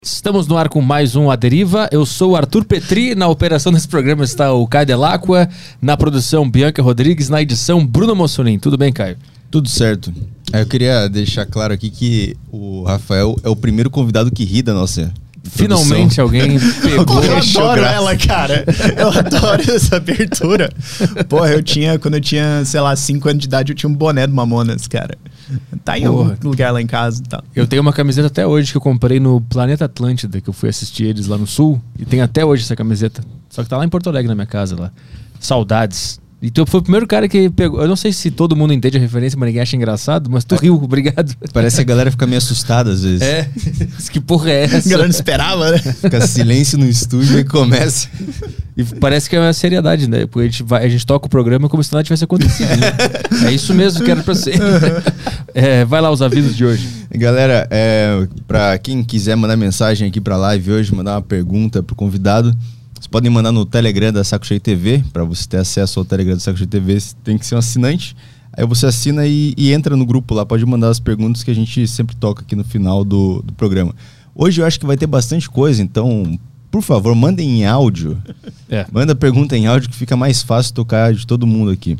Estamos no ar com mais um A Deriva. Eu sou o Arthur Petri. Na operação desse programa está o Caio Delacqua. Na produção, Bianca Rodrigues. Na edição, Bruno Mossolin. Tudo bem, Caio? Tudo certo. Eu queria deixar claro aqui que o Rafael é o primeiro convidado que ri da nossa Finalmente produção. alguém pegou. Eu adoro ela, cara. Eu adoro essa abertura. Porra, quando eu tinha, sei lá, 5 anos de idade, eu tinha um boné do Mamonas, cara. Tá em algum lugar lá em casa e tal. Eu tenho uma camiseta até hoje que eu comprei no Planeta Atlântida, que eu fui assistir eles lá no Sul. E tem até hoje essa camiseta. Só que tá lá em Porto Alegre, na minha casa lá. Saudades. Então foi o primeiro cara que pegou. Eu não sei se todo mundo entende a referência, mas ninguém acha engraçado, mas tu riu, obrigado. Parece que a galera fica meio assustada às vezes. É. Que porra é essa? A galera não esperava, né? Fica silêncio no estúdio e começa. E parece que é uma seriedade, né? Porque a gente toca o programa como se nada tivesse acontecido. Né? É isso mesmo que era pra ser. Vai lá os avisos de hoje. Galera, pra quem quiser mandar mensagem aqui pra live hoje, mandar uma pergunta pro convidado, vocês podem mandar no Telegram da Saco Cheio TV. Pra você ter acesso ao Telegram da Saco Cheio TV, você tem que ser um assinante. Aí você assina e entra no grupo lá. Pode mandar as perguntas que a gente sempre toca aqui no final do programa. Hoje eu acho que vai ter bastante coisa, então, por favor, mandem em áudio. Manda pergunta em áudio que fica mais fácil tocar de todo mundo aqui.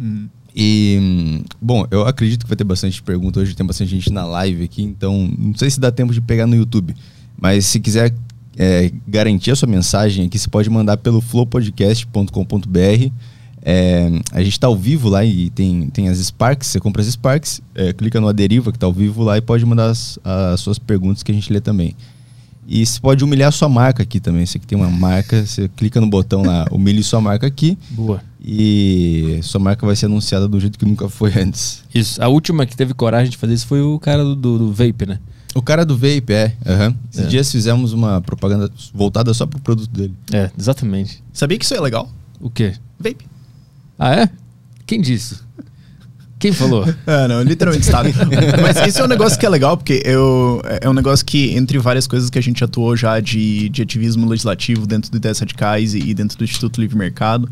E, bom, eu acredito que vai ter bastante pergunta. Hoje tem bastante gente na live aqui, então não sei se dá tempo de pegar no YouTube. Mas se quiser garantir a sua mensagem aqui, você pode mandar pelo flowpodcast.com.br. A gente tá ao vivo lá e tem as Sparks. Você compra as Sparks, clica no A Deriva que tá ao vivo lá e pode mandar as suas perguntas que a gente lê também. E você pode humilhar a sua marca aqui também. Você que tem uma marca, você clica no botão lá, humilhe sua marca aqui. Boa. E sua marca vai ser anunciada do jeito que nunca foi antes. Isso. A última que teve coragem de fazer isso foi o cara do Vape, né? O cara do Vape, Esses dias fizemos uma propaganda voltada só pro produto dele. Exatamente. Sabia que isso é legal? O quê? Vape. Ah, é? Quem disse? Quem falou? Não, literalmente sabe. Mas isso é um negócio que é legal, porque é um negócio que, entre várias coisas que a gente atuou já de ativismo legislativo dentro do Ideias Radicais e dentro do Instituto Livre Mercado,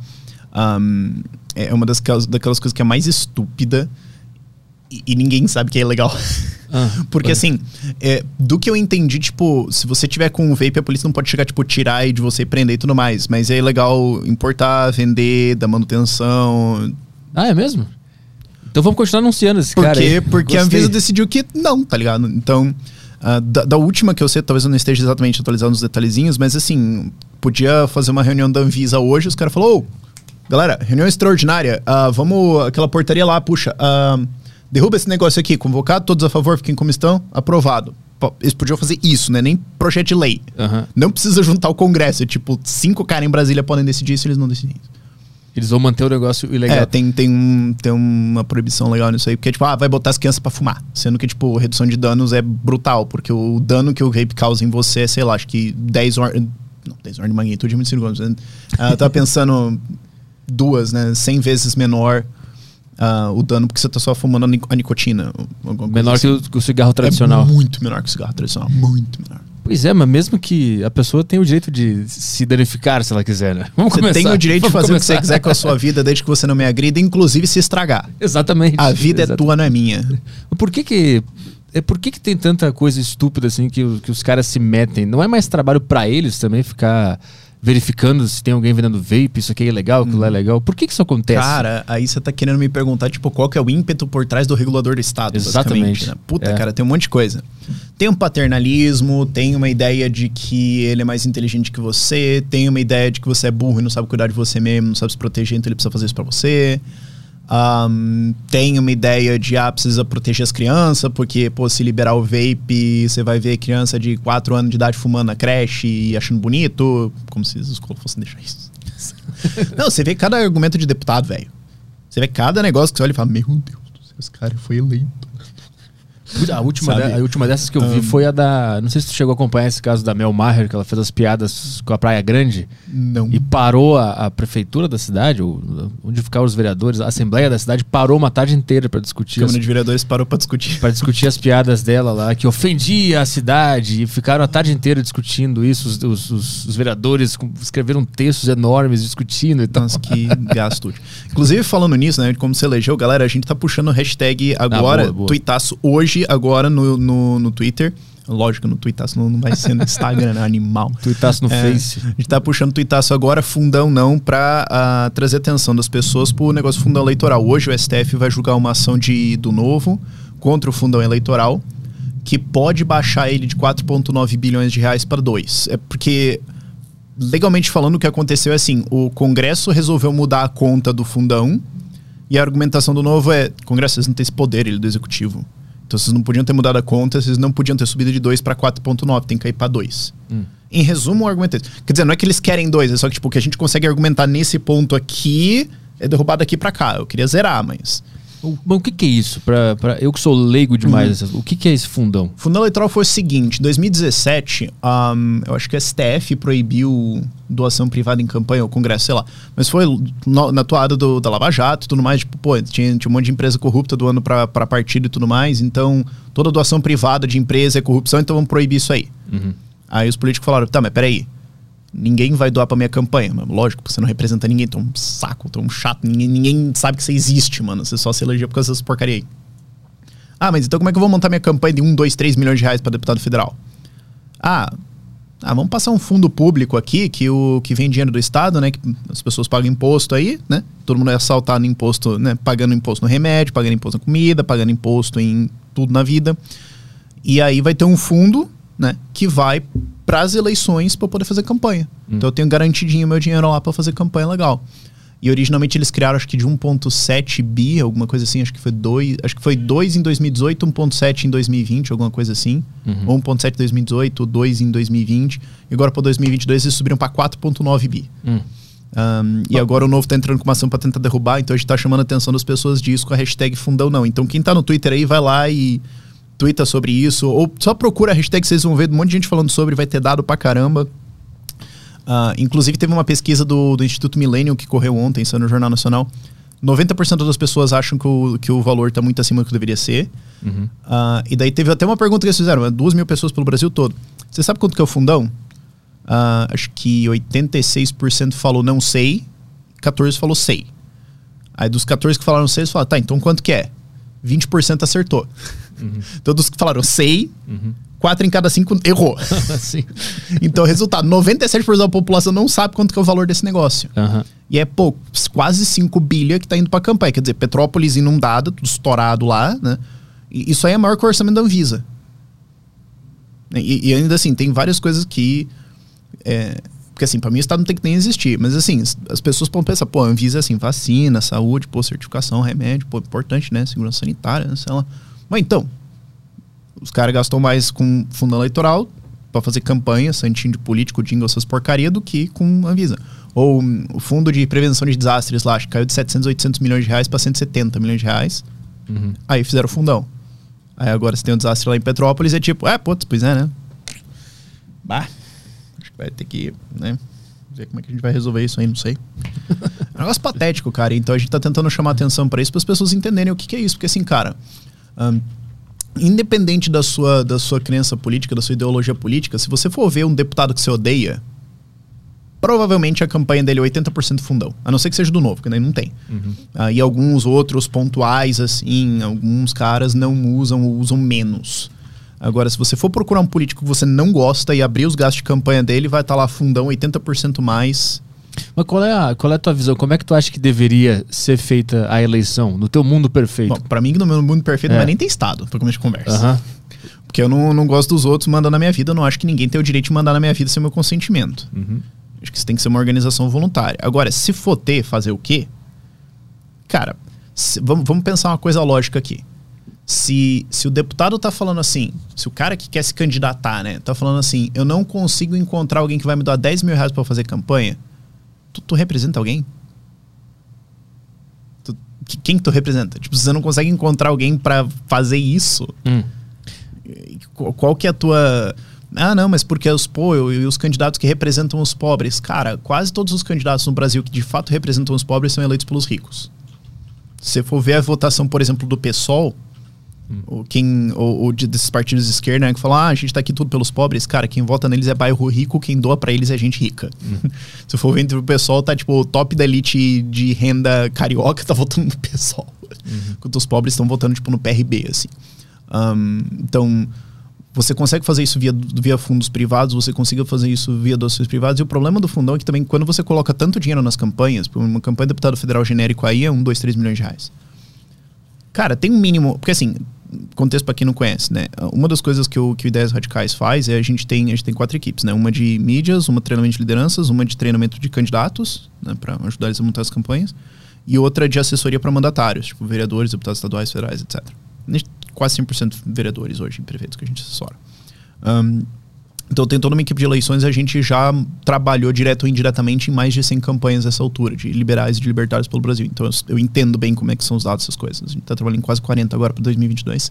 é uma daquelas coisas que é mais estúpida e ninguém sabe que é legal. Porque assim, do que eu entendi, tipo, se você tiver com um vape, a polícia não pode chegar, tipo, tirar de você, prender e tudo mais. Mas é legal importar, vender, dar manutenção. Ah, é mesmo? Então vamos continuar anunciando esse cara aí. Porque a Anvisa decidiu que não, tá ligado? Então, da última que eu sei, talvez eu não esteja exatamente atualizado nos detalhezinhos, mas assim, podia fazer uma reunião da Anvisa hoje, os caras falaram, galera, reunião extraordinária, vamos, aquela portaria lá, puxa, derruba esse negócio aqui, convocado, todos a favor, fiquem como estão, aprovado. Eles podiam fazer isso, né? Nem projeto de lei. Não precisa juntar o Congresso, tipo, 5 caras em Brasília podem decidir isso, eles não decidem isso. Eles vão manter o negócio ilegal. Tem uma proibição legal nisso aí, porque tipo, vai botar as crianças pra fumar. Sendo que, tipo, redução de danos é brutal, porque o dano que o vape causa em você é, sei lá, acho que 10 ordens de magnitude é muito segundos. Eu tava pensando 2, né? 100 vezes menor o dano, porque você tá só fumando a nicotina. Menor assim. que o cigarro tradicional. É muito menor que o cigarro tradicional, muito menor. Pois é, mas mesmo que a pessoa tenha o direito de se danificar se ela quiser, né? Você tem o direito de fazer o que você quiser com a sua vida, desde que você não me agrida, inclusive se estragar. Exatamente. A vida é tua, não é minha. Por que tem tanta coisa estúpida assim que os caras se metem? Não é mais trabalho pra eles também ficar verificando se tem alguém vendendo vape, isso aqui é legal, aquilo é legal? Por que isso acontece? Cara, aí você tá querendo me perguntar, tipo, qual que é o ímpeto por trás do regulador do Estado, exatamente, né? Puta, cara, tem um monte de coisa. Tem um paternalismo, tem uma ideia de que ele é mais inteligente que você, tem uma ideia de que você é burro e não sabe cuidar de você mesmo, não sabe se proteger, então ele precisa fazer isso pra você. Tem uma ideia de, precisa proteger as crianças, porque, pô, se liberar o vape, você vai ver criança de 4 anos de idade fumando na creche e achando bonito, como se as escolas fossem deixar isso. Não, você vê cada argumento de deputado, velho. Você vê cada negócio que você olha e fala, meu Deus do céu, esse cara foi eleito. A última dessas que eu vi foi a da... Não sei se tu chegou a acompanhar esse caso da Mel Maher, que ela fez as piadas com a Praia Grande. Não. E parou a prefeitura da cidade, onde ficavam os vereadores, a Assembleia da cidade parou uma tarde inteira pra discutir. A Câmara de Vereadores parou pra discutir. Pra discutir as piadas dela lá, que ofendia a cidade. E ficaram a tarde inteira discutindo isso. Os vereadores escreveram textos enormes discutindo e tal. Nossa, que gasto. Inclusive, falando nisso, né, de como você elegeu, galera, a gente tá puxando o hashtag agora, boa. tuitaço hoje, agora no Twitter. Lógico, no Tuitaço não vai ser no Instagram, né? Animal. Tuitaço no Face. A gente tá puxando Tuitaço agora, fundão não, pra trazer atenção das pessoas pro negócio do fundão eleitoral. Hoje o STF vai julgar uma ação do Novo contra o fundão eleitoral, que pode baixar ele de 4,9 bilhões de reais para 2. É porque, legalmente falando, o que aconteceu é assim, o Congresso resolveu mudar a conta do fundão, e a argumentação do Novo é, Congresso, vocês não têm esse poder, ele é do Executivo. Então vocês não podiam ter mudado a conta, vocês não podiam ter subido de 2 para 4,9, tem que cair para 2. Em resumo, o argumento é isso. Quer dizer, não é que eles querem 2, é só que tipo, o que a gente consegue argumentar nesse ponto aqui é derrubado daqui para cá. Eu queria zerar, mas... Bom, o que é isso? Eu que sou leigo demais, o que é esse fundão? O fundão eleitoral foi o seguinte, em 2017, eu acho que o STF proibiu doação privada em campanha, ou Congresso, sei lá. Mas foi na toada da Lava Jato e tudo mais, tipo, pô, tinha um monte de empresa corrupta doando pra partido e tudo mais, então toda doação privada de empresa é corrupção, então vamos proibir isso aí. Aí os políticos falaram, tá, mas peraí, ninguém vai doar pra minha campanha. Mas, lógico, você não representa ninguém, tu é um saco, tu é um chato, ninguém sabe que você existe, mano. Você só se elogia por causa dessas porcaria aí. Ah, mas então como é que eu vou montar minha campanha de 1, 2, 3 milhões de reais pra deputado federal? Vamos passar um fundo público aqui, que vem dinheiro do Estado, né? Que as pessoas pagam imposto aí, né? Todo mundo é assaltado no imposto, né? Pagando imposto no remédio, pagando imposto na comida, pagando imposto em tudo na vida. E aí vai ter um fundo, né? Que vai para as eleições para poder fazer campanha. Então eu tenho garantidinho meu dinheiro lá para fazer campanha legal. E originalmente eles criaram acho que de 1,7 bi, alguma coisa assim, acho que foi 2 em 2018, 1,7 em 2020, alguma coisa assim. Ou 1,7 em 2018, 2 em 2020. E agora para 2022 eles subiram para 4,9 bi. E agora o Novo tá entrando com uma ação para tentar derrubar, então a gente tá chamando a atenção das pessoas disso com a hashtag fundão não. Então quem tá no Twitter aí vai lá e twitta sobre isso, ou só procura a hashtag, vocês vão ver um monte de gente falando sobre, vai ter dado pra caramba. Inclusive teve uma pesquisa do Instituto Millennium que correu ontem, saiu no Jornal Nacional. 90% das pessoas acham que o valor tá muito acima do que deveria ser. E daí teve até uma pergunta que eles fizeram, 2.000 pessoas pelo Brasil todo. Você sabe quanto que é o fundão? Acho que 86% falou não sei, 14% falou sei. Aí dos 14 que falaram sei, eles falaram, tá, então quanto que é? 20% acertou. Então dos que falaram sei, 4 em cada 5 errou. Então, resultado, 97% da população não sabe quanto que é o valor desse negócio. E é quase 5 bilhões que tá indo pra campanha. Quer dizer, Petrópolis inundada, tudo estourado lá, né? E isso aí é maior que o orçamento da Anvisa. E ainda assim, tem várias coisas que... porque assim, pra mim o Estado não tem que nem existir. Mas assim, as pessoas podem pensar, pô, a Anvisa assim, vacina, saúde, pô, certificação, remédio, pô, importante, né? Segurança sanitária, né? Sei lá. Mas então, os caras gastam mais com fundão eleitoral pra fazer campanha, santinho de político, jingle, essas porcaria, do que com a Anvisa. Ou o fundo de prevenção de desastres lá, acho que caiu de 700, 800 milhões de reais pra 170 milhões de reais. Aí fizeram o fundão. Aí agora você tem um desastre lá em Petrópolis, é tipo, pois é, né? Bah, acho que vai ter que, né, ver como é que a gente vai resolver isso aí, não sei. É um negócio patético, cara. Então a gente tá tentando chamar atenção pra isso, para as pessoas entenderem o que é isso. Porque assim, cara, independente da sua crença política, da sua ideologia política, se você for ver um deputado que você odeia, provavelmente a campanha dele é 80% fundão. A não ser que seja do Novo, que daí não tem. E alguns outros pontuais, assim, alguns caras não usam ou usam menos. Agora, se você for procurar um político que você não gosta e abrir os gastos de campanha dele, vai estar lá fundão 80% mais. Mas qual é a tua visão? Como é que tu acha que deveria ser feita a eleição? No teu mundo perfeito? Bom, pra mim, no meu mundo perfeito, não vai nem ter Estado, pra começar de conversa. Porque eu não gosto dos outros mandando na minha vida. Eu não acho que ninguém tem o direito de mandar na minha vida sem o meu consentimento. Acho que isso tem que ser uma organização voluntária. Agora, se for fazer o quê? Cara, vamos pensar uma coisa lógica aqui. Se o deputado tá falando assim, se o cara que quer se candidatar, né, tá falando assim, eu não consigo encontrar alguém que vai me dar 10 mil reais pra fazer campanha, tu representa alguém? Quem que tu representa? Tipo, você não consegue encontrar alguém pra fazer isso? Qual que é a tua... não, mas porque os candidatos que representam os pobres. Cara, quase todos os candidatos no Brasil que de fato representam os pobres são eleitos pelos ricos. Se você for ver a votação, por exemplo, do PSOL, ou desses partidos de esquerda, né, que falam, a gente tá aqui tudo pelos pobres. Cara, quem vota neles é bairro rico, quem doa pra eles é gente rica. Se for ver entre o PSOL, tá tipo, o top da elite de renda carioca tá votando no PSOL. Enquanto os pobres estão votando tipo no PRB, assim. Então, Você consegue fazer isso via fundos privados, você consiga fazer isso via doações privadas. E o problema do fundão é que também, quando você coloca tanto dinheiro nas campanhas, uma campanha de deputado federal genérico aí é 1, 2, 3 milhões de reais. Cara, tem um mínimo... Porque assim, contexto para quem não conhece, né? Uma das coisas que o Ideias Radicais faz é a gente tem 4 equipes, né? Uma de mídias, uma de treinamento de lideranças, uma de treinamento de candidatos, né? Para ajudar eles a montar as campanhas, e outra de assessoria para mandatários, tipo vereadores, deputados estaduais, federais, etc. Quase 100% vereadores hoje, prefeitos que a gente assessora. Então tem toda uma equipe de eleições, a gente já trabalhou direto ou indiretamente em mais de 100 campanhas nessa altura, de liberais e de libertários pelo Brasil. Então eu entendo bem como é que são os dados, essas coisas. A gente está trabalhando em quase 40 agora para 2022.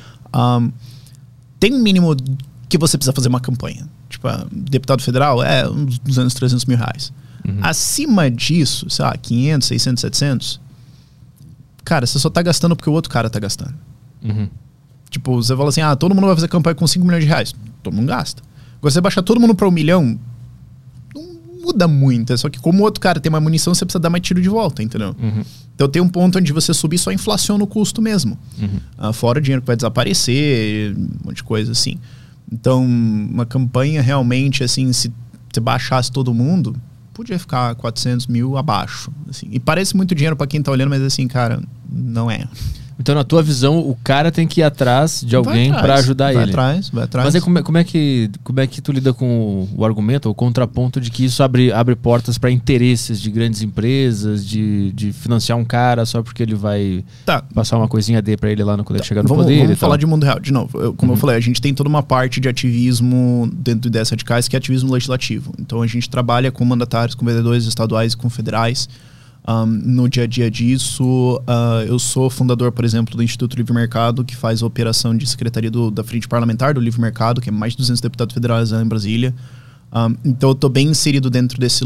Tem um mínimo que você precisa fazer uma campanha. Tipo, deputado federal é uns 200, 300 mil reais. Acima disso, sei lá, 500, 600, 700, cara, você só tá gastando porque o outro cara tá gastando. Tipo, você fala assim, todo mundo vai fazer campanha com 5 milhões de reais. Todo mundo gasta. Agora, você baixar todo mundo para 1 milhão, não muda muito. É só que como o outro cara tem mais munição, você precisa dar mais tiro de volta, entendeu? Então tem um ponto onde você subir só inflaciona o custo mesmo. Fora o dinheiro que vai desaparecer, um monte de coisa assim. Então, uma campanha realmente, assim, se você baixasse todo mundo, podia ficar 400 mil abaixo. Assim. E parece muito dinheiro para quem tá olhando, mas assim, cara, não é. Então, na tua visão, o cara tem que ir atrás de alguém para ajudar ele. Vai atrás. Mas aí como é que tu lida com o argumento, o contraponto de que isso abre portas para interesses de grandes empresas, de financiar um cara só porque ele vai passar uma coisinha D para ele lá quando ele chegar no poder? Vamos falar de mundo real. De novo, como eu falei, a gente tem toda uma parte de ativismo dentro do Ideias Radicais, que é ativismo legislativo. Então, a gente trabalha com mandatários, com vereadores estaduais e com federais. No dia a dia disso, eu sou fundador, por exemplo, do Instituto Livre Mercado, que faz a operação de secretaria da Frente Parlamentar do Livre Mercado, que é mais de 200 deputados federais em Brasília. Então eu estou bem inserido dentro desse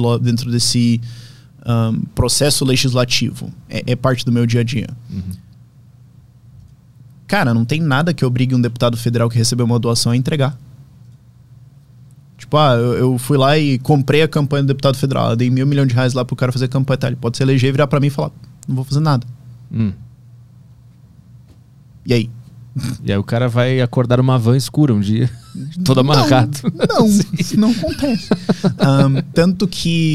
processo legislativo. É parte do meu dia a dia. Cara, não tem nada que obrigue um deputado federal que recebeu uma doação a entregar. Tipo, eu fui lá e comprei a campanha do deputado federal, eu dei R$1 milhão lá pro cara fazer campanha, tá? Ele pode se eleger, virar pra mim e falar, não vou fazer nada. E aí? E aí o cara vai acordar uma van escura um dia, todo amarrado. Não acontece. Tanto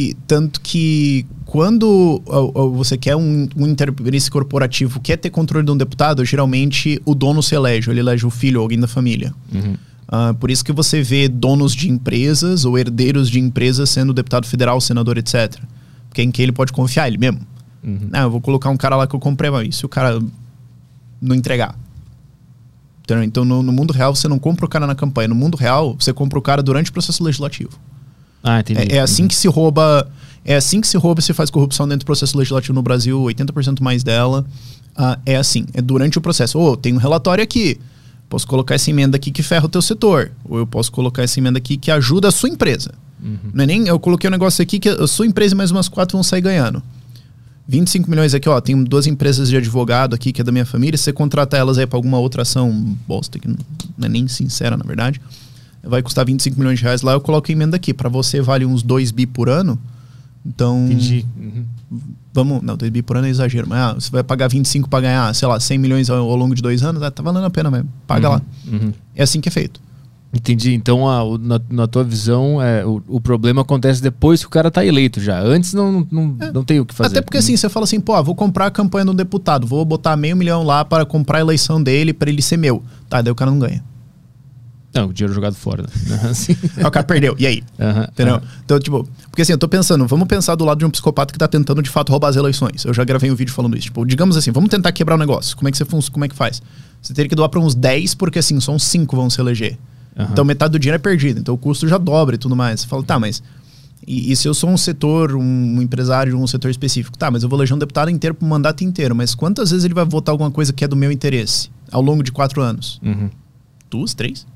que quando você quer um interesse corporativo, quer ter controle de um deputado, geralmente o dono se elege, ele elege o filho ou alguém da família. Por isso que você vê donos de empresas ou herdeiros de empresas sendo deputado federal, senador, etc. Porque em quem ele pode confiar, ele mesmo. Eu vou colocar um cara lá que eu comprei, mas e se o cara não entregar? Entendeu? Então, no mundo real, você não compra o cara na campanha. No mundo real, você compra o cara durante o processo legislativo. Entendi. É assim que se rouba. É assim que se rouba e se faz corrupção dentro do processo legislativo no Brasil, 80% mais dela. É assim, é durante o processo. Tem um relatório aqui. Posso colocar essa emenda aqui que ferra o teu setor. Ou eu posso colocar essa emenda aqui que ajuda a sua empresa. Não é nem eu coloquei um negócio aqui que a sua empresa e mais umas 4 vão sair ganhando. 25 milhões aqui, tem 2 empresas de advogado aqui que é da minha família. Se você contratar elas aí pra alguma outra ação bosta, que não é nem sincera, na verdade, vai custar 25 milhões de reais lá, eu coloco a emenda aqui. Pra você vale uns 2 bi por ano. Então... Entendi. Não, 2 bi por ano é exagero, mas você vai pagar 25 para ganhar, sei lá, 100 milhões ao longo de 2 anos, tá valendo a pena mesmo, paga lá. É assim que é feito. Entendi, então na tua visão o problema acontece depois que o cara tá eleito já, antes não tem o que fazer. Até porque assim, você fala assim, vou comprar a campanha de um deputado, vou botar R$500 mil lá para comprar a eleição dele, para ele ser meu. Daí o cara não ganha. Não, o dinheiro jogado fora, né? O cara perdeu, e aí? Entendeu? Então, tipo, porque assim, eu tô pensando, vamos pensar do lado de um psicopata que tá tentando de fato roubar as eleições. Eu já gravei um vídeo falando isso. Tipo, digamos assim, vamos tentar quebrar o negócio. Como é que faz? Você teria que doar pra uns 10, porque assim, só uns 5 vão se eleger. Então metade do dinheiro é perdido, então o custo já dobra e tudo mais. Você fala, mas... E se eu sou um setor, um empresário de um setor específico? Mas eu vou eleger um deputado inteiro pro mandato inteiro. Mas quantas vezes ele vai votar alguma coisa que é do meu interesse? Ao longo de 4 anos? 2, 3?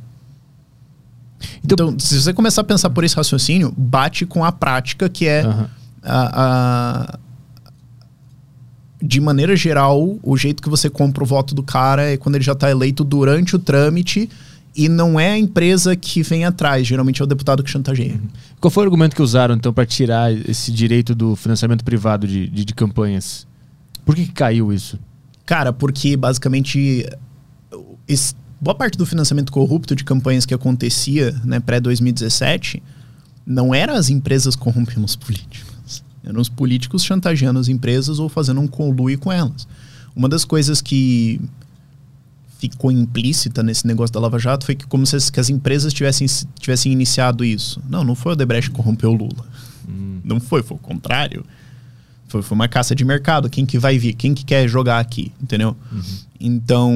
Então, se você começar a pensar por esse raciocínio, bate com a prática que é de maneira geral, o jeito que você compra o voto do cara é quando ele já está eleito durante o trâmite e não é a empresa que vem atrás, geralmente é o deputado que chantageia. Qual foi o argumento que usaram então para tirar esse direito do financiamento privado de campanhas? Por que caiu isso? Cara, porque basicamente boa parte do financiamento corrupto de campanhas que acontecia, né, pré-2017, não era as empresas corrompendo os políticos. Eram os políticos chantageando as empresas ou fazendo um conluio com elas. Uma das coisas que ficou implícita nesse negócio da Lava Jato foi que como se as empresas tivessem iniciado isso. Não foi o Odebrecht que corrompeu o Lula. Não foi o contrário. Foi uma caça de mercado. Quem que vai vir? Quem que quer jogar aqui? Entendeu? Então,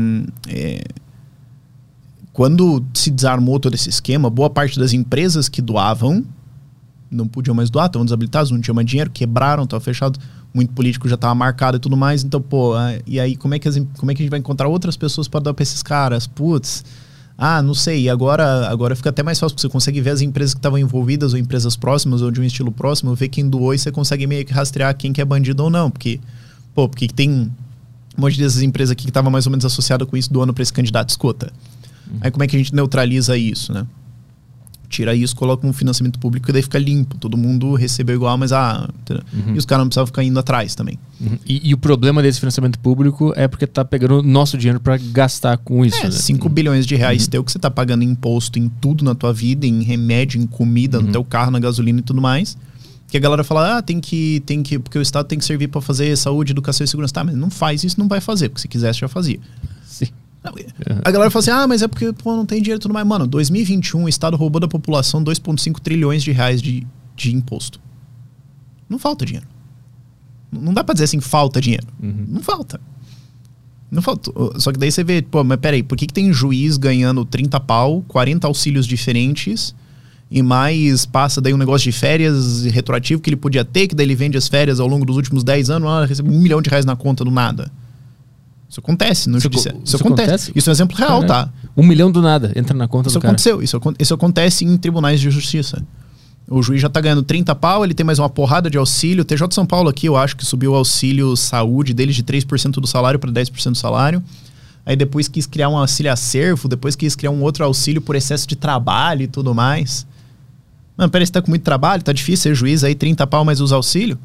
quando se desarmou todo esse esquema, boa parte das empresas que doavam não podiam mais doar, estavam desabilitados, não tinham mais dinheiro, quebraram, estava fechado, muito político já estava marcado e tudo mais. Então, e aí como é que a gente vai encontrar outras pessoas para dar para esses caras? Putz, não sei, e agora fica até mais fácil, porque você consegue ver as empresas que estavam envolvidas, ou empresas próximas, ou de um estilo próximo, ver quem doou e você consegue meio que rastrear quem que é bandido ou não, porque tem um monte dessas empresas aqui que estava mais ou menos associada com isso, doando para esse candidato escota. Aí como é que a gente neutraliza isso, né? Tira isso, coloca um financiamento público e daí fica limpo. Todo mundo recebeu igual, mas e os caras não precisavam ficar indo atrás também. E o problema desse financiamento público é porque tá pegando nosso dinheiro para gastar com isso. Né? 5 bilhões de reais teu que você tá pagando imposto em tudo na tua vida, em remédio, em comida, no teu carro, na gasolina e tudo mais. Que a galera fala, tem que, porque o Estado tem que servir para fazer saúde, educação e segurança. Tá, mas não faz isso, não vai fazer, porque se quisesse já fazia. Sim. A galera fala assim, mas é porque não tem dinheiro e tudo mais. Mano, 2021 o Estado roubou da população 2,5 trilhões de reais de imposto. Não falta dinheiro. Não dá pra dizer assim, falta dinheiro. Não falta. Não falta. Só que daí você vê, mas peraí, por que tem juiz ganhando 30 pau, 40 auxílios diferentes, e mais passa daí um negócio de férias retroativo que ele podia ter, que daí ele vende as férias ao longo dos últimos 10 anos, recebe R$1 milhão na conta do nada. Isso acontece no judiciário. Isso acontece. Isso é um exemplo real, tá? 1 milhão do nada, entra na conta do cara. Isso acontece em tribunais de justiça. O juiz já tá ganhando 30 pau, ele tem mais uma porrada de auxílio. O TJ de São Paulo aqui, eu acho que subiu o auxílio saúde deles de 3% do salário para 10% do salário. Aí depois quis criar um auxílio acervo, depois quis criar um outro auxílio por excesso de trabalho e tudo mais. Mano, peraí, você tá com muito trabalho, tá difícil ser juiz, aí 30 pau mais os auxílios?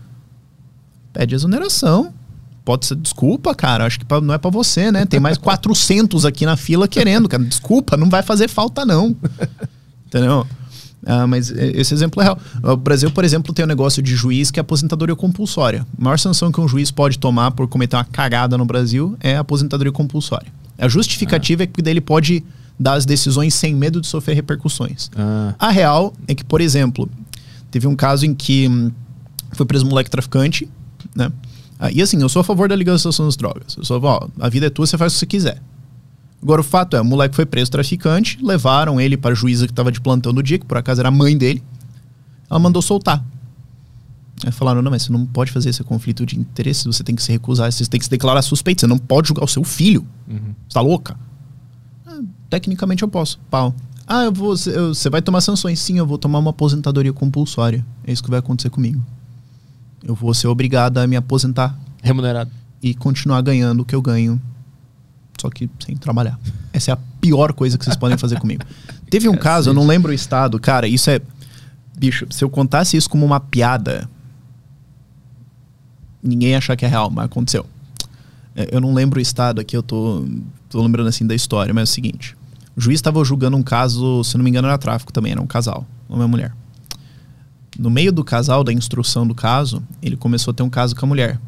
Pede exoneração. Pode ser, desculpa, cara, acho que não é pra você, né? Tem mais 400 aqui na fila querendo, cara. Desculpa, não vai fazer falta, não. Entendeu? Mas esse exemplo é real. O Brasil, por exemplo, tem um negócio de juiz que é aposentadoria compulsória. A maior sanção que um juiz pode tomar por cometer uma cagada no Brasil é a aposentadoria compulsória. A justificativa é que ele pode dar as decisões sem medo de sofrer repercussões. A real é que, por exemplo, teve um caso em que foi preso um moleque traficante, né? E assim, eu sou a favor da legalização das drogas. Eu sou, a vida é tua, você faz o que você quiser. Agora o fato é, o moleque foi preso traficante, levaram ele para a juíza que estava de plantão no dia, que por acaso era a mãe dele. Ela mandou soltar. Aí falaram, não, mas você não pode fazer esse conflito de interesse, você tem que se recusar, você tem que se declarar suspeito, você não pode julgar o seu filho. Você tá louca? Tecnicamente eu posso. Pau. Você vai tomar sanções? Sim, eu vou tomar uma aposentadoria compulsória. É isso que vai acontecer comigo. Eu vou ser obrigada a me aposentar. Remunerado. E continuar ganhando o que eu ganho, só que sem trabalhar. Essa é a pior coisa que vocês podem fazer comigo. Teve um caso, eu não lembro o estado, cara, isso é... Bicho, se eu contasse isso como uma piada, ninguém ia achar que é real, mas aconteceu. Eu não lembro o estado aqui, eu tô lembrando assim da história, mas é o seguinte. O juiz estava julgando um caso, se não me engano era tráfico também, era um casal, homem e mulher. No meio do casal, da instrução do caso, ele começou a ter um caso com a mulher.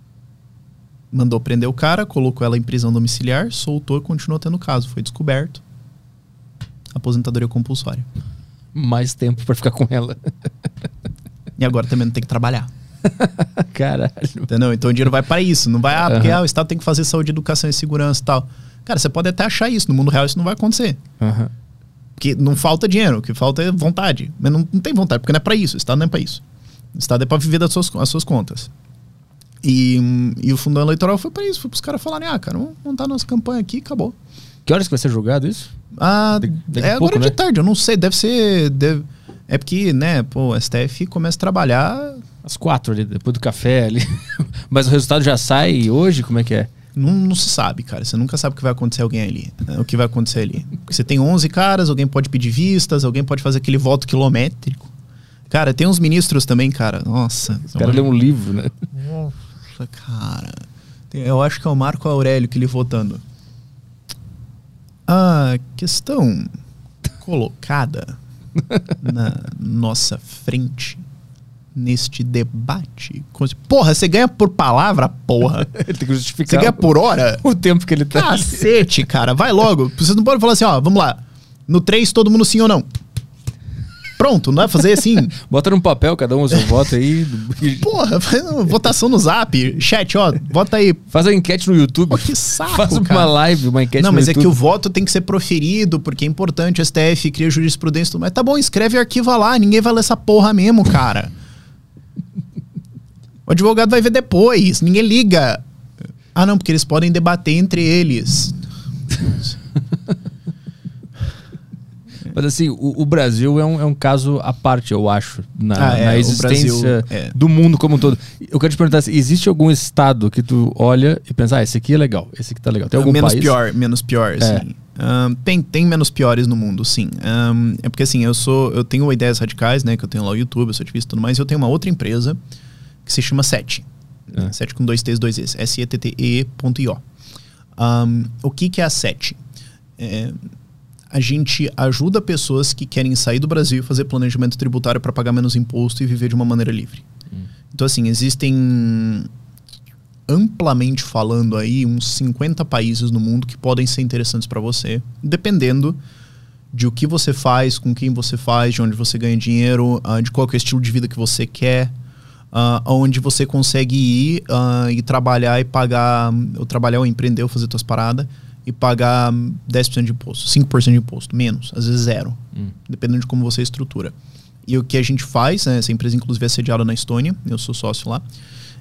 Mandou prender o cara, colocou ela em prisão domiciliar, soltou e continuou tendo o caso. Foi descoberto. Aposentadoria compulsória. Mais tempo pra ficar com ela. E agora também não tem que trabalhar. Caralho. Entendeu? Então o dinheiro vai para isso. Não vai, porque o Estado tem que fazer saúde, educação e segurança e tal. Cara, você pode até achar isso. No mundo real isso não vai acontecer. Porque não falta dinheiro, o que falta é vontade. Mas não tem vontade, porque não é pra isso. O Estado não é pra isso. O Estado é pra viver das suas contas. E o fundão eleitoral foi pra isso. Foi pros caras falarem, cara, vamos montar nossa campanha aqui e acabou. Que horas que vai ser julgado isso? Daqui agora pouco, de tarde, eu não sei. Deve ser... É porque, né, o STF começa a trabalhar... Às 4 ali, depois do café ali. Mas o resultado já sai hoje? Como é que é? Não se sabe, cara. Você nunca sabe o que vai acontecer o que vai acontecer ali. Porque você tem 11 caras, alguém pode pedir vistas, alguém pode fazer aquele voto quilométrico. Cara, tem uns ministros também, cara. Nossa. Os caras lêem um livro, né? Nossa, cara. Eu acho que é o Marco Aurélio que ele votando. A questão colocada na nossa frente neste debate. Porra, você ganha por palavra, porra. Ele tem que justificar. Você ganha por hora? O tempo que ele tá. Cacete, cara. Vai logo. Vocês não podem falar assim, ó, vamos lá. No 3, todo mundo sim ou não. Pronto, não vai fazer assim. Bota num papel, cada um o seu voto aí. Porra, faz uma votação no Zap. Chat, ó, vota aí. Faz a enquete no YouTube. Pô, que saco, Faz uma cara. live, uma enquete Não, no mas YouTube. é que o voto tem que ser proferido, porque é importante, o STF cria jurisprudência e tudo mais. Tá bom, escreve e arquiva lá, ninguém vai ler essa porra mesmo, cara. O advogado vai ver depois, ninguém liga. Ah, não, porque eles podem debater entre eles. Mas assim, o Brasil é um caso à parte, eu acho, na existência Brasil, do mundo como um todo. Eu quero te perguntar, existe algum estado que tu olha e pensa, esse aqui é legal, esse aqui tá legal. Tem algum menos país? Menos pior, sim. Tem menos piores no mundo, sim. É porque assim, eu tenho ideias radicais, né? Que eu tenho lá o YouTube, eu sou ativista e tudo mais, e eu tenho uma outra empresa que se chama SETI. SETI com 2 T's, 2 E's. SETTE.io. O que é a SETI? A gente ajuda pessoas que querem sair do Brasil e fazer planejamento tributário para pagar menos imposto e viver de uma maneira livre. Então, assim, existem, amplamente falando aí, uns 50 países no mundo que podem ser interessantes para você, dependendo de o que você faz, com quem você faz, de onde você ganha dinheiro, de qual que é o estilo de vida que você quer, onde você consegue ir e trabalhar e pagar, ou trabalhar ou empreender ou fazer suas paradas, e pagar 10% de imposto, 5% de imposto, menos, às vezes 0, dependendo de como você estrutura. E o que a gente faz, né, essa empresa inclusive é sediada na Estônia, eu sou sócio lá,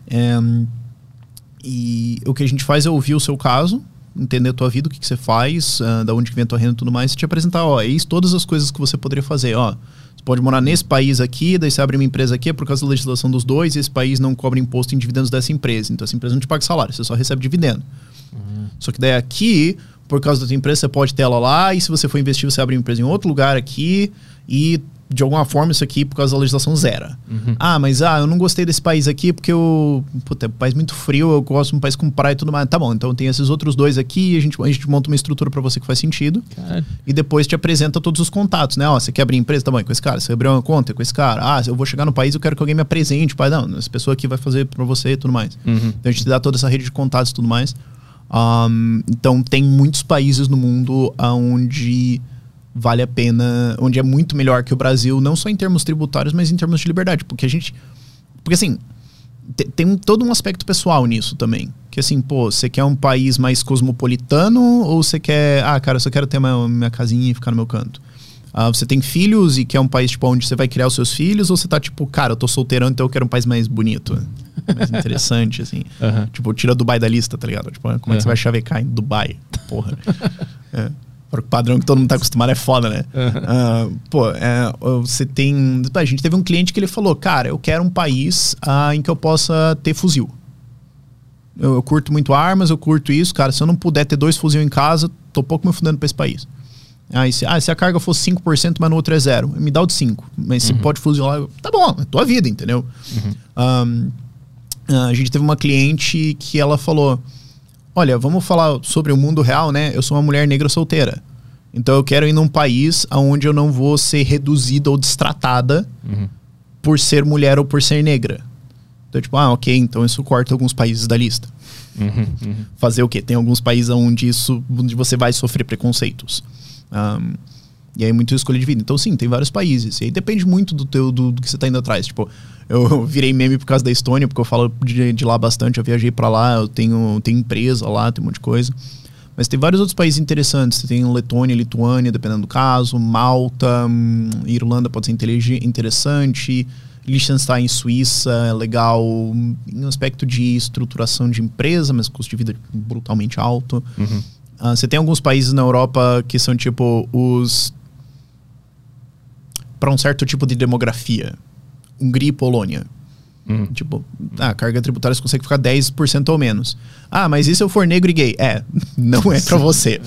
e o que a gente faz é ouvir o seu caso, entender a tua vida, o que você faz, da onde que vem a tua renda e tudo mais, e te apresentar, eis todas as coisas que você poderia fazer, você pode morar nesse país aqui, daí você abre uma empresa aqui, é por causa da legislação dos dois, e esse país não cobra imposto em dividendos dessa empresa, então essa empresa não te paga salário, você só recebe dividendo. Só que daí aqui, por causa da tua empresa, você pode ter ela lá, e se você for investir, você abre uma empresa em outro lugar aqui, e de alguma forma isso aqui, por causa da legislação, zera. Mas eu não gostei desse país aqui porque é um país muito frio, eu gosto de um país com praia e tudo mais. Tá bom, então tem esses outros dois aqui e a gente monta uma estrutura pra você que faz sentido. Cara. E depois te apresenta todos os contatos, né? Você quer abrir empresa? Tá bom, é com esse cara. Você abriu uma conta? É com esse cara. Eu vou chegar no país, eu quero que alguém me apresente. Não, essa pessoa aqui vai fazer pra você e tudo mais. Então a gente dá toda essa rede de contatos e tudo mais. Então tem muitos países no mundo onde vale a pena, onde é muito melhor que o Brasil, não só em termos tributários, mas em termos de liberdade, porque assim, tem todo um aspecto pessoal nisso também, que assim, você quer um país mais cosmopolitano ou você quer, cara, eu só quero ter minha casinha e ficar no meu canto. Você tem filhos e quer um país tipo onde você vai criar os seus filhos, ou você tá tipo, cara, eu tô solteirão, então eu quero um país mais bonito, mais interessante, assim. Tipo, tira Dubai da lista, tá ligado? Tipo, como é que você vai chavecar em Dubai? Porra. O padrão que todo mundo tá acostumado é foda, né? Você tem... A gente teve um cliente que ele falou, cara, eu quero um país em que eu possa ter fuzil. Eu curto muito armas, eu curto isso, cara, se eu não puder ter 2 fuzil em casa, tô pouco me fudendo pra esse país. Se a carga fosse 5%, mas no outro é 0, me dá o de 5%. Mas se pode fuzilar, tá bom, é tua vida, entendeu? A gente teve uma cliente que ela falou, olha, vamos falar sobre o mundo real, né? Eu sou uma mulher negra solteira. Então eu quero ir num país onde eu não vou ser reduzida ou destratada por ser mulher ou por ser negra. Então, tipo, ok, então isso corta alguns países da lista. Fazer o quê? Tem alguns países onde você vai sofrer preconceitos. E aí muito escolha de vida. Então sim, tem vários países. E aí depende muito do que você tá indo atrás. Tipo, eu virei meme por causa da Estônia, porque eu falo de lá bastante. Eu viajei pra lá, eu tenho empresa lá, tem um monte de coisa. Mas tem vários outros países interessantes. Você tem Letônia, Lituânia, dependendo do caso. Malta, Irlanda pode ser interessante. Liechtenstein, Suíça, é legal. Em um aspecto de estruturação de empresa, mas custo de vida brutalmente alto. Você tem alguns países na Europa que são tipo para um certo tipo de demografia. Hungria e Polônia. Tipo, a carga tributária você consegue ficar 10% ou menos. Mas e se eu for negro e gay? Não é pra você.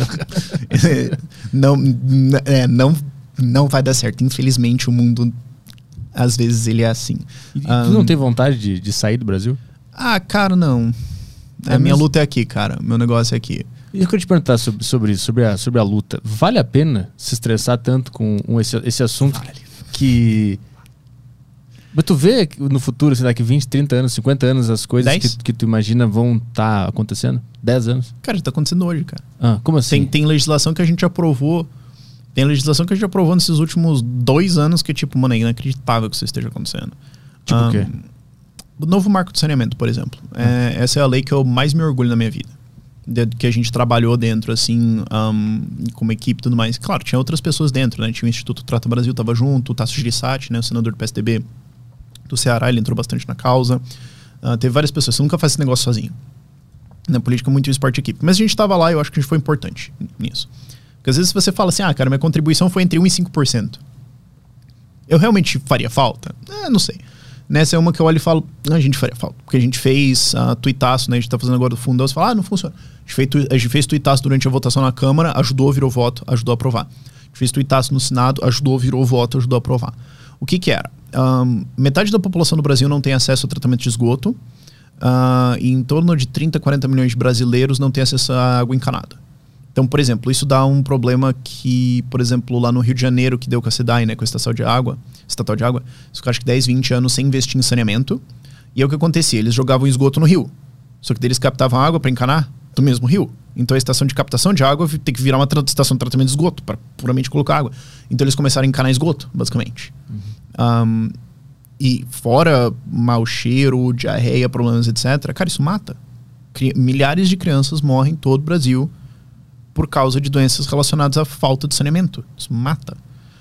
Não vai dar certo. Infelizmente o mundo, às vezes, ele é assim. E tu não tem vontade de sair do Brasil? Cara, não. A minha luta é aqui, cara. Meu negócio é aqui. E eu queria te perguntar sobre isso, sobre a luta. Vale a pena se estressar tanto com esse assunto que... Mas tu vê no futuro, sei lá, daqui 20, 30 anos, 50 anos, as coisas que tu imagina vão estar acontecendo? 10 anos? Cara, já tá acontecendo hoje, cara. Como assim? Tem legislação que a gente aprovou. Tem legislação que a gente aprovou nesses últimos 2 anos que, tipo, mano, é inacreditável que isso esteja acontecendo. Tipo o quê? O novo marco de saneamento, por exemplo. Essa é a lei que eu mais me orgulho na minha vida. Que a gente trabalhou dentro, assim, como equipe e tudo mais. Claro, tinha outras pessoas dentro, né? Tinha o Instituto Trata Brasil, tava junto, o Tasso Gereissati, né? O senador do PSDB do Ceará, ele entrou bastante na causa. Teve várias pessoas. Você nunca faz esse negócio sozinho. Na política, muito esporte de equipe. Mas a gente tava lá e eu acho que a gente foi importante nisso. Porque às vezes você fala assim, cara, minha contribuição foi entre 1% e 5%. Eu realmente faria falta? Não sei. Nessa é uma que eu olho e falo, a gente faria falta. Porque a gente fez tuitaço, né? A gente tá fazendo agora do fundão, você fala, não funciona. A gente fez tuitaço durante a votação na Câmara, ajudou, virou voto, ajudou a aprovar. A gente fez tuitaço no Senado, ajudou, virou voto, ajudou a aprovar. O que era? Metade da população do Brasil não tem acesso ao tratamento de esgoto e em torno de 30, 40 milhões de brasileiros não tem acesso à água encanada. Então, por exemplo, isso dá um problema que, por exemplo, lá no Rio de Janeiro, que deu com a SEDAI, né, com a estatal de água, isso acho que 10, 20 anos sem investir em saneamento. E é o que acontecia, eles jogavam esgoto no rio. Só que eles captavam água para encanar do mesmo rio. Então a estação de captação de água tem que virar uma estação de tratamento de esgoto para puramente colocar água. Então eles começaram a encanar esgoto, basicamente. E fora mau cheiro, diarreia, problemas, etc. Cara, isso mata. Milhares de crianças morrem em todo o Brasil por causa de doenças relacionadas à falta de saneamento. Isso mata.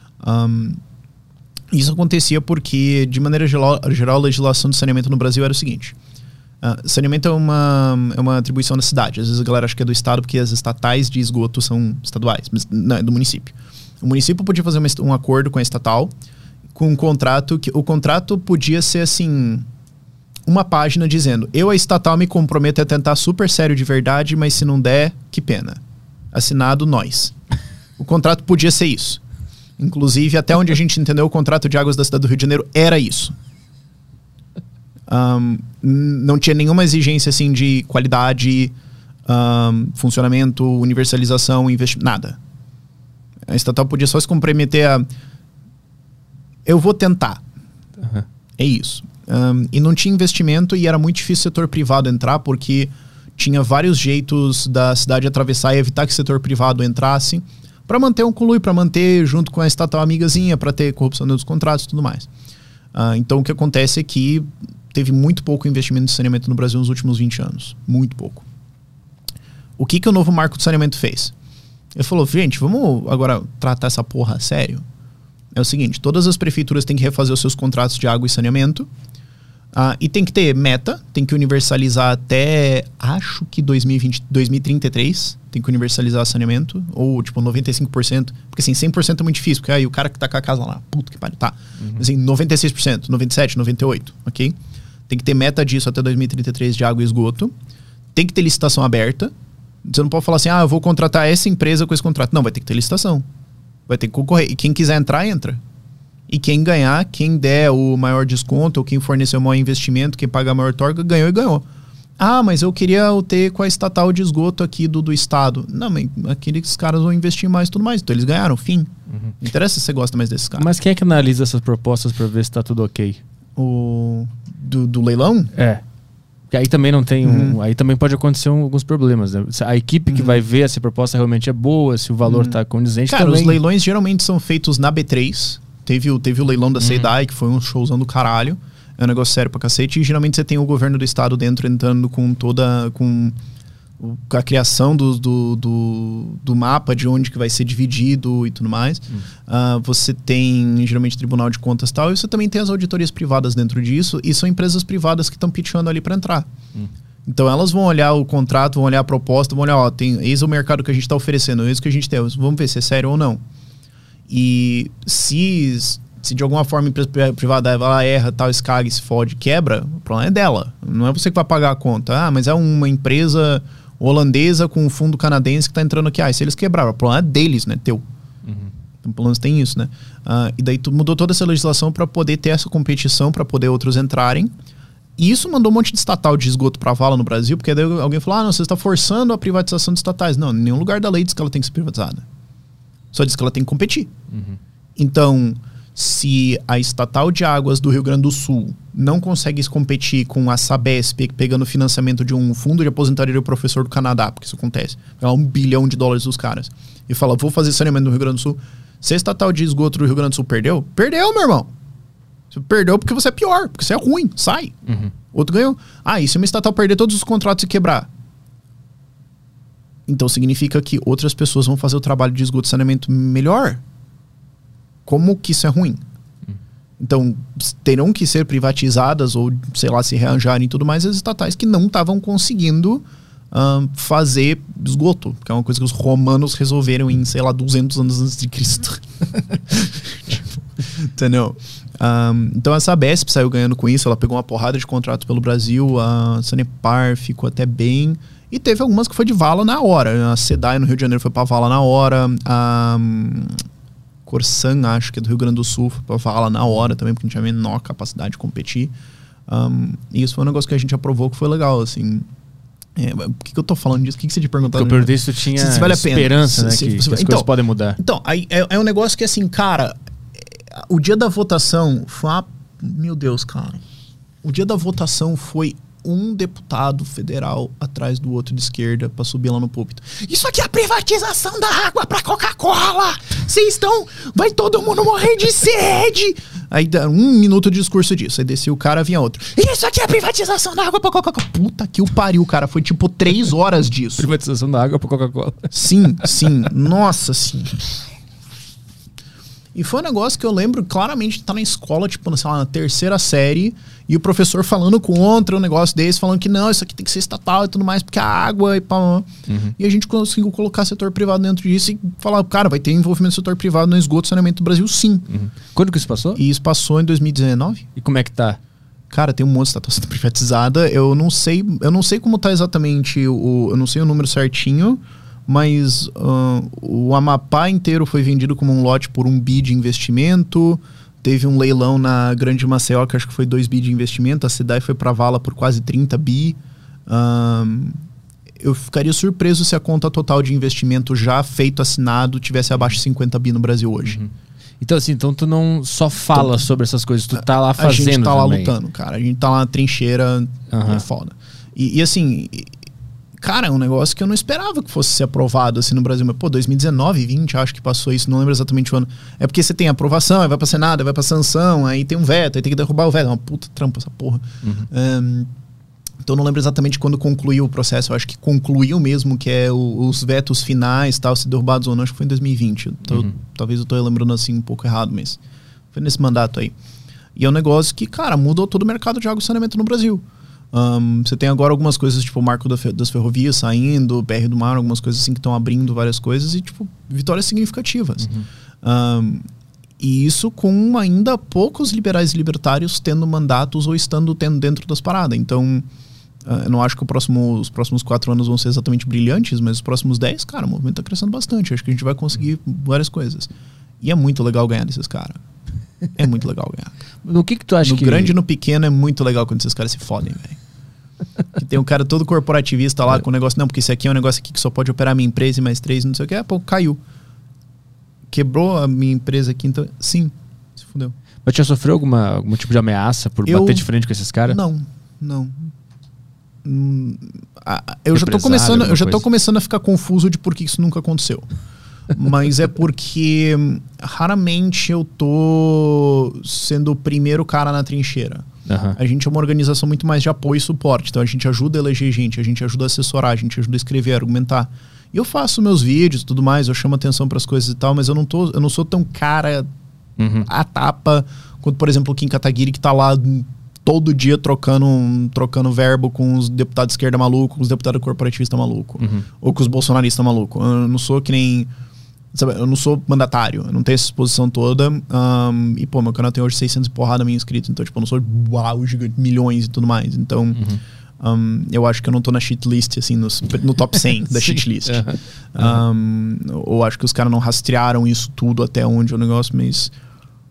Isso acontecia porque, de maneira geral, a legislação de saneamento no Brasil era o seguinte. Saneamento é uma atribuição da cidade. Às vezes a galera acha que é do estado porque as estatais de esgoto são estaduais, mas não, é do município. O município podia fazer um acordo com a estatal, com um contrato, que o contrato podia ser assim, uma página dizendo, eu, a estatal, me comprometo a tentar super sério de verdade, mas se não der, que pena. Assinado, nós. O contrato podia ser isso. Inclusive, até onde a gente entendeu, o contrato de águas da cidade do Rio de Janeiro era isso. Não tinha nenhuma exigência assim de qualidade, funcionamento, universalização, investimento, nada. A estatal podia só se comprometer a eu vou tentar. É isso. E não tinha investimento e era muito difícil o setor privado entrar porque tinha vários jeitos da cidade atravessar e evitar que o setor privado entrasse para manter um colui, para manter junto com a estatal amigazinha, para ter corrupção dos contratos e tudo mais. Então o que acontece é que teve muito pouco investimento de saneamento no Brasil nos últimos 20 anos. Muito pouco. O que o novo marco de saneamento fez? Ele falou, gente, vamos agora tratar essa porra a sério? É o seguinte, todas as prefeituras têm que refazer os seus contratos de água e saneamento e tem que ter meta, tem que universalizar até, acho que 2033, tem que universalizar saneamento, ou tipo 95%, porque assim, 100% é muito difícil, porque aí o cara que tá com a casa lá, puta que pariu, tá. Assim, 96%, 97%, 98%, ok? Tem que ter meta disso até 2033 de água e esgoto, tem que ter licitação aberta, você não pode falar assim, eu vou contratar essa empresa com esse contrato. Não, vai ter que ter licitação. Vai ter que concorrer. E quem quiser entrar, entra. E quem ganhar, quem der o maior desconto, ou quem fornecer o maior investimento, quem pagar a maior torga, ganhou e ganhou. Mas eu queria ter com a estatal de esgoto aqui do estado. Não, mas aqueles caras vão investir mais e tudo mais. Então eles ganharam, fim. Não interessa se você gosta mais desses caras. Mas quem é que analisa essas propostas para ver se tá tudo ok? Do leilão? É. Porque aí também não tem aí também pode acontecer alguns problemas, né? A equipe que vai ver se a proposta realmente é boa, se o valor tá condizente. Cara, também... os leilões geralmente são feitos na B3. Teve o leilão da SEDAI, que foi um showzão do caralho. É um negócio sério pra cacete. E geralmente você tem o governo do estado dentro entrando com a criação do mapa de onde que vai ser dividido e tudo mais. Você tem geralmente Tribunal de Contas e tal, e você também tem as auditorias privadas dentro disso, e são empresas privadas que estão pitchando ali para entrar. Então elas vão olhar o contrato, vão olhar a proposta, vão olhar, eis o mercado que a gente está oferecendo, eis o que a gente tem, vamos ver se é sério ou não. E se de alguma forma a empresa privada ela erra, tal, escaga, se fode, quebra, o problema é dela. Não é você que vai pagar a conta. Mas é uma empresa holandesa com um fundo canadense que está entrando aqui. Se eles quebraram, o problema é deles, né? Teu. Então, pelo menos tem isso, né? E daí mudou toda essa legislação para poder ter essa competição, para poder outros entrarem. E isso mandou um monte de estatal de esgoto pra vala no Brasil, porque daí alguém falou, não, você está forçando a privatização de estatais. Não, em nenhum lugar da lei diz que ela tem que ser privatizada. Só diz que ela tem que competir. Então, se a estatal de águas do Rio Grande do Sul não consegue competir com a Sabesp pegando financiamento de um fundo de aposentadoria do professor do Canadá, porque isso acontece, é $1 bilhão dos caras, e fala, vou fazer saneamento no Rio Grande do Sul. Se a estatal de esgoto do Rio Grande do Sul perdeu, meu irmão. Você perdeu porque você é pior, porque você é ruim, sai. Outro ganhou. E se uma estatal perder todos os contratos e quebrar? Então significa que outras pessoas vão fazer o trabalho de esgoto e saneamento melhor. Como que isso é ruim? Então, terão que ser privatizadas ou, sei lá, se rearranjarem e tudo mais as estatais que não estavam conseguindo fazer esgoto, que é uma coisa que os romanos resolveram em, sei lá, 200 anos antes de Cristo. Entendeu? Então a Sabesp saiu ganhando com isso, ela pegou uma porrada de contratos pelo Brasil, a Sanepar ficou até bem, e teve algumas que foi de vala na hora. A SEDAI no Rio de Janeiro foi pra vala na hora, a Corsan, acho que é do Rio Grande do Sul, foi pra vala na hora também, porque não tinha a menor capacidade de competir. E isso foi um negócio que a gente aprovou que foi legal, assim. Por que eu tô falando disso? O que você te perguntou? Eu perguntei se tu tinha vale a pena. Esperança, né? Que as coisas podem mudar. Então, é um negócio que, assim, cara, o dia da votação foi meu Deus, cara. O dia da votação foi um deputado federal atrás do outro de esquerda pra subir lá no púlpito. Isso aqui é a privatização da água pra Coca-Cola! Vocês estão... Vai todo mundo morrer de sede! Aí dá 1 minuto de discurso disso. Aí descia o cara, vinha outro. Isso aqui é a privatização da água pra Coca-Cola. Puta que o pariu, cara. Foi tipo 3 horas disso. Privatização da água pra Coca-Cola. Sim. Nossa, sim. E foi um negócio que eu lembro claramente de estar na escola, tipo, sei lá, na 3ª série, e o professor falando contra um negócio desse, falando que não, isso aqui tem que ser estatal e tudo mais, porque a água e pá. E a gente conseguiu colocar setor privado dentro disso e falar, cara, vai ter envolvimento do setor privado no esgoto e saneamento do Brasil, sim. Quando que isso passou? E isso passou em 2019. E como é que tá? Cara, tem um monte de estatal sendo privatizada. Eu não sei como tá exatamente, eu não sei o número certinho, mas o Amapá inteiro foi vendido como um lote por 1 bi de investimento. Teve um leilão na Grande Maceió, que acho que foi 2 bi de investimento. A SEDAI foi pra vala por quase 30 bi. Eu ficaria surpreso se a conta total de investimento já feito, assinado, tivesse abaixo de 50 bi no Brasil hoje. Então, assim, tu não só fala sobre essas coisas, tu tá lá fazendo. A gente tá lá também. lutando, cara. A gente tá lá na trincheira, é foda. E assim... Cara, é um negócio que eu não esperava que fosse ser aprovado assim no Brasil. Mas, 2019, 20, acho que passou isso. Não lembro exatamente o ano. É porque você tem aprovação, aí vai pra Senado, aí vai pra sanção, aí tem um veto, aí tem que derrubar o veto. É uma puta trampa essa porra. Então, eu não lembro exatamente quando concluiu o processo. Eu acho que concluiu mesmo, que é os vetos finais, tal, se derrubados ou não. Acho que foi em 2020. Talvez eu tô lembrando assim um pouco errado, mas foi nesse mandato aí. E é um negócio que, cara, mudou todo o mercado de água e saneamento no Brasil. Você tem agora algumas coisas, tipo o marco das ferrovias saindo, BR do Mar, algumas coisas assim que estão abrindo várias coisas e, tipo, vitórias significativas. E isso com ainda poucos liberais e libertários tendo mandatos ou tendo dentro das paradas. Então, eu não acho que os próximos 4 anos vão ser exatamente brilhantes, mas os próximos 10, cara, o movimento tá crescendo bastante. Acho que a gente vai conseguir várias coisas. E é muito legal ganhar desses caras. É muito legal ganhar. No que tu acha no grande e no pequeno é muito legal quando esses caras se fodem, velho. Tem um cara todo corporativista lá com o negócio, não, porque esse aqui é um negócio aqui que só pode operar a minha empresa e mais 3, não sei o que. Caiu. Quebrou a minha empresa aqui, então, sim, se fudeu. Mas já sofreu algum tipo de ameaça por bater de frente com esses caras? Não. Eu já tô começando a ficar confuso de por que isso nunca aconteceu. Mas é porque raramente eu tô sendo o primeiro cara na trincheira. A gente é uma organização muito mais de apoio e suporte. Então a gente ajuda a eleger gente, a gente ajuda a assessorar, a gente ajuda a escrever, a argumentar. E eu faço meus vídeos e tudo mais, eu chamo atenção para as coisas e tal, mas eu não sou tão cara a tapa quanto, por exemplo, o Kim Kataguiri, que tá lá todo dia trocando verbo com os deputados de esquerda maluco, com os deputados corporativistas maluco, ou com os bolsonaristas maluco. Eu não sou que nem... Sabe, eu não sou mandatário, eu não tenho essa exposição toda. E, meu canal tem hoje 600 e porrada mil inscritos, então, eu não sou gigante, milhões e tudo mais. Então, eu acho que eu não tô na shit list, assim, no top 100 da shit list. Ou acho que os caras não rastrearam isso tudo até onde é o negócio, mas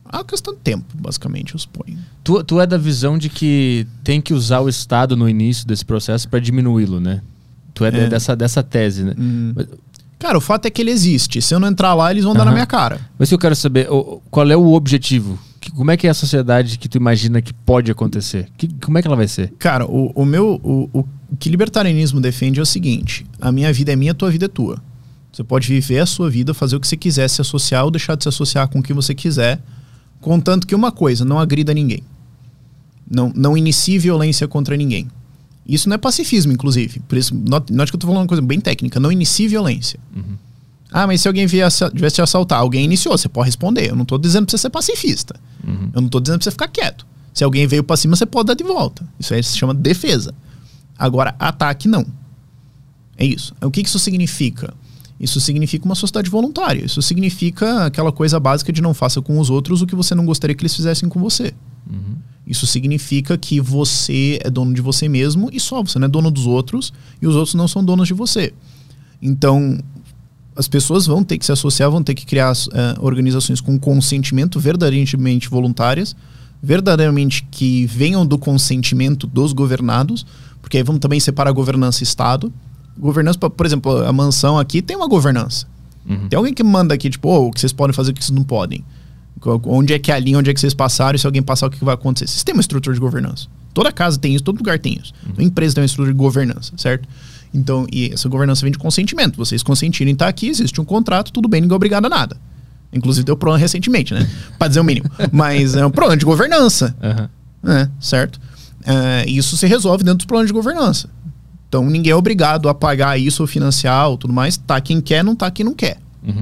É uma questão de tempo, basicamente, eu suponho. Tu é da visão de que tem que usar o Estado no início desse processo para diminuí-lo, né? Tu é dessa tese, né? Cara, o fato é que ele existe. Se eu não entrar lá, eles vão dar na minha cara. Mas eu quero saber, qual é o objetivo? Como é que é a sociedade que tu imagina que pode acontecer? Como é que ela vai ser? Cara, o que libertarianismo defende é o seguinte: a minha vida é minha, a tua vida é tua. Você pode viver a sua vida, fazer o que você quiser, se associar ou deixar de se associar com o que você quiser, contanto que uma coisa, não agrida ninguém. Não inicie violência contra ninguém. Isso não é pacifismo, inclusive. Por isso, note que eu tô falando uma coisa bem técnica. Não inicie violência. Ah, mas se alguém vier te assaltar, alguém iniciou, você pode responder. Eu não tô dizendo pra você ser pacifista. Eu não tô dizendo pra você ficar quieto. Se alguém veio pra cima, você pode dar de volta. Isso aí se chama defesa. Agora, ataque não. É isso. O que isso significa? Isso significa uma sociedade voluntária. Isso significa aquela coisa básica de não faça com os outros o que você não gostaria que eles fizessem com você. Isso significa que você é dono de você mesmo e só. Você não é dono dos outros e os outros não são donos de você. Então, as pessoas vão ter que se associar, vão ter que criar organizações com consentimento verdadeiramente voluntárias, verdadeiramente que venham do consentimento dos governados, porque aí vamos também separar governança e Estado. Governança, por exemplo, a mansão aqui tem uma governança. Tem alguém que manda aqui, tipo, o que vocês podem fazer, o que vocês não podem. Onde é que é a linha, onde é que vocês passaram, e se alguém passar, o que vai acontecer. Vocês têm uma estrutura de governança. Toda casa tem isso, todo lugar tem isso. Toda empresa tem uma estrutura de governança, certo? Então, e essa governança vem de consentimento. Vocês consentirem estar aqui, existe um contrato, tudo bem, ninguém é obrigado a nada. Inclusive deu problema recentemente, né? Pra dizer o mínimo. Mas é um problema de governança. Certo? Isso se resolve dentro dos planos de governança. Então, ninguém é obrigado a pagar isso ou financiar ou tudo mais. Tá quem quer, não tá quem não quer.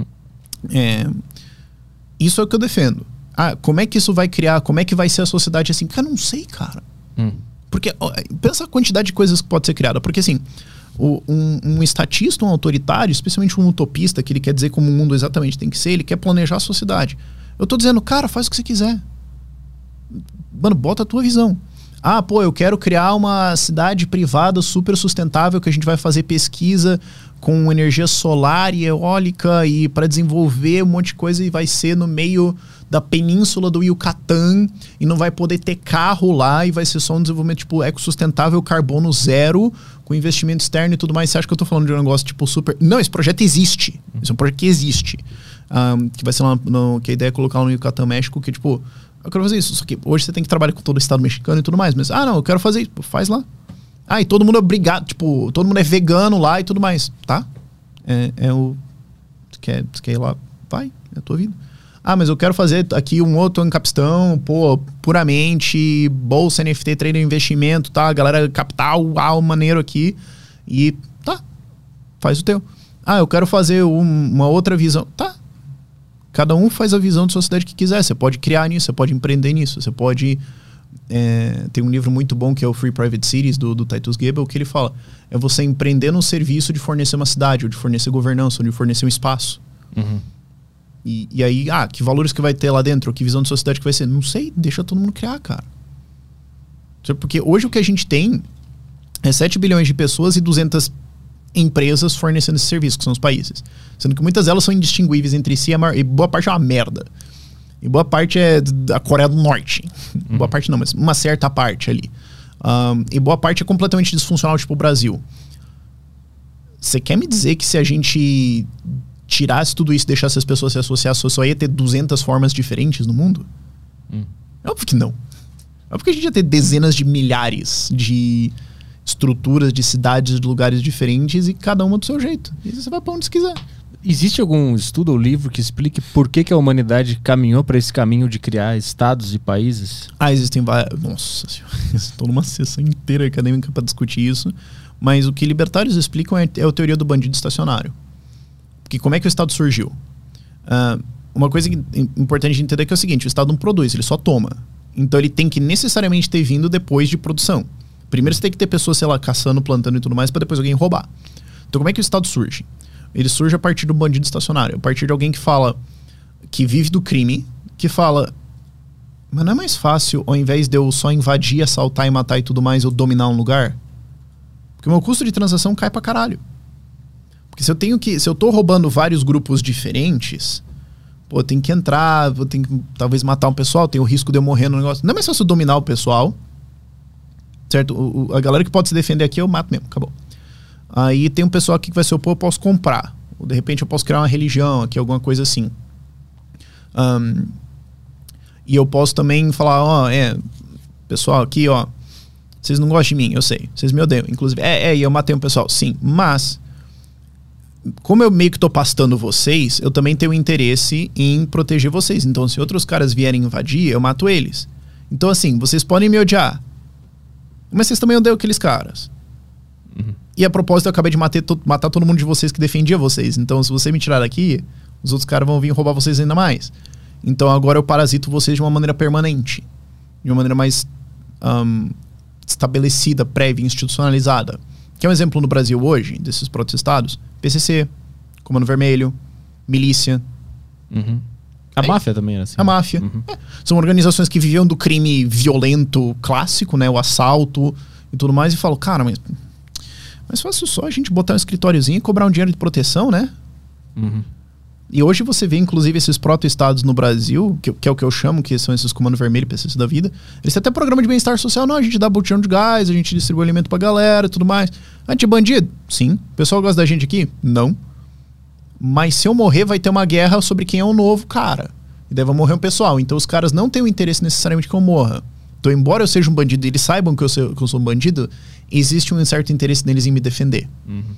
Isso é o que eu defendo. Como é que isso vai criar? Como é que vai ser a sociedade assim? Cara, não sei, cara. Porque, pensa a quantidade de coisas que pode ser criada. Porque, assim, um estatista, um autoritário, especialmente um utopista, que ele quer dizer como o mundo exatamente tem que ser, ele quer planejar a sociedade. Eu tô dizendo, cara, faz o que você quiser. Mano, bota a tua visão. Eu quero criar uma cidade privada super sustentável que a gente vai fazer pesquisa com energia solar e eólica e para desenvolver um monte de coisa e vai ser no meio da península do Yucatán e não vai poder ter carro lá e vai ser só um desenvolvimento tipo ecossustentável, carbono zero, com investimento externo e tudo mais. Você acha que eu tô falando de um negócio tipo super... Não, esse projeto existe. Esse é um projeto que existe. Que vai ser que a ideia é colocar no Yucatán, México, que tipo... Eu quero fazer isso, só que hoje você tem que trabalhar com todo o Estado mexicano e tudo mais, mas, não, eu quero fazer isso, faz lá. E todo mundo é obrigado, tipo, todo mundo é vegano lá e tudo mais, tá? Você quer ir lá? Vai, é a tua vida. Mas eu quero fazer aqui um outro Ancapistão, puramente, bolsa, NFT, trader, investimento, tá? Galera, capital, maneiro aqui, e tá, faz o teu. Eu quero fazer uma outra visão, tá? Cada um faz a visão de sociedade que quiser. Você pode criar nisso, você pode empreender nisso, você pode... tem um livro muito bom que é o Free Private Cities, do Titus Gebel, que ele fala, é você empreender no serviço de fornecer uma cidade, ou de fornecer governança, ou de fornecer um espaço. E aí, que valores que vai ter lá dentro, ou que visão de sociedade que vai ser? Não sei, deixa todo mundo criar, cara. Porque hoje o que a gente tem é 7 bilhões de pessoas e 200 empresas fornecendo esse serviço, que são os países. Sendo que muitas delas são indistinguíveis entre si, e boa parte é uma merda. E boa parte é da Coreia do Norte. Boa parte não, mas uma certa parte ali. E boa parte é completamente disfuncional, tipo o Brasil. Você quer me dizer que se a gente tirasse tudo isso e deixasse as pessoas se associar, só ia ter 200 formas diferentes no mundo? É óbvio que não. É óbvio que a gente ia ter dezenas de milhares de estruturas, de cidades, de lugares diferentes e cada uma do seu jeito. E você vai pra onde você quiser. Existe algum estudo ou livro que explique por que a humanidade caminhou para esse caminho de criar estados e países? Existem várias... Nossa senhora, estou numa sessão inteira acadêmica para discutir isso. Mas o que libertários explicam é a teoria do bandido estacionário. Porque como é que o Estado surgiu? Uma coisa importante de entender é que é o seguinte, o Estado não produz, ele só toma. Então ele tem que necessariamente ter vindo depois de produção. Primeiro você tem que ter pessoas, sei lá, caçando, plantando e tudo mais, para depois alguém roubar. Então como é que o Estado surge? Ele surge a partir do bandido estacionário, a partir de alguém que fala, que vive do crime, que fala, mas não é mais fácil, ao invés de eu só invadir, assaltar e matar e tudo mais, eu dominar um lugar? Porque o meu custo de transação cai pra caralho. Porque se eu tô roubando vários grupos diferentes, pô, tem que entrar, vou ter que talvez matar um pessoal, tem o risco de eu morrer no negócio. Não é mais fácil dominar o pessoal, certo? A galera que pode se defender aqui, eu mato mesmo, acabou. Aí tem um pessoal aqui que vai se opor, eu posso comprar. Ou de repente eu posso criar uma religião aqui, alguma coisa assim. E eu posso também falar, ó, pessoal aqui, ó, vocês não gostam de mim, eu sei, vocês me odeiam, inclusive, e eu matei um pessoal, sim, mas como eu meio que tô pastando vocês, eu também tenho interesse em proteger vocês, então se outros caras vierem invadir, eu mato eles. Então assim, vocês podem me odiar, mas vocês também odeiam aqueles caras. E a propósito, eu acabei de matar todo mundo de vocês que defendia vocês, então se você me tirar daqui, os outros caras vão vir roubar vocês ainda mais. Então agora eu parasito vocês de uma maneira permanente, de uma maneira mais estabelecida, prévia, institucionalizada. Que é um exemplo no Brasil hoje, desses protestados, PCC, Comando Vermelho, milícia. A máfia também era assim. A máfia. São organizações que viviam do crime violento clássico, né, o assalto e tudo mais, e falam, cara, mas fácil só a gente botar um escritóriozinho e cobrar um dinheiro de proteção, né? E hoje você vê, inclusive, esses proto-estados no Brasil, que é o que eu chamo, que são esses Comando Vermelho, PCC da vida. Eles têm até programa de bem-estar social. Não, a gente dá botijão de gás, a gente distribui alimento pra galera e tudo mais. A gente é bandido? Sim. O pessoal gosta da gente aqui? Não. Mas se eu morrer, vai ter uma guerra sobre quem é o novo cara. E daí vai morrer um pessoal. Então os caras não têm o interesse necessariamente que eu morra. Então, embora eu seja um bandido e eles saibam que eu sou um bandido, existe um certo interesse neles em me defender.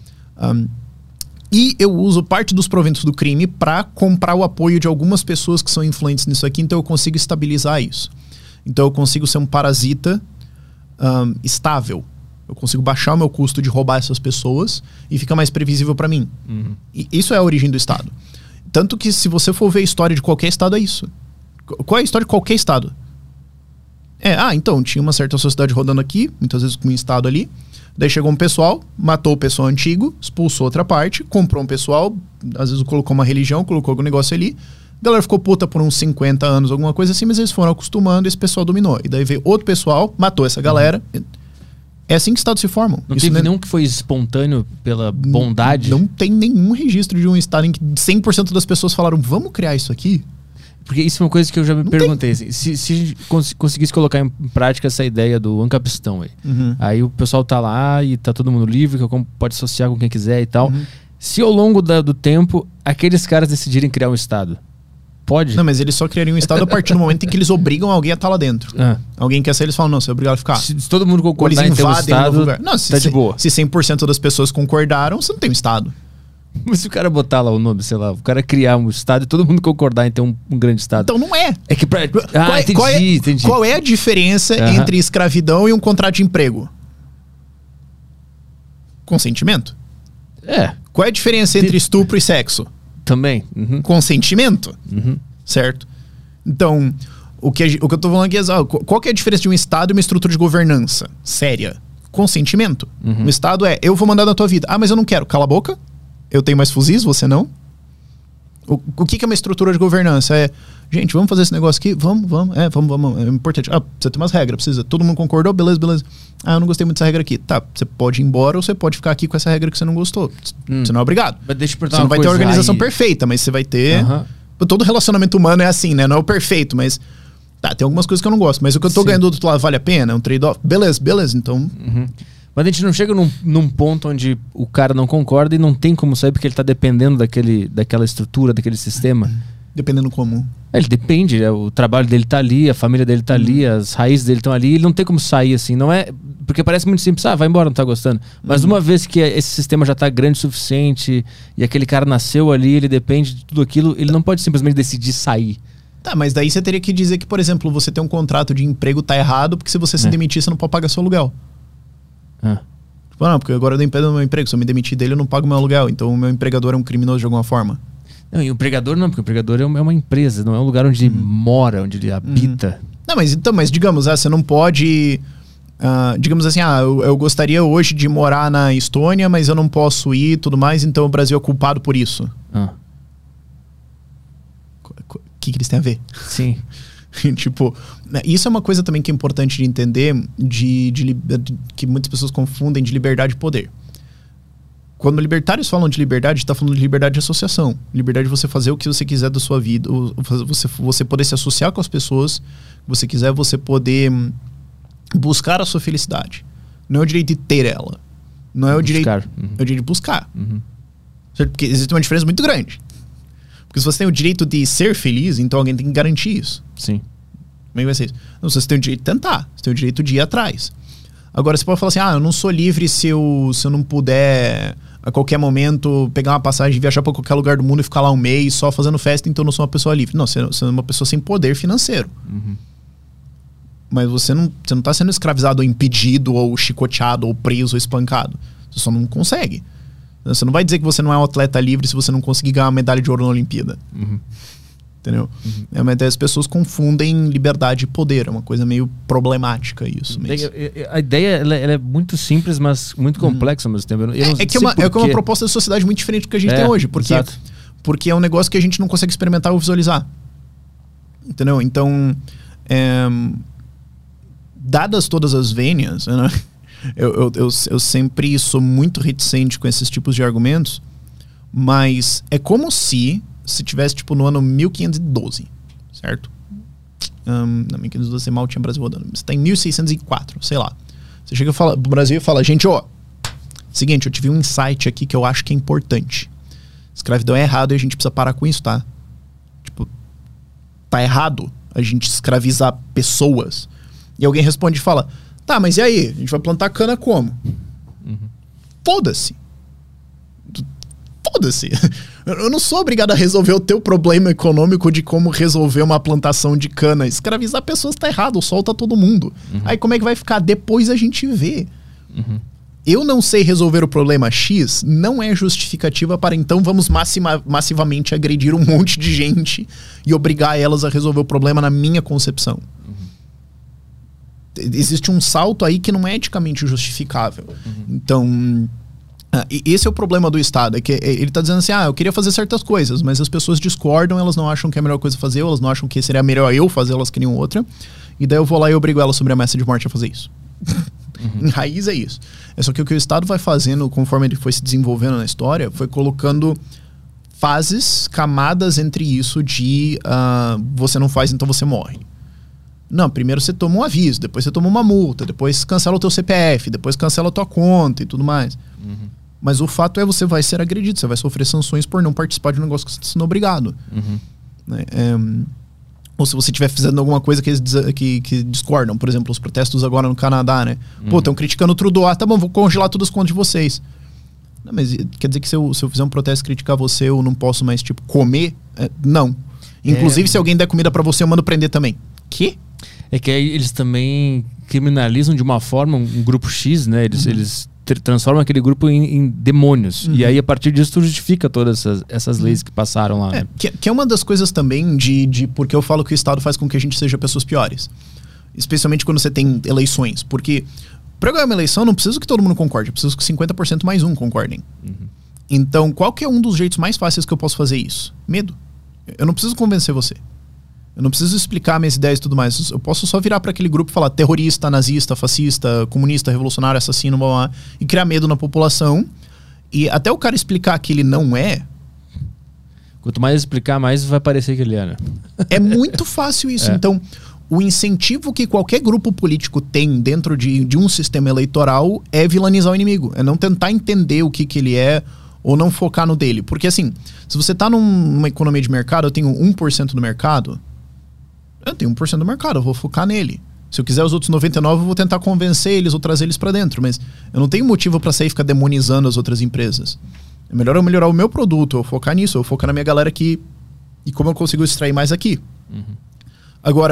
E eu uso parte dos proventos do crime para comprar o apoio de algumas pessoas que são influentes nisso aqui, então eu consigo estabilizar isso. Então eu consigo ser um parasita estável. Eu consigo baixar o meu custo de roubar essas pessoas e fica mais previsível para mim. E isso é a origem do Estado. Tanto que se você for ver a história de qualquer Estado, é isso. Qual é a história de qualquer Estado? Então, tinha uma certa sociedade rodando aqui, muitas vezes com um Estado ali. Daí chegou um pessoal, matou o pessoal antigo, expulsou outra parte, comprou um pessoal, às vezes colocou uma religião, colocou algum negócio ali. A galera ficou puta por uns 50 anos, alguma coisa assim, mas eles foram acostumando e esse pessoal dominou. E daí veio outro pessoal, matou essa galera. É assim que estados se formam. Não teve nenhum que foi espontâneo pela bondade? Não tem nenhum registro de um estado em que 100% das pessoas falaram, vamos criar isso aqui? Porque isso é uma coisa que eu já me perguntei. Assim, se a gente conseguisse colocar em prática essa ideia do ancapistão aí. Aí o pessoal tá lá e tá todo mundo livre, que pode associar com quem quiser e tal. Se ao longo do tempo aqueles caras decidirem criar um estado, pode? Não, mas eles só criariam um estado a partir do momento em que eles obrigam alguém a estar lá dentro. Alguém quer sair, eles falam, não, você é obrigado a ficar. Se todo mundo concordar em ter um estado, tá de boa. Se 100% das pessoas concordaram, você não tem um estado. Mas se o cara botar lá o nome, sei lá, o cara criar um estado e todo mundo concordar em ter um grande estado. Então não é. É que entendi. Qual é a diferença entre escravidão e um contrato de emprego? Consentimento. Qual é a diferença entre estupro e sexo? Também. Consentimento. Certo? Então, o que eu tô falando aqui é, qual que é a diferença de um estado e uma estrutura de governança séria? Consentimento. Um estado eu vou mandar na tua vida. Mas eu não quero. Cala a boca. Eu tenho mais fuzis, você não? O que é uma estrutura de governança? Gente, vamos fazer esse negócio aqui? Vamos. É importante. Você tem umas regras, precisa. Todo mundo concordou? Beleza. Eu não gostei muito dessa regra aqui. Tá, você pode ir embora ou você pode ficar aqui com essa regra que você não gostou. Você não é obrigado. Mas deixa eu perguntar você não vai ter a organização perfeita, mas você vai ter... Todo relacionamento humano é assim, né? Não é o perfeito, mas... Tá, tem algumas coisas que eu não gosto, mas o que eu tô ganhando do outro lado vale a pena? É um trade-off? Beleza, então... Mas a gente não chega num ponto onde o cara não concorda e não tem como saber porque ele tá dependendo daquela estrutura, daquele sistema. Dependendo como? Ele depende, o trabalho dele tá ali, a família dele tá ali, as raízes dele estão ali, ele não tem como sair assim, não é... Porque parece muito simples, vai embora, não tá gostando. Mas uma vez que esse sistema já tá grande o suficiente e aquele cara nasceu ali, ele depende de tudo aquilo, ele não pode simplesmente decidir sair. Tá, mas daí você teria que dizer que, por exemplo, você tem um contrato de emprego tá errado porque se você se demitir, você não pode pagar seu aluguel. Não, porque agora eu dependo do meu emprego. Se eu me demitir dele, eu não pago meu aluguel. Então o meu empregador é um criminoso de alguma forma. Não, e o empregador não, porque o empregador é uma empresa, não é um lugar onde ele mora, onde ele habita. Não, mas digamos, você não pode... digamos assim, eu gostaria hoje de morar na Estônia, mas eu não posso ir e tudo mais, então o Brasil é culpado por isso. O que eles têm a ver? Sim. Tipo, isso é uma coisa também que é importante de entender, que muitas pessoas confundem de liberdade e poder. Quando libertários falam de liberdade, está falando de liberdade de associação. Liberdade de você fazer o que você quiser da sua vida. Você poder se associar com as pessoas que você quiser, você poder buscar a sua felicidade. Não é o direito de ter ela. Não é o direito... É o direito de buscar. Certo? Porque existe uma diferença muito grande. Porque se você tem o direito de ser feliz, então alguém tem que garantir isso. Sim. Como é que vai ser isso? Não, você tem o direito de tentar. Você tem o direito de ir atrás. Agora, você pode falar assim, eu não sou livre se eu não puder, a qualquer momento, pegar uma passagem, viajar para qualquer lugar do mundo e ficar lá um mês só fazendo festa, então eu não sou uma pessoa livre. Não, você é uma pessoa sem poder financeiro. Mas você não tá sendo escravizado ou impedido, ou chicoteado, ou preso, ou espancado. Você só não consegue. Você não vai dizer que você não é um atleta livre se você não conseguir ganhar uma medalha de ouro na Olimpíada. Entendeu? Mas as pessoas confundem liberdade e poder. É uma coisa meio problemática isso mesmo. A ideia ela é muito simples, mas muito complexa ao mesmo tempo. É uma proposta de sociedade muito diferente do que a gente tem hoje. Porque é um negócio que a gente não consegue experimentar ou visualizar. Entendeu? Então, dadas todas as vênias, né? Eu sempre sou muito reticente com esses tipos de argumentos, mas é como se tivesse tipo no ano 1512, certo? Não, 1512 você mal tinha Brasil rodando. Você tá em 1604, sei lá. Você chega pro Brasil e fala, gente, seguinte, eu tive um insight aqui que eu acho que é importante. Escravidão é errado e a gente precisa parar com isso, tá? Tipo, tá errado a gente escravizar pessoas. E alguém responde e fala, tá, mas e aí? A gente vai plantar cana como? Foda-se. Foda-se. Eu não sou obrigado a resolver o teu problema econômico de como resolver uma plantação de cana. Escravizar pessoas tá errado, solta todo mundo. Aí como é que vai ficar? Depois a gente vê. Eu não sei resolver o problema X não é justificativa para então vamos massivamente agredir um monte de gente e obrigar elas a resolver o problema na minha concepção. Existe um salto aí que não é eticamente justificável. Então, esse é o problema do Estado, é que ele está dizendo assim, eu queria fazer certas coisas, mas as pessoas discordam, elas não acham que é a melhor coisa a fazer, ou elas não acham que seria melhor eu fazer, elas queriam outra, e daí eu vou lá e obrigo elas sobre a ameaça de morte a fazer isso. Em raiz é isso. É só que o que o Estado vai fazendo, conforme ele foi se desenvolvendo na história, foi colocando fases, camadas entre isso de você não faz, então você morre. Não, primeiro você toma um aviso, depois você toma uma multa, depois cancela o teu CPF, depois cancela a tua conta e tudo mais. Mas o fato é você vai ser agredido, você vai sofrer sanções por não participar de um negócio que você está sendo obrigado. Né? Ou se você estiver fazendo alguma coisa que discordam. Por exemplo, os protestos agora no Canadá, né? Pô, estão criticando o Trudeau. Tá bom, vou congelar todas as contas de vocês. Não, mas quer dizer que se eu fizer um protesto e criticar você, eu não posso mais, tipo, comer? Não. Inclusive, se alguém der comida pra você, eu mando prender também. Que? É que aí eles também criminalizam de uma forma um grupo X, né? Eles transformam aquele grupo em demônios. E aí, a partir disso, tu justifica todas essas leis que passaram lá. Né? Que é uma das coisas também de porque eu falo que o Estado faz com que a gente seja pessoas piores. Especialmente quando você tem eleições. Porque para ganhar uma eleição, não preciso que todo mundo concorde. Eu preciso que 50% mais um concordem. Então, qual que é um dos jeitos mais fáceis que eu posso fazer isso? Medo. Eu não preciso convencer você. Eu não preciso explicar minhas ideias e tudo mais. Eu posso só virar para aquele grupo e falar terrorista, nazista, fascista, comunista, revolucionário, assassino, blá, blá, e criar medo na população. E até o cara explicar que ele não é... Quanto mais explicar, mais vai parecer que ele é, né? É muito fácil isso. Então, o incentivo que qualquer grupo político tem dentro de um sistema eleitoral é vilanizar o inimigo. É não tentar entender o que ele é ou não focar no dele. Porque assim, se você tá numa economia de mercado, eu tenho 1% do mercado... Eu tenho 1% do mercado, eu vou focar nele. Se eu quiser os outros 99%, eu vou tentar convencer eles ou trazer eles pra dentro. Mas eu não tenho motivo pra sair e ficar demonizando as outras empresas. É melhor eu melhorar o meu produto, eu focar nisso, eu focar na minha galera aqui e como eu consigo extrair mais aqui. Agora,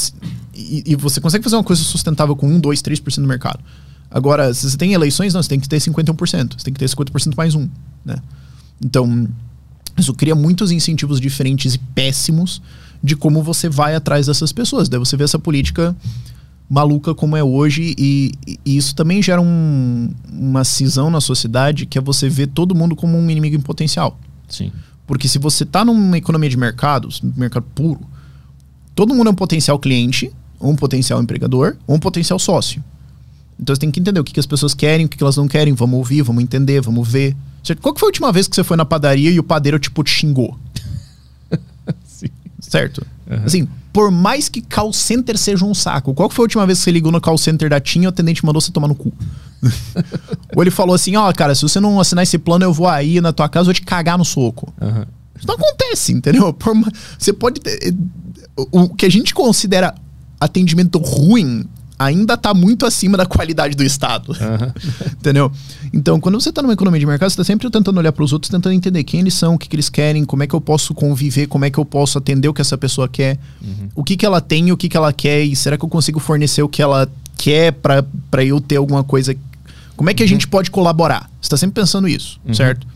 e você consegue fazer uma coisa sustentável com 1, 2, 3% do mercado. Agora, se você tem eleições, não, você tem que ter 51%. Você tem que ter 50% mais um. Né? Então, isso cria muitos incentivos diferentes e péssimos de como você vai atrás dessas pessoas. Daí você vê essa política maluca como é hoje e isso também gera uma cisão na sociedade que é você ver todo mundo como um inimigo em potencial. Sim. Porque se você tá numa economia de mercados, mercado puro, todo mundo é um potencial cliente, ou um potencial empregador, ou um potencial sócio. Então você tem que entender o que as pessoas querem, o que elas não querem. Vamos ouvir, vamos entender, vamos ver. Certo? Qual que foi a última vez que você foi na padaria e o padeiro, tipo, te xingou? Sim. Certo? Assim, por mais que call center seja um saco, qual que foi a última vez que você ligou no call center da TIM e o atendente mandou você tomar no cu? Ou ele falou assim, ó, cara, se você não assinar esse plano, eu vou aí na tua casa, vou te cagar no soco. Isso não acontece, entendeu? Você pode ter... O que a gente considera atendimento ruim ainda tá muito acima da qualidade do Estado. Entendeu? Então, quando você tá numa economia de mercado, você tá sempre tentando olhar pros outros, tentando entender quem eles são, o que eles querem, como é que eu posso conviver, como é que eu posso atender o que essa pessoa quer, o que ela tem, o que ela quer, e será que eu consigo fornecer o que ela quer pra eu ter alguma coisa... Como é que a gente pode colaborar? Você tá sempre pensando isso, certo?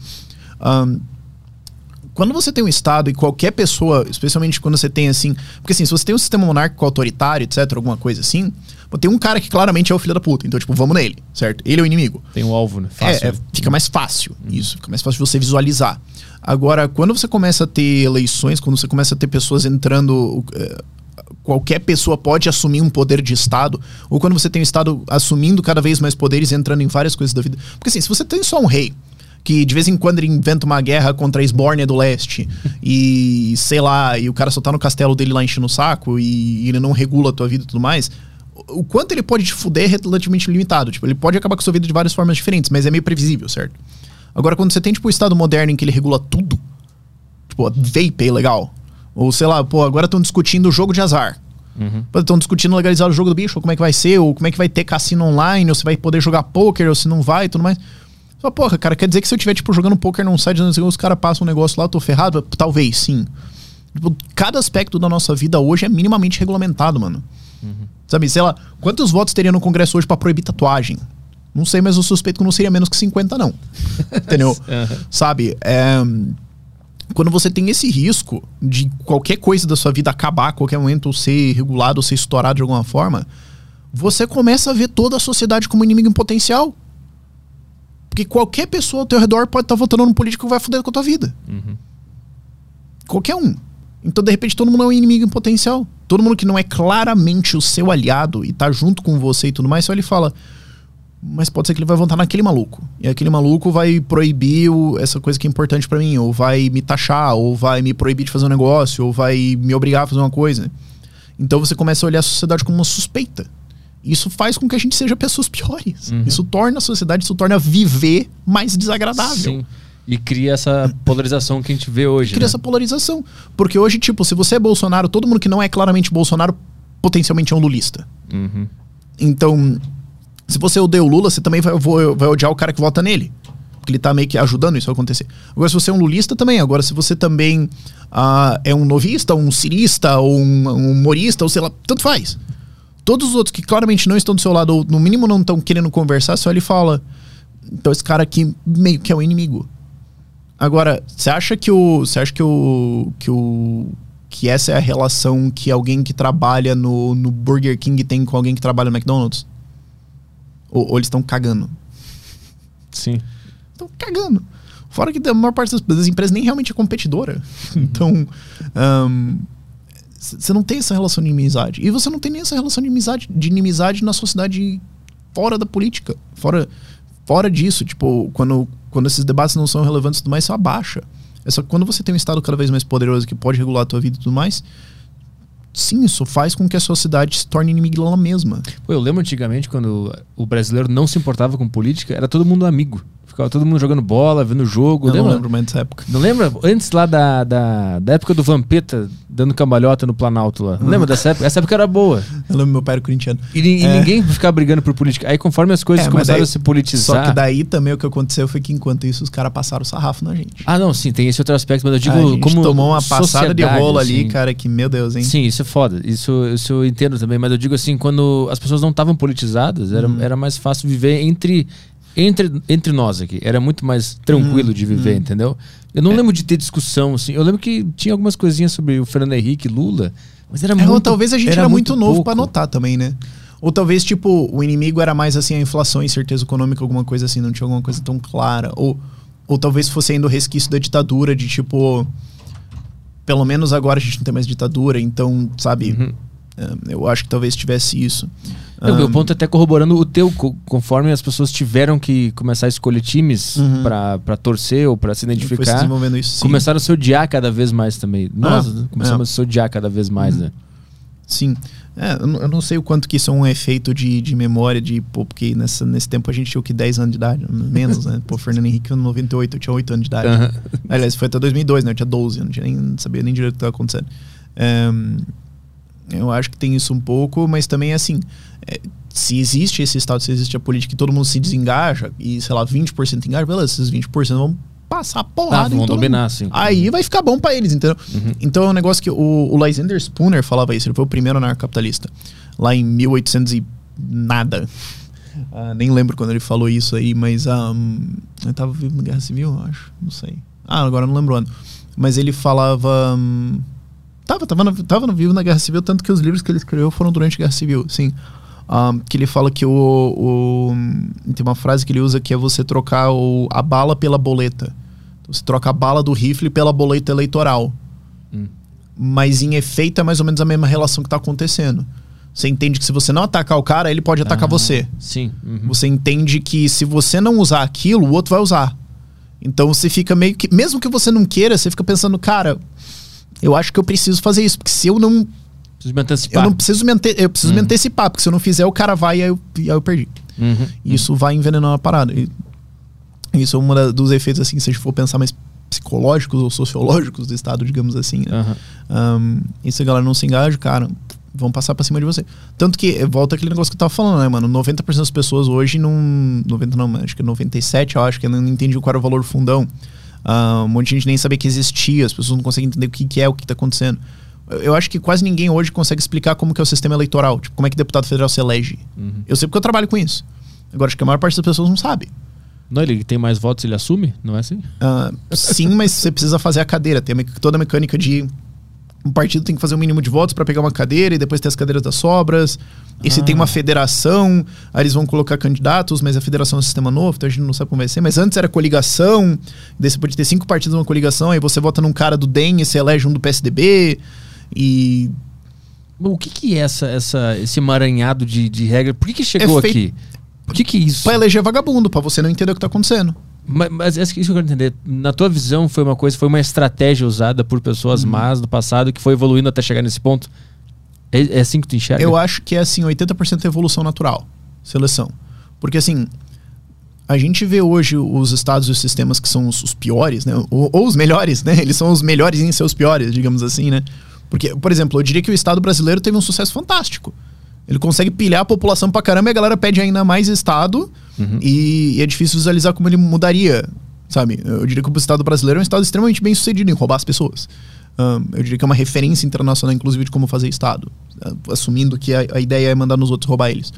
Quando você tem um Estado e qualquer pessoa, especialmente quando você tem assim... Porque assim, se você tem um sistema monárquico autoritário, etc, alguma coisa assim, tem um cara que claramente é o filho da puta. Então, tipo, vamos nele, certo? Ele é o inimigo. Tem um alvo, né? Fácil. Fica mais fácil isso. Fica mais fácil de você visualizar. Agora, quando você começa a ter eleições, quando você começa a ter pessoas entrando... qualquer pessoa pode assumir um poder de Estado, ou quando você tem o Estado assumindo cada vez mais poderes, entrando em várias coisas da vida. Porque assim, se você tem só um rei, que de vez em quando ele inventa uma guerra contra a Esbórnia do Leste e, sei lá, e o cara só tá no castelo dele lá enchendo o saco e ele não regula a tua vida e tudo mais, o quanto ele pode te fuder é relativamente limitado. Tipo, ele pode acabar com a sua vida de várias formas diferentes, mas é meio previsível, certo? Agora, quando você tem, tipo, o Estado moderno em que ele regula tudo, tipo, a vape é legal. Ou, sei lá, pô, agora estão discutindo o jogo de azar. Estão discutindo legalizar o jogo do bicho, ou como é que vai ser, ou como é que vai ter cassino online, ou se vai poder jogar poker, ou se não vai e tudo mais. Só, porra, cara, quer dizer que se eu estiver, tipo, jogando poker num site, os caras passam um negócio lá, eu tô ferrado? Talvez, sim. Tipo, cada aspecto da nossa vida hoje é minimamente regulamentado, mano. Sabe, sei lá, quantos votos teria no Congresso hoje pra proibir tatuagem? Não sei, mas eu suspeito que não seria menos que 50, não. Entendeu? Sabe, quando você tem esse risco de qualquer coisa da sua vida acabar a qualquer momento, ou ser regulado, ou ser estourado de alguma forma, você começa a ver toda a sociedade como inimigo em potencial. Porque qualquer pessoa ao teu redor pode estar votando num político que vai foder com a tua vida. Qualquer um. Então, de repente, todo mundo é um inimigo em potencial. Todo mundo que não é claramente o seu aliado e tá junto com você e tudo mais, só ele fala... Mas pode ser que ele vai votar naquele maluco. E aquele maluco vai proibir essa coisa que é importante pra mim. Ou vai me taxar, ou vai me proibir de fazer um negócio, ou vai me obrigar a fazer uma coisa. Então você começa a olhar a sociedade como uma suspeita. Isso faz com que a gente seja pessoas piores. Isso torna a sociedade, isso torna viver mais desagradável. Sim. E cria essa polarização que a gente vê hoje. Cria essa polarização. Porque hoje, tipo, se você é Bolsonaro, todo mundo que não é claramente Bolsonaro, potencialmente é um lulista. Então... Se você odeia o Lula, você também vai odiar o cara que vota nele. Porque ele tá meio que ajudando isso a acontecer. Agora, se você é um lulista, também. Agora, se você também é um novista, um cirista, ou um humorista, ou sei lá, tanto faz. Todos os outros que claramente não estão do seu lado, ou no mínimo não estão querendo conversar, só ele fala. Então, esse cara aqui meio que é um inimigo. Agora, você acha que essa é a relação que alguém que trabalha no Burger King tem com alguém que trabalha no McDonald's? Ou eles estão cagando? Sim. Estão cagando. Fora que a maior parte das empresas nem realmente é competidora. Então, você não tem essa relação de inimizade. E você não tem nem essa relação de inimizade na sociedade fora da política. Fora disso, tipo, quando esses debates não são relevantes e tudo mais, isso abaixa. É só que quando você tem um Estado cada vez mais poderoso que pode regular a tua vida e tudo mais... Sim, isso faz com que a sociedade se torne inimiga dela mesma. Pô, eu lembro antigamente quando o brasileiro não se importava com política, era todo mundo amigo. Ficava todo mundo jogando bola, vendo jogo. Eu não lembro mais dessa época. Não lembra? Antes lá da época do Vampeta dando cambalhota no Planalto lá. Não lembra dessa época? Essa época era boa. Eu lembro meu pai era corintiano. E ninguém ficava brigando por política. Aí conforme as coisas começaram a se politizar... Só que daí também o que aconteceu foi que enquanto isso os caras passaram o sarrafo na gente. Ah, não, sim, tem esse outro aspecto, mas eu digo a gente como tomou uma passada de rolo ali, assim. cara, que meu Deus, hein? Sim, isso é foda. Isso eu entendo também, mas eu digo assim, quando as pessoas não estavam politizadas, era mais fácil viver entre nós aqui. Era muito mais tranquilo de viver, entendeu? Eu não lembro de ter discussão, assim. Eu lembro que tinha algumas coisinhas sobre o Fernando Henrique e Lula, mas era muito... Ou talvez a gente era muito novo pouco pra notar também, né? Ou talvez, tipo, o inimigo era mais, assim, a inflação, incerteza econômica, alguma coisa assim, não tinha alguma coisa tão clara. Ou talvez fosse ainda o resquício da ditadura, de tipo... Pelo menos agora a gente não tem mais ditadura, então, sabe... Eu acho que talvez tivesse isso. O meu ponto é até corroborando o teu, conforme as pessoas tiveram que começar a escolher times pra torcer ou pra se identificar, foi se desenvolvendo isso, sim. começaram a se odiar cada vez mais também. Nós começamos a se odiar cada vez mais, né? Sim. Eu não sei o quanto que isso é um efeito de memória, porque nesse tempo a gente tinha o que, 10 anos de idade, menos, né? Pô, Fernando Henrique, em 98, eu tinha 8 anos de idade. Aliás, foi até 2002, né? Eu tinha 12, eu não sabia nem direito o que estava acontecendo. Eu acho que tem isso um pouco, mas também assim, se existe esse estado, se existe a política que todo mundo se desengaja e, sei lá, 20% engaja, beleza, esses 20% vão passar porrada. Vão dominar, sim. Aí vai ficar bom pra eles, entendeu? Então é um negócio que o Lysander Spooner falava isso, ele foi o primeiro anarcocapitalista, lá em 1800 e nada. Nem lembro quando ele falou isso aí, mas eu tava vivo na Guerra Civil, eu acho, não sei. Agora eu não lembro o ano. Mas ele falava... Tava no vivo na Guerra Civil, tanto que os livros que ele escreveu foram durante a Guerra Civil, sim. Que ele fala que tem uma frase que ele usa que é você trocar a bala pela boleta. Então, você troca a bala do rifle pela boleta eleitoral. Mas em efeito é mais ou menos a mesma relação que está acontecendo. Você entende que se você não atacar o cara, ele pode atacar você. Sim. Você entende que se você não usar aquilo, o outro vai usar. Então você fica meio que... Mesmo que você não queira, você fica pensando, cara, eu acho que eu preciso fazer isso. Porque se eu não... Preciso me antecipar. Eu preciso me antecipar, porque se eu não fizer, o cara vai e aí eu perdi. Isso vai envenenando a parada. Isso é um dos efeitos, assim, se a gente for pensar mais psicológicos ou sociológicos do Estado, digamos assim. Né? E se a galera não se engaja, cara, vão passar pra cima de você. Tanto que, volta aquele negócio que eu tava falando, né, mano? 90% das pessoas hoje não... 90 não, acho que 97, eu acho que não entendiam qual era o valor do fundão. Um monte de gente nem sabia que existia, as pessoas não conseguem entender o que é, o que tá acontecendo. Eu acho que quase ninguém hoje consegue explicar como que é o sistema eleitoral. Tipo, como é que deputado federal se elege. Eu sei porque eu trabalho com isso. Agora, acho que a maior parte das pessoas não sabe. Não, ele tem mais votos, ele assume? Não é assim? Sim, mas você precisa fazer a cadeira. Tem toda a mecânica de... Um partido tem que fazer um mínimo de votos para pegar uma cadeira e depois ter as cadeiras das sobras. E se tem uma federação, aí eles vão colocar candidatos, mas a federação é um sistema novo, então a gente não sabe como vai ser. Mas antes era coligação, daí você pode ter 5 partidos numa coligação, aí você vota num cara do DEM e você elege um do PSDB. E... O que é esse emaranhado de regra? Por que chegou aqui? O que é isso? Pra eleger vagabundo, pra você não entender o que tá acontecendo. Mas isso que eu quero entender. Na tua visão, foi uma estratégia usada por pessoas más do passado que foi evoluindo até chegar nesse ponto? É assim que tu enxerga? Eu acho que é assim, 80% evolução natural, seleção. Porque assim, a gente vê hoje os estados e os sistemas que são os piores, né? Ou os melhores, né? Eles são os melhores em ser os piores, digamos assim, né? Porque, por exemplo, eu diria que o Estado brasileiro teve um sucesso fantástico. Ele consegue pilhar a população pra caramba e a galera pede ainda mais Estado e é difícil visualizar como ele mudaria, sabe? Eu diria que o Estado brasileiro é um Estado extremamente bem sucedido em roubar as pessoas. Eu diria que é uma referência internacional, inclusive, de como fazer Estado. Assumindo que a ideia é mandar nos outros roubar eles.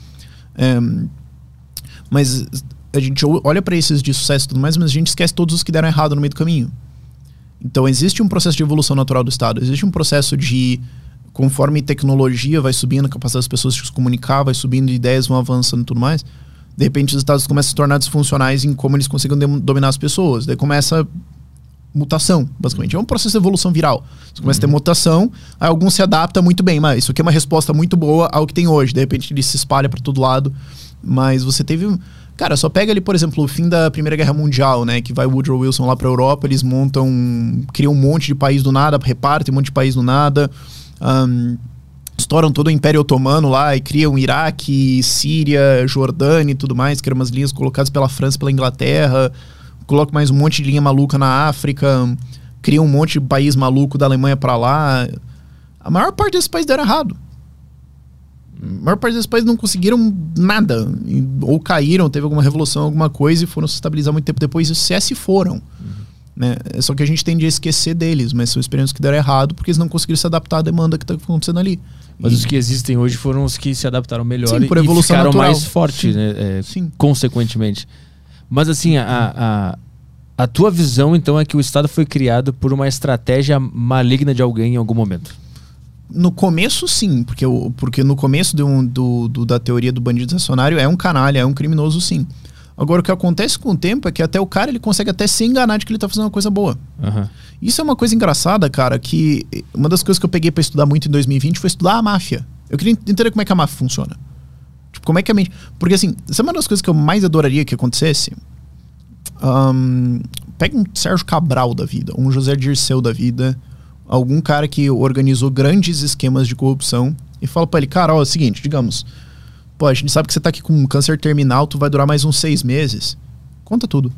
Mas a gente olha pra esses de sucesso e tudo mais, mas a gente esquece todos os que deram errado no meio do caminho. Então existe um processo de evolução natural do Estado. Existe um processo de... Conforme tecnologia vai subindo, a capacidade das pessoas de se comunicar, vai subindo, ideias vão avançando e tudo mais, de repente os estados começam a se tornar disfuncionais em como eles conseguem dominar as pessoas. Daí começa mutação, basicamente. É um processo de evolução viral. Você começa a ter mutação, aí alguns se adaptam muito bem, mas isso aqui é uma resposta muito boa ao que tem hoje. De repente ele se espalha para todo lado. Mas você teve... Cara, só pega ali, por exemplo, o fim da Primeira Guerra Mundial, né? Que vai o Woodrow Wilson lá pra Europa, eles criam um monte de país do nada, repartem um monte de país do nada... estouram todo o Império Otomano lá e criam Iraque, Síria, Jordânia e tudo mais, que eram umas linhas colocadas pela França, pela Inglaterra, colocam mais um monte de linha maluca na África, criam um monte de país maluco da Alemanha pra lá. A maior parte desses países deram errado. A maior parte desses países não conseguiram nada, ou caíram, teve alguma revolução, alguma coisa e foram se estabilizar muito tempo depois e se foram. Né? Só que a gente tende a esquecer deles, mas são experiências que deram errado porque eles não conseguiram se adaptar à demanda que está acontecendo ali. Mas os que existem hoje foram os que se adaptaram melhor. Sim, por evolução ficaram natural. Mais fortes, né? Sim. Consequentemente. Mas assim, a tua visão então é que o Estado foi criado por uma estratégia maligna de alguém em algum momento? No começo, sim, porque no começo da teoria do bandido acionário é um canalha, é um criminoso, sim. Agora, o que acontece com o tempo é que até o cara ele consegue até se enganar de que ele tá fazendo uma coisa boa. Isso é uma coisa engraçada, cara, que uma das coisas que eu peguei pra estudar muito em 2020 foi estudar a máfia. Eu queria entender como é que a máfia funciona. Tipo, como é que a mente... Porque assim, sabe uma das coisas que eu mais adoraria que acontecesse? Pega um Sérgio Cabral da vida, um José Dirceu da vida, algum cara que organizou grandes esquemas de corrupção e fala pra ele, cara, ó, é o seguinte, digamos, pô, a gente sabe que você tá aqui com um câncer terminal, tu vai durar mais uns 6 meses. Conta tudo.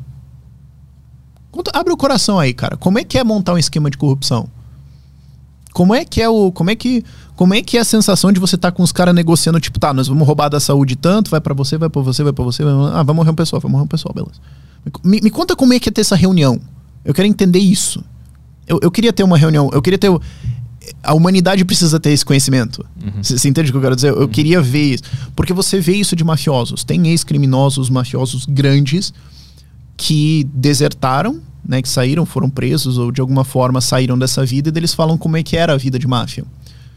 Abre o coração aí, cara. Como é que é montar um esquema de corrupção? Como é que é a sensação de você estar com os caras negociando, tipo, tá, nós vamos roubar da saúde tanto, vai pra você, vai pra você, vai pra você, vai morrer um pessoal, beleza. Me conta como é que é ter essa reunião. Eu quero entender isso. Eu queria ter uma reunião, eu queria ter... A humanidade precisa ter esse conhecimento. Você entende o que eu quero dizer? Eu queria ver isso. Porque você vê isso de mafiosos. Tem ex-criminosos, mafiosos grandes que desertaram, né, que saíram, foram presos ou de alguma forma saíram dessa vida e eles falam como é que era a vida de máfia.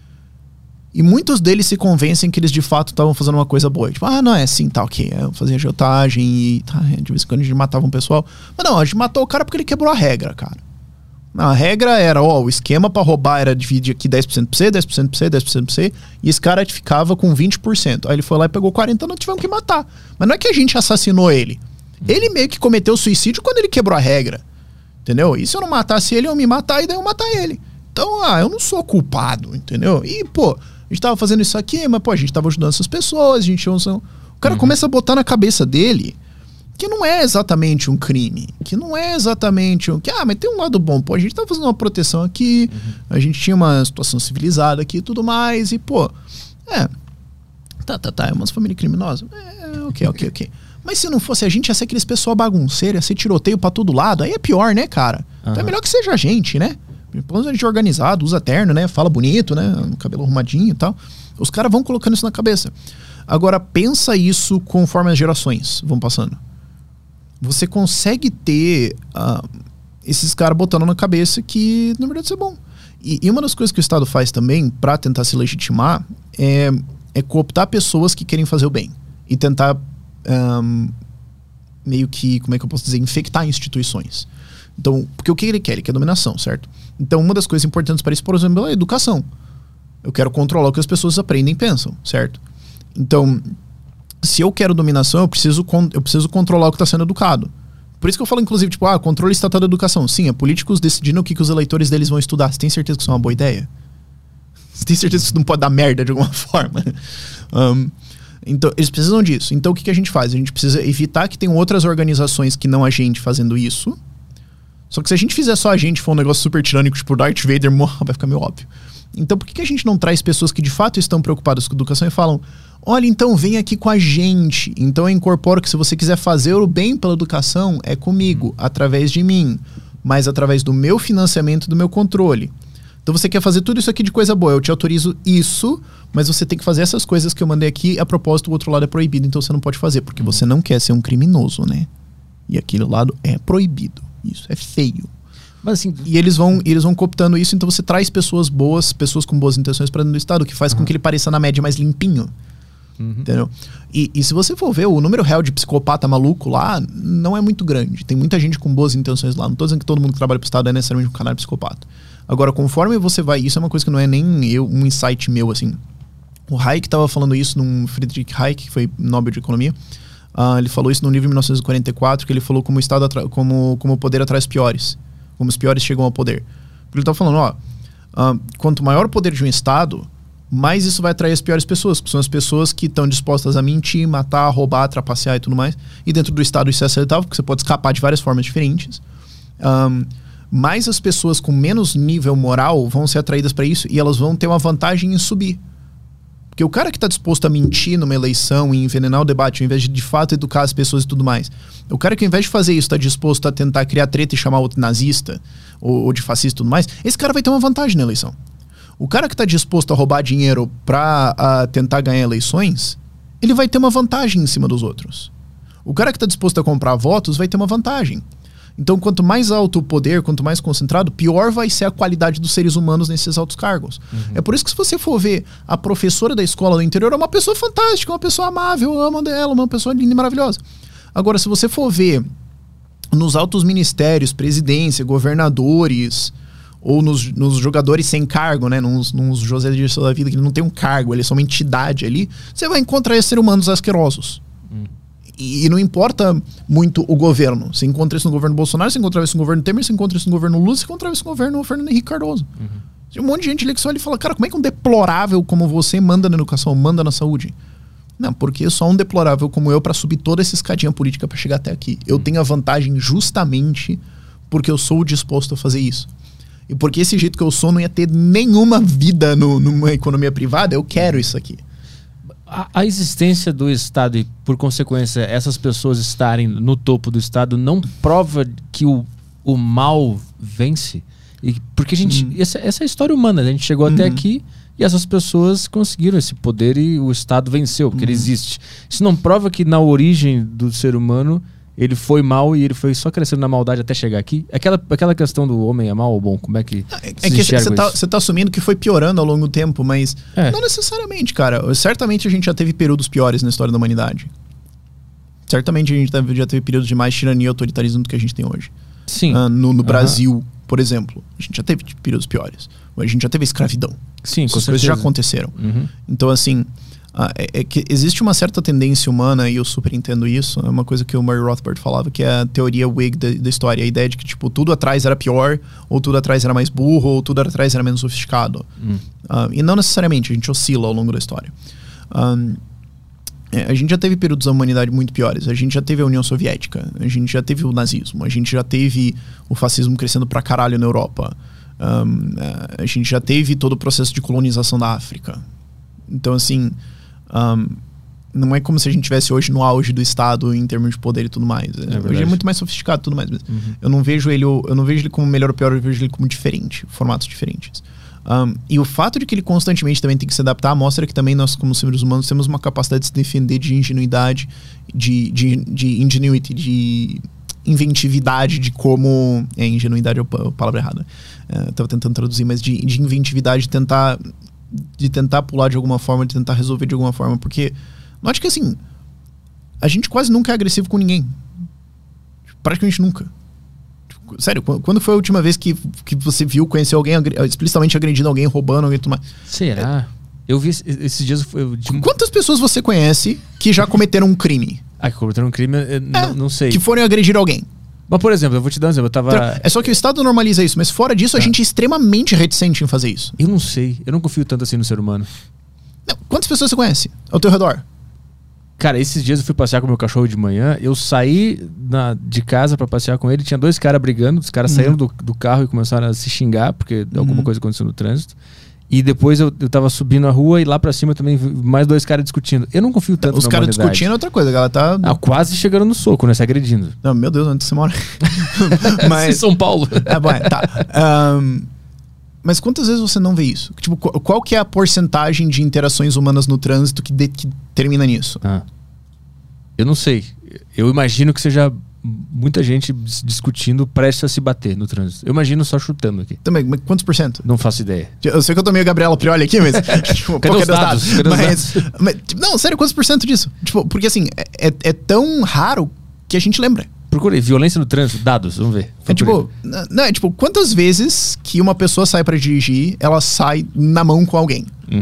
E muitos deles se convencem que eles de fato estavam fazendo uma coisa boa. Tipo, não é assim, tá, ok. Eu fazia agiotagem e de vez em quando a gente matava um pessoal. Mas não, a gente matou o cara porque ele quebrou a regra, cara. A regra era, o esquema pra roubar era dividir aqui 10% pra você, 10% pra você, 10% pra você, e esse cara ficava com 20%. Aí ele foi lá e pegou 40%, nós tivemos que matar. Mas não é que a gente assassinou ele. Ele meio que cometeu suicídio quando ele quebrou a regra. Entendeu? E se eu não matasse ele, eu ia me matar e daí eu matar ele. Então, eu não sou culpado, entendeu? E, pô, a gente tava fazendo isso aqui, mas, pô, a gente tava ajudando essas pessoas, O cara começa a botar na cabeça dele que não é exatamente um crime, que não é exatamente mas tem um lado bom, pô, a gente tá fazendo uma proteção aqui, a gente tinha uma situação civilizada aqui e tudo mais, e pô, é umas famílias criminosas, ok. Mas se não fosse a gente, ia ser aqueles pessoal bagunceiro, ia ser tiroteio pra todo lado, aí é pior, né, cara? Então é melhor que seja a gente, né? Pelo menos a gente é organizado, usa terno, né? Fala bonito, né? Cabelo arrumadinho e tal. Os caras vão colocando isso na cabeça. Agora, pensa isso conforme as gerações vão passando. Você consegue ter esses caras botando na cabeça que, na verdade, isso é bom. E uma das coisas que o Estado faz também, pra tentar se legitimar, é cooptar pessoas que querem fazer o bem. E tentar, meio que, como é que eu posso dizer, infectar instituições. Então, porque o que ele quer? Ele quer dominação, certo? Então, uma das coisas importantes para isso, por exemplo, é a educação. Eu quero controlar o que as pessoas aprendem e pensam, certo? Então, se eu quero dominação, eu preciso controlar o que está sendo educado. Por isso que eu falo, inclusive, tipo, controle estatal da educação. Sim, é políticos decidindo o que os eleitores deles vão estudar. Você tem certeza que isso é uma boa ideia? Você tem certeza que isso não pode dar merda de alguma forma? Então, eles precisam disso. Então, o que a gente faz? A gente precisa evitar que tenham outras organizações que não a gente fazendo isso. Só que se a gente fizer só a gente, for um negócio super tirânico, tipo Darth Vader, vai ficar meio óbvio. Então, por que a gente não traz pessoas que de fato estão preocupadas com educação e falam, olha, então vem aqui com a gente. Então eu incorporo que se você quiser fazer o bem pela educação, é comigo, através de mim, mas através do meu financiamento, do meu controle. Então você quer fazer tudo isso aqui de coisa boa, eu te autorizo isso, mas você tem que fazer essas coisas que eu mandei aqui, a propósito, o outro lado é proibido, então você não pode fazer, porque você não quer ser um criminoso, né? E aquele lado é proibido. Isso é feio. Mas assim, e eles vão cooptando isso, então você traz pessoas boas, pessoas com boas intenções para dentro do Estado, o que faz com que ele pareça na média mais limpinho. Entendeu? E se você for ver, o número real de psicopata maluco lá não é muito grande. Tem muita gente com boas intenções lá. Não tô dizendo que todo mundo que trabalha pro Estado é necessariamente um canal psicopata. Agora, conforme você vai... Isso é uma coisa que não é nem um insight meu, assim. O Hayek tava falando isso num... Friedrich Hayek, que foi Nobel de Economia. Ele falou isso num livro em 1944, que ele falou como o Estado como o poder atrai os piores. Como os piores chegam ao poder. Porque ele tava falando, quanto maior o poder de um Estado, mais isso vai atrair as piores pessoas, que são as pessoas que estão dispostas a mentir, matar, roubar, trapacear e tudo mais. E dentro do Estado isso é aceitável, porque você pode escapar de várias formas diferentes. Mas as pessoas com menos nível moral vão ser atraídas para isso e elas vão ter uma vantagem em subir. Porque o cara que está disposto a mentir numa eleição e envenenar o debate, ao invés de fato educar as pessoas e tudo mais, o cara que ao invés de fazer isso está disposto a tentar criar treta e chamar outro nazista ou de fascista e tudo mais, esse cara vai ter uma vantagem na eleição. O cara que está disposto a roubar dinheiro para tentar ganhar eleições, ele vai ter uma vantagem em cima dos outros. O cara que está disposto a comprar votos vai ter uma vantagem. Então, quanto mais alto o poder, quanto mais concentrado, pior vai ser a qualidade dos seres humanos nesses altos cargos. É por isso que se você for ver a professora da escola do interior, é uma pessoa fantástica, uma pessoa amável, eu amo dela, uma pessoa linda e maravilhosa. Agora, se você for ver nos altos ministérios, presidência, governadores, ou nos jogadores sem cargo, né? Nos José Dirceu da vida, que não tem um cargo, ele é só uma entidade ali, você vai encontrar esses seres humanos asquerosos. E não importa muito o governo. Você encontra isso no governo Bolsonaro, você encontra isso no governo Temer, você encontra isso no governo Lula, você encontra isso no governo Fernando Henrique Cardoso. Tem um monte de gente ali que só ele fala, cara, como é que um deplorável como você manda na educação, manda na saúde? Não, porque só um deplorável como eu, pra subir toda essa escadinha política pra chegar até aqui. Eu tenho a vantagem justamente porque eu sou disposto a fazer isso. E porque esse jeito que eu sou não ia ter nenhuma vida numa economia privada, eu quero isso aqui. A existência do Estado e, por consequência, essas pessoas estarem no topo do Estado não prova que o mal vence? Porque a gente, essa é a história humana. A gente chegou até aqui e essas pessoas conseguiram esse poder e o Estado venceu, porque ele existe. Isso não prova que na origem do ser humano ele foi mal e ele foi só crescendo na maldade até chegar aqui? Aquela questão do homem é mal ou bom, como é que você tá assumindo que foi piorando ao longo do tempo, mas não necessariamente, cara. Certamente a gente já teve períodos piores na história da humanidade. Certamente a gente já teve períodos de mais tirania e autoritarismo do que a gente tem hoje. Sim. No Brasil, por exemplo, a gente já teve períodos piores. A gente já teve escravidão. Sim, essas coisas já aconteceram. Então, assim, é que existe uma certa tendência humana, e eu super entendo isso, é uma coisa que o Murray Rothbard falava, que é a teoria Whig da história, a ideia de que, tipo, tudo atrás era pior, ou tudo atrás era mais burro, ou tudo atrás era menos sofisticado. E não necessariamente, a gente oscila ao longo da história. A gente já teve períodos da humanidade muito piores. A gente já teve a União Soviética, a gente já teve o nazismo, a gente já teve o fascismo crescendo pra caralho na Europa, a gente já teve todo o processo de colonização da África. Então, assim, não é como se a gente estivesse hoje no auge do Estado em termos de poder e tudo mais. Hoje é muito mais sofisticado e tudo mais. Eu não vejo ele como melhor ou pior, eu vejo ele como diferente, formatos diferentes. E o fato de que ele constantemente também tem que se adaptar mostra que também nós, como seres humanos, temos uma capacidade de se defender de ingenuidade, de ingenuity, de inventividade, de como... ingenuidade é a palavra errada. Estava tentando traduzir, mas de inventividade, de tentar pular de alguma forma, de tentar resolver de alguma forma. Porque, note que assim, a gente quase nunca é agressivo com ninguém. Praticamente nunca. Sério, quando foi a última vez que você viu, conheceu alguém explicitamente agredindo alguém, roubando alguém e tudo mais? Será? Eu vi esses dias... Quantas pessoas você conhece que já cometeram um crime? Que cometeram um crime, não sei. Que foram agredir alguém. Mas, por exemplo, eu vou te dar um exemplo. Eu tava... É só que o Estado normaliza isso, mas fora disso, a gente é extremamente reticente em fazer isso. Eu não sei. Eu não confio tanto assim no ser humano. Não. Quantas pessoas você conhece ao teu redor? Cara, esses dias eu fui passear com o meu cachorro de manhã. Eu saí de casa pra passear com ele. Tinha 2 caras brigando. Os caras saíram do carro e começaram a se xingar porque alguma coisa aconteceu no trânsito. E depois eu tava subindo a rua e lá pra cima também mais 2 caras discutindo. Eu não confio tanto na humanidade. Os caras discutindo é outra coisa. Ela tá... quase chegando no soco, né? Se agredindo. Não, meu Deus, onde você mora? Em São Paulo. Bom, tá. Mas quantas vezes você não vê isso? Tipo, qual que é a porcentagem de interações humanas no trânsito que termina nisso? Eu não sei. Eu imagino que seja muita gente discutindo prestes a se bater no trânsito. Eu imagino só chutando aqui. Também, mas quantos por cento? Não faço ideia. Eu sei que eu tô meio Gabriela Prioli aqui, mas... tipo, cadê os dados? Mas, não, sério, quantos por cento disso? Tipo, porque assim, é tão raro que a gente lembra. Procurei, violência no trânsito, dados, vamos ver. Tipo, quantas vezes que uma pessoa sai pra dirigir, ela sai na mão com alguém?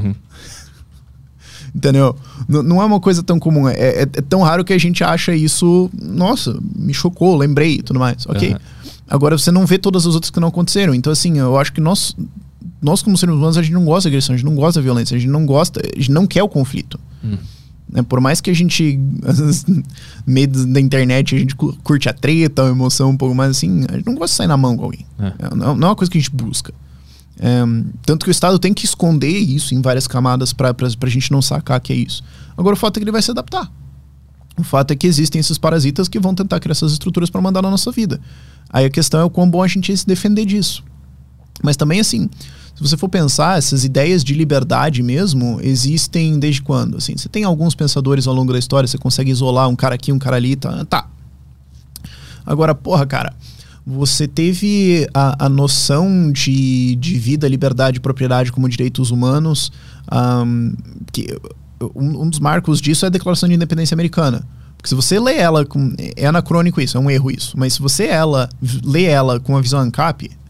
Entendeu? Não é uma coisa tão comum. É tão raro que a gente acha isso... Nossa, me chocou, lembrei e tudo mais. Ok. Agora você não vê todas as outras que não aconteceram. Então, assim, eu acho que nós como seres humanos, a gente não gosta da agressão, a gente não gosta da violência, a gente não quer o conflito. Por mais que a gente, meio da internet, a gente curte a treta, a emoção um pouco mais assim, a gente não gosta de sair na mão com alguém. Não é uma coisa que a gente busca. Tanto que o Estado tem que esconder isso em várias camadas pra gente não sacar que é isso. Agora o fato é que ele vai se adaptar. O fato é que existem esses parasitas que vão tentar criar essas estruturas para mandar na nossa vida. Aí a questão é o quão bom a gente é se defender disso. Mas também assim, se você for pensar, essas ideias de liberdade mesmo existem desde quando? Assim, você tem alguns pensadores ao longo da história, você consegue isolar um cara aqui, um cara ali, tá. Agora, porra, cara, você teve a noção de vida, liberdade e propriedade como direitos humanos, que um dos marcos disso é a Declaração de Independência Americana. Porque se você lê ela, é anacrônico isso, é um erro isso, mas se você lê ela com uma visão ANCAP,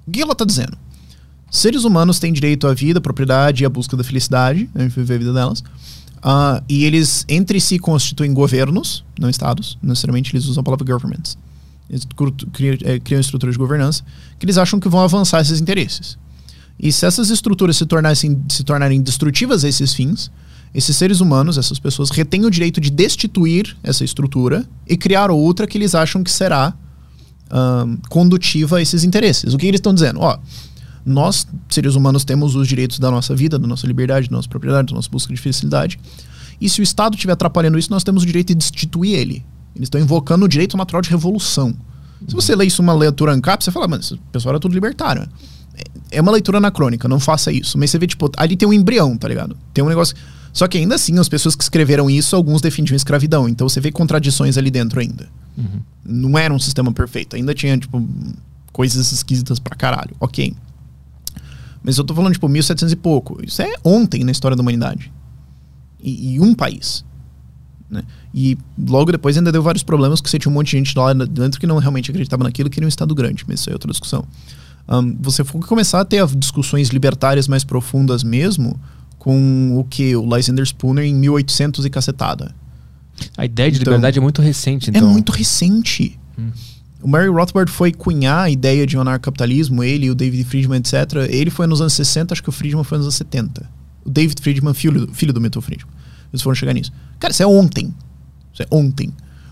O que ela tá dizendo? Seres humanos têm direito à vida, à propriedade e à busca da felicidade, né, viver a vida delas. E eles entre si constituem governos, não estados. Necessariamente eles usam a palavra governments. Eles criam estruturas de governança que eles acham que vão avançar esses interesses. E se essas estruturas se tornarem destrutivas a esses fins, esses seres humanos, essas pessoas, retêm o direito de destituir essa estrutura e criar outra que eles acham que será condutiva a esses interesses. O que eles estão dizendo? Nós, seres humanos, temos os direitos da nossa vida, da nossa liberdade, da nossa propriedade, da nossa busca de felicidade. E se o Estado estiver atrapalhando isso, nós temos o direito de destituir ele. Eles estão invocando o direito natural de revolução. Se você lê isso uma leitura ANCAP, você fala, mas esse pessoal era tudo libertário. É uma leitura anacrônica, não faça isso. Mas você vê, tipo, ali tem um embrião, tá ligado? Tem um negócio... Só que ainda assim, as pessoas que escreveram isso, alguns defendiam escravidão. Então você vê contradições ali dentro ainda. Não era um sistema perfeito. Ainda tinha, tipo, coisas esquisitas pra caralho. Ok. Mas eu tô falando, tipo, 1700 e pouco. Isso é ontem na história da humanidade. E um país. Né? E logo depois ainda deu vários problemas, que você tinha um monte de gente lá dentro que não realmente acreditava naquilo, queria um Estado grande. Mas isso é outra discussão. Você for começar a ter discussões libertárias mais profundas mesmo, com o que? O Lysander Spooner em 1800 e cacetada. A ideia de liberdade é muito recente, então. É muito recente. O Murray Rothbard foi cunhar a ideia de um anarcocapitalismo, ele e o David Friedman, etc. Ele foi nos anos 60, acho que o Friedman foi nos anos 70. O David Friedman, filho do Milton Friedman. Eles foram chegar nisso. Cara, isso é ontem. Isso é ontem.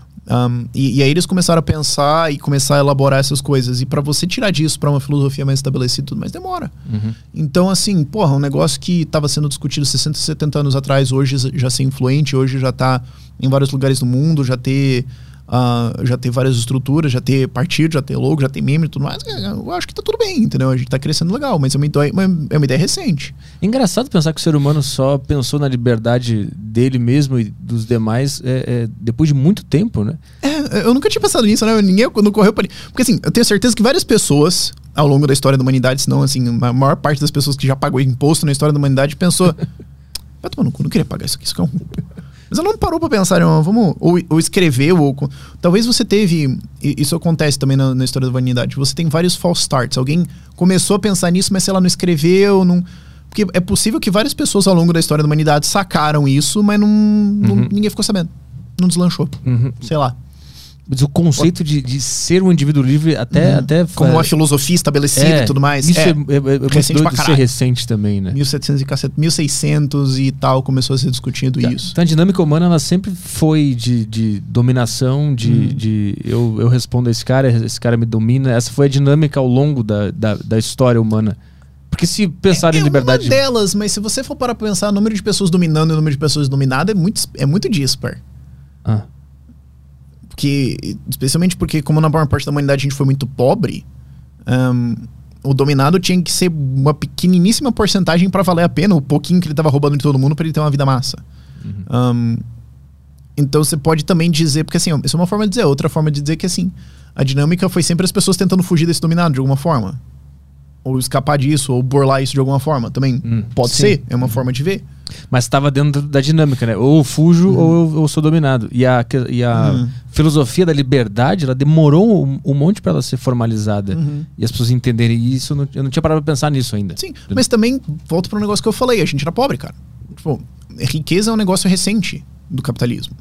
E aí eles começaram a pensar e começar a elaborar essas coisas. E pra você tirar disso pra uma filosofia mais estabelecida e tudo mais, demora. Então, assim, porra, um negócio que tava sendo discutido 60, 70 anos atrás, hoje já ser influente, hoje já tá em vários lugares do mundo, já ter várias estruturas, já ter partido, já ter logo, já ter meme e tudo mais. Eu acho que tá tudo bem, entendeu? A gente tá crescendo legal, mas é uma ideia recente. É engraçado pensar que o ser humano só pensou na liberdade dele mesmo e dos demais depois de muito tempo, né? Eu nunca tinha pensado nisso, né? Ninguém não correu pra... Porque assim, eu tenho certeza que várias pessoas, ao longo da história da humanidade, senão assim, a maior parte das pessoas que já pagou imposto na história da humanidade pensou, vai tomar no cu, não queria pagar isso aqui, isso é um... Mas ela não parou pra pensar, vamos, ou escreveu, ou... Talvez você teve... Isso acontece também na história da humanidade. Você tem vários false starts. Alguém começou a pensar nisso, mas se ela não escreveu, não... Porque é possível que várias pessoas ao longo da história da humanidade sacaram isso, mas ninguém ficou sabendo. Não deslanchou. Sei lá. Mas o conceito de ser um indivíduo livre até como uma filosofia estabelecida e tudo mais. Isso é recente pra de caralho. ser recente também, né? 1600 e tal, começou a ser discutido isso. Então a dinâmica humana, ela sempre foi de dominação, eu respondo a esse cara me domina. Essa foi a dinâmica ao longo da história humana. Porque se pensar em liberdade... É uma delas, mas se você for parar pra pensar, o número de pessoas dominando e o número de pessoas dominadas é muito dispar. Especialmente porque, como na maior parte da humanidade a gente foi muito pobre, o dominado tinha que ser uma pequeniníssima porcentagem pra valer a pena, o pouquinho que ele tava roubando de todo mundo pra ele ter uma vida massa. Então você pode também dizer, porque assim, isso é uma forma de dizer, outra forma de dizer que assim, a dinâmica foi sempre as pessoas tentando fugir desse dominado de alguma forma. Ou escapar disso, ou burlar isso de alguma forma. Também pode ser, é uma forma de ver. Mas estava dentro da dinâmica, né? Ou eu fujo ou eu sou dominado. E a filosofia da liberdade, ela demorou um monte para ela ser formalizada. E as pessoas entenderem isso. Eu não tinha parado pra pensar nisso ainda. Sim, mas também, volto para um negócio que eu falei, a gente era pobre, cara. Tipo, riqueza é um negócio recente do capitalismo.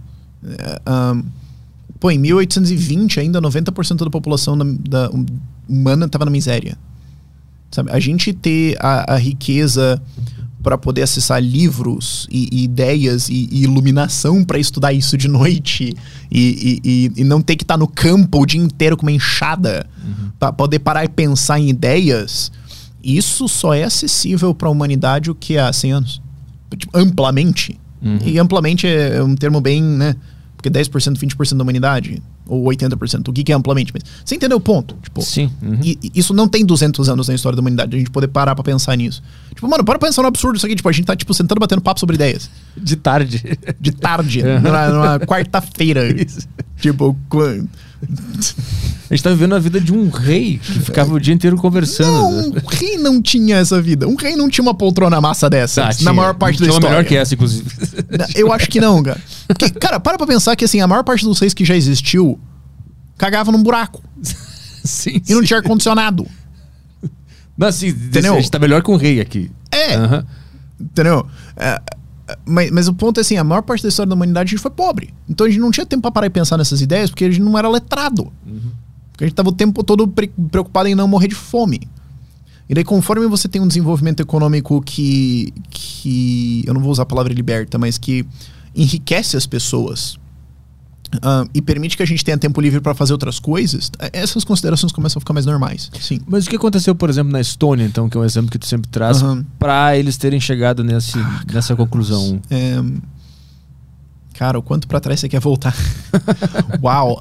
Em 1820, ainda 90% da população humana estava na miséria. Sabe? A gente ter a riqueza para poder acessar livros e ideias e iluminação para estudar isso de noite e não ter que estar no campo o dia inteiro com uma enxada para poder parar e pensar em ideias, isso só é acessível para a humanidade o que há 100 anos. Tipo, amplamente. E amplamente é um termo bem, né? Porque 10%, 20% da humanidade, ou 80%, o que é amplamente? Mas você entendeu o ponto? Tipo, sim. E isso não tem 200 anos na história da humanidade, a gente poder parar pra pensar nisso. Tipo, mano, para pensar no absurdo isso aqui, tipo, a gente tá, tipo, sentando batendo papo sobre ideias. De tarde. numa quarta-feira. Tipo, a gente tá vivendo a vida de um rei que ficava o dia inteiro conversando. Não, um rei não tinha essa vida. Um rei não tinha uma poltrona massa dessa, na maior parte da história. Melhor que essa, inclusive. Eu acho que não, cara. Porque, cara, para pra pensar que, assim, a maior parte dos reis que já existiu cagava num buraco. Sim. E não tinha ar-condicionado. Mas assim, Entendeu? a gente tá melhor que um rei aqui. Aham. Entendeu? Mas o ponto é assim, a maior parte da história da humanidade a gente foi pobre. Então a gente não tinha tempo pra parar e pensar nessas ideias porque a gente não era letrado. Porque a gente tava o tempo todo preocupado em não morrer de fome. E daí conforme você tem um desenvolvimento econômico que eu não vou usar a palavra liberta, mas que enriquece as pessoas e permite que a gente tenha tempo livre para fazer outras coisas, essas considerações começam a ficar mais normais. Sim. Mas o que aconteceu, por exemplo, na Estônia, então, que é um exemplo que tu sempre traz, pra eles terem chegado nessa conclusão? Cara, o quanto pra trás você quer voltar? Uau!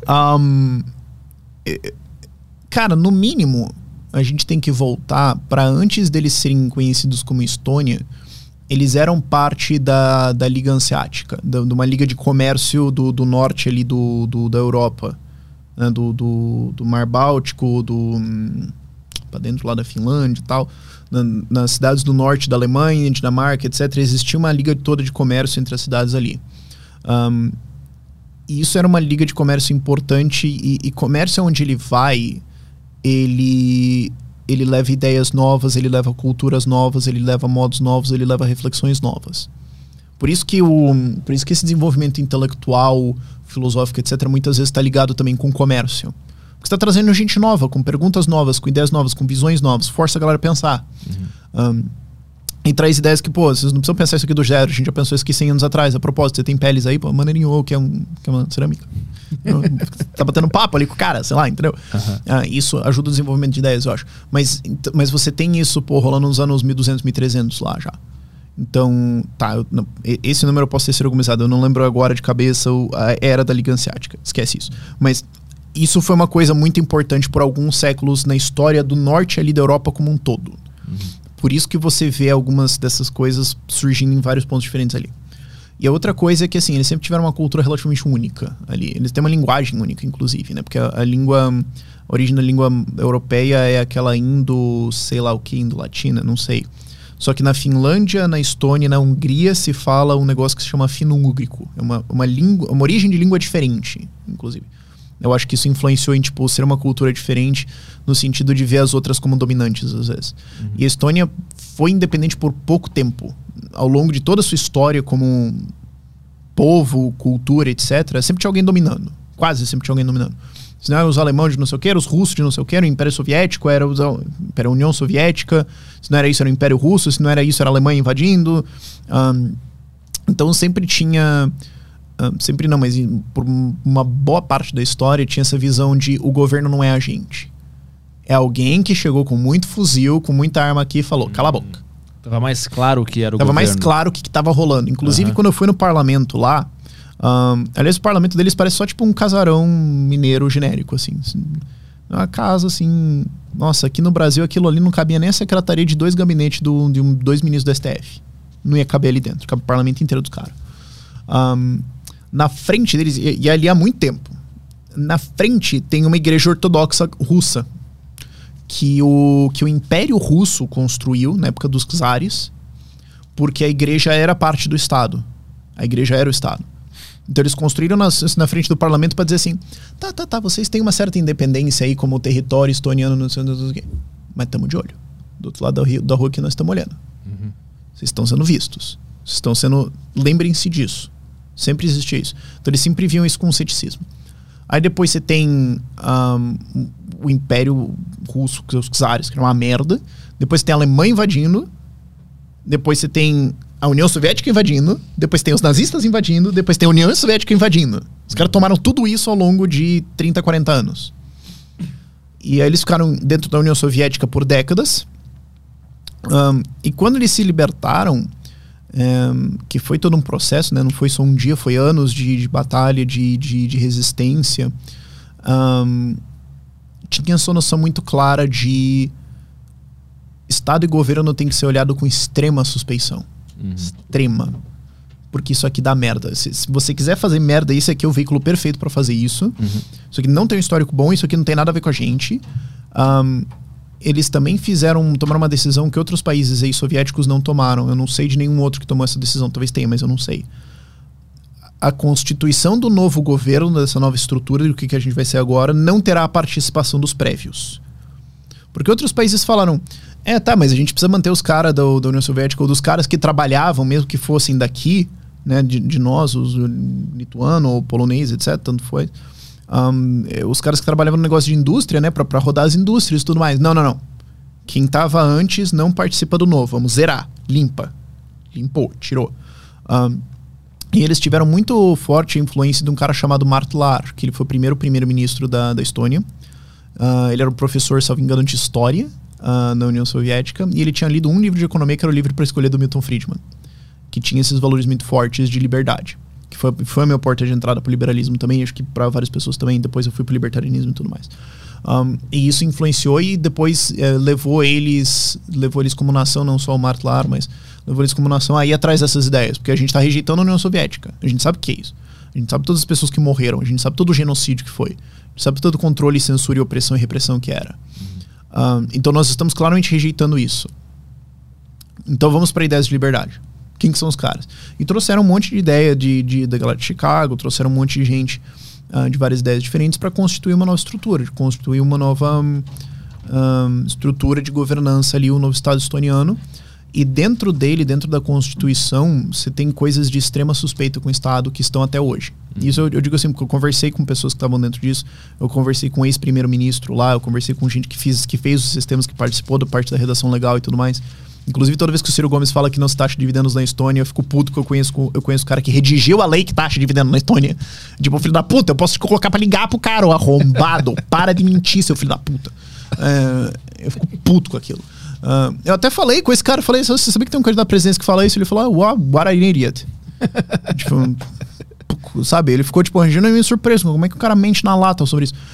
Cara, no mínimo, a gente tem que voltar para antes deles serem conhecidos como Estônia. Eles eram parte da Liga Hanseática, de uma liga de comércio do norte ali da Europa, né? do Mar Báltico, para dentro lá da Finlândia e tal. Nas cidades do norte da Alemanha, Dinamarca, etc., existia uma liga toda de comércio entre as cidades ali. E isso era uma liga de comércio importante, e comércio onde ele vai, ele leva ideias novas, ele leva culturas novas, ele leva modos novos, ele leva reflexões novas. Por isso que esse desenvolvimento intelectual, filosófico, etc., muitas vezes está ligado também com comércio. Porque você está trazendo gente nova, com perguntas novas, com ideias novas, com visões novas, força a galera a pensar. E traz ideias que, pô, vocês não precisam pensar isso aqui do zero, a gente já pensou isso aqui 100 anos atrás. A propósito, você tem peles aí, pô, maneirinho, que é uma cerâmica. Tá batendo papo ali com o cara, sei lá, entendeu? Isso ajuda o desenvolvimento de ideias, eu acho. Mas você tem isso, pô, rolando nos anos 1200, 1300 lá já. Então, tá, esse número eu posso ter sido argumentado, eu não lembro agora de cabeça a era da Liga Hanseática, esquece isso. Mas isso foi uma coisa muito importante por alguns séculos na história do norte ali da Europa como um todo. Por isso que você vê algumas dessas coisas surgindo em vários pontos diferentes ali. E a outra coisa é que, assim, eles sempre tiveram uma cultura relativamente única ali. Eles têm uma linguagem única, inclusive, né? Porque a origem da língua europeia é aquela sei lá o que, indo-latina, não sei. Só que na Finlândia, na Estônia, na Hungria se fala um negócio que se chama fino-úgrico. É uma origem de língua diferente, inclusive. Eu acho que isso influenciou em, tipo, ser uma cultura diferente no sentido de ver as outras como dominantes, às vezes. E a Estônia foi independente por pouco tempo. Ao longo de toda a sua história como povo, cultura, etc., sempre tinha alguém dominando. Quase sempre tinha alguém dominando. Se não eram os alemães de não sei o que, eram os russos de não sei o que, era o Império Soviético, era a União Soviética. Se não era isso, era o Império Russo. Se não era isso, era a Alemanha invadindo. Então sempre tinha... sempre não, mas por uma boa parte da história tinha essa visão de o governo não é a gente. É alguém que chegou com muito fuzil, com muita arma aqui e falou, cala a boca. Tava mais claro o que era o Tava governo. mais claro o que tava rolando. Inclusive, quando eu fui no parlamento lá, aliás, o parlamento deles parece só tipo um casarão mineiro genérico, assim. Uma casa, assim... Nossa, aqui no Brasil, aquilo ali não cabia nem a secretaria de 2 gabinetes de 2 ministros do STF. Não ia caber ali dentro, cabe o parlamento inteiro dos caras. Na frente deles, e ali há muito tempo, na frente tem uma igreja ortodoxa russa que o Império Russo construiu na época dos czares, porque a igreja era parte do Estado. A igreja era o Estado. Então eles construíram na frente do parlamento para dizer assim, tá, vocês têm uma certa independência aí como território estoniano, não sei o quê, mas estamos de olho. Do outro lado da rua que nós estamos olhando. Vocês estão sendo vistos. Vocês estão sendo... Lembrem-se disso. Sempre existia isso. Então eles sempre viam isso com ceticismo. Aí depois você tem o Império Russo, os czares, que era uma merda. Depois você tem a Alemanha invadindo. Depois você tem a União Soviética invadindo. Depois tem os nazistas invadindo. Depois tem a União Soviética invadindo. Os caras tomaram tudo isso ao longo de 30, 40 anos. E aí eles ficaram dentro da União Soviética por décadas. E quando eles se libertaram... que foi todo um processo, né? Não foi só um dia, foi anos de batalha, de resistência. Tinha essa noção muito clara de Estado e governo tem que ser olhado com extrema suspeição. Extrema. Porque isso aqui dá merda. Se você quiser fazer merda, esse aqui é o veículo perfeito para fazer isso. Isso aqui não tem um histórico bom, isso aqui não tem nada a ver com a gente. Eles também tomaram uma decisão que outros países aí soviéticos não tomaram. Eu não sei de nenhum outro que tomou essa decisão. Talvez tenha, mas eu não sei. A constituição do novo governo, dessa nova estrutura, do que a gente vai ser agora, não terá a participação dos prévios. Porque outros países falaram, Tá, mas a gente precisa manter os caras da União Soviética, ou dos caras que trabalhavam, mesmo que fossem daqui, né, de nós, os lituano ou polonês, etc, tanto foi. Os caras que trabalhavam no negócio de indústria, né, pra rodar as indústrias e tudo mais. Não. Quem tava antes não participa do novo. Vamos zerar. Limpa. Limpou. Tirou. E eles tiveram muito forte a influência de um cara chamado Mart Laar, que ele foi o primeiro-ministro da Estônia. Ele era um professor, salvo engano, de história na União Soviética. E ele tinha lido um livro de economia que era o Livro para Escolher, do Milton Friedman, que tinha esses valores muito fortes de liberdade. Que foi a minha porta de entrada pro liberalismo também. Acho que para várias pessoas também. Depois eu fui pro libertarianismo e tudo mais. E isso influenciou e depois levou eles como nação, não só o Mart Laar, mas levou eles como nação a ir atrás dessas ideias, porque a gente está rejeitando a União Soviética. A gente sabe o que é isso. A gente sabe todas as pessoas que morreram, a gente sabe todo o genocídio que foi, a gente sabe todo o controle, censura, e opressão e repressão que era. Então nós estamos claramente rejeitando isso. Então vamos para ideias de liberdade. Quem que são os caras? E trouxeram um monte de ideia da galera de Chicago, trouxeram um monte de gente de várias ideias diferentes para constituir uma nova estrutura, de constituir uma nova estrutura de governança ali, o novo Estado estoniano. E dentro da Constituição, você tem coisas de extrema suspeita com o Estado que estão até hoje. Isso eu digo assim, porque eu conversei com pessoas que estavam dentro disso, eu conversei com o ex-primeiro-ministro lá, eu conversei com gente que fez os sistemas, que participou da parte da redação legal e tudo mais. Inclusive, toda vez que o Ciro Gomes fala que não se taxa dividendos na Estônia, eu fico puto, porque eu conheço o cara que redigiu a lei que taxa dividendos na Estônia. Tipo, filho da puta, eu posso te colocar pra ligar pro cara, ô arrombado. Para de mentir, seu filho da puta. Eu fico puto com aquilo. Eu até falei com esse cara, falei, você sabia que tem um candidato da presidência que fala isso? Ele falou, what an idiot. Tipo, sabe, ele ficou, tipo, genuinamente surpreso. Como é que o cara mente na lata sobre isso?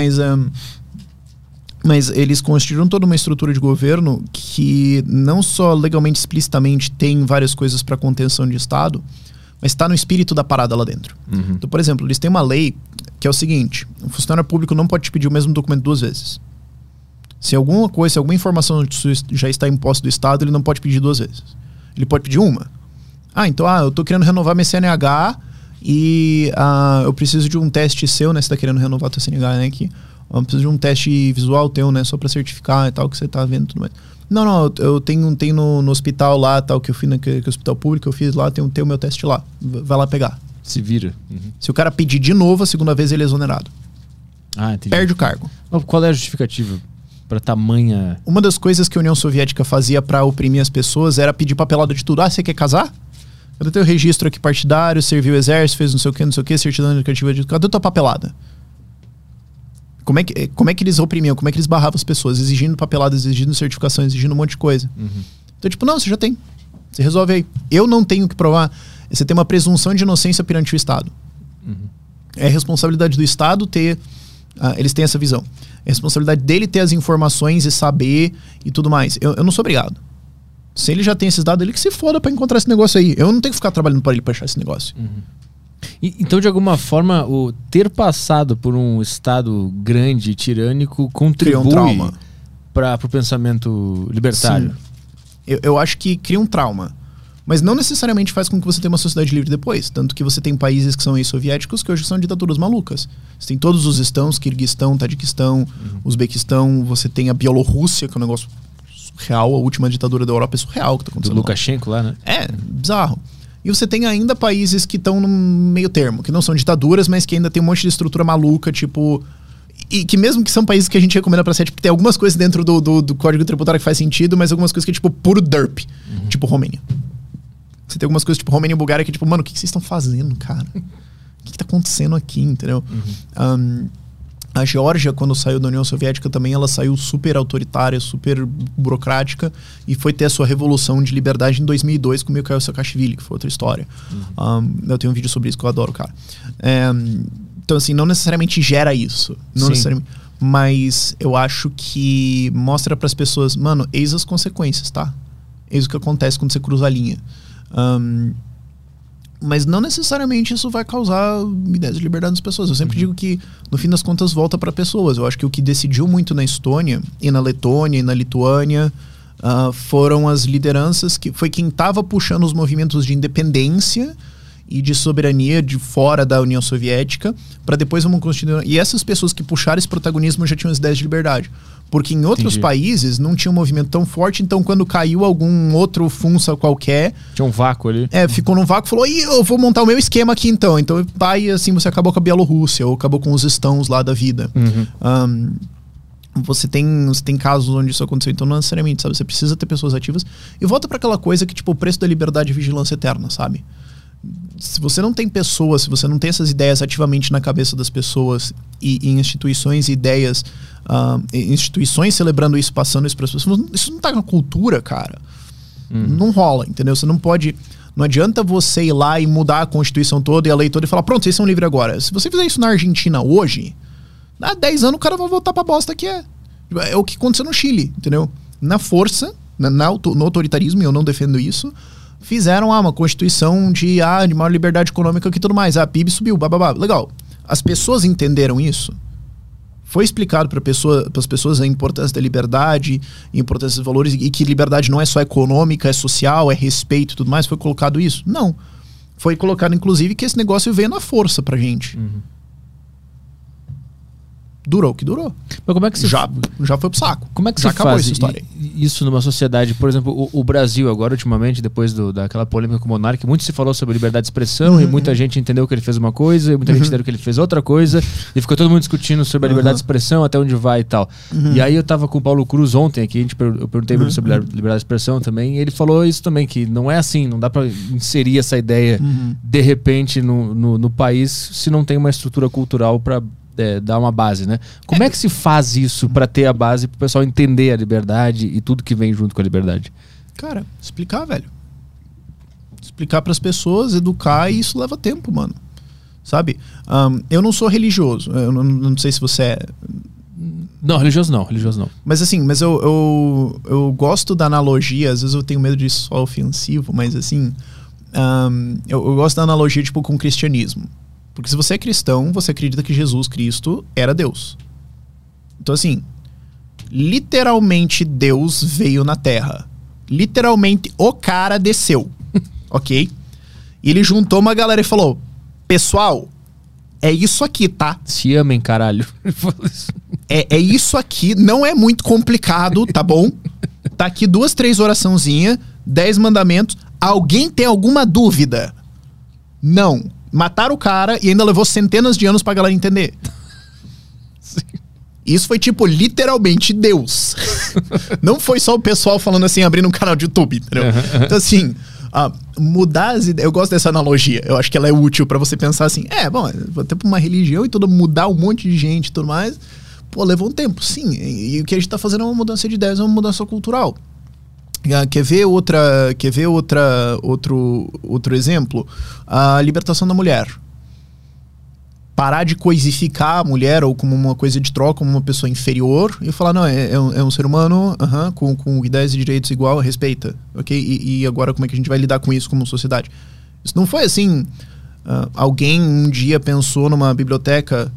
Mas eles constituíram toda uma estrutura de governo que não só legalmente, explicitamente tem várias coisas para contenção de Estado, mas está no espírito da parada lá dentro. Então, por exemplo, eles têm uma lei que é o seguinte: um funcionário público não pode te pedir o mesmo documento 2 vezes. Se alguma informação já está em posse do Estado, ele não pode pedir 2 vezes. Ele pode pedir uma. Então, eu tô querendo renovar minha CNH e eu preciso de um teste seu, né? Você tá querendo renovar tua CNH, né? Aqui. Eu preciso de um teste visual teu, né? Só pra certificar e tal, que você tá vendo e tudo mais. Não, eu tenho no hospital lá, tal, que eu fiz naquele hospital público, eu fiz lá, tem o meu teste lá. Vai lá pegar. Se vira. Se o cara pedir de novo, a segunda vez ele é exonerado. Entendi. Perde o cargo. Qual é a justificativa pra tamanha... Uma das coisas que a União Soviética fazia pra oprimir as pessoas era pedir papelada de tudo. Você quer casar? Cadê teu registro aqui partidário, serviu o exército, fez não sei o que, certidão educativa de... Cadê tua papelada? Como é que eles oprimiam? Como é que eles barravam as pessoas? Exigindo papeladas, exigindo certificação, exigindo um monte de coisa. Então, tipo, não, você já tem. Você resolve aí. Eu não tenho que provar. Você tem uma presunção de inocência perante o Estado. É responsabilidade do Estado ter... eles têm essa visão. É responsabilidade dele ter as informações e saber e tudo mais. Eu não sou obrigado. Se ele já tem esses dados, ele que se foda pra encontrar esse negócio aí. Eu não tenho que ficar trabalhando para ele pra achar esse negócio. Então, de alguma forma, o ter passado por um Estado grande e tirânico contribui um trauma para o pensamento libertário. Sim. Eu acho que cria um trauma. Mas não necessariamente faz com que você tenha uma sociedade livre depois. Tanto que você tem países que são ex-soviéticos que hoje são ditaduras malucas. Você tem todos os estãos, Kirguistão, Tadiquistão, Uzbequistão. Você tem a Bielorrússia, que é um negócio surreal. A última ditadura da Europa é surreal que tá acontecendo. Do Lukashenko lá, né? Bizarro. E você tem ainda países que estão no meio termo, que não são ditaduras, mas que ainda tem um monte de estrutura maluca, tipo... E que mesmo que são países que a gente recomenda pra ser, tipo, tem algumas coisas dentro do Código Tributário que faz sentido, mas algumas coisas que é, tipo, puro derp. Tipo Romênia. Você tem algumas coisas, tipo, Romênia e Bulgária, que é, tipo, mano, o que vocês estão fazendo, cara? O que tá acontecendo aqui, entendeu? A Geórgia, quando saiu da União Soviética também, ela saiu super autoritária, super burocrática e foi ter a sua revolução de liberdade em 2002 com o Mikhail Saakashvili, que foi outra história. Eu tenho um vídeo sobre isso que eu adoro, cara. Então, assim, não necessariamente gera isso. Não necessariamente, mas eu acho que mostra pras pessoas, mano, eis as consequências, tá? Eis o que acontece quando você cruza a linha. Mas não necessariamente isso vai causar ideias de liberdade nas pessoas. Eu sempre digo que, no fim das contas, volta para pessoas. Eu acho que o que decidiu muito na Estônia, e na Letônia, e na Lituânia, foram as lideranças, que foi quem estava puxando os movimentos de independência e de soberania de fora da União Soviética, para depois vamos continuar. E essas pessoas que puxaram esse protagonismo já tinham as ideias de liberdade. Porque em outros países não tinha um movimento tão forte, então quando caiu algum outro funça qualquer... Tinha um vácuo ali. Ficou num vácuo e falou, eu vou montar o meu esquema aqui então. Então vai, assim, você acabou com a Bielorrússia, ou acabou com os estãos lá da vida. Você tem casos onde isso aconteceu, então não necessariamente, sabe? Você precisa ter pessoas ativas. E volta para aquela coisa que, tipo, o preço da liberdade é vigilância eterna, sabe? Se você não tem pessoas, se você não tem essas ideias ativamente na cabeça das pessoas e instituições e ideias, instituições celebrando isso, passando isso para as pessoas, isso não tá na cultura, cara. Não rola, entendeu? Você não pode... Não adianta você ir lá e mudar a Constituição toda e a lei toda e falar, pronto, vocês são livres agora. Se você fizer isso na Argentina hoje, há 10 anos o cara vai voltar pra bosta que é. É o que aconteceu no Chile, entendeu? Na força, no autoritarismo, e eu não defendo isso, fizeram uma Constituição de maior liberdade econômica e tudo mais. A PIB subiu, bababá. Legal. As pessoas entenderam isso. Foi explicado para as pessoas a importância da liberdade, a importância dos valores, e que liberdade não é só econômica, é social, é respeito e tudo mais. Foi colocado isso? Não. Foi colocado, inclusive, que esse negócio veio na força pra gente. Durou o que durou. Mas como é que já foi pro saco. Como é que já se acabou faz essa história. Isso numa sociedade? Por exemplo, o Brasil agora, ultimamente, depois daquela polêmica com o Monark, muito se falou sobre liberdade de expressão e muita gente entendeu que ele fez uma coisa e muita gente entendeu que ele fez outra coisa e ficou todo mundo discutindo sobre a liberdade de expressão, até onde vai e tal. E aí eu tava com o Paulo Cruz ontem aqui, eu perguntei pra ele sobre a liberdade de expressão também, e ele falou isso também, que não é assim, não dá pra inserir essa ideia de repente no país se não tem uma estrutura cultural pra dar uma base, né? Como é que se faz isso pra ter a base pro pessoal entender a liberdade e tudo que vem junto com a liberdade? Cara, explicar, velho. Explicar pras pessoas, educar, e isso leva tempo, mano. Sabe? Eu não sou religioso. Eu não sei se você é... Não, religioso não. Mas assim, eu gosto da analogia, às vezes eu tenho medo de isso só ofensivo, mas assim, eu gosto da analogia, tipo, com o cristianismo. Porque se você é cristão, você acredita que Jesus Cristo era Deus. Então assim, literalmente Deus veio na Terra. Literalmente o cara desceu. Ok? E ele juntou uma galera e falou, pessoal, é isso aqui, tá? Se amem, caralho. É isso aqui, não é muito complicado, tá bom? Tá aqui 2, 3 oraçãozinhas, 10 mandamentos. Alguém tem alguma dúvida? Não. Mataram o cara e ainda levou centenas de anos pra galera entender. Sim. Isso foi tipo, literalmente Deus. Não foi só o pessoal falando assim, abrindo um canal de YouTube, entendeu? Então assim, mudar as ideias. Eu gosto dessa analogia. Eu acho que ela é útil pra você pensar assim, vou ter uma religião e tudo, mudar um monte de gente e tudo mais. Pô, levou um tempo, sim. E o que a gente tá fazendo é uma mudança de ideias, é uma mudança cultural. Quer ver outro exemplo? A libertação da mulher. Parar de coisificar a mulher ou como uma coisa de troca, como uma pessoa inferior, e falar, não, é um ser humano com ideias e direitos igual, respeita, ok? E agora como é que a gente vai lidar com isso como sociedade? Isso não foi assim, alguém um dia pensou numa biblioteca,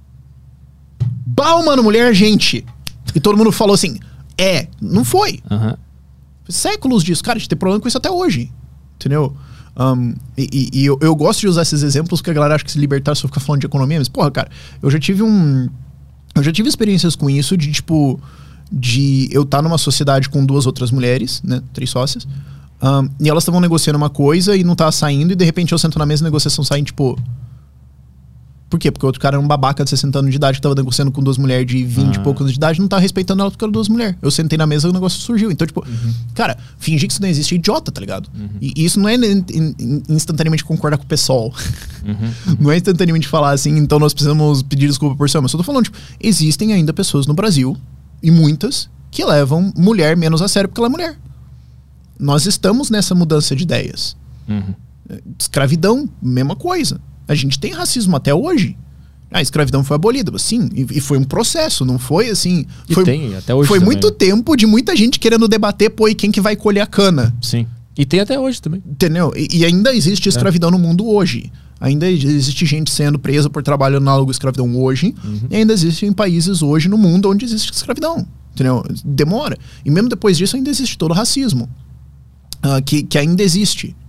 mano, mulher, gente! E todo mundo falou assim, não foi. Séculos disso, cara, a gente tem problema com isso até hoje, entendeu? Eu gosto de usar esses exemplos porque a galera acha que se libertar só fica falando de economia, mas porra, cara, eu já tive experiências com isso de eu estar numa sociedade com 2 outras mulheres, né, 3 sócias, e elas estavam negociando uma coisa e não tava saindo, e de repente eu sento na mesa e a negociação sai, tipo... Por quê? Porque o outro cara era um babaca de 60 anos de idade que tava negociando com 2 mulheres de 20 e poucos anos de idade, não tava respeitando elas porque eram 2 mulheres. Eu sentei na mesa e o negócio surgiu. Então, tipo, cara, fingir que isso não existe é idiota, tá ligado? E isso não é instantaneamente concordar com o pessoal. Não é instantaneamente falar assim, então nós precisamos pedir desculpa por isso. Mas eu tô falando, tipo, existem ainda pessoas no Brasil, e muitas, que levam mulher menos a sério porque ela é mulher. Nós estamos nessa mudança de ideias. Escravidão, mesma coisa. A gente tem racismo até hoje. A escravidão foi abolida, sim, e foi um processo, não foi assim... Tem, até hoje foi também, muito tempo de muita gente querendo debater, pô, e quem que vai colher a cana? Sim. E tem até hoje também. Entendeu? E ainda existe escravidão no mundo hoje. Ainda existe gente sendo presa por trabalho análogo à escravidão hoje. E ainda existem países hoje no mundo onde existe escravidão. Entendeu? Demora. E mesmo depois disso ainda existe todo o racismo. Que ainda existe.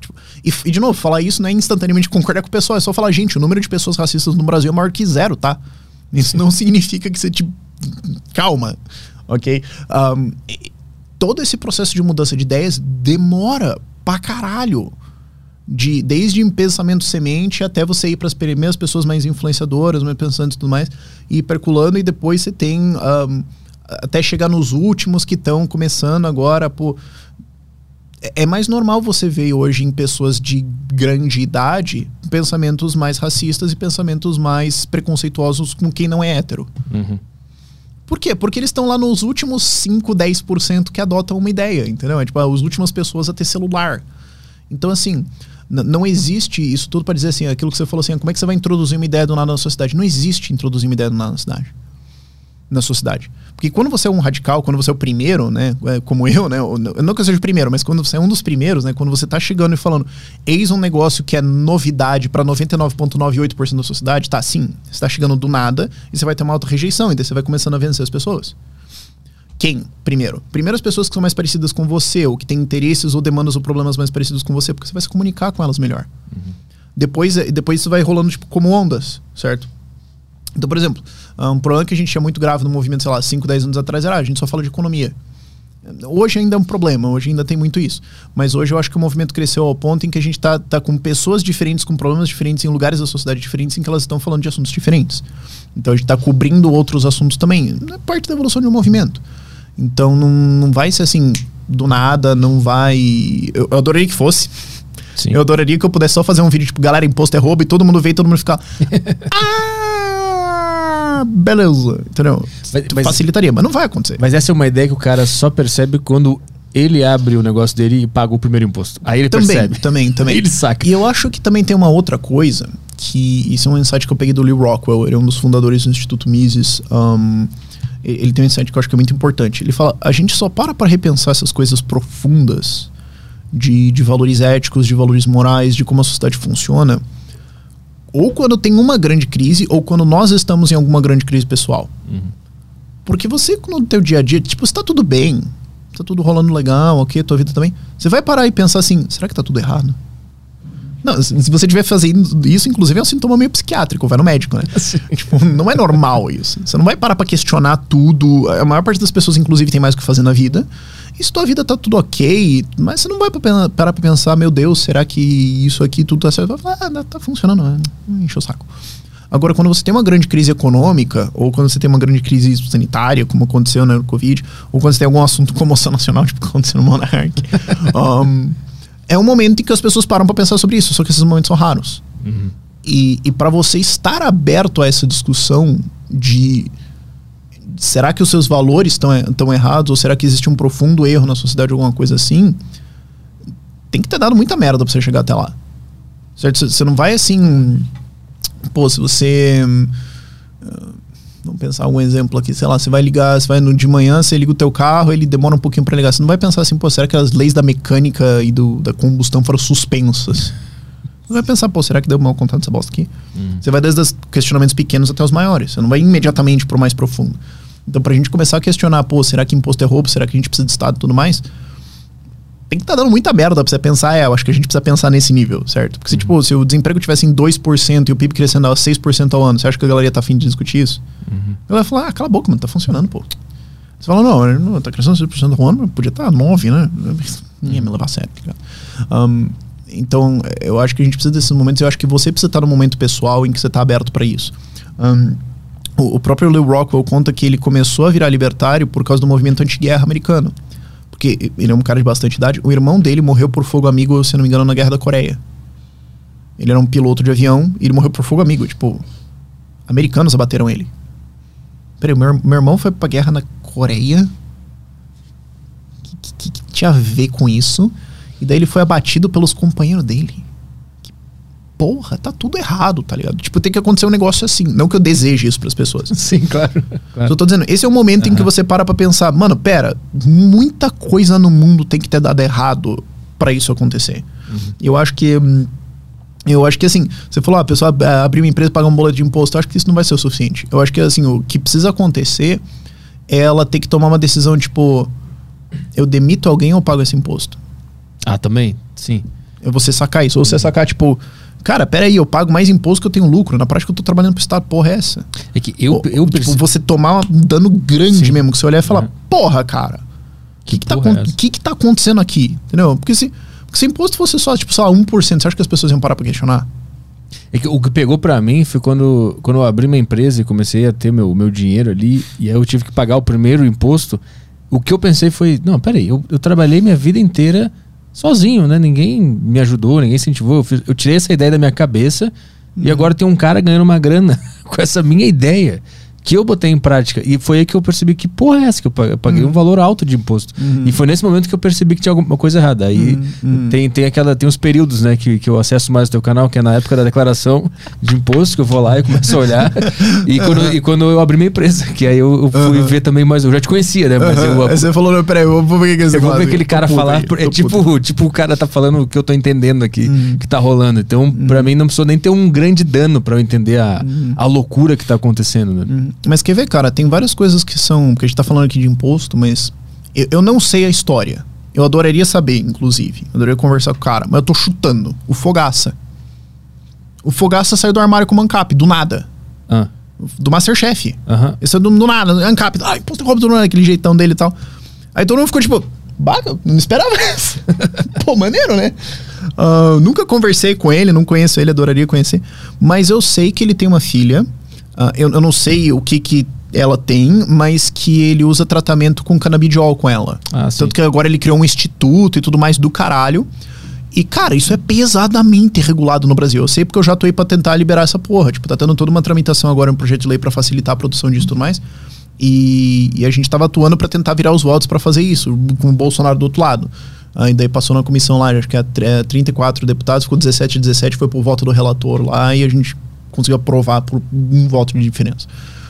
E, de novo, falar isso não é instantaneamente concordar com o pessoal, é só falar, gente, o número de pessoas racistas no Brasil é maior que 0, tá? Isso não significa que você, tipo, calma, ok? Todo esse processo de mudança de ideias demora pra caralho. Desde pensamento semente até você ir para as primeiras pessoas mais influenciadoras, mais pensantes e tudo mais, e ir percolando, e depois você tem até chegar nos últimos que estão começando agora. Pô, é mais normal você ver hoje em pessoas de grande idade pensamentos mais racistas e pensamentos mais preconceituosos com quem não é hétero. Uhum. Por quê? Porque eles estão lá nos últimos 5, 10% que adotam uma ideia, entendeu? É tipo as últimas pessoas a ter celular. Então, assim, não existe isso tudo para dizer assim, aquilo que você falou assim, como é que você vai introduzir uma ideia do nada na sociedade? Não existe introduzir uma ideia do nada na sociedade. Porque quando você é um radical, quando você é o primeiro, né, como eu, né, não que eu seja o primeiro, mas quando você é um dos primeiros, né, quando você tá chegando e falando, eis um negócio que é novidade para 99,98% da sociedade, tá, sim, você tá chegando do nada e você vai ter uma alta rejeição, e daí você vai começando a vencer as pessoas. Quem? Primeiro as pessoas que são mais parecidas com você, ou que têm interesses ou demandas ou problemas mais parecidos com você, porque você vai se comunicar com elas melhor. Uhum. Depois isso vai rolando tipo como ondas, certo? Então, por exemplo, um problema que a gente tinha muito grave no movimento, sei lá, 5, 10 anos atrás era a gente só fala de economia. Hoje ainda é um problema, hoje ainda tem muito isso. Mas hoje eu acho que o movimento cresceu ao ponto em que a gente tá com pessoas diferentes, com problemas diferentes, em lugares da sociedade diferentes, em que elas estão falando de assuntos diferentes. Então a gente tá cobrindo outros assuntos também. É parte da evolução de um movimento. Então não vai ser assim, do nada, não vai... Eu adoraria que fosse. Sim. Eu adoraria que eu pudesse só fazer um vídeo tipo, galera, imposto é roubo, e todo mundo vê e todo mundo fica... beleza, entendeu? Mas facilitaria, mas não vai acontecer. Mas essa é uma ideia que o cara só percebe quando ele abre o negócio dele e paga o primeiro imposto. Aí ele percebe. Também. Aí ele saca. E eu acho que também tem uma outra coisa, que isso é um insight que eu peguei do Lew Rockwell, ele é um dos fundadores do Instituto Mises. Ele tem um insight que eu acho que é muito importante. Ele fala, a gente só para repensar essas coisas profundas de valores éticos, de valores morais, de como a sociedade funciona, ou quando tem uma grande crise, ou quando nós estamos em alguma grande crise pessoal. Uhum. Porque você, no teu dia a dia, tipo, está tudo bem, está tudo rolando legal, ok, tua vida também, você vai parar e pensar assim, será que tá tudo errado? Não, se você estiver fazendo isso, inclusive é um sintoma meio psiquiátrico, vai no médico, né? Tipo, não é normal isso. Você não vai parar pra questionar tudo. A maior parte das pessoas, inclusive, tem mais o que fazer na vida. E se tua vida tá tudo ok, mas você não vai parar pra pensar, meu Deus, será que isso aqui tudo tá certo? Vai falar, tá funcionando, enche o saco. Agora, quando você tem uma grande crise econômica, ou quando você tem uma grande crise sanitária, como aconteceu no Covid, ou quando você tem algum assunto comoção nacional, tipo aconteceu no Monark, é um momento em que as pessoas param pra pensar sobre isso, só que esses momentos são raros. Uhum. E para você estar aberto a essa discussão de será que os seus valores estão errados, ou será que existe um profundo erro na sociedade, alguma coisa assim, tem que ter dado muita merda pra você chegar até lá. Certo? Você não vai assim... Pô, se você... Vamos pensar algum exemplo aqui, sei lá, você vai ligar, de manhã, você liga o teu carro, ele demora um pouquinho pra ligar. Você não vai pensar assim, pô, será que as leis da mecânica e da combustão foram suspensas? Você vai pensar, pô, será que deu mal contato dessa bosta aqui? Você vai desde os questionamentos pequenos até os maiores. Você não vai imediatamente pro mais profundo. Então, pra gente começar a questionar, pô, será que imposto é roubo? Será que a gente precisa de Estado e tudo mais? Tem que estar dando muita merda pra você pensar, eu acho que a gente precisa pensar nesse nível, certo? Porque tipo, se o desemprego tivesse em 2% e o PIB crescendo a 6% ao ano, você acha que a galera ia estar afim de discutir isso? A galera ia falar, cala a boca, mano, tá funcionando, pô. Você fala, não, tá crescendo 6% ao ano, podia estar 9%, né? Ninguém me levar a sério, tá ligado? Então, eu acho que a gente precisa desses momentos, eu acho que você precisa estar no momento pessoal em que você tá aberto pra isso. O próprio Lew Rockwell conta que ele começou a virar libertário por causa do movimento anti-guerra americano. Porque ele é um cara de bastante idade. O irmão dele morreu por fogo amigo, se não me engano, na Guerra da Coreia. Ele era um piloto de avião e ele morreu por fogo amigo. Tipo, americanos abateram ele. Peraí, meu irmão foi pra guerra na Coreia? Que tinha a ver com isso? E daí ele foi abatido pelos companheiros dele. Porra, tá tudo errado, tá ligado? Tipo, tem que acontecer um negócio assim. Não que eu deseje isso pras pessoas. Sim, claro. Eu tô dizendo, esse é o momento em que você para pra pensar, mano, pera, muita coisa no mundo tem que ter dado errado pra isso acontecer. Eu acho que assim, você falou, a pessoa abrir uma empresa e pagar um boleto de imposto, eu acho que isso não vai ser o suficiente. Eu acho que assim, o que precisa acontecer é ela ter que tomar uma decisão, tipo, eu demito alguém ou pago esse imposto? Também? Sim. é você sacar isso. Ou você sacar, tipo, cara, peraí, eu pago mais imposto que eu tenho lucro. Na prática eu tô trabalhando pro Estado, porra é essa? É que eu tipo, você tomar um dano grande mesmo, que você olhar e falar, porra, cara, o que tá acontecendo aqui? Entendeu? Porque se imposto fosse só, tipo, sei lá, 1%, você acha que as pessoas iam parar pra questionar? É que o que pegou pra mim foi quando eu abri minha empresa e comecei a ter meu dinheiro ali, e aí eu tive que pagar o primeiro imposto. O que eu pensei foi, não, peraí, eu trabalhei minha vida inteira sozinho, né? Ninguém me ajudou, ninguém incentivou. Eu tirei essa ideia da minha cabeça e agora tem um cara ganhando uma grana com essa minha ideia que eu botei em prática. E foi aí que eu percebi que porra é essa, que eu paguei um valor alto de imposto. E foi nesse momento que eu percebi que tinha alguma coisa errada. Aí tem os períodos, né, que eu acesso mais o teu canal, que é na época da declaração de imposto, que eu vou lá e começo a olhar. E quando eu abri minha empresa, que aí eu fui ver também mais. Eu já te conhecia, né? Mas aí você falou, não, peraí, eu vou ver o que você vou ver aquele cara falar. É tipo o cara tá falando o que eu tô entendendo aqui, que tá rolando. Então, pra mim, não precisou nem ter um grande dano pra eu entender a loucura que tá acontecendo, né? Mas quer ver, cara, tem várias coisas que são... Porque a gente tá falando aqui de imposto, mas... Eu não sei a história. Eu adoraria saber, inclusive. Eu adoraria conversar com o cara. Mas eu tô chutando. O Fogaça. O Fogaça saiu do armário com o ANCAP, do nada. Do Masterchef. Esse é do nada. ANCAP. Ai, imposto roubo do nada, aquele jeitão dele e tal. Aí todo mundo ficou tipo... Baca, não esperava isso. Pô, maneiro, né? Nunca conversei com ele, não conheço ele, adoraria conhecer. Mas eu sei que ele tem uma filha... eu não sei o que ela tem, mas que ele usa tratamento com canabidiol com ela. Tanto que agora ele criou um instituto e tudo mais do caralho. E, cara, isso é pesadamente regulado no Brasil. Eu sei porque eu já tô aí pra tentar liberar essa porra. Tipo, tá tendo toda uma tramitação agora, um projeto de lei pra facilitar a produção disso e tudo mais. E a gente tava atuando pra tentar virar os votos pra fazer isso, com o Bolsonaro do outro lado. E daí passou na comissão lá, acho que 34 deputados, ficou 17, foi pro voto do relator lá e a gente conseguiu aprovar por um voto de diferença.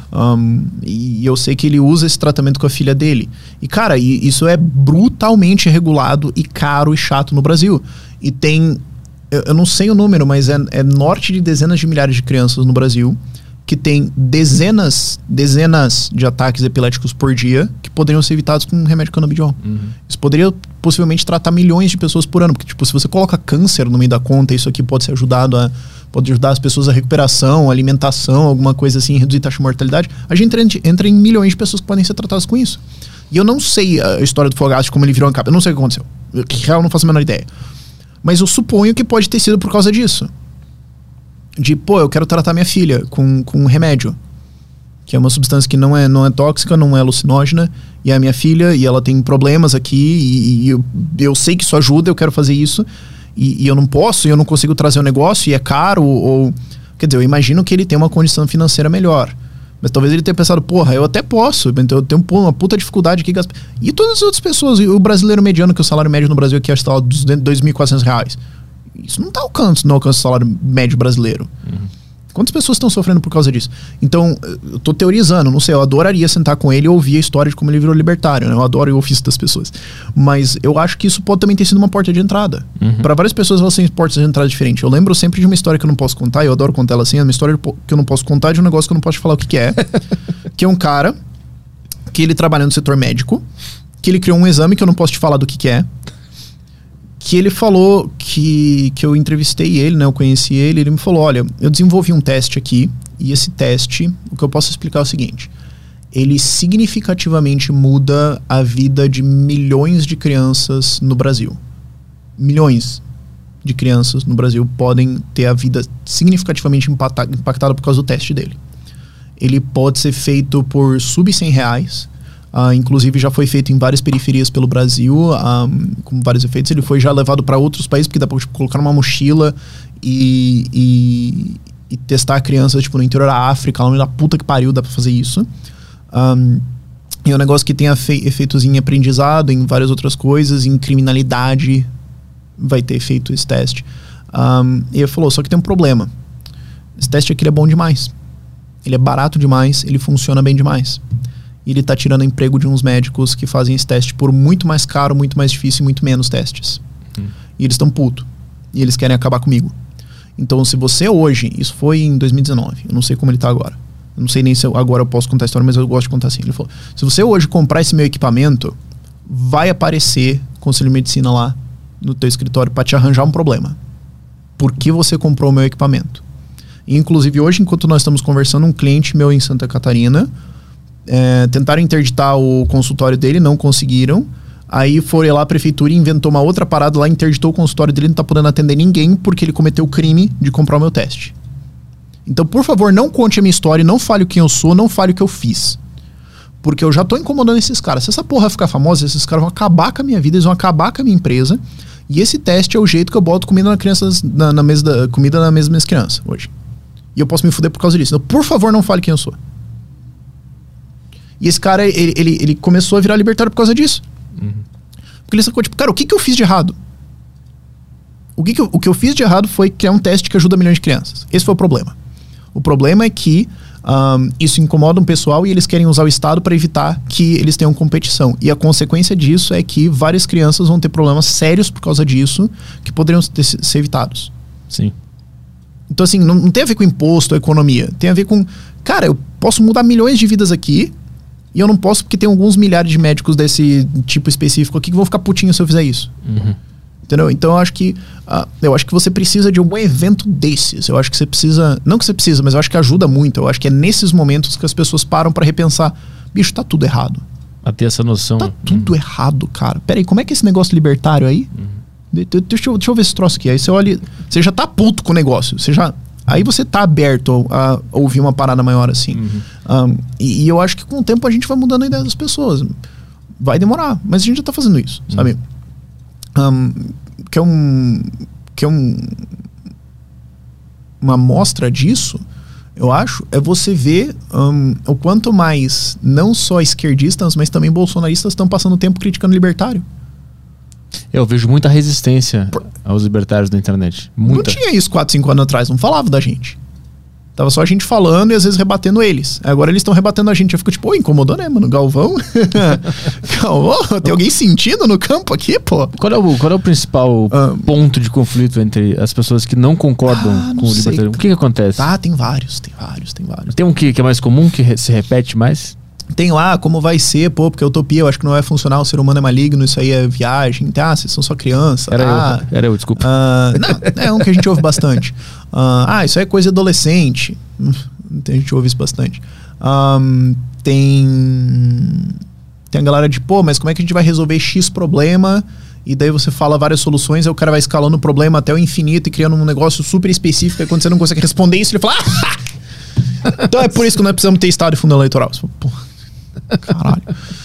E eu sei que ele usa esse tratamento com a filha dele. E, cara, isso é brutalmente regulado e caro e chato no Brasil. E tem... Eu não sei o número, mas é norte de dezenas de milhares de crianças no Brasil que tem dezenas de ataques epiléticos por dia que poderiam ser evitados com um remédio canabidiol. Isso poderia possivelmente tratar milhões de pessoas por ano. Porque, tipo, se você coloca câncer no meio da conta, isso aqui pode ser pode ajudar as pessoas a recuperação, alimentação, alguma coisa assim, reduzir taxa de mortalidade. A gente entra em milhões de pessoas que podem ser tratadas com isso. E eu não sei a história do Fogaça, como ele virou ANCAP. Eu não sei o que aconteceu. Eu não faço a menor ideia. Mas eu suponho que pode ter sido por causa disso. Eu quero tratar minha filha com um remédio. Que é uma substância que não é tóxica, não é alucinógena. E é a minha filha, e ela tem problemas aqui. E eu sei que isso ajuda, eu quero fazer isso. E eu não posso, eu não consigo trazer o negócio, e é caro, quer dizer, eu imagino que ele tem uma condição financeira melhor. Mas talvez ele tenha pensado, porra, eu até posso, então eu tenho uma puta dificuldade aqui. E todas as outras pessoas, o brasileiro mediano, que o salário médio no Brasil aqui está lá R$ 2.400. Isso não alcança o salário médio brasileiro. Quantas pessoas estão sofrendo por causa disso? Então, eu tô teorizando, não sei, eu adoraria sentar com ele e ouvir a história de como ele virou libertário, né? Eu adoro o ofício das pessoas. Mas eu acho que isso pode também ter sido uma porta de entrada. Para várias pessoas, elas têm portas de entrada diferentes. Eu lembro sempre de uma história que eu não posso contar, e eu adoro contar ela assim, é uma história que eu não posso contar de um negócio que eu não posso te falar o que é. Que é um cara que ele trabalha no setor médico, que ele criou um exame que eu não posso te falar do que é, que ele falou que eu entrevistei ele, né? Eu conheci ele me falou, olha, eu desenvolvi um teste aqui, e esse teste, o que eu posso explicar é o seguinte: ele significativamente muda a vida de milhões de crianças no Brasil. Milhões de crianças no Brasil podem ter a vida significativamente impactada por causa do teste dele. Ele pode ser feito por sub R$100, inclusive já foi feito em várias periferias pelo Brasil, com vários efeitos. Ele foi já levado para outros países, porque dá para colocar numa mochila e testar crianças tipo, no interior da África, lá no meio da puta que pariu, dá para fazer isso. E é um negócio que tem efeitos em aprendizado, em várias outras coisas, em criminalidade vai ter feito esse teste. E ele falou, só que tem um problema. Esse teste aqui é bom demais. Ele é barato demais, ele funciona bem demais. E ele tá tirando emprego de uns médicos que fazem esse teste por muito mais caro, muito mais difícil e muito menos testes. E eles estão putos. E eles querem acabar comigo. Então, se você hoje... Isso foi em 2019. Eu não sei como ele tá agora. Eu não sei nem se agora eu posso contar a história, mas eu gosto de contar assim. Ele falou, se você hoje comprar esse meu equipamento, vai aparecer Conselho de Medicina lá no teu escritório para te arranjar um problema. Por que você comprou o meu equipamento? E, inclusive, hoje, enquanto nós estamos conversando, um cliente meu em Santa Catarina, tentaram interditar o consultório dele, não conseguiram. Aí foram lá a prefeitura e inventou uma outra parada lá, interditou o consultório dele, não tá podendo atender ninguém porque ele cometeu o crime de comprar o meu teste. Então, por favor, não conte a minha história, não fale quem eu sou, não fale o que eu fiz. Porque eu já tô incomodando esses caras. Se essa porra ficar famosa, esses caras vão acabar com a minha vida, eles vão acabar com a minha empresa. E esse teste é o jeito que eu boto comida na mesa comida na mesa das crianças hoje. E eu posso me fuder por causa disso. Então, por favor, não fale quem eu sou. E esse cara, ele começou a virar libertário por causa disso. Porque ele sacou, tipo, cara, o que eu fiz de errado? O que eu fiz de errado foi criar um teste que ajuda milhões de crianças. Esse foi o problema. O problema é que isso incomoda um pessoal e eles querem usar o Estado para evitar que eles tenham competição. E a consequência disso é que várias crianças vão ter problemas sérios por causa disso que poderiam ser evitados. Sim. Então, assim, não tem a ver com imposto, economia. Tem a ver com, cara, eu posso mudar milhões de vidas aqui e eu não posso porque tem alguns milhares de médicos desse tipo específico aqui que vão ficar putinhos se eu fizer isso. Entendeu? Então eu acho que você precisa de algum evento desses. Eu acho que você precisa, não que você precisa, mas eu acho que ajuda muito. Eu acho que é nesses momentos que as pessoas param pra repensar, bicho, tá tudo errado. A ter essa noção. Tá tudo errado, cara. Peraí, como é que é esse negócio libertário aí? Deixa eu ver esse troço aqui. Aí você olha, você já tá puto com o negócio. Aí você tá aberto a ouvir uma parada maior assim. E eu acho que com o tempo a gente vai mudando a ideia das pessoas. Vai demorar, mas a gente já tá fazendo isso, sabe? Uma amostra disso, eu acho, é você ver o quanto mais não só esquerdistas, mas também bolsonaristas estão passando tempo criticando o libertário. Eu vejo muita resistência aos libertários na internet. Muita. Não tinha isso 4, 5 anos atrás, não falava da gente. Tava só a gente falando e às vezes rebatendo eles. Agora eles estão rebatendo a gente. Eu fico tipo, incomodou, né, mano? Galvão? Galvão? Tem alguém sentindo no campo aqui, pô? Qual é o principal ponto de conflito entre as pessoas que não concordam com o libertário? O que acontece? Tem vários. Tem um que é mais comum, que se repete mais? Tem lá, como vai ser, pô, porque a utopia eu acho que não vai funcionar, o ser humano é maligno, isso aí é viagem, vocês são só criança. Era eu, desculpa. Não, é um que a gente ouve bastante. Isso aí é coisa adolescente. A gente ouve isso bastante. Tem a galera de, pô, mas como é que a gente vai resolver X problema? E daí você fala várias soluções, aí o cara vai escalando o problema até o infinito e criando um negócio super específico, e quando você não consegue responder isso, ele fala, então é por isso que nós precisamos ter Estado e fundo eleitoral. Você fala, porra. Caralho.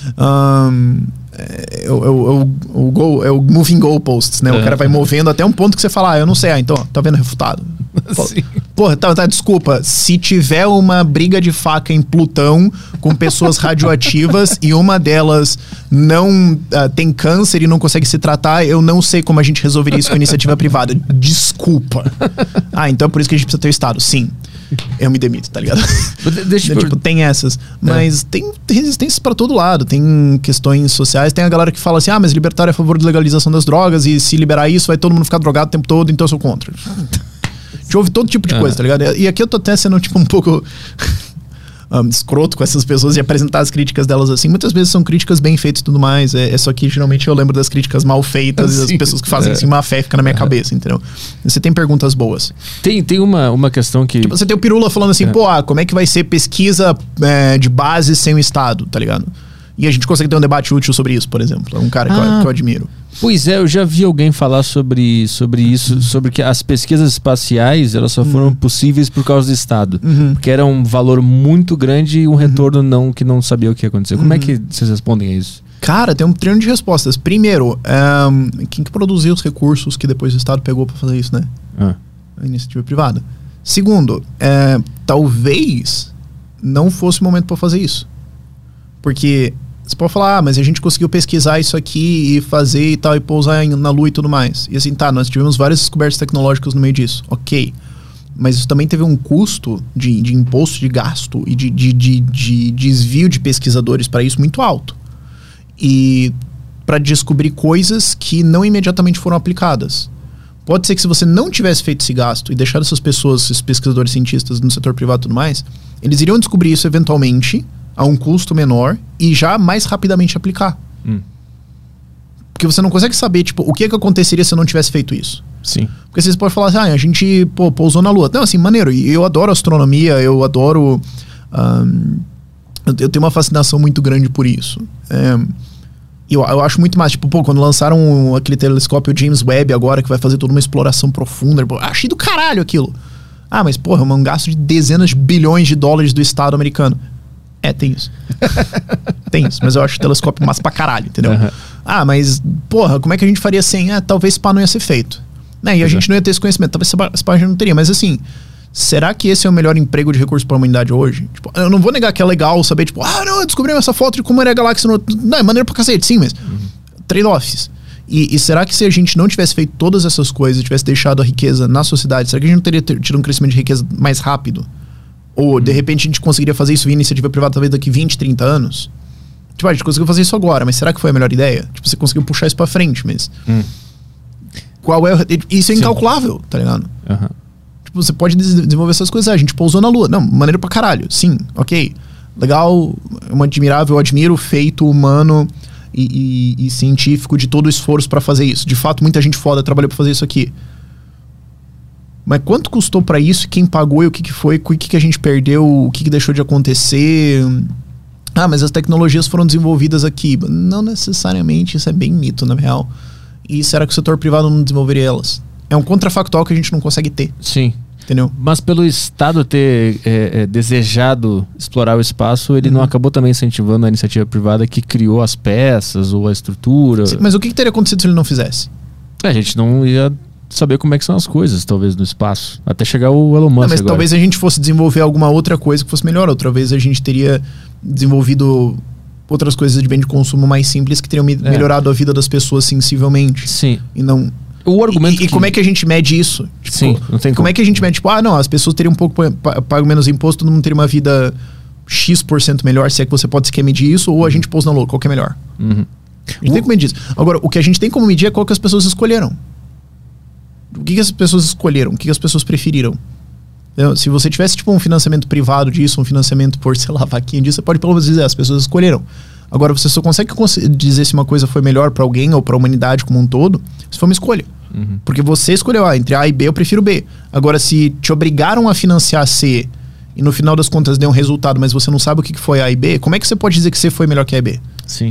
É o moving goalposts, né? O cara vai movendo até um ponto que você fala, eu não sei, então, tá vendo refutado. Porra, desculpa. Se tiver uma briga de faca em Plutão com pessoas radioativas e uma delas não tem câncer e não consegue se tratar, eu não sei como a gente resolveria isso com iniciativa privada. Desculpa. Então é por isso que a gente precisa ter o Estado. Sim. Eu me demito, tá ligado? Tem essas. Mas tem resistências pra todo lado. Tem questões sociais. Tem a galera que fala assim, mas libertário é a favor da legalização das drogas e se liberar isso vai todo mundo ficar drogado o tempo todo, então eu sou contra. A gente ouve todo tipo de coisa, tá ligado? E aqui eu tô até sendo tipo um pouco escroto com essas pessoas e apresentar as críticas delas assim. Muitas vezes são críticas bem feitas e tudo mais. Só que geralmente eu lembro das críticas mal feitas e das pessoas que fazem assim, má fé fica na minha cabeça, entendeu? Você tem perguntas boas. Tem uma questão que... Tipo, você tem o Pirula falando assim, como é que vai ser pesquisa de base sem o Estado, tá ligado? E a gente consegue ter um debate útil sobre isso, por exemplo. É um cara que eu admiro. Pois é, eu já vi alguém falar sobre isso, sobre que as pesquisas espaciais, elas só foram possíveis por causa do Estado. Porque era um valor muito grande e um retorno que não sabia o que ia acontecer. Como é que vocês respondem a isso? Cara, tem um treino de respostas. Primeiro, quem que produziu os recursos que depois o Estado pegou pra fazer isso, né? A iniciativa privada. Segundo, talvez não fosse o momento pra fazer isso. Porque... Você pode falar, mas a gente conseguiu pesquisar isso aqui e fazer e tal, e pousar na Lua e tudo mais. E assim, nós tivemos várias descobertas tecnológicas no meio disso. Ok. Mas isso também teve um custo de imposto de gasto e de desvio de pesquisadores para isso muito alto. E para descobrir coisas que não imediatamente foram aplicadas. Pode ser que se você não tivesse feito esse gasto e deixado essas pessoas, esses pesquisadores cientistas no setor privado e tudo mais, eles iriam descobrir isso eventualmente a um custo menor e já mais rapidamente aplicar. Porque você não consegue saber, tipo, o que aconteceria se eu não tivesse feito isso. Sim. Porque vocês podem falar assim, a gente pousou na Lua. Não, assim, maneiro. E eu adoro astronomia, eu adoro... eu tenho uma fascinação muito grande por isso. Eu acho muito mais, tipo, quando lançaram aquele telescópio James Webb agora, que vai fazer toda uma exploração profunda, achei do caralho aquilo. Mas, porra, é um gasto de dezenas de bilhões de dólares do Estado americano. Tem isso. Tem isso, mas eu acho o telescópio massa pra caralho, entendeu? Mas, porra, como é que a gente faria sem? Talvez esse pá não ia ser feito. E a gente não ia ter esse conhecimento, talvez esse pá a gente não teria, mas assim... Será que esse é o melhor emprego de recurso para a humanidade hoje? Tipo, eu não vou negar que é legal saber, tipo, não, descobrimos essa foto de como era a galáxia. Não, é maneiro pra cacete, sim, mas trade-offs. E será que se a gente não tivesse feito todas essas coisas, tivesse deixado a riqueza na sociedade, será que a gente não teria tido um crescimento de riqueza mais rápido? Ou, de repente, a gente conseguiria fazer isso via iniciativa privada talvez daqui 20, 30 anos? Tipo, a gente conseguiu fazer isso agora, mas será que foi a melhor ideia? Tipo, você conseguiu puxar isso pra frente, mas... Qual é... Isso é incalculável, tá ligado? Tipo, você pode desenvolver essas coisas. A gente pousou na Lua. Não, maneiro pra caralho. Sim, ok. Legal, eu admiro o feito humano e científico de todo o esforço pra fazer isso. De fato, muita gente foda trabalhou pra fazer isso aqui. Mas quanto custou pra isso? Quem pagou e o que foi? O que a gente perdeu? O que deixou de acontecer? Mas as tecnologias foram desenvolvidas aqui. Não necessariamente, isso é bem mito, na real. E será que o setor privado não desenvolveria elas? É um contrafactual que a gente não consegue ter. Sim. Entendeu? Mas pelo Estado ter desejado explorar o espaço, ele não acabou também incentivando a iniciativa privada que criou as peças ou a estrutura. Sim, mas o que teria acontecido se ele não fizesse? A gente não ia saber como é que são as coisas, talvez, no espaço. Até chegar o Elon Musk mas agora. Talvez a gente fosse desenvolver alguma outra coisa que fosse melhor. Outra vez a gente teria desenvolvido outras coisas de bem de consumo mais simples que teriam melhorado a vida das pessoas sensivelmente. Sim. E não... O argumento como é que a gente mede isso? Tipo, sim, não tem como é que a gente mede? Tipo, não, as pessoas teriam pagam menos imposto, todo mundo teria uma vida X% melhor, se é que você pode sequer medir isso, ou a gente pôs na Lua, qual que é melhor? A gente tem como medir isso. Agora, o que a gente tem como medir é qual que as pessoas escolheram. O que as pessoas escolheram? O que as pessoas preferiram? Então, se você tivesse tipo um financiamento privado disso, um financiamento por, sei lá, vaquinha disso, você pode pelo menos dizer, as pessoas escolheram. Agora, você só consegue dizer se uma coisa foi melhor pra alguém ou pra humanidade como um todo, se for uma escolha. Porque você escolheu, entre A e B, eu prefiro B. Agora, se te obrigaram a financiar C e no final das contas deu um resultado, mas você não sabe o que foi A e B, como é que você pode dizer que C foi melhor que A e B? Sim.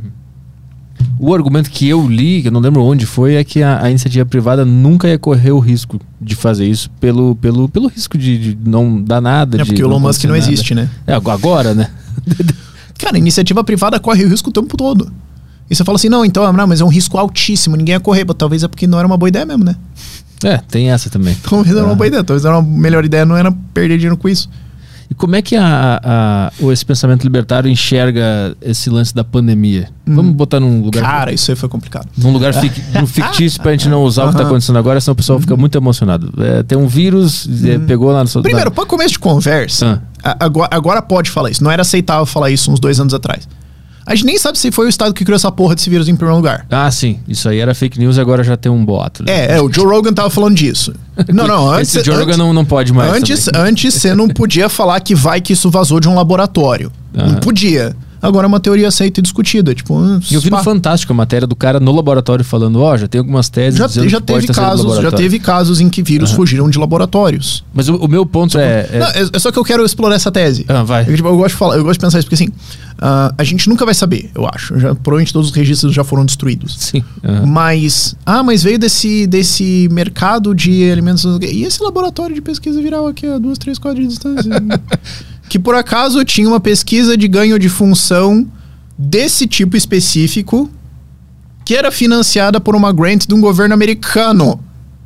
O argumento que eu li, que eu não lembro onde foi, é que a iniciativa privada nunca ia correr o risco de fazer isso pelo risco de não dar nada. Porque o Elon Musk não existe, né? Agora, né? Cara, a iniciativa privada corre o risco o tempo todo. E você fala assim, não, mas é um risco altíssimo, ninguém ia correr. Talvez é porque não era uma boa ideia mesmo, né? Tem essa também. Talvez era uma boa ideia, talvez era uma melhor ideia, não era perder dinheiro com isso. E como é que esse pensamento libertário enxerga esse lance da pandemia? Vamos botar num lugar... Cara, isso aí foi complicado. Num lugar fictício pra gente não usar o que tá acontecendo agora, senão o pessoal fica muito emocionado. Tem um vírus, pegou lá... Primeiro, para começo de conversa, agora pode falar isso. Não era aceitável falar isso uns 2 anos atrás. A gente nem sabe se foi o Estado que criou essa porra desse vírus em primeiro lugar. Sim. Isso aí era fake news e agora já tem um boato. Né? O Joe Rogan tava falando disso. Não, antes... Esse Joe Rogan não pode mais. Antes você não podia falar que isso vazou de um laboratório. Não podia. Agora é uma teoria aceita e discutida. Tipo, eu vi no Fantástico a matéria do cara no laboratório falando, já tem algumas teses dizendo que pode ter sido do laboratório. Já teve casos em que vírus fugiram de laboratórios. Mas o meu ponto é só que eu quero explorar essa tese. Vai. Eu gosto de pensar isso, porque assim, a gente nunca vai saber, eu acho. Provavelmente todos os registros já foram destruídos. Sim. Mas veio desse mercado de alimentos... E esse laboratório de pesquisa viral aqui a 2, 3 quadras de distância? Que por acaso tinha uma pesquisa de ganho de função desse tipo específico que era financiada por uma grant de um governo americano.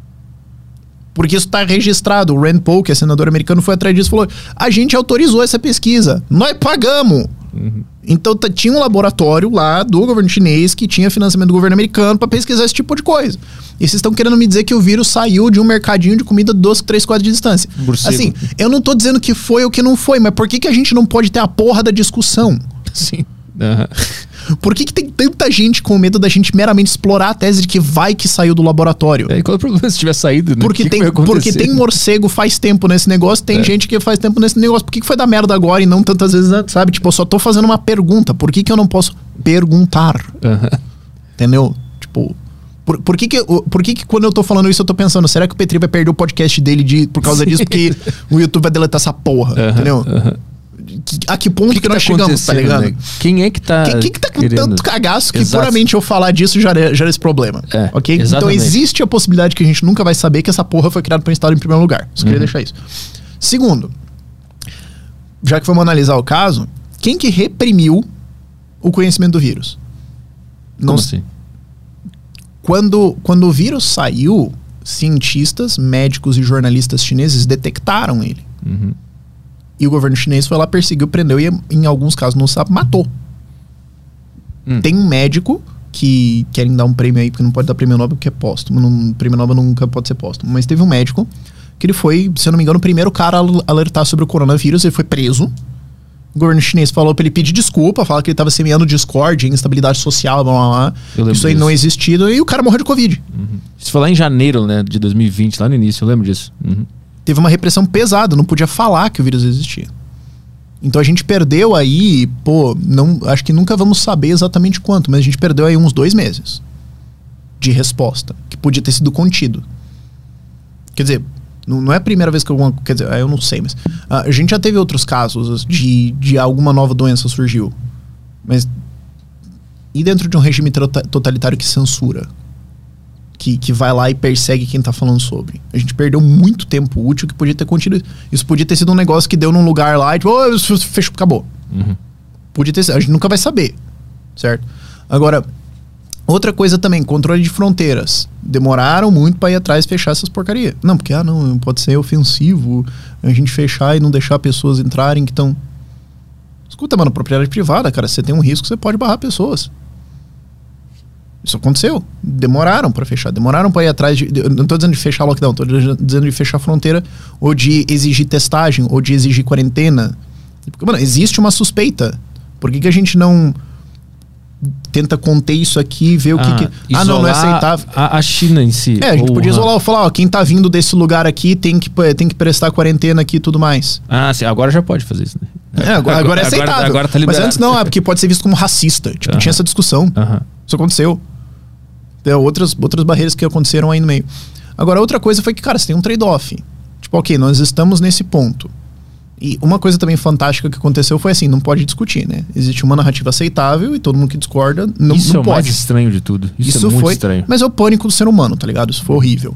Porque isso está registrado. O Rand Paul, que é senador americano, foi atrás disso e falou, a gente autorizou essa pesquisa, nós pagamos. Então tinha um laboratório lá do governo chinês que tinha financiamento do governo americano para pesquisar esse tipo de coisa. E vocês estão querendo me dizer que o vírus saiu de um mercadinho de comida 2, 3 quadras de distância. Assim, eu não tô dizendo que foi ou que não foi, mas por que a gente não pode ter a porra da discussão? Sim. Por que tem tanta gente com medo da gente meramente explorar a tese de que saiu do laboratório? Qual é o problema se tiver saído? Né? Porque tem morcego faz tempo nesse negócio, tem gente que faz tempo nesse negócio. Por que foi dar merda agora e não tantas vezes antes, sabe? Tipo, eu só tô fazendo uma pergunta. Por que eu não posso perguntar? Entendeu? Tipo, por que que quando eu tô falando isso eu tô pensando, será que o Petri vai perder o podcast dele por causa disso? Porque o YouTube vai deletar essa porra, entendeu? A que ponto que nós chegamos, tá ligado? Né? Quem é que tá Quem que tá com querendo... tanto cagaço que Exato. puramente eu falar disso já era esse problema, ok? Exatamente. Então existe a possibilidade que a gente nunca vai saber que essa porra foi criada para Estado em primeiro lugar. Só queria deixar isso. Segundo, já que vamos analisar o caso, quem que reprimiu o conhecimento do vírus? Como assim? Quando o vírus saiu, cientistas, médicos e jornalistas chineses detectaram ele. E o governo chinês foi lá, perseguiu, prendeu e, em alguns casos, não sabe, matou. Tem um médico que querem dar um prêmio aí, porque não pode dar prêmio Nobel porque é póstumo. Prêmio Nobel nunca pode ser póstumo. Mas teve um médico que ele foi, se eu não me engano, o primeiro cara a alertar sobre o coronavírus. Ele foi preso. O governo chinês falou pra ele pedir desculpa, falar que ele tava semeando discórdia, instabilidade social, blá blá blá. Isso aí não existia. E o cara morreu de Covid. Isso foi lá em janeiro, né, de 2020, lá no início, eu lembro disso. Teve uma repressão pesada, não podia falar que o vírus existia. Então a gente perdeu aí, acho que nunca vamos saber exatamente quanto, mas a gente perdeu aí uns 2 meses de resposta, que podia ter sido contido. Quer dizer, não é a primeira vez que quer dizer, eu não sei, mas a gente já teve outros casos de alguma nova doença surgiu. Mas e dentro de um regime totalitário que censura? Que vai lá e persegue quem tá falando sobre. A gente perdeu muito tempo útil que podia ter contido. Isso podia ter sido um negócio que deu num lugar lá e tipo, fechou, acabou. Podia ter sido, a gente nunca vai saber, certo? Agora, outra coisa também, controle de fronteiras. Demoraram muito pra ir atrás e fechar essas porcarias. Não, porque, não, pode ser ofensivo a gente fechar e não deixar pessoas entrarem que estão... Escuta, mano, propriedade privada, cara, você tem um risco, você pode barrar pessoas. Isso aconteceu. Demoraram pra fechar. Demoraram pra ir atrás de... Eu não tô dizendo de fechar lockdown, tô dizendo de fechar a fronteira ou de exigir testagem ou de exigir quarentena. Porque, mano, existe uma suspeita. Por que a gente não tenta conter isso aqui e ver o que... não é aceitável. A China em si. A gente podia isolar, falar, quem tá vindo desse lugar aqui tem que prestar quarentena aqui e tudo mais. Sim, agora já pode fazer isso, né? Agora é aceitável. Agora tá liberado. Mas antes não, porque pode ser visto como racista. Tipo, tinha essa discussão. Isso aconteceu. Tem outras barreiras que aconteceram aí no meio. Agora, outra coisa foi que, cara, você tem um trade-off. Tipo, ok, nós estamos nesse ponto. E uma coisa também fantástica que aconteceu foi assim, não pode discutir, né? Existe uma narrativa aceitável e todo mundo que discorda não pode. Isso é o mais estranho de tudo. Isso é muito estranho. Mas é o pânico do ser humano, tá ligado? Isso foi horrível.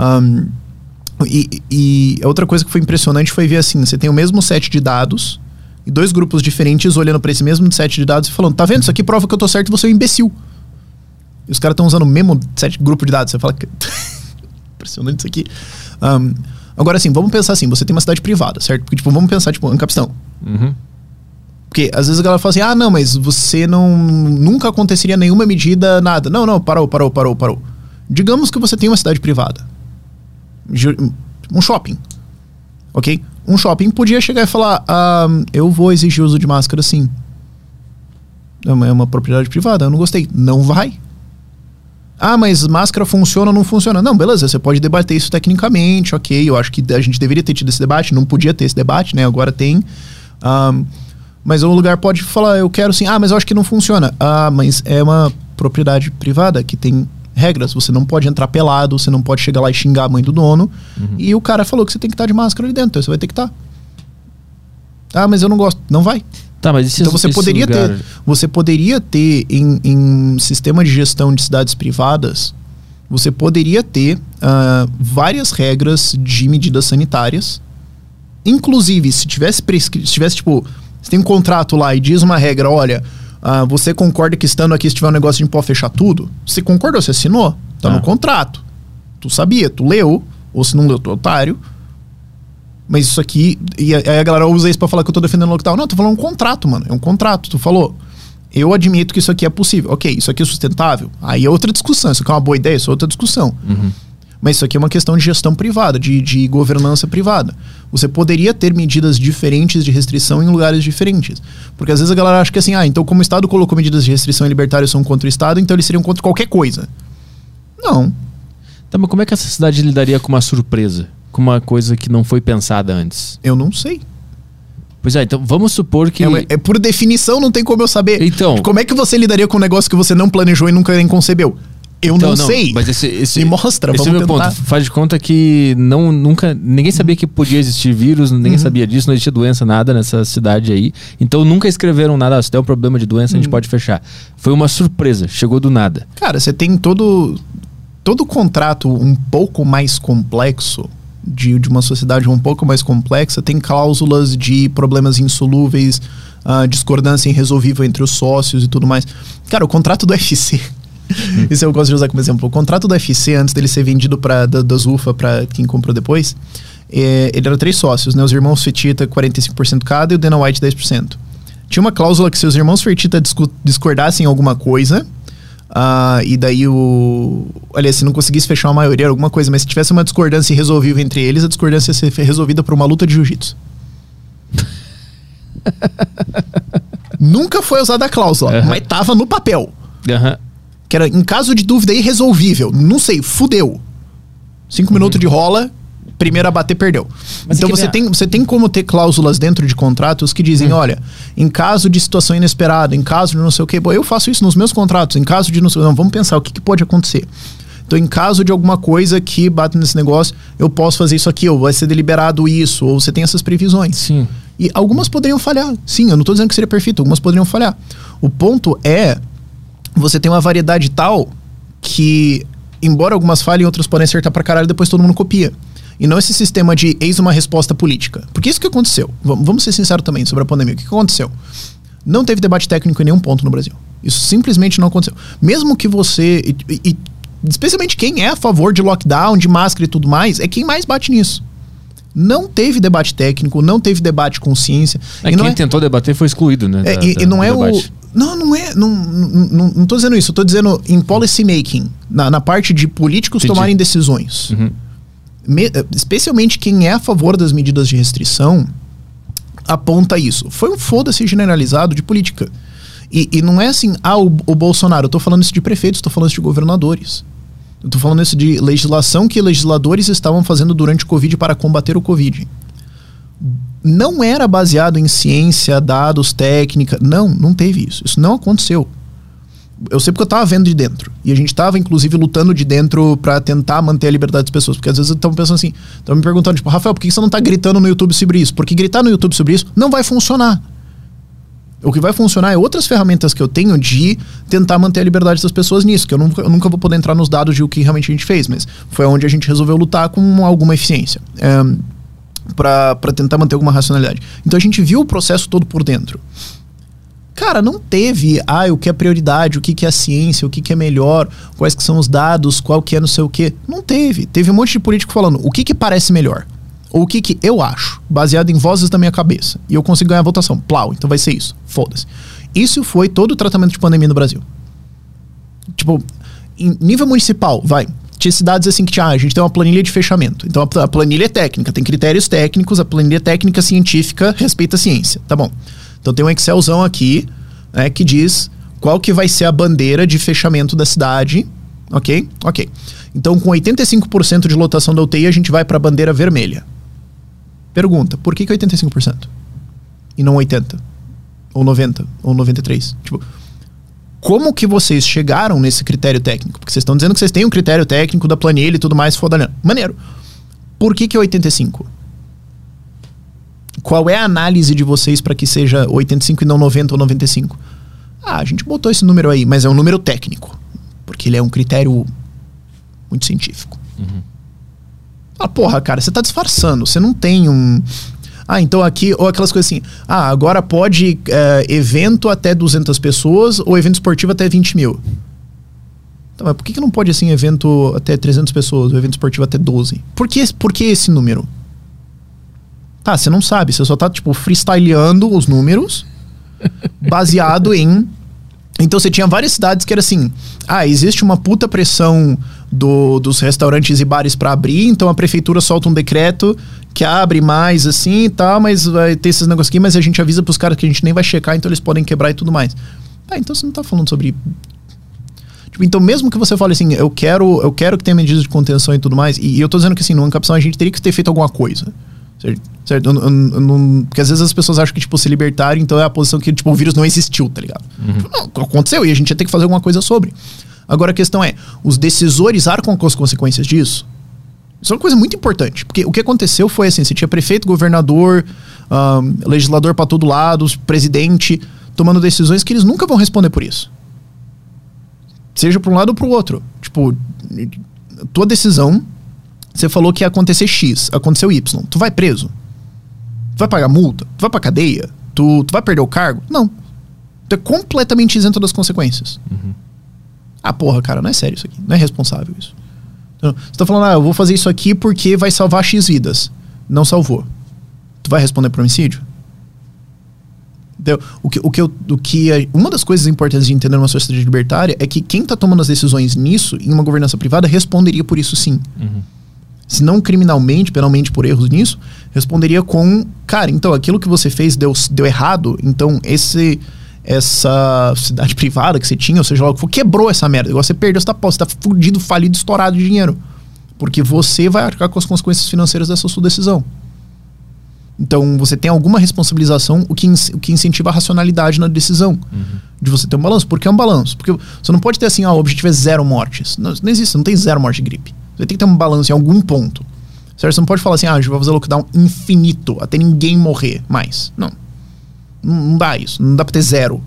E a outra coisa que foi impressionante foi ver assim, você tem o mesmo set de dados e 2 grupos diferentes olhando pra esse mesmo set de dados e falando, tá vendo? Isso aqui prova que eu tô certo e você é um imbecil. E os caras estão usando o mesmo grupo de dados. Você fala que... Impressionante isso aqui. Agora, assim, vamos pensar assim. Você tem uma cidade privada, certo? Porque, tipo, vamos pensar, tipo, Ancapistão. Porque, às vezes, a galera fala assim, não, mas você nunca aconteceria nenhuma medida, nada. Não, parou. Digamos que você tem uma cidade privada. Um shopping. Ok? Um shopping podia chegar e falar, eu vou exigir o uso de máscara, sim. É uma propriedade privada, eu não gostei. Não vai. Mas máscara funciona ou não funciona? Não, beleza, você pode debater isso tecnicamente, ok. Eu acho que a gente deveria ter tido esse debate, não podia ter esse debate, né? Agora tem. Mas o lugar pode falar, eu quero sim. Mas eu acho que não funciona. Mas é uma propriedade privada que tem regras. Você não pode entrar pelado, você não pode chegar lá e xingar a mãe do dono. E o cara falou que você tem que estar de máscara ali dentro, então você vai ter que estar. Mas eu não gosto. Não vai. Tá, mas então você poderia ter em sistema de gestão de cidades privadas, você poderia ter várias regras de medidas sanitárias. Inclusive, se tivesse tipo, você tem um contrato lá e diz uma regra, olha, você concorda que estando aqui, se tiver um negócio de pode fechar tudo? Você concorda, você assinou? Tá no contrato. Tu sabia, tu leu, ou se não leu, tu é otário. Mas isso aqui... E aí a galera usa isso pra falar que eu tô defendendo o lockdown. Não, eu tô falando um contrato, mano. É um contrato. Tu falou, eu admito que isso aqui é possível. Ok, isso aqui é sustentável? Aí é outra discussão. Isso aqui é uma boa ideia? Isso é outra discussão. Mas isso aqui é uma questão de gestão privada, de governança privada. Você poderia ter medidas diferentes de restrição em lugares diferentes. Porque às vezes a galera acha que assim, então como o Estado colocou medidas de restrição e libertárias são contra o Estado, então eles seriam contra qualquer coisa. Não. Tá, mas como é que essa cidade lidaria com uma surpresa? Com uma coisa que não foi pensada antes? Eu não sei. Pois é, então vamos supor que... por definição não tem como eu saber. Então... Como é que você lidaria com um negócio que você não planejou e nunca nem concebeu? Eu Então, não sei. Mas esse Me mostra, esse é o vamos meu tentar. ponto. Faz de conta que nunca ninguém sabia que podia existir vírus, ninguém sabia disso, não existia doença, nada nessa cidade aí. Então nunca escreveram nada, se der um problema de doença, a gente pode fechar. Foi uma surpresa, chegou do nada. Cara, você tem todo contrato um pouco mais complexo, de uma sociedade um pouco mais complexa, tem cláusulas de problemas insolúveis, discordância irresolvível entre os sócios e tudo mais. Cara, o contrato do UFC... Isso eu gosto de usar como exemplo. O contrato do UFC, antes dele ser vendido da Zufa para quem comprou depois, ele era 3 sócios, né? Os irmãos Fertitta, 45% cada, e o Dana White, 10%. Tinha uma cláusula que se os irmãos Fertitta discordassem em alguma coisa, e daí aliás, se não conseguisse fechar uma maioria, alguma coisa, mas se tivesse uma discordância irresolvível entre eles, a discordância ia ser resolvida por uma luta de jiu-jitsu. Nunca foi usada a cláusula, mas tava no papel. Que era, em caso de dúvida, irresolvível. Não sei, fudeu. 5 minutos de rola, primeiro a bater, perdeu. Mas então você tem como ter cláusulas dentro de contratos que dizem, olha, em caso de situação inesperada, em caso de não sei o quê, eu faço isso nos meus contratos, em caso de não sei, não, vamos pensar o que pode acontecer. Então, em caso de alguma coisa que bate nesse negócio, eu posso fazer isso aqui, ou vai ser deliberado isso, ou você tem essas previsões. Sim. E algumas poderiam falhar. Sim, eu não tô dizendo que seria perfeito, algumas poderiam falhar. O ponto é, você tem uma variedade tal que, embora algumas falhem, outras podem acertar pra caralho, depois todo mundo copia. E não esse sistema de eis uma resposta política. Porque isso que aconteceu. Vamos ser sinceros também sobre a pandemia. O que aconteceu? Não teve debate técnico em nenhum ponto no Brasil. Isso simplesmente não aconteceu. Mesmo que você... especialmente quem é a favor de lockdown, de máscara e tudo mais, é quem mais bate nisso. Não teve debate técnico, não teve debate com ciência. Quem tentou debater foi excluído, né? E não é debate. Não é. Não tô dizendo isso. Eu tô dizendo em policy making, na parte de políticos tomarem decisões. Especialmente quem é a favor das medidas de restrição aponta isso. Foi um foda-se generalizado de política. E não é assim, o Bolsonaro. Eu tô falando isso de prefeitos, tô falando isso de governadores. Eu tô falando isso de legislação que legisladores estavam fazendo durante o Covid para combater o Covid. Não era baseado em ciência, dados, técnica. Não teve isso. Isso não aconteceu. Eu sei porque eu tava vendo de dentro. E a gente tava, inclusive, lutando de dentro pra tentar manter a liberdade das pessoas. Porque às vezes estão pensando assim, estão me perguntando, tipo, Rafael, por que você não tá gritando no YouTube sobre isso? Porque gritar no YouTube sobre isso não vai funcionar. O que vai funcionar é outras ferramentas que eu tenho de tentar manter a liberdade das pessoas nisso, que eu nunca vou poder entrar nos dados de o que realmente a gente fez, mas foi onde a gente resolveu lutar com alguma eficiência. Pra tentar manter alguma racionalidade. Então a gente viu o processo todo por dentro. Cara, não teve, o que é prioridade, o que é a ciência, o que é melhor, quais que são os dados, qual que é não sei o que. Não teve. Teve um monte de político falando o que parece melhor. Ou o que eu acho, baseado em vozes da minha cabeça. E eu consigo ganhar a votação. Plau, então vai ser isso. Foda-se. Isso foi todo o tratamento de pandemia no Brasil. Tipo, em nível municipal, tinha cidades assim que a gente tem uma planilha de fechamento. Então a planilha é técnica, tem critérios técnicos, a planilha técnica científica respeita a ciência. Tá bom. Então tem um Excelzão aqui, né, que diz qual que vai ser a bandeira de fechamento da cidade. Ok? Ok. Então com 85% de lotação da UTI a gente vai para a bandeira vermelha. Pergunta, por que 85%? E não 80%? Ou 90%? Ou 93%? Tipo, como que vocês chegaram nesse critério técnico? Porque vocês estão dizendo que vocês têm um critério técnico da planilha e tudo mais, foda. Maneiro. Por que 85%? Qual é a análise de vocês para que seja 85% e não 90% ou 95%? A gente botou esse número aí, mas é um número técnico. Porque ele é um critério muito científico. Porra, cara, você tá disfarçando. Você não tem um... então aqui... Ou aquelas coisas assim... agora pode evento até 200 pessoas ou evento esportivo até 20 mil. Então, mas por que não pode, assim, evento até 300 pessoas ou evento esportivo até 12? Por que esse número? Tá, você não sabe. Você só tá, tipo, freestyleando os números baseado em... Então você tinha várias cidades que era assim, existe uma puta pressão dos restaurantes e bares pra abrir, então a prefeitura solta um decreto que abre mais assim e tal, mas vai ter esses negócios aqui, mas a gente avisa pros caras que a gente nem vai checar, então eles podem quebrar e tudo mais. Então você não tá falando sobre... Tipo, então mesmo que você fale assim, eu quero que tenha medidas de contenção e tudo mais, e eu tô dizendo que assim, no encapsulão a gente teria que ter feito alguma coisa. Certo? Porque às vezes as pessoas acham que, tipo, ser libertário, então é a posição que, tipo, o vírus não existiu, tá ligado? Não, aconteceu e a gente ia ter que fazer alguma coisa sobre. Agora a questão é, os decisores arcam com as consequências disso? Isso é uma coisa muito importante, porque o que aconteceu foi assim, você tinha prefeito, governador, legislador para todo lado, presidente, tomando decisões que eles nunca vão responder por isso. Seja para um lado ou para o outro. Tipo, tua decisão, você falou que ia acontecer X, aconteceu Y, tu vai preso? Tu vai pagar multa? Tu vai pra cadeia? Tu vai perder o cargo? Não. Tu é completamente isento das consequências. Ah, porra, cara, não é sério isso aqui, não é responsável isso. Então, você tá falando, eu vou fazer isso aqui porque vai salvar X vidas. Não salvou. Tu vai responder por homicídio? Então, uma das coisas importantes de entender uma sociedade libertária é que quem tá tomando as decisões nisso, em uma governança privada, responderia por isso sim. Se não criminalmente, penalmente por erros nisso, responderia com, cara, então aquilo que você fez deu errado, então essa cidade privada que você tinha, ou seja lá o que for, quebrou essa merda. Igual você perdeu essa posse, você tá fudido, falido, estourado de dinheiro. Porque você vai arcar com as consequências financeiras dessa sua decisão. Então, você tem alguma responsabilização, o que incentiva a racionalidade na decisão. De você ter um balanço. Por que é um balanço? Porque você não pode ter assim, o objetivo é 0 mortes. Não existe, não tem 0 morte de gripe. Você tem que ter um balanço em algum ponto. Certo? Você não pode falar assim, a gente vai fazer lockdown infinito, até ninguém morrer mais. Não dá isso. Não dá pra ter 0.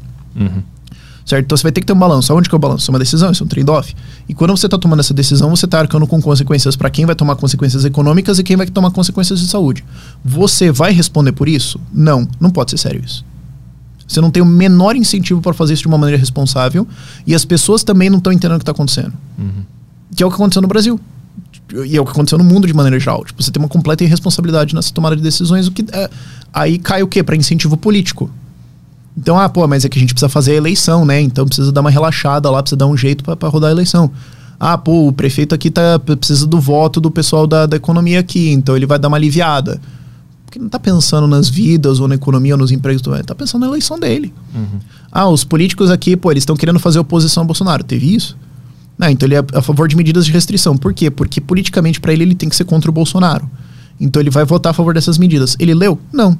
Certo? Então você vai ter que ter um balanço. Aonde que é o balanço? Isso é uma decisão, isso é um trade-off. E quando você tá tomando essa decisão, você tá arcando com consequências para quem vai tomar consequências econômicas e quem vai tomar consequências de saúde. Você vai responder por isso? Não pode ser sério isso. Você não tem o menor incentivo para fazer isso de uma maneira responsável e as pessoas também não estão entendendo o que está acontecendo. Que é o que aconteceu no Brasil. E é o que aconteceu no mundo de maneira geral. Tipo, você tem uma completa irresponsabilidade nessa tomada de decisões, aí cai o quê? Para incentivo político. Então, mas é que a gente precisa fazer a eleição, né? Então precisa dar uma relaxada lá, precisa dar um jeito para rodar a eleição. O prefeito aqui precisa do voto do pessoal da economia aqui, então ele vai dar uma aliviada. Porque não tá pensando nas vidas, ou na economia, ou nos empregos, tá pensando na eleição dele. Os políticos aqui, eles estão querendo fazer oposição ao Bolsonaro. Teve isso? Então ele é a favor de medidas de restrição. Por quê? Porque politicamente para ele tem que ser contra o Bolsonaro. Então ele vai votar a favor dessas medidas. Ele leu? Não.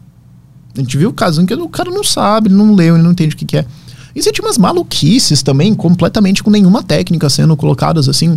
A gente viu o caso em que o cara não sabe, ele não leu, ele não entende o que é. E você tinha umas maluquices também, completamente com nenhuma técnica sendo colocadas assim.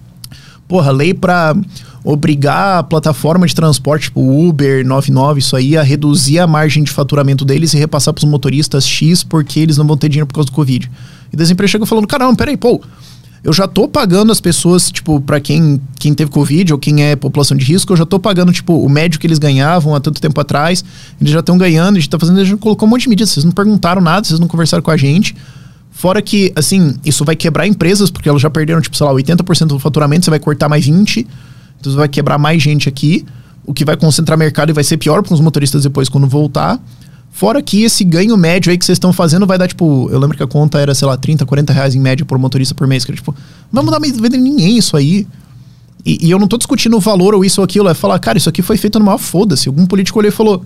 Lei pra obrigar a plataforma de transporte, tipo Uber, 99, isso aí, a reduzir a margem de faturamento deles e repassar pros motoristas X porque eles não vão ter dinheiro por causa do Covid. E das empresas chegam falando, caramba, peraí, eu já tô pagando as pessoas, tipo, pra quem teve Covid ou quem é população de risco, eu já tô pagando, tipo, o médio que eles ganhavam há tanto tempo atrás, eles já estão ganhando, a gente tá fazendo, a gente colocou um monte de medidas, vocês não perguntaram nada, vocês não conversaram com a gente. Fora que, assim, isso vai quebrar empresas, porque elas já perderam, tipo, sei lá, 80% do faturamento, você vai cortar mais 20%, então você vai quebrar mais gente aqui, o que vai concentrar mercado e vai ser pior para os motoristas depois quando voltar. Fora que esse ganho médio aí que vocês estão fazendo vai dar, tipo... Eu lembro que a conta era, sei lá, 30, 40 reais em média por motorista por mês. Que era, tipo, não vai mudar a vida de ninguém isso aí. E eu não tô discutindo o valor ou isso ou aquilo. É falar, cara, isso aqui foi feito numa foda-se. Algum político olhou e falou...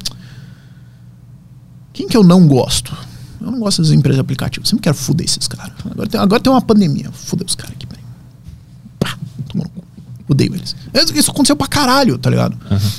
Quem que eu não gosto? Eu não gosto das empresas de aplicativo. Eu sempre quero foder esses caras. Agora tem uma pandemia. Foder os caras aqui, peraí. Pá, tomando cu. Odeio eles. Isso aconteceu pra caralho, tá ligado?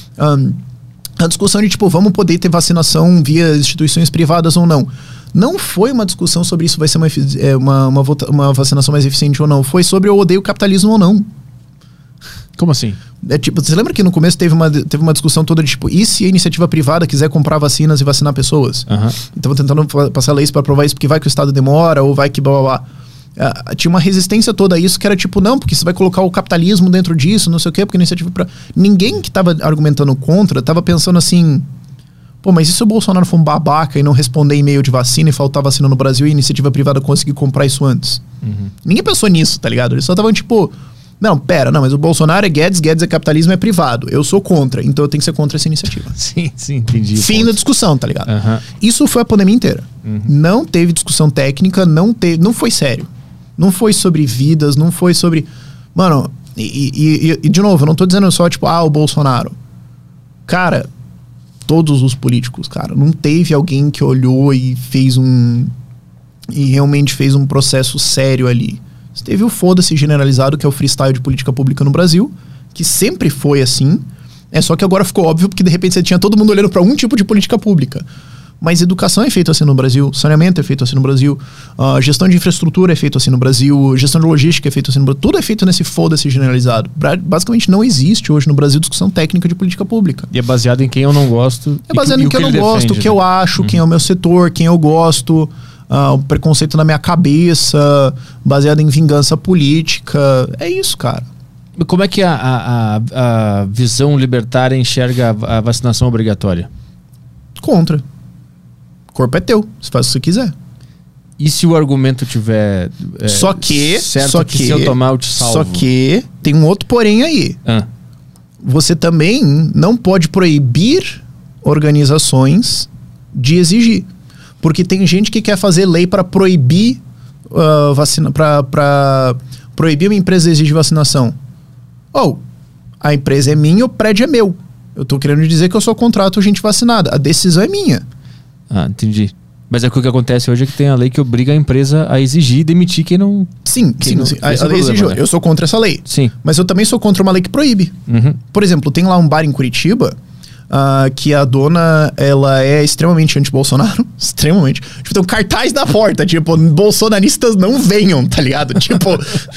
A discussão de, tipo, vamos poder ter vacinação via instituições privadas ou não. Não foi uma discussão sobre isso vai ser uma vacinação mais eficiente ou não. Foi sobre eu odeio o capitalismo ou não. Como assim? Tipo, você lembra que no começo teve uma discussão toda de, tipo, e se a iniciativa privada quiser comprar vacinas e vacinar pessoas? Então, tentando passar leis para provar isso, porque vai que o Estado demora ou vai que blá blá blá. Tinha uma resistência toda a isso que era tipo, não, porque você vai colocar o capitalismo dentro disso, não sei o quê, porque a iniciativa ninguém que tava argumentando contra tava pensando assim, mas e se o Bolsonaro for um babaca e não responder e-mail de vacina e faltar vacina no Brasil e a iniciativa privada conseguir comprar isso antes? Ninguém pensou nisso, tá ligado? Eles só estavam tipo, não, mas o Bolsonaro é Guedes é capitalismo, é privado. Eu sou contra, então eu tenho que ser contra essa iniciativa. Sim, entendi. Fim da discussão, tá ligado? Isso foi a pandemia inteira. Não teve discussão técnica, não foi sério. Não foi sobre vidas, não foi sobre... Mano, e de novo, eu não tô dizendo só, tipo, o Bolsonaro. Cara, todos os políticos, cara, não teve alguém que olhou e realmente fez um processo sério ali. Você teve o foda-se generalizado, que é o freestyle de política pública no Brasil, que sempre foi assim. Só que agora ficou óbvio, porque de repente você tinha todo mundo olhando pra um tipo de política pública. Mas educação é feito assim no Brasil, saneamento é feito assim no Brasil, gestão de infraestrutura é feito assim no Brasil, gestão de logística é feito assim no Brasil. Tudo é feito nesse foda-se generalizado. Basicamente não existe hoje no Brasil discussão técnica de política pública. E é baseado em quem eu não gosto. É baseado em quem eu não gosto, o que eu acho, quem é o meu setor, quem eu gosto, o preconceito na minha cabeça, baseado em vingança política. É isso, cara. Como é que a visão libertária enxerga a vacinação obrigatória? Contra. O corpo é teu, você faz o que você quiser. E se o argumento tiver só que se eu tomar eu te salvo? Só que tem um outro porém aí. Você também não pode proibir organizações de exigir. Porque tem gente que quer fazer lei para proibir vacina, para proibir uma empresa de exigir vacinação. A empresa é minha, o prédio é meu. Eu tô querendo dizer que eu só contrato gente vacinada. A decisão é minha. Entendi. Mas é que o que acontece hoje é que tem a lei que obriga a empresa a exigir e demitir quem não... Sim. A lei exigiu. Né? Eu sou contra essa lei. Sim. Mas eu também sou contra uma lei que proíbe. Por exemplo, tem lá um bar em Curitiba que a dona, ela é extremamente anti-Bolsonaro. Extremamente. Tipo, tem um cartaz na porta, tipo, bolsonaristas não venham, tá ligado? Tipo...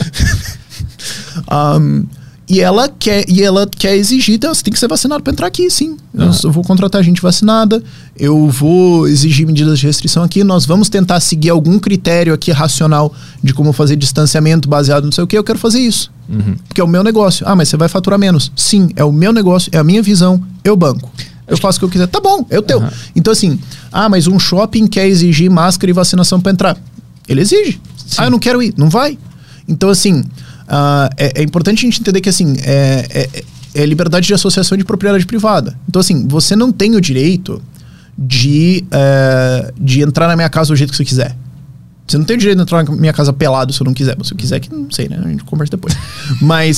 E ela quer exigir, então, você tem que ser vacinado para entrar aqui, sim. Eu vou contratar gente vacinada, eu vou exigir medidas de restrição aqui, nós vamos tentar seguir algum critério aqui racional de como fazer distanciamento baseado no sei o que, eu quero fazer isso. Porque é o meu negócio. Mas você vai faturar menos. Sim, é o meu negócio, é a minha visão, eu banco. Eu faço o que eu quiser. Tá bom, é o teu. Então assim, mas um shopping quer exigir máscara e vacinação para entrar. Ele exige. Sim. Eu não quero ir. Não vai. Então assim... é importante a gente entender que assim é liberdade de associação de propriedade privada. Então assim, você não tem o direito de entrar na minha casa do jeito que você quiser. Você não tem o direito de entrar na minha casa pelado se eu não quiser. Se eu quiser, que não sei, né? A gente conversa depois. Mas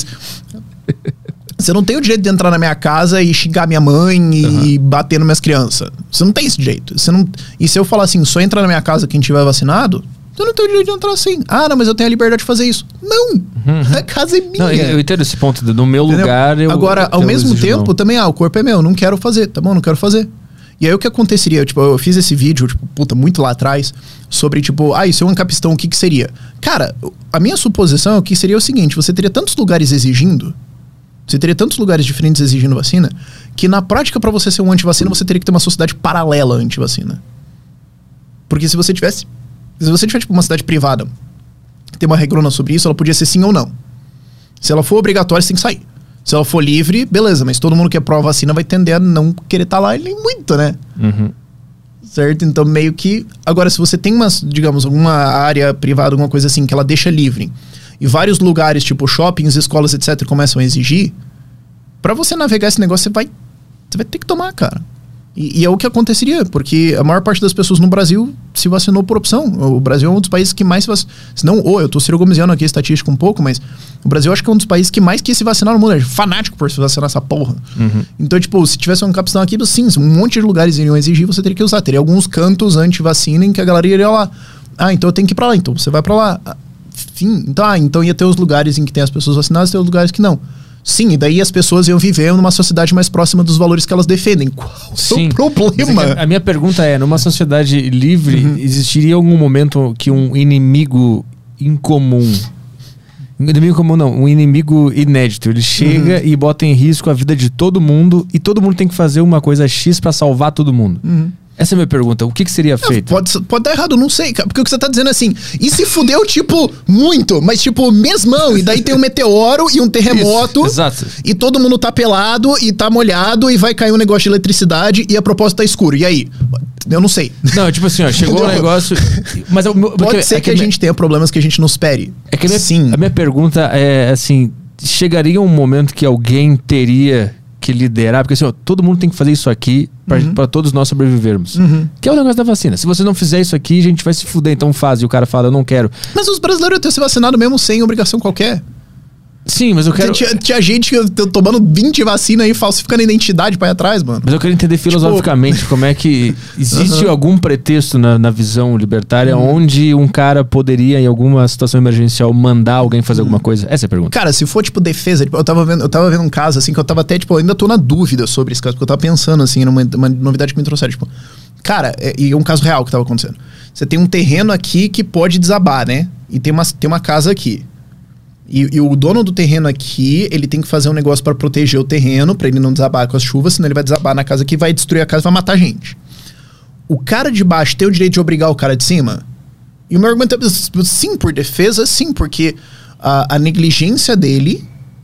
você não tem o direito de entrar na minha casa e xingar minha mãe e bater nas minhas crianças. Você não tem esse direito. E se eu falar assim, só entra na minha casa quem tiver vacinado, eu não tenho o direito de entrar assim. Não, mas eu tenho a liberdade de fazer isso. Não! A casa é minha. Não, eu entendo esse ponto. No meu lugar, Agora, ao mesmo tempo, também, o corpo é meu. Não quero fazer. Tá bom? Não quero fazer. E aí, o que aconteceria? Eu fiz esse vídeo, muito lá atrás, sobre, isso é um ancapistão, o que seria? Cara, a minha suposição é que seria o seguinte, você teria tantos lugares exigindo, você teria tantos lugares diferentes exigindo vacina, que na prática, para você ser um antivacina, você teria que ter uma sociedade paralela antivacina. Porque se você tivesse uma cidade privada que tem uma regrona sobre isso, ela podia ser sim ou não. Se ela for obrigatória, você tem que sair. Se ela for livre, beleza, mas todo mundo que é pró-vacina vai tender a não querer estar lá nem muito, né? Certo? Então, meio que... Agora, se você tem uma área privada, alguma coisa assim, que ela deixa livre, e vários lugares, tipo shoppings, escolas, etc., começam a exigir, pra você navegar esse negócio, você vai ter que tomar, cara. E é o que aconteceria, porque a maior parte das pessoas no Brasil se vacinou por opção. O Brasil é um dos países que mais se vacinou. Se não, eu tô Ciro Gomeziano aqui, estatística um pouco, mas o Brasil acho que é um dos países que mais quis se vacinar no mundo. É fanático por se vacinar essa porra. Então, se tivesse um capistão aqui, sim, um monte de lugares iriam exigir, você teria que usar. Teria alguns cantos anti-vacina em que a galera iria lá. Então eu tenho que ir pra lá, então você vai pra lá. Enfim, então ia ter os lugares em que tem as pessoas vacinadas e tem os lugares que não. Sim, e daí as pessoas iam viver numa sociedade mais próxima dos valores que elas defendem. Qual o problema? A minha pergunta é, numa sociedade livre, existiria algum momento que um inimigo incomum... um inimigo inédito, ele chega e bota em risco a vida de todo mundo e todo mundo tem que fazer uma coisa X pra salvar todo mundo? Essa é a minha pergunta. O que seria feito? Pode dar errado, não sei, cara. Porque o que você tá dizendo assim, e se fudeu, muito, mas mesmão, e daí tem um meteoro e um terremoto. Isso, exato. E todo mundo tá pelado e tá molhado e vai cair um negócio de eletricidade e a propósita tá escuro. E aí? Eu não sei. Não, chegou um negócio... Mas pode ser que a gente tenha problemas que a gente não espere. Sim. A minha pergunta é assim, chegaria um momento que alguém teria que liderar, porque assim, todo mundo tem que fazer isso aqui pra todos nós sobrevivermos. Que é o negócio da vacina. Se você não fizer isso aqui, a gente vai se fuder, então faz. E o cara fala, eu não quero. Mas os brasileiros têm se vacinado mesmo sem obrigação qualquer. Sim, mas eu quero... Tinha gente tomando 20 vacinas e falsificando a identidade pra ir atrás, mano. Mas eu quero entender filosoficamente como é que... Existe algum pretexto na visão libertária onde um cara poderia, em alguma situação emergencial, mandar alguém fazer alguma coisa? Essa é a pergunta. Cara, se for, defesa... Eu tava vendo um caso, assim, que eu tava até, ainda tô na dúvida sobre esse caso, porque eu tava pensando, assim, numa novidade que me trouxeram, Cara, e é um caso real que tava acontecendo. Você tem um terreno aqui que pode desabar, né? E tem uma casa aqui. E o dono do terreno aqui, ele tem que fazer um negócio pra proteger o terreno, pra ele não desabar com as chuvas, senão ele vai desabar na casa aqui, vai destruir a casa, vai matar a gente. O cara de baixo tem o direito de obrigar o cara de cima? E o meu argumento é sim, por defesa, sim, porque a negligência dele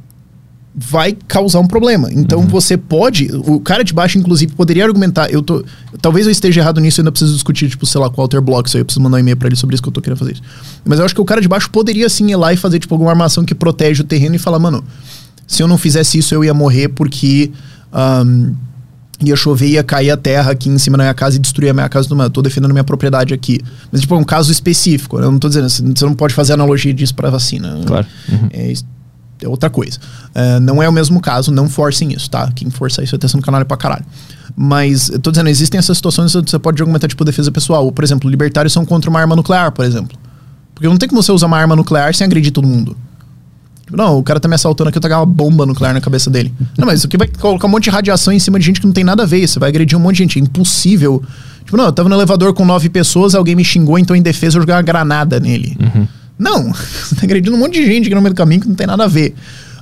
vai causar um problema. Então você pode... O cara de baixo, inclusive, poderia argumentar... Talvez eu esteja errado nisso, eu ainda preciso discutir, tipo, sei lá, com o Walter Blocks, aí eu preciso mandar um e-mail pra ele sobre isso que eu tô querendo fazer isso. Mas eu acho que o cara de baixo poderia sim ir lá e fazer, tipo, alguma armação que protege o terreno e falar, mano, se eu não fizesse isso, eu ia morrer porque ia chover, ia cair a terra aqui em cima da minha casa e destruir a minha casa. Eu tô defendendo a minha propriedade aqui. Mas, tipo, é um caso específico. Eu não tô dizendo, você não pode fazer analogia disso pra vacina. Claro. É outra coisa. Não é o mesmo caso, não forcem isso, tá? Quem força isso é atenção no canal é pra caralho. Mas, eu tô dizendo, existem essas situações que você pode argumentar, tipo, defesa pessoal. Ou, por exemplo, libertários são contra uma arma nuclear, por exemplo. Porque não tem como você usar uma arma nuclear sem agredir todo mundo. Tipo, não, o cara tá me assaltando aqui, eu tacar uma bomba nuclear na cabeça dele. Não, mas isso aqui vai colocar um monte de radiação em cima de gente que não tem nada a ver. Você vai agredir um monte de gente. É impossível. Tipo, não, eu tava no elevador com 9 pessoas, alguém me xingou, então em defesa eu joguei uma granada nele. Não, você tá agredindo um monte de gente aqui no meio do caminho que não tem nada a ver.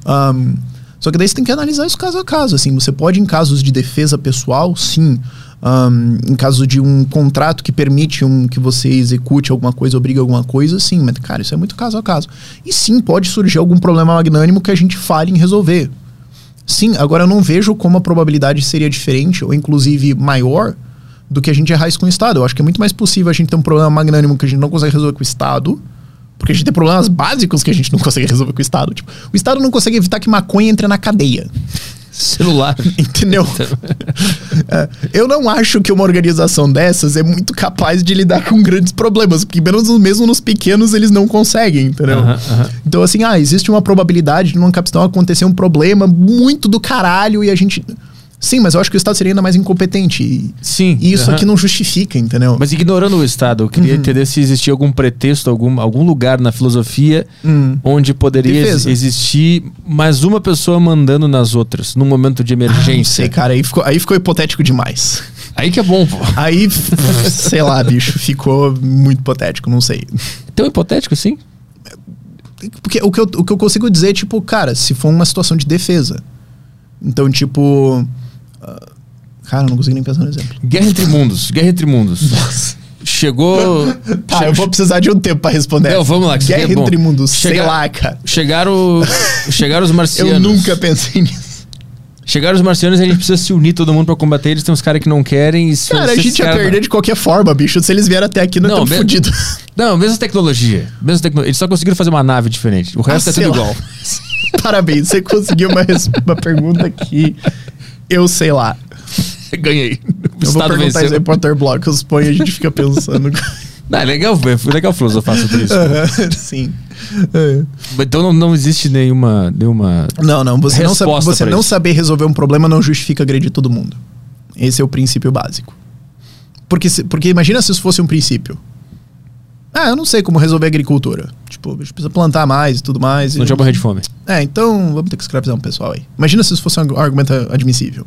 Só que daí você tem que analisar isso caso a caso. Assim, você pode, em casos de defesa pessoal, sim. Em caso de um contrato que permite que você execute alguma coisa, obrigue alguma coisa, sim. Mas, cara, isso é muito caso a caso. E sim, pode surgir algum problema magnânimo que a gente fale em resolver. Sim, agora eu não vejo como a probabilidade seria diferente, ou inclusive maior, do que a gente errar isso com o Estado. Eu acho que é muito mais possível a gente ter um problema magnânimo que a gente não consegue resolver com o Estado, porque a gente tem problemas básicos que a gente não consegue resolver com o Estado. Tipo, o Estado não consegue evitar que maconha entre na cadeia. Celular. Entendeu? Eu não acho que uma organização dessas é muito capaz de lidar com grandes problemas, porque mesmo nos pequenos eles não conseguem, entendeu? Então, assim, existe uma probabilidade de numa capitão acontecer um problema muito do caralho e a gente... Sim, mas eu acho que o Estado seria ainda mais incompetente. Sim. E isso aqui não justifica, entendeu? Mas ignorando o Estado, eu queria entender se existia algum pretexto, algum lugar na filosofia onde poderia existir mais uma pessoa mandando nas outras, num momento de emergência. Não sei, cara, aí ficou hipotético demais. Aí que é bom, pô. Aí, sei lá, bicho, ficou muito hipotético, não sei. Tão hipotético, sim? Porque o que eu consigo dizer, tipo, cara, se for uma situação de defesa. Então, tipo... cara, eu não consigo nem pensar no exemplo. Guerra entre mundos. Nossa. Chegou... Tá, eu vou precisar de um tempo pra responder. Não, vamos lá. Que Guerra entre mundos, sei lá, cara. Chegaram os marcianos. Eu nunca pensei nisso. Chegaram os marcianos e a gente precisa se unir todo mundo pra combater eles. Tem uns caras que não querem. Cara, a gente ia perder de qualquer forma, bicho. Se eles vieram até aqui, nós estamos fodidos. Não, mesma tecnologia. Eles só conseguiram fazer uma nave diferente. O resto é tudo igual. Parabéns, você conseguiu uma pergunta que eu sei lá. Ganhei. Eu vou perguntar isso aí pro Walter Blocks, põe e a gente fica pensando. Não, é legal filosofar sobre isso. Sim. Então não existe nenhuma Não, você não saber resolver um problema não justifica agredir todo mundo. Esse é o princípio básico. Porque imagina se isso fosse um princípio. Eu não sei como resolver a agricultura. Tipo, a gente precisa plantar mais e tudo mais. Não tinha morrer de fome. Então vamos ter que escravizar um pessoal aí. Imagina se isso fosse um argumento admissível.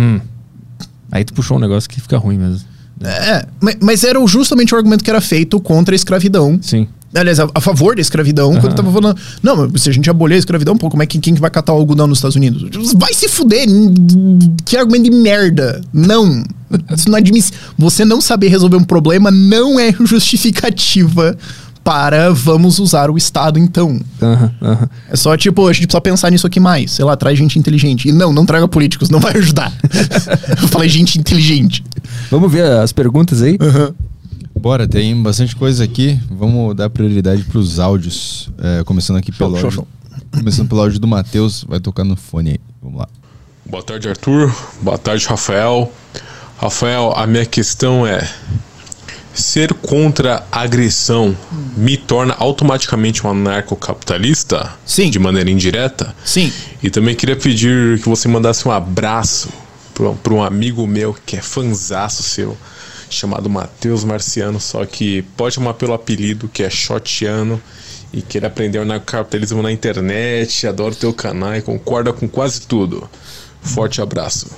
Aí tu puxou um negócio que fica ruim mesmo. Mas era justamente o argumento que era feito contra a escravidão. Sim. Aliás, a favor da escravidão, quando tava falando... Não, mas se a gente abolir a escravidão, pô, como é que quem vai catar o algodão nos Estados Unidos? Vai se fuder! Que argumento de merda! Não! Isso não admite. Você não saber resolver um problema não é justificativa para vamos usar o Estado, então. É só, tipo, a gente precisa pensar nisso aqui mais. Sei lá, traz gente inteligente. E não traga políticos, não vai ajudar. Eu falei gente inteligente. Vamos ver as perguntas aí? Bora, tem bastante coisa aqui. Vamos dar prioridade pros áudios. Começando aqui pelo áudio. Começando pelo áudio do Matheus. Vai tocar no fone aí. Vamos lá. Boa tarde, Arthur. Boa tarde, Rafael. Rafael, a minha questão é... ser contra a agressão me torna automaticamente um anarcocapitalista? Sim. De maneira indireta? Sim. E também queria pedir que você mandasse um abraço para um amigo meu que é fanzaço seu, chamado Matheus Marciano, só que pode chamar pelo apelido, que é Shotiano, e que ele aprendeu anarcocapitalismo na internet, adora o teu canal e concorda com quase tudo. Forte abraço.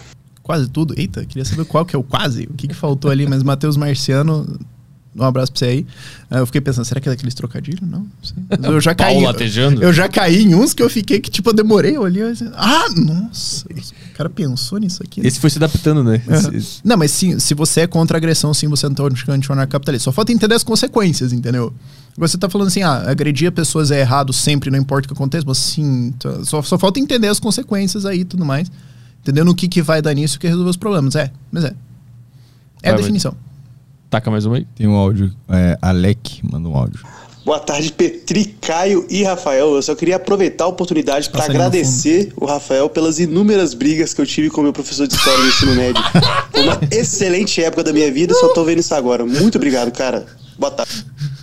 quase tudo. Eita, queria saber qual que é o quase, o que faltou ali, mas Matheus Marciano, um abraço pra você aí. Eu fiquei pensando, será que é daqueles trocadilhos? Não sei. Eu já caí. Eu já caí em uns que eu fiquei que, tipo, eu demorei, eu olhei assim, nossa, o cara pensou nisso aqui. Esse foi se adaptando, né? Não, mas sim, se você é contra a agressão, sim, você não tá anarcocapitalista. Só falta entender as consequências, entendeu? Você tá falando assim, agredir pessoas é errado sempre, não importa o que aconteça, mas sim, só falta entender as consequências aí e tudo mais. Entendendo o que vai dar nisso, que resolver os problemas. Mas é. É a definição. Taca mais uma aí. Tem um áudio. Alec manda um áudio. Boa tarde, Petri, Caio e Rafael. Eu só queria aproveitar a oportunidade para agradecer o Rafael pelas inúmeras brigas que eu tive com o meu professor de história no ensino médio. Foi uma excelente época da minha vida, só tô vendo isso agora. Muito obrigado, cara. Boa tarde.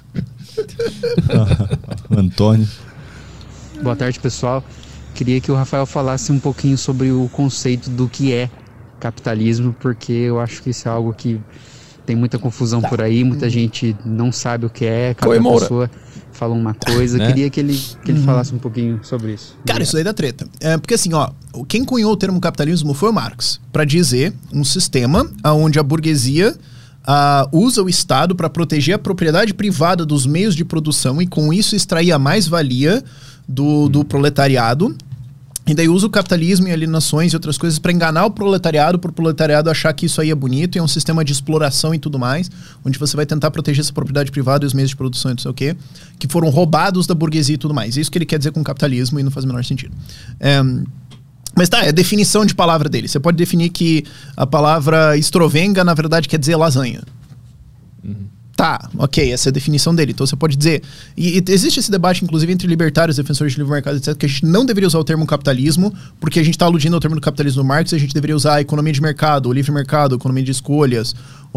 Antônio. Boa tarde, pessoal. Queria que o Rafael falasse um pouquinho sobre o conceito do que é capitalismo, porque eu acho que isso é algo que tem muita confusão por aí, muita gente não sabe o que é, cada pessoa fala uma coisa. Né? Queria que ele falasse um pouquinho sobre isso. Cara, isso aí dá treta. Porque assim, quem cunhou o termo capitalismo foi o Marx, para dizer um sistema onde a burguesia usa o Estado para proteger a propriedade privada dos meios de produção e com isso extrair a mais-valia do proletariado. E daí usa o capitalismo e alienações e outras coisas para enganar o proletariado, pro proletariado achar que isso aí é bonito e é um sistema de exploração e tudo mais, onde você vai tentar proteger essa propriedade privada e os meios de produção e não sei o quê, que foram roubados da burguesia e tudo mais. É isso que ele quer dizer com capitalismo e não faz o menor sentido. Mas tá, é a definição de palavra dele. Você pode definir que a palavra estrovenga, na verdade, quer dizer lasanha. Tá, ok, essa é a definição dele. Então você pode dizer... E existe esse debate, inclusive, entre libertários, defensores de livre mercado, etc., que a gente não deveria usar o termo capitalismo, porque a gente está aludindo ao termo do capitalismo do Marx, e a gente deveria usar a economia de mercado, o livre mercado, economia de escolhas,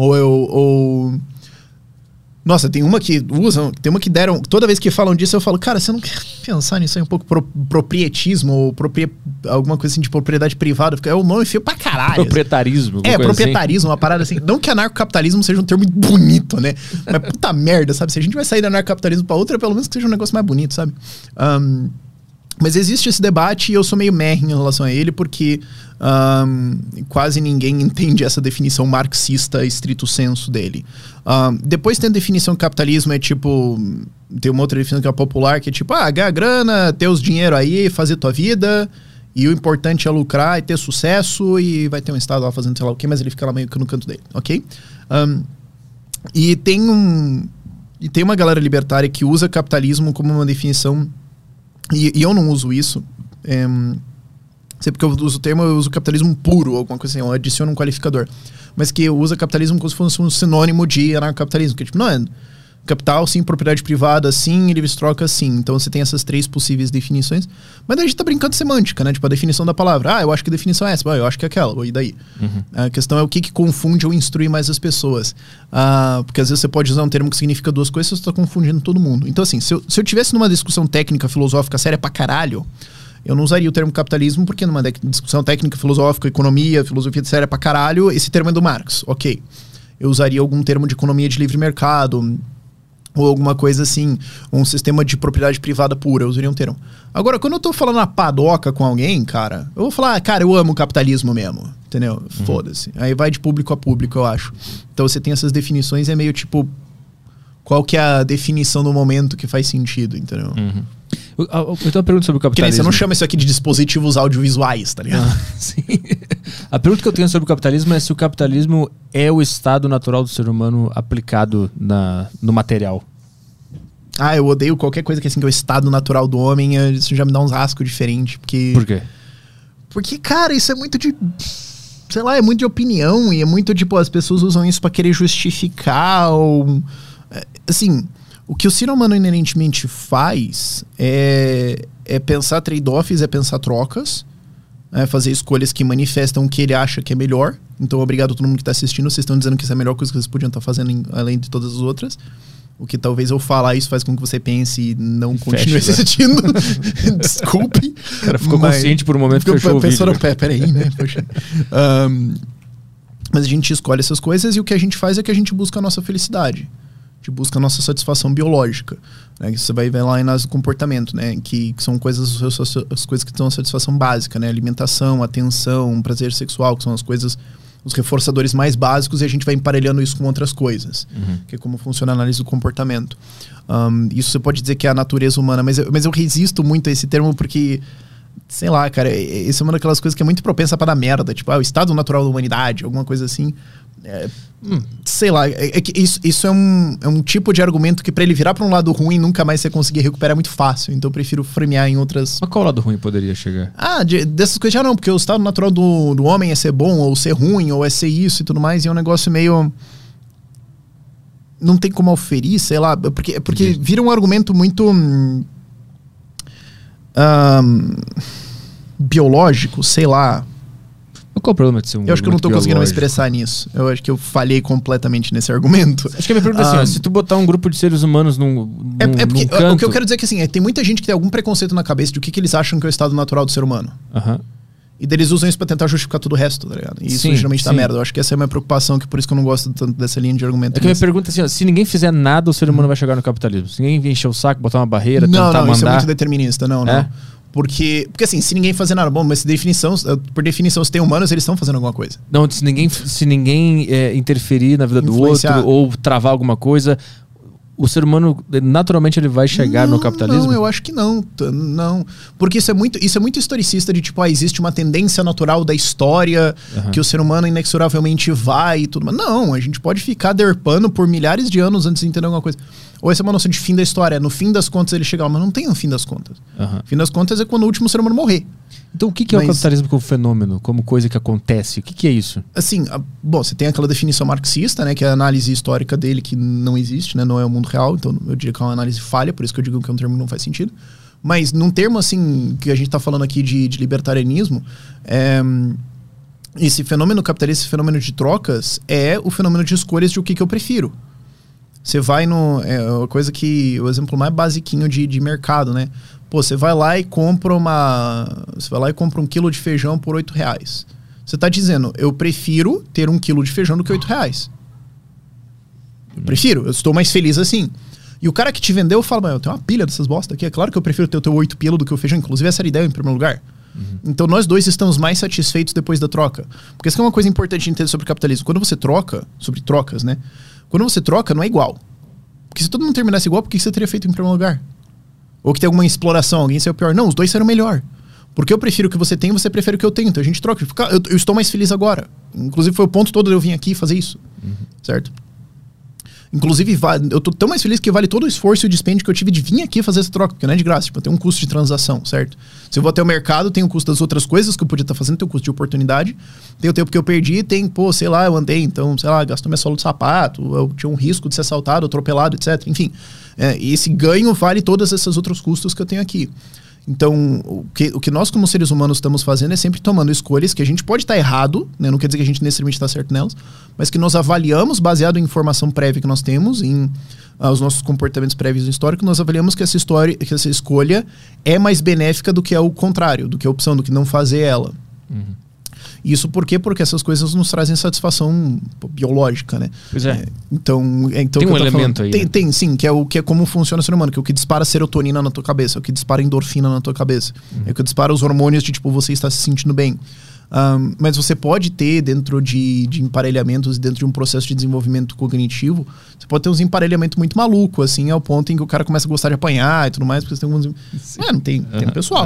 Nossa, tem uma que usam, tem uma que deram... Toda vez que falam disso, eu falo, cara, você não quer pensar nisso aí um pouco proprietismo, ou alguma coisa assim de propriedade privada? É um nome feio pra caralho. Proprietarismo. Proprietarismo, uma parada assim. Não que anarcocapitalismo seja um termo bonito, né? Mas puta merda, sabe? Se a gente vai sair do anarcocapitalismo pra outra, pelo menos que seja um negócio mais bonito, sabe? Mas existe esse debate e eu sou meio em relação a ele, porque quase ninguém entende essa definição marxista estrito sensu dele. Depois tem a definição que capitalismo é tipo... Tem uma outra definição que é popular, que é tipo, ganhar grana, ter os dinheiro aí, fazer tua vida, e o importante é lucrar e ter sucesso, e vai ter um estado lá fazendo sei lá o quê, mas ele fica lá meio que no canto dele, ok? E tem uma galera libertária que usa capitalismo como uma definição... E eu não uso isso. Sempre que eu uso o termo, eu uso capitalismo puro, alguma coisa assim, eu adiciono um qualificador. Mas que usa capitalismo como se fosse um sinônimo de anarcocapitalismo. Que tipo, não é capital, sim, propriedade privada, sim, livres trocas, sim. Então você tem essas três possíveis definições. Mas daí a gente tá brincando de semântica, né? Tipo, a definição da palavra. Eu acho que a definição é essa, eu acho que é aquela, e daí? A questão é o que confunde ou instrui mais as pessoas. Porque às vezes você pode usar um termo que significa duas coisas e você tá confundindo todo mundo. Então assim, se eu tivesse numa discussão técnica, filosófica, séria pra caralho, eu não usaria o termo capitalismo, porque numa discussão técnica, filosófica, economia, filosofia séria pra caralho, esse termo é do Marx, ok. Eu usaria algum termo de economia de livre mercado, ou alguma coisa assim, um sistema de propriedade privada pura, eu usaria um termo. Agora, quando eu tô falando na padoca com alguém, cara, eu vou falar, cara, eu amo o capitalismo mesmo, entendeu? Foda-se. Aí vai de público a público, eu acho. Então você tem essas definições, é meio tipo, qual que é a definição do momento que faz sentido, entendeu? Eu tenho uma pergunta sobre o capitalismo. Que nem você não chama isso aqui de dispositivos audiovisuais, tá ligado? Sim. A pergunta que eu tenho sobre o capitalismo é se o capitalismo é o estado natural do ser humano aplicado no material. Eu odeio qualquer coisa que assim, que é o estado natural do homem, isso já me dá uns rascos diferentes. Por quê? Porque, cara, isso é muito de... Sei lá, é muito de opinião e é muito, tipo, as pessoas usam isso pra querer justificar ou... Assim... O que o ser humano inerentemente faz é pensar trade-offs, é pensar trocas, fazer escolhas que manifestam o que ele acha que é melhor. Então, obrigado a todo mundo que está assistindo. Vocês estão dizendo que isso é a melhor coisa que vocês podiam estar fazendo além de todas as outras. O que talvez eu falar isso faz com que você pense e não continue assistindo. Desculpe. O cara ficou consciente por um momento que fechou o vídeo. Peraí, né? Poxa. Mas a gente escolhe essas coisas e o que a gente faz é que a gente busca a nossa felicidade. gente busca a nossa satisfação biológica, né? Que você vai ver lá em análise do comportamento, né? Que são coisas, as coisas que dão a satisfação básica, né? Alimentação, atenção, prazer sexual, que são as coisas, os reforçadores mais básicos, e a gente vai emparelhando isso com outras coisas, que é como funciona a análise do comportamento. Isso você pode dizer que é a natureza humana, mas eu resisto muito a esse termo porque, sei lá, cara, isso é uma daquelas coisas que é muito propensa para dar merda, tipo, o estado natural da humanidade, alguma coisa assim. Sei lá, que isso é um tipo de argumento que pra ele virar pra um lado ruim, nunca mais você conseguir recuperar é muito fácil. Então eu prefiro fremear em outras... Mas qual lado ruim poderia chegar? Dessas coisas já não, porque o estado natural do homem é ser bom, ou ser ruim, ou é ser isso e tudo mais, e é um negócio meio... Não tem como auferir, sei lá, porque vira um argumento muito... biológico, sei lá. Qual o problema de ser um Eu acho que eu não tô conseguindo me biológico? expressar nisso. Eu acho que eu falhei completamente nesse argumento. Acho que a minha pergunta é assim, ó, se tu botar um grupo de seres humanos num porque canto... o que eu quero dizer é que assim, tem muita gente que tem algum preconceito na cabeça de o que eles acham que é o estado natural do ser humano. E daí eles usam isso pra tentar justificar tudo o resto, tá ligado? E isso geralmente dá merda. Eu acho que essa é a minha preocupação, que por isso que eu não gosto tanto dessa linha de argumento. É que a minha pergunta é assim, ó, se ninguém fizer nada, o ser humano vai chegar no capitalismo. Se ninguém encher o saco, botar uma barreira, tentar mandar... Não, isso é muito determinista, não. Porque assim, se ninguém fazer nada, bom, mas por definição, se tem humanos, eles estão fazendo alguma coisa. Não, se ninguém interferir na vida do outro ou travar alguma coisa, o ser humano naturalmente ele vai chegar no capitalismo? Não, eu acho que não. Não. Porque isso é muito historicista de tipo, existe uma tendência natural da história que o ser humano inexoravelmente vai e tudo. Mas não, a gente pode ficar derpando por milhares de anos antes de entender alguma coisa. Ou essa é uma noção de fim da história. No fim das contas ele chega lá, mas não tem um fim das contas. O fim das contas é quando o último ser humano morrer. Então o que é o capitalismo como fenômeno, como coisa que acontece? O que é isso? Assim, bom, você tem aquela definição marxista, né, que é a análise histórica dele que não existe, né, não é o mundo real, então eu diria que é uma análise falha, por isso que eu digo que é um termo que não faz sentido. Mas num termo assim, que a gente tá falando aqui de libertarianismo, esse fenômeno capitalista, esse fenômeno de trocas, é o fenômeno de escolhas de o que eu prefiro. Você vai no... É uma coisa que... O exemplo mais basiquinho de mercado, né? Pô, você vai lá e compra um quilo de feijão por R$8. Você tá dizendo, eu prefiro ter 1 quilo de feijão do que R$8. Eu prefiro, eu estou mais feliz assim. E o cara que te vendeu fala, mas eu tenho uma pilha dessas bosta aqui. É claro que eu prefiro ter o teu 8 pila do que o feijão. Inclusive essa era a ideia em primeiro lugar. Então nós dois estamos mais satisfeitos depois da troca. Porque isso é uma coisa importante de entender sobre capitalismo. Quando você troca, sobre trocas, né? Quando você troca, não é igual. Porque se todo mundo terminasse igual, por que você teria feito em primeiro lugar? Ou que tem alguma exploração, alguém saiu pior. Não, os dois saíram melhor. Porque eu prefiro o que você tem, você prefere o que eu tenho. Então a gente troca. Eu estou mais feliz agora. Inclusive foi o ponto todo de eu vir aqui fazer isso. Certo? Inclusive, eu tô tão mais feliz que vale todo o esforço e o dispêndio que eu tive de vir aqui fazer essa troca, porque não é de graça, tipo, tem um custo de transação, certo? Se eu vou até o mercado, tem o custo das outras coisas que eu podia estar fazendo, tem o custo de oportunidade, tem o tempo que eu perdi, tem, sei lá, eu andei, então, sei lá, gastou minha sola de sapato, eu tinha um risco de ser assaltado, atropelado, etc. Enfim, e esse ganho vale todos esses outros custos que eu tenho aqui. Então, o que nós como seres humanos estamos fazendo é sempre tomando escolhas que a gente pode estar errado, né? Não quer dizer que a gente necessariamente está certo nelas, mas que nós avaliamos baseado em informação prévia que nós temos, em os nossos comportamentos prévios históricos, nós avaliamos que essa escolha é mais benéfica do que é o contrário, do que a opção, do que não fazer ela. Isso por quê? Porque essas coisas nos trazem satisfação biológica, né? Pois é. Então tem um elemento aí. Tem, sim, que é como funciona o ser humano, que é o que dispara serotonina na tua cabeça, é o que dispara endorfina na tua cabeça, é o que dispara os hormônios de tipo, você está se sentindo bem. Mas você pode ter dentro de emparelhamentos, dentro de um processo de desenvolvimento cognitivo, você pode ter uns emparelhamentos muito malucos, assim, ao ponto em que o cara começa a gostar de apanhar e tudo mais, porque você tem alguns... tem um pessoal.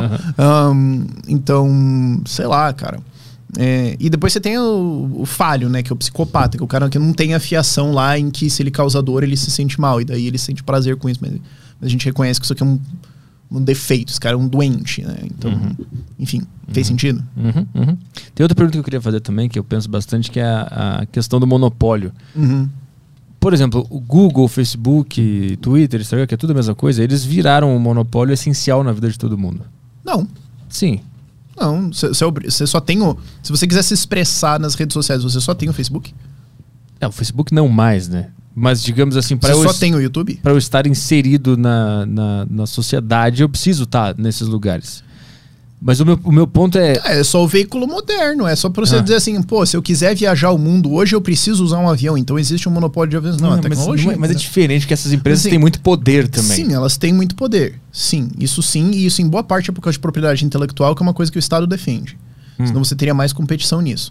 Então, sei lá, cara. E depois você tem o falho, né? Que é o psicopata, que é o cara que não tem a fiação lá em que se ele causa dor, ele se sente mal. E daí ele sente prazer com isso. Mas a gente reconhece que isso aqui é um defeito. Esse cara é um doente, né? Então, enfim, fez sentido? Tem outra pergunta que eu queria fazer também, que eu penso bastante, que é a questão do monopólio. Por exemplo, o Google, Facebook, Twitter, Instagram, que é tudo a mesma coisa, eles viraram um monopólio essencial na vida de todo mundo. Não. Sim. Não, você só tem o... Se você quiser se expressar nas redes sociais, você só tem o Facebook? O Facebook não mais, né? Mas digamos assim, você só tem o YouTube? Para eu estar inserido na sociedade, eu preciso estar nesses lugares. Mas o meu ponto é... É só o veículo moderno, é só pra você dizer assim, pô, se eu quiser viajar o mundo hoje, eu preciso usar um avião, então existe um monopólio de aviões. Não, a tecnologia... Mas é diferente, que essas empresas têm muito poder também. Sim, elas têm muito poder. Sim, e isso em boa parte é por causa de propriedade intelectual, que é uma coisa que o Estado defende. Senão você teria mais competição nisso.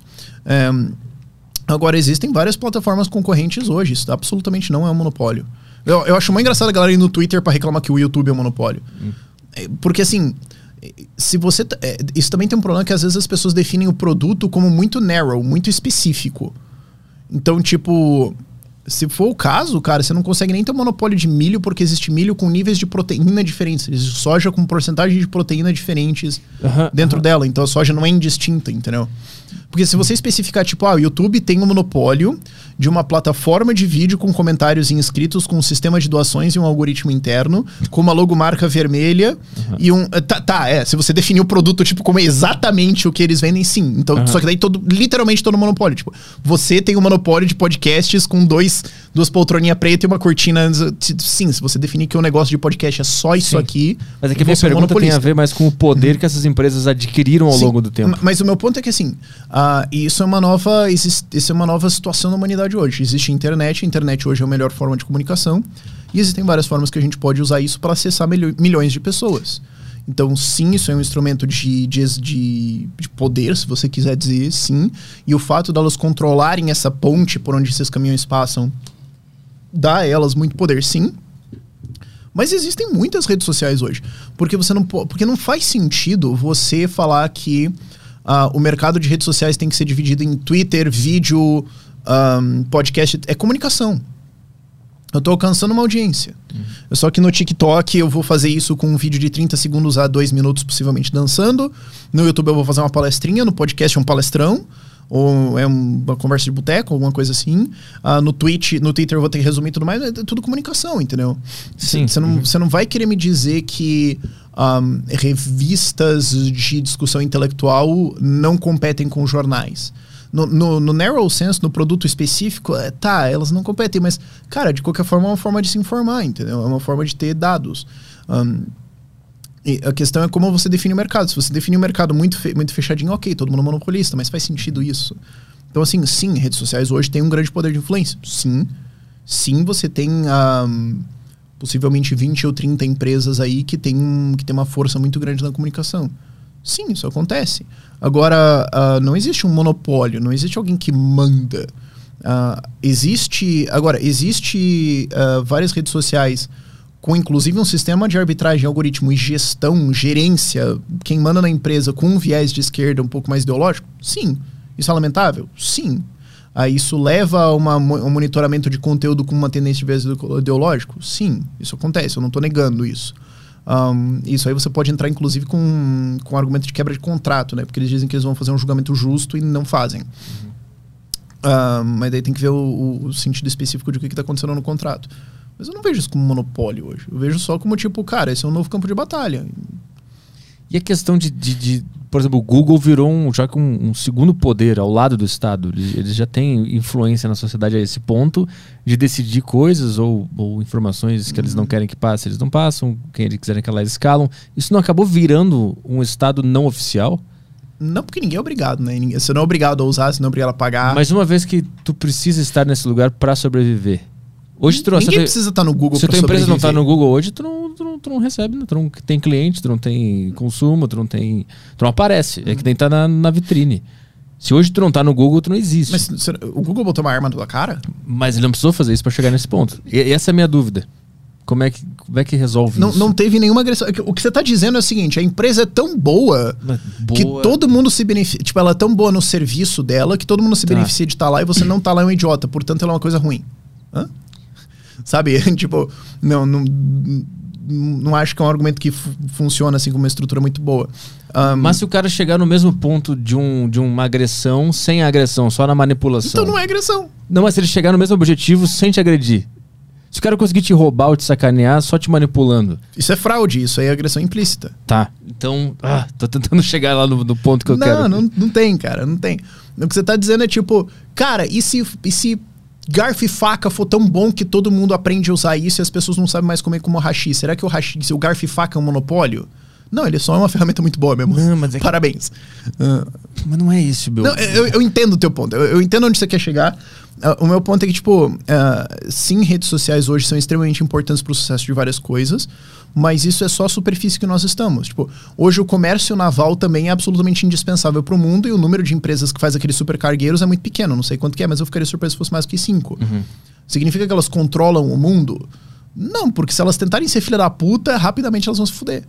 Agora, existem várias plataformas concorrentes hoje, isso absolutamente não é um monopólio. Eu acho muito engraçado a galera ir no Twitter pra reclamar que o YouTube é um monopólio. Porque assim, se você... isso também tem um problema que às vezes as pessoas definem o produto como muito narrow, muito específico. Então, tipo... Se for o caso, cara, você não consegue nem ter um monopólio de milho, porque existe milho com níveis de proteína diferentes. Existe soja com porcentagem de proteína diferentes dentro dela. Então a soja não é indistinta, entendeu? Porque se você especificar, tipo, o YouTube tem um monopólio de uma plataforma de vídeo com comentários inscritos, com um sistema de doações e um algoritmo interno, com uma logomarca vermelha e um... se você definir o produto, tipo, como é exatamente o que eles vendem, sim. Então, só que daí literalmente todo monopólio. Tipo, você tem um monopólio de podcasts com duas poltroninhas pretas e uma cortina... Sim, se você definir que o negócio de podcast é só isso aqui... Mas é que a minha pergunta tem a ver mais com o poder que essas empresas adquiriram ao longo do tempo. Mas o meu ponto é que, assim... isso é uma nova situação na humanidade hoje. Existe a internet hoje é a melhor forma de comunicação, e existem várias formas que a gente pode usar isso para acessar milhões de pessoas. Então, sim, isso é um instrumento de poder, se você quiser dizer, sim. E o fato delas controlarem essa ponte por onde esses caminhões passam dá a elas muito poder, sim. Mas existem muitas redes sociais hoje. Porque não faz sentido você falar que o mercado de redes sociais tem que ser dividido em Twitter, vídeo, podcast. É comunicação. Eu tô alcançando uma audiência. Só que no TikTok eu vou fazer isso com um vídeo de 30 segundos a 2 minutos, possivelmente dançando. No YouTube eu vou fazer uma palestrinha. No podcast é um palestrão. Ou é uma conversa de boteco, alguma coisa assim. No Twitter eu vou ter que resumir tudo mais. É tudo comunicação, entendeu? Sim. Você não vai querer me dizer que revistas de discussão intelectual não competem com jornais. No narrow sense, no produto específico, elas não competem, mas, cara, de qualquer forma é uma forma de se informar, entendeu? É uma forma de ter dados. E a questão é como você define o mercado. Se você define o mercado muito fechadinho, ok, todo mundo é monopolista, mas faz sentido isso. Então, assim, sim, redes sociais hoje têm um grande poder de influência. Sim, você tem possivelmente 20 ou 30 empresas aí que tem uma força muito grande na comunicação. Sim, isso acontece. Agora, não existe um monopólio, não existe alguém que manda. Existe várias redes sociais com inclusive um sistema de arbitragem, algoritmo e gestão, gerência, quem manda na empresa com um viés de esquerda um pouco mais ideológico? Sim. Isso é lamentável? Sim. Isso leva a um monitoramento de conteúdo com uma tendência de viés ideológico? Sim. Isso acontece, eu não estou negando isso. Isso aí você pode entrar inclusive com argumento de quebra de contrato, né? Porque eles dizem que eles vão fazer um julgamento justo e não fazem. Mas daí tem que ver o sentido específico de o que está acontecendo no contrato. Mas eu não vejo isso como monopólio hoje. Eu vejo só como tipo, cara, esse é um novo campo de batalha. E a questão de por exemplo, o Google virou um segundo poder ao lado do Estado. Eles já têm influência na sociedade a esse ponto de decidir coisas ou informações que eles não querem que passe, eles não passam. Quem eles quiserem que eles escalam. Isso não acabou virando um Estado não oficial? Não, porque ninguém é obrigado, né? Você não é obrigado a usar, você não é obrigado a pagar. Mas uma vez que tu precisa estar nesse lugar para sobreviver... Hoje, ninguém precisa estar no Google. Se a tua empresa não está no Google hoje, tu não recebe, né? Tu não tem cliente, tu não tem consumo, tu não aparece. É que tem que estar na vitrine. Se hoje tu não está no Google, tu não existe. Mas o Google botou uma arma na tua cara? Mas ele não precisou fazer isso para chegar nesse ponto. E essa é a minha dúvida. Como é que resolve isso? Não teve nenhuma agressão. O que você está dizendo é o seguinte: a empresa é tão boa que todo mundo se beneficia. Tipo, ela é tão boa no serviço dela que todo mundo se beneficia de estar lá e você não está lá, é um idiota. Portanto, ela é uma coisa ruim. Hã? Sabe? Tipo, não acho que é um argumento que funciona assim com uma estrutura muito boa. Mas se o cara chegar no mesmo ponto de uma agressão sem a agressão, só na manipulação... Então não é agressão. Não, mas se ele chegar no mesmo objetivo sem te agredir. Se o cara conseguir te roubar ou te sacanear só te manipulando... Isso é fraude, isso aí é agressão implícita. Tá, então... tô tentando chegar lá no ponto que eu quero. Não tem, cara, não tem. O que você tá dizendo é tipo... Cara, e se garfo e faca for tão bom que todo mundo aprende a usar isso e as pessoas não sabem mais comer como hashi? Será que o garfo e faca é um monopólio? Não, ele só é uma ferramenta muito boa mesmo. Não, mas é que... Parabéns. Mas não é isso, Bill. Não, eu entendo o teu ponto. Eu entendo onde você quer chegar. O meu ponto é que, tipo, sim, redes sociais hoje são extremamente importantes para o sucesso de várias coisas, mas isso é só a superfície que nós estamos. Tipo, hoje o comércio naval também é absolutamente indispensável para o mundo e o número de empresas que faz aqueles supercargueiros é muito pequeno. Não sei quanto que é, mas eu ficaria surpreso se fosse mais que 5. Significa que elas controlam o mundo? Não, porque se elas tentarem ser filha da puta, rapidamente elas vão se fuder.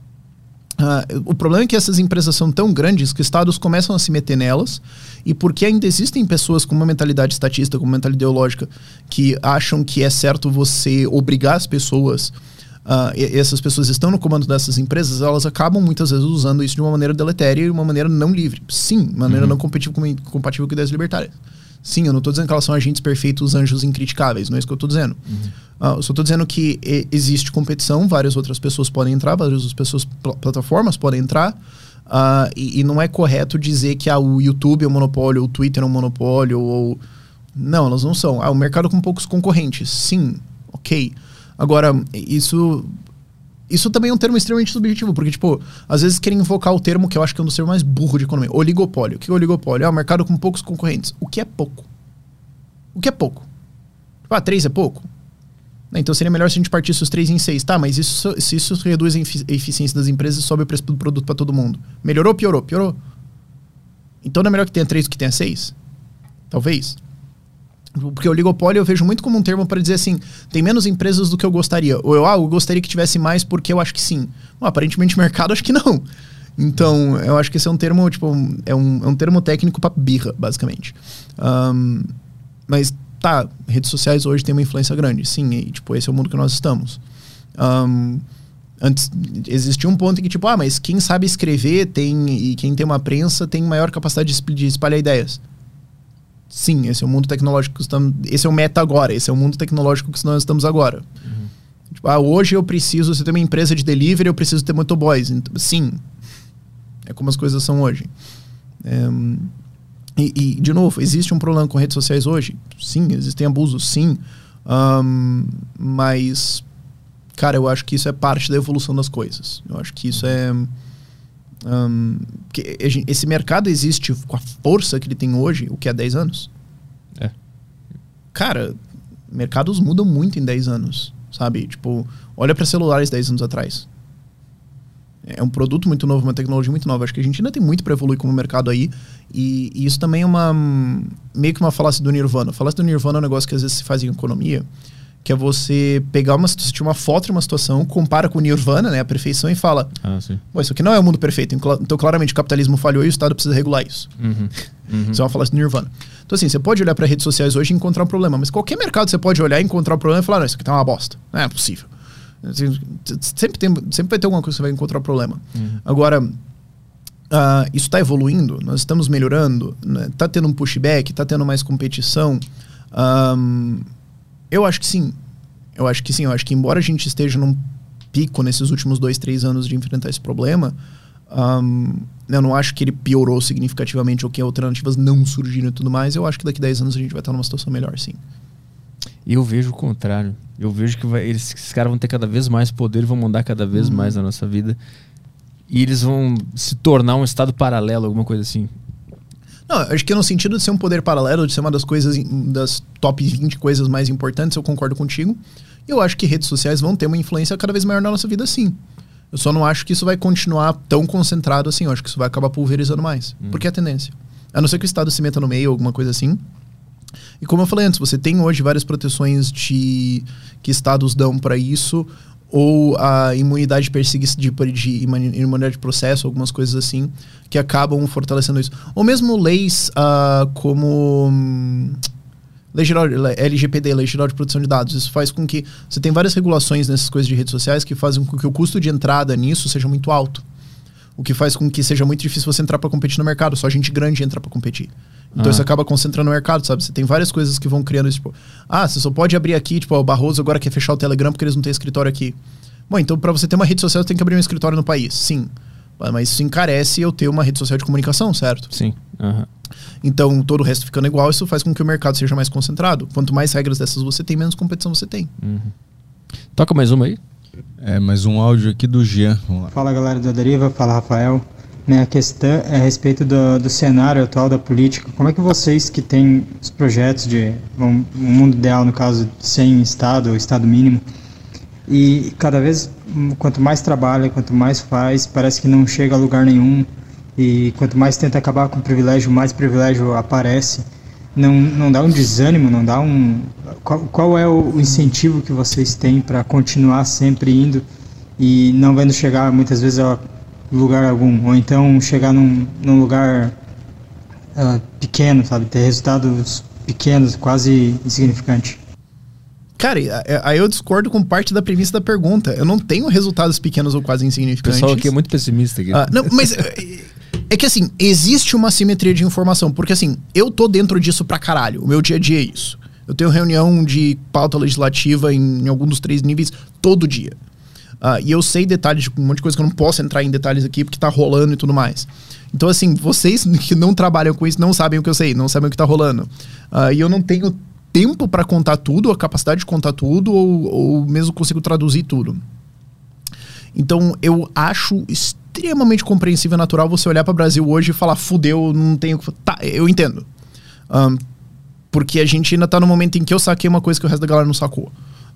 O problema é que essas empresas são tão grandes que estados começam a se meter nelas, e porque ainda existem pessoas com uma mentalidade estatista, com uma mentalidade ideológica, que acham que é certo você obrigar as pessoas, essas pessoas estão no comando dessas empresas, elas acabam muitas vezes usando isso de uma maneira deletéria e uma maneira não livre. Sim, maneira não compatível com ideias libertárias. Sim, eu não estou dizendo que elas são agentes perfeitos, anjos incriticáveis, não é isso que eu estou dizendo. Eu só estou dizendo que existe competição, várias outras pessoas podem entrar, várias outras pessoas, plataformas podem entrar, e não é correto dizer que o YouTube é um monopólio, o Twitter é um monopólio, ou... Não, elas não são. Um mercado com poucos concorrentes, sim, ok. Agora, isso também é um termo extremamente subjetivo, porque, tipo, às vezes querem invocar o termo que eu acho que é um dos termos mais burros de economia. Oligopólio. O que é oligopólio? É um mercado com poucos concorrentes. O que é pouco? O que é pouco? 3 é pouco? Então seria melhor se a gente partisse os 3 em 6. Tá, mas se isso reduz a eficiência das empresas e sobe o preço do produto para todo mundo. Melhorou ou piorou? Piorou. Então não é melhor que tenha 3 do que tenha 6? Talvez. Porque o oligopólio eu vejo muito como um termo para dizer assim, tem menos empresas do que eu gostaria. Ou eu gostaria que tivesse mais porque eu acho que sim. Aparentemente mercado, acho que não. Então, eu acho que esse é um termo, tipo, é um termo técnico para birra, basicamente. Mas, tá, redes sociais hoje têm uma influência grande. Sim, e, tipo, esse é o mundo que nós estamos. Antes, existia um ponto em que, tipo, mas quem sabe escrever e quem tem uma prensa tem maior capacidade de espalhar ideias. Sim, esse é o mundo tecnológico que estamos... Esse é o meta agora, esse é o mundo tecnológico que nós estamos agora. Tipo, hoje eu preciso... Se eu tenho uma empresa de delivery, eu preciso ter motoboys. Então, sim. É como as coisas são hoje. De novo, existe um problema com redes sociais hoje? Sim. Existem abusos? Sim. Mas, cara, eu acho que isso é parte da evolução das coisas. Eu acho que isso é... esse mercado existe com a força que ele tem hoje, o que é 10 anos. Cara, mercados mudam muito em 10 anos, sabe? Tipo, olha para celulares 10 anos atrás. É um produto muito novo, uma tecnologia muito nova. Acho que a gente ainda tem muito para evoluir como mercado aí, e isso também é meio que uma falácia do Nirvana. A falácia do Nirvana é um negócio que às vezes se faz em economia, que é você pegar uma foto de uma situação, compara com o Nirvana, né, a perfeição, e fala, isso aqui não é o mundo perfeito, então claramente o capitalismo falhou e o Estado precisa regular isso. Isso é uma falácia do Nirvana. Então assim, você pode olhar para redes sociais hoje e encontrar um problema, mas qualquer mercado você pode olhar e encontrar um problema e falar, não, isso aqui tá uma bosta, não é possível. Sempre vai ter alguma coisa que você vai encontrar problema. Agora, isso está evoluindo, nós estamos melhorando, né? Tá tendo um pushback, tá tendo mais competição. Eu acho que sim. Eu acho que embora a gente esteja num pico nesses últimos 2, 3 anos de enfrentar esse problema, eu não acho que ele piorou significativamente ou que alternativas não surgiram e tudo mais. Eu acho que daqui 10 anos a gente vai estar numa situação melhor, sim. E eu vejo o contrário. Eu vejo que esses caras vão ter cada vez mais poder, vão mandar cada vez mais na nossa vida. E eles vão se tornar um estado paralelo, alguma coisa assim. Não, acho que no sentido de ser um poder paralelo, de ser uma das coisas, das top 20 coisas mais importantes, eu concordo contigo. E eu acho que redes sociais vão ter uma influência cada vez maior na nossa vida, sim. Eu só não acho que isso vai continuar tão concentrado assim. Eu acho que isso vai acabar pulverizando mais. Porque é a tendência. A não ser que o Estado se meta no meio, alguma coisa assim. E como eu falei antes, você tem hoje várias proteções que estados dão para isso, ou a imunidade de imunidade de processo, algumas coisas assim, que acabam fortalecendo isso. Ou mesmo leis como Lei Geral, LGPD, Lei Geral de Proteção de Dados. Isso faz com que você tem várias regulações nessas coisas de redes sociais que fazem com que o custo de entrada nisso seja muito alto. O que faz com que seja muito difícil você entrar para competir no mercado. Só gente grande entra para competir. Então isso acaba concentrando no mercado, sabe? Você tem várias coisas que vão criando isso, tipo... você só pode abrir aqui, tipo, o Barroso agora quer fechar o Telegram porque eles não têm escritório aqui. Bom, então para você ter uma rede social, você tem que abrir um escritório no país. Sim. Mas isso encarece eu ter uma rede social de comunicação, certo? Sim. Então, todo o resto ficando igual, isso faz com que o mercado seja mais concentrado. Quanto mais regras dessas você tem, menos competição você tem. Toca mais uma aí. Mais um áudio aqui do Jean. Vamos lá. Fala, galera da Deriva, fala, Rafael. Minha questão é a respeito do cenário atual da política. Como é que vocês que têm os projetos de um mundo ideal, no caso, sem Estado, ou Estado mínimo, e cada vez, quanto mais trabalha, quanto mais faz, parece que não chega a lugar nenhum, e quanto mais tenta acabar com o privilégio, mais privilégio aparece. Não dá um desânimo, não dá um... Qual é o incentivo que vocês têm para continuar sempre indo e não vendo chegar muitas vezes a lugar algum, ou então chegar num lugar pequeno, sabe, ter resultados pequenos, quase insignificantes? Cara, aí eu discordo com parte da premissa da pergunta. Eu não tenho resultados pequenos ou quase insignificantes. O pessoal aqui é muito pessimista. Aqui. Não, mas é que assim, existe uma simetria de informação, porque assim, eu tô dentro disso pra caralho. O meu dia a dia é isso. Eu tenho reunião de pauta legislativa em algum dos 3 níveis todo dia. E eu sei detalhes de um monte de coisa que eu não posso entrar em detalhes aqui porque tá rolando e tudo mais. Então assim, vocês que não trabalham com isso não sabem o que eu sei, não sabem o que tá rolando. E eu não tenho tempo pra contar tudo, a capacidade de contar tudo, ou mesmo consigo traduzir tudo. Então eu acho extremamente compreensível e natural você olhar para o Brasil hoje e falar, fudeu, não tenho... Tá, eu entendo. Porque a gente ainda tá no momento em que eu saquei uma coisa que o resto da galera não sacou.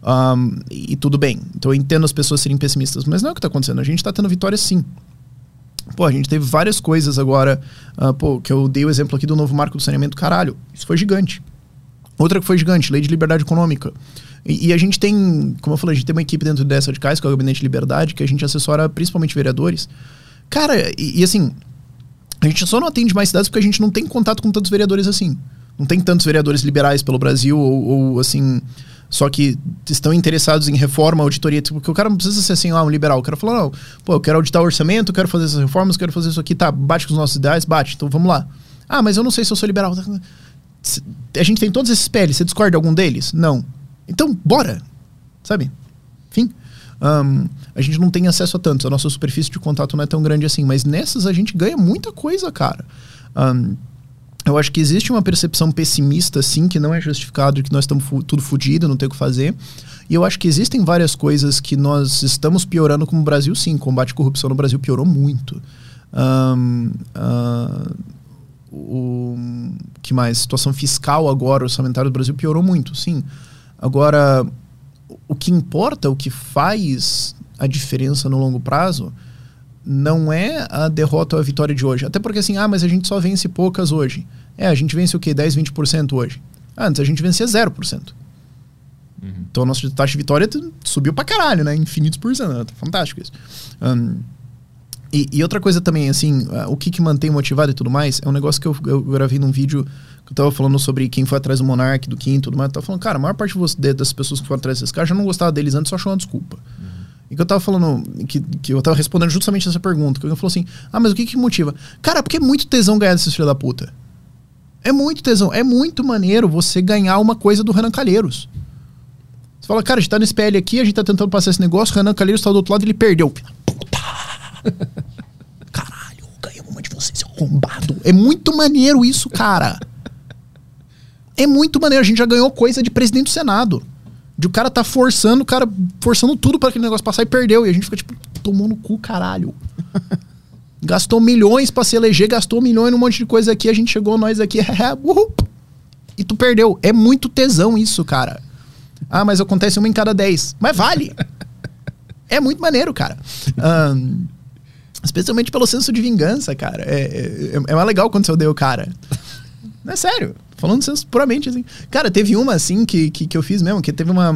E tudo bem. Então eu entendo as pessoas serem pessimistas, mas não é o que tá acontecendo. A gente tá tendo vitória sim. Pô, a gente teve várias coisas agora, que eu dei o exemplo aqui do novo marco do saneamento, caralho, isso foi gigante. Outra que foi gigante, lei de liberdade econômica. E a gente tem, como eu falei, a gente tem uma equipe dentro dessa de CAIS, que é o Gabinete de Liberdade, que a gente assessora principalmente vereadores. Cara, e assim, a gente só não atende mais cidades porque a gente não tem contato com tantos vereadores assim. Não tem tantos vereadores liberais pelo Brasil, ou assim, só que estão interessados em reforma, auditoria, porque o cara não precisa ser assim, um liberal. O cara fala, não, pô, eu quero auditar o orçamento, eu quero fazer essas reformas, eu quero fazer isso aqui, tá, bate com os nossos ideais, bate, então vamos lá. Ah, mas eu não sei se eu sou liberal. A gente tem todos esses PLs, você discorda de algum deles? Não. Então, bora, sabe? Enfim, a gente não tem acesso a tantos, a nossa superfície de contato não é tão grande assim, mas nessas a gente ganha muita coisa, cara. Eu acho que existe uma percepção pessimista, sim, que não é justificado, de que nós estamos tudo fodido, não tem o que fazer. E eu acho que existem várias coisas que nós estamos piorando como o Brasil, sim. O combate à corrupção no Brasil piorou muito. Que mais? Situação fiscal agora, orçamentária do Brasil piorou muito, sim. Agora, o que importa, o que faz a diferença no longo prazo, não é a derrota ou a vitória de hoje. Até porque assim, mas a gente só vence poucas hoje. A gente vence o quê? 10, 20% hoje. Antes a gente vencia 0%. Então a nossa taxa de vitória subiu pra caralho, né? Infinitos por cento. Tá fantástico isso. E outra coisa também, assim, o que mantém motivado e tudo mais, é um negócio que eu gravei num vídeo que eu tava falando sobre quem foi atrás do Monark, do Kim e tudo mais. Eu tava falando, cara, a maior parte das pessoas que foram atrás desses caras já não gostava deles antes, só achou uma desculpa. E que eu tava falando, que eu tava respondendo justamente essa pergunta, que eu falou assim, mas o que motiva? Cara, porque é muito tesão ganhar desses filhos da puta. É muito tesão, é muito maneiro você ganhar uma coisa do Renan Calheiros. Você fala, cara, a gente tá nesse PL aqui, a gente tá tentando passar esse negócio, o Renan Calheiros tá do outro lado e ele perdeu. Puta! Caralho, ganhamos uma de vocês, seu arrombado. É muito maneiro isso, cara. É muito maneiro, a gente já ganhou coisa de presidente do Senado. De o cara tá forçando tudo pra aquele negócio passar e perdeu. E a gente fica tipo, tomou no cu, caralho. Gastou milhões pra se eleger, gastou milhões num monte de coisa aqui, a gente chegou, nós aqui, e tu perdeu. É muito tesão isso, cara. Mas acontece uma em cada 10. Mas vale. É muito maneiro, cara. Especialmente pelo senso de vingança, cara. É mais legal quando você odeia o cara. Não é sério. Falando senso puramente, assim. Cara, teve uma, assim, que eu fiz mesmo, que teve uma...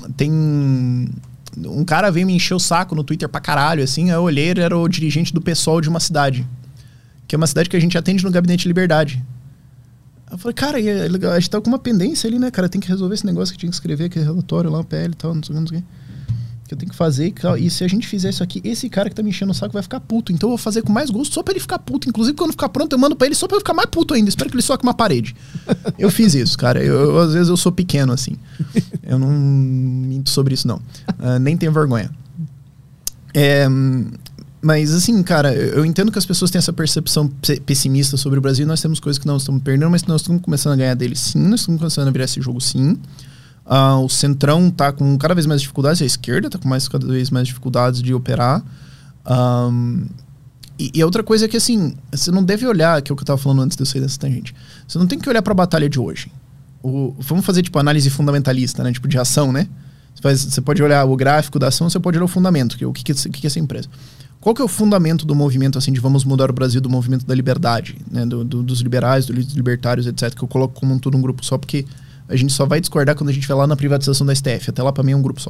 Um cara veio me encher o saco no Twitter pra caralho, assim, eu olhei, ele era o dirigente do PSOL de uma cidade. Que é uma cidade que a gente atende no Gabinete de Liberdade. Eu falei, cara, a gente tá com uma pendência ali, né, cara? Tem que resolver esse negócio que tinha que escrever, aquele relatório lá, o PL e tal, não sei o que. Que eu tenho que fazer, e se a gente fizer isso aqui, esse cara que tá me enchendo o saco vai ficar puto. Então eu vou fazer com mais gosto só pra ele ficar puto. Inclusive, quando ficar pronto, eu mando pra ele só pra ele ficar mais puto ainda. Espero que ele soque uma parede. Eu fiz isso, cara. Às vezes eu sou pequeno, assim. Eu não minto sobre isso, não. Nem tenho vergonha. Mas, assim, cara, eu entendo que as pessoas têm essa percepção pessimista sobre o Brasil. Nós temos coisas que não estamos perdendo, mas nós estamos começando a ganhar deles, sim. Nós estamos começando a virar esse jogo, sim. O Centrão tá com cada vez mais dificuldades, a esquerda tá com cada vez mais dificuldades de operar. E outra coisa é que, assim, você não deve olhar, que é o que eu tava falando antes de eu sair dessa tangente. Você não tem que olhar pra batalha de hoje. Vamos fazer, tipo, análise fundamentalista, né? Tipo, de ação, né? Você pode olhar o gráfico da ação, você pode olhar o fundamento, que é o que é essa empresa. Qual que é o fundamento do movimento, assim, de vamos mudar o Brasil, do movimento da liberdade, né? Dos liberais, dos libertários, etc., que eu coloco como todo um grupo só, porque a gente só vai discordar quando a gente vai lá na privatização da STF. Até lá, pra mim, é um grupo só.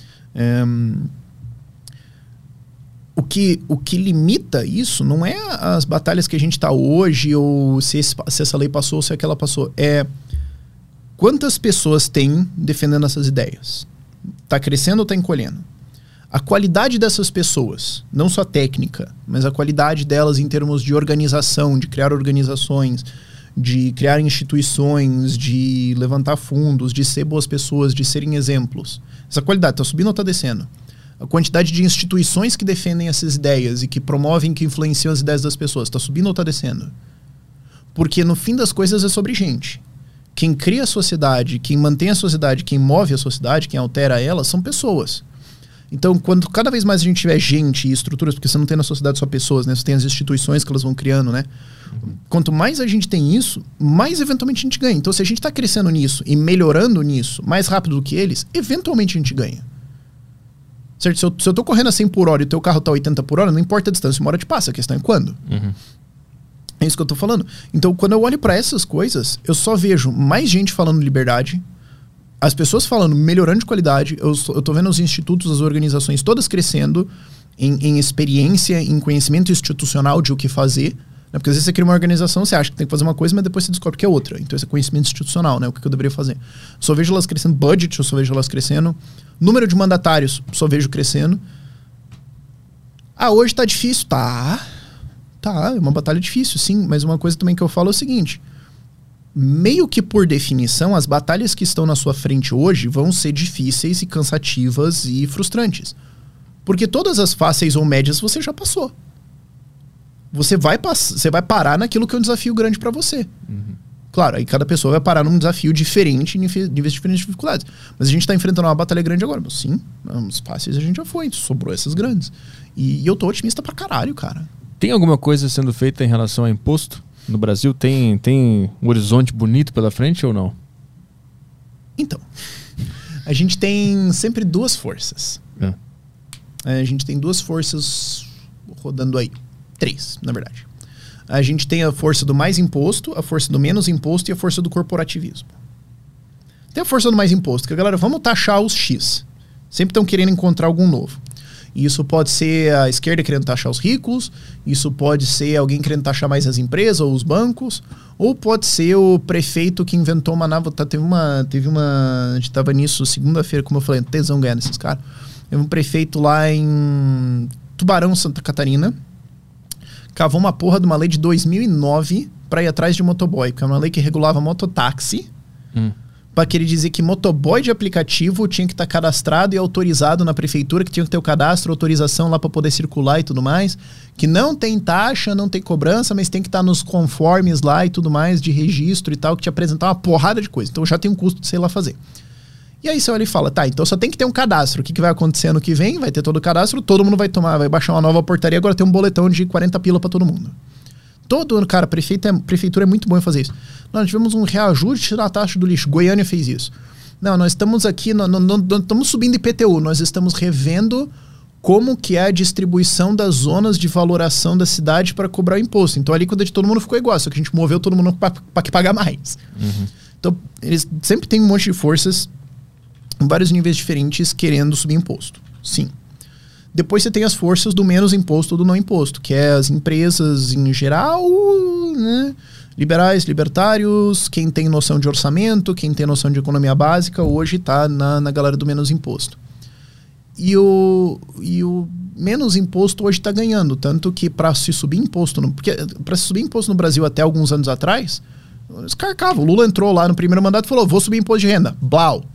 O que limita isso não é as batalhas que a gente tá hoje, ou se essa lei passou, ou se aquela passou. É quantas pessoas tem defendendo essas ideias. Tá crescendo ou tá encolhendo? A qualidade dessas pessoas, não só técnica, mas a qualidade delas em termos de organização, de criar organizações, de criar instituições, de levantar fundos, de ser boas pessoas, de serem exemplos. Essa qualidade tá subindo ou tá descendo? A quantidade de instituições que defendem essas ideias e que promovem, que influenciam as ideias das pessoas, tá subindo ou tá descendo? Porque no fim das coisas é sobre gente. Quem cria a sociedade, quem mantém a sociedade, quem move a sociedade, quem altera ela, são pessoas. Então, quando cada vez mais a gente tiver gente e estruturas, porque você não tem na sociedade só pessoas, né? Você tem as instituições que elas vão criando, né? Quanto mais a gente tem isso, mais eventualmente a gente ganha. Então, se a gente está crescendo nisso e melhorando nisso mais rápido do que eles, eventualmente a gente ganha. Certo? Se eu tô correndo a 100 por hora e o teu carro tá a 80 por hora, não importa a distância, uma hora te passa. A questão é quando. É isso que eu tô falando. Então, quando eu olho para essas coisas, eu só vejo mais gente falando liberdade, as pessoas falando, melhorando de qualidade. Eu tô vendo os institutos, as organizações todas crescendo em experiência, em conhecimento institucional de o que fazer. Né? Porque às vezes você cria uma organização, você acha que tem que fazer uma coisa, mas depois você descobre que é outra. Então esse é conhecimento institucional, né? O que eu deveria fazer. Só vejo elas crescendo. Budget, eu só vejo elas crescendo. Número de mandatários, só vejo crescendo. Hoje tá difícil? Tá, é uma batalha difícil, sim. Mas uma coisa também que eu falo é o seguinte... Meio que por definição, as batalhas que estão na sua frente hoje vão ser difíceis e cansativas e frustrantes. Porque todas as fáceis ou médias você já passou. Você vai parar naquilo que é um desafio grande para você. Claro, aí cada pessoa vai parar num desafio diferente, em níveis diferentes de dificuldades. Mas a gente tá enfrentando uma batalha grande agora. Mas sim, os fáceis a gente já foi, sobrou essas grandes. E eu tô otimista pra caralho, cara. Tem alguma coisa sendo feita em relação a imposto? No Brasil tem um horizonte bonito pela frente ou não? Então, a gente tem sempre duas forças. A gente tem duas forças rodando aí. 3, na verdade. A gente tem a força do mais imposto, a força do menos imposto e a força do corporativismo. Tem a força do mais imposto, que a galera, vamos taxar os X. Sempre estão querendo encontrar algum novo. E isso pode ser a esquerda querendo taxar os ricos, isso pode ser alguém querendo taxar mais as empresas ou os bancos, ou pode ser o prefeito que inventou uma nova... Teve uma... A gente tava nisso segunda-feira, como eu falei, tesão ganhar nesses caras. Teve um prefeito lá em Tubarão, Santa Catarina, cavou uma porra de uma lei de 2009 pra ir atrás de motoboy, que é uma lei que regulava mototáxi, para querer dizer que motoboy de aplicativo tinha que estar cadastrado e autorizado na prefeitura, que tinha que ter o cadastro, autorização lá para poder circular e tudo mais, que não tem taxa, não tem cobrança, mas tem que estar nos conformes lá e tudo mais, de registro e tal, que te apresentar uma porrada de coisa. Então já tem um custo de sei lá fazer. E aí você olha e fala, tá, então só tem que ter um cadastro. O que vai acontecer ano que vem? Vai ter todo o cadastro, todo mundo vai baixar uma nova portaria, agora tem um boletão de 40 pila para todo mundo. Todo ano, cara, prefeitura é muito bom em fazer isso. Nós tivemos um reajuste na taxa do lixo. Goiânia fez isso. Não, nós estamos aqui, não estamos subindo IPTU, nós estamos revendo como que é a distribuição das zonas de valoração da cidade para cobrar o imposto. Então ali quando de todo mundo ficou igual, só que a gente moveu todo mundo para pagar mais. Então eles sempre têm um monte de forças em vários níveis diferentes querendo subir imposto. Sim. Depois você tem as forças do menos imposto ou do não imposto, que é as empresas em geral, né? Liberais, libertários, quem tem noção de orçamento, quem tem noção de economia básica, hoje está na galera do menos imposto. E o menos imposto hoje está ganhando, tanto que para se subir imposto, porque para se subir imposto no Brasil até alguns anos atrás, eles carcavam. O Lula entrou lá no primeiro mandato e falou, vou subir imposto de renda. Blau.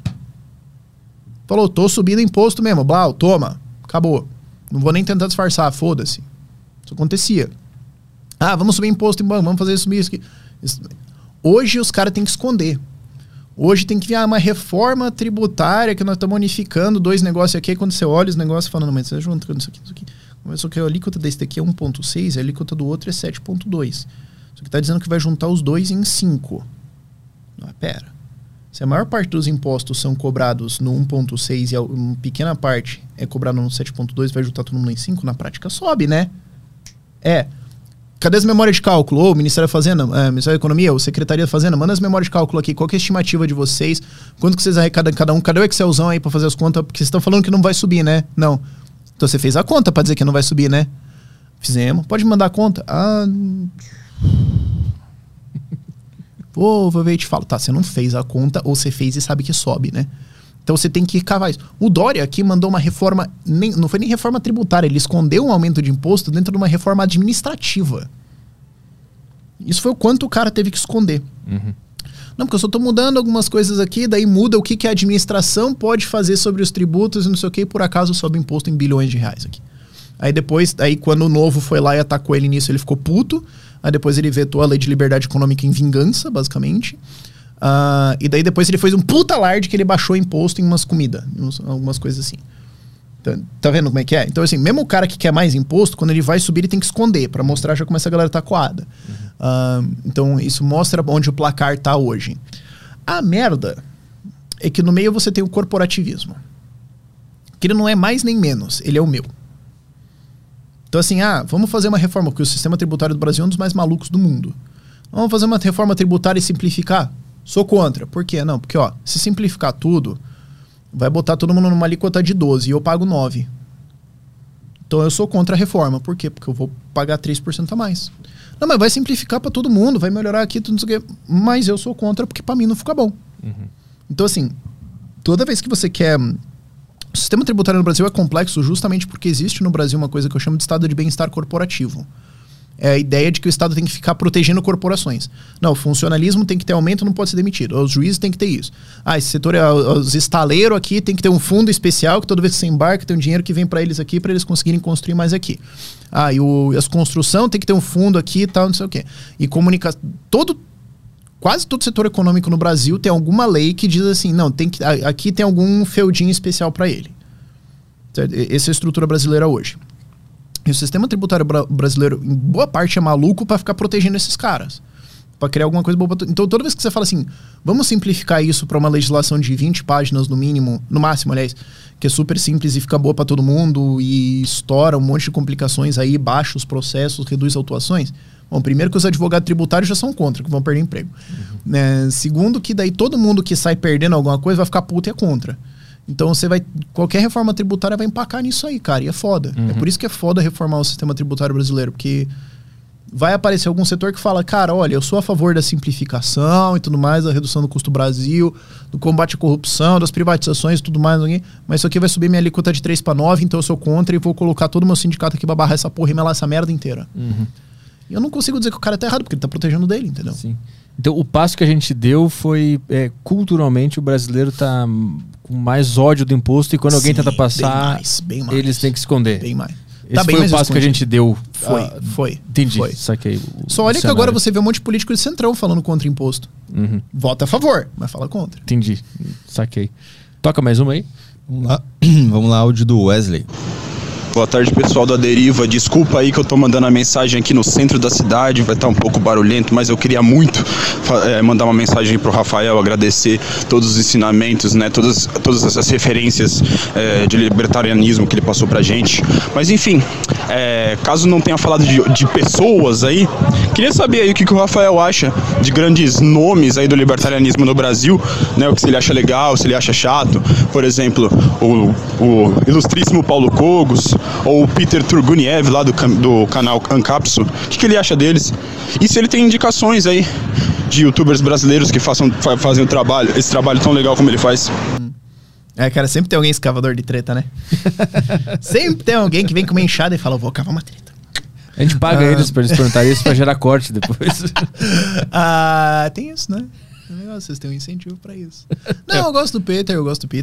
Falou, tô subindo imposto mesmo. Blau, toma. Acabou. Não vou nem tentar disfarçar, foda-se. Isso acontecia. Vamos subir imposto em banco, vamos fazer subir isso aqui. Hoje os caras têm que esconder. Hoje tem que vir uma reforma tributária que nós estamos unificando 2 negócios aqui. Aí quando você olha os negócios falando, mas você juntando isso aqui. Só que a alíquota desse daqui é 1,6, a alíquota do outro é 7,2. Só que está dizendo que vai juntar os 2 em 5. Não, pera. Se a maior parte dos impostos são cobrados no 1,6 e uma pequena parte é cobrada no 7,2, vai juntar todo mundo em 5, na prática sobe, né? Cadê as memórias de cálculo? Ô, Ministério da Fazenda, Ministério da Economia, ou Secretaria da Fazenda, manda as memórias de cálculo aqui. Qual que é a estimativa de vocês? Quanto que vocês arrecadam cada um? Cadê o Excelzão aí pra fazer as contas? Porque vocês estão falando que não vai subir, né? Não. Então você fez a conta pra dizer que não vai subir, né? Fizemos. Pode me mandar a conta? Vou ver e te falo. Tá, você não fez a conta ou você fez e sabe que sobe, né? Então você tem que cavar isso. O Dória aqui mandou uma reforma, não foi nem reforma tributária, ele escondeu um aumento de imposto dentro de uma reforma administrativa. Isso foi o quanto o cara teve que esconder. Uhum. Não, porque eu só tô mudando algumas coisas aqui, daí muda o que a administração pode fazer sobre os tributos e não sei o que, e por acaso sobe imposto em bilhões de reais aqui. Aí depois, quando o Novo foi lá e atacou ele nisso, ele ficou puto. Aí depois ele vetou a lei de liberdade econômica em vingança, basicamente. E daí depois ele fez um puta alarde que ele baixou imposto em umas comidas, algumas coisas assim. Tá vendo como é que é? Então assim, mesmo o cara que quer mais imposto, quando ele vai subir ele tem que esconder, pra mostrar já como essa galera tá coada. Então isso mostra onde o placar tá hoje. A merda é que no meio você tem o corporativismo, que ele não é mais nem menos, ele é o meu. Então assim, vamos fazer uma reforma, porque o sistema tributário do Brasil é um dos mais malucos do mundo. Vamos fazer uma reforma tributária e simplificar? Sou contra. Por quê? Não, porque se simplificar tudo, vai botar todo mundo numa alíquota de 12 e eu pago 9. Então eu sou contra a reforma. Por quê? Porque eu vou pagar 3% a mais. Não, mas vai simplificar para todo mundo, vai melhorar aqui, tudo, não sei o quê. Mas eu sou contra porque para mim não fica bom. Uhum. Então assim, toda vez que você quer... O sistema tributário no Brasil é complexo justamente porque existe no Brasil uma coisa que eu chamo de estado de bem-estar corporativo. É a ideia de que o Estado tem que ficar protegendo corporações. Não, o funcionalismo tem que ter aumento, não pode ser demitido. Os juízes tem que ter isso. Esse setor, os estaleiros aqui tem que ter um fundo especial que toda vez que você embarca tem um dinheiro que vem para eles aqui para eles conseguirem construir mais aqui. E as construção tem que ter um fundo aqui e tal, não sei o quê. E comunicação... Quase todo setor econômico no Brasil tem alguma lei que diz assim, não, aqui tem algum feudinho especial para ele. Certo? Essa é a estrutura brasileira hoje. E o sistema tributário brasileiro, em boa parte, é maluco para ficar protegendo esses caras. Para criar alguma coisa boa pra Então, toda vez que você fala assim, vamos simplificar isso para uma legislação de 20 páginas no mínimo, no máximo, aliás, que é super simples e fica boa para todo mundo e estoura um monte de complicações aí, baixa os processos, reduz autuações. Bom, primeiro que os advogados tributários já são contra, que vão perder emprego. Segundo que daí todo mundo que sai perdendo alguma coisa vai ficar puto e é contra. Então qualquer reforma tributária vai empacar nisso aí, cara, e é foda. É por isso que é foda reformar o sistema tributário brasileiro, porque vai aparecer algum setor que fala, cara, olha, eu sou a favor da simplificação e tudo mais, da redução do custo Brasil, do combate à corrupção, das privatizações e tudo mais, mas isso aqui vai subir minha alíquota de 3 para 9, então eu sou contra e vou colocar todo o meu sindicato aqui pra barrar essa porra e melar essa merda inteira. E eu não consigo dizer que o cara tá errado, porque ele tá protegendo dele, entendeu? Sim. Então, o passo que a gente deu foi, culturalmente, o brasileiro tá com mais ódio do imposto e quando alguém tenta passar, bem mais. Eles têm que esconder. Bem mais. Esse foi o passo que a gente deu. Foi. Entendi. Foi. Saquei. Só olha que agora você vê um monte de político de centrão falando contra imposto. Vota a favor, mas fala contra. Entendi. Saquei. Toca mais uma aí. Vamos lá. Vamos lá, áudio do Wesley. Boa tarde, pessoal da Deriva. Desculpa aí que eu tô mandando a mensagem aqui no centro da cidade, vai estar um pouco barulhento, mas eu queria muito mandar uma mensagem pro Rafael, agradecer todos os ensinamentos, né, todas essas referências de libertarianismo que ele passou pra gente. Mas enfim, caso não tenha falado de pessoas aí, queria saber aí o que o Rafael acha de grandes nomes aí do libertarianismo no Brasil, né, o que se ele acha legal, se ele acha chato. Por exemplo, o ilustríssimo Paulo Cogos, ou o Peter Turguniev lá do canal Ancapso. O que ele acha deles? E se ele tem indicações aí de youtubers brasileiros que fazem esse trabalho tão legal como ele faz? Cara, sempre tem alguém escavador de treta, né? Sempre tem alguém que vem com uma enxada e fala, vou cavar uma treta. A gente paga eles pra eles perguntarem isso pra gerar corte depois. Tem isso, né? Vocês têm um incentivo pra isso. Não, eu gosto do Peter.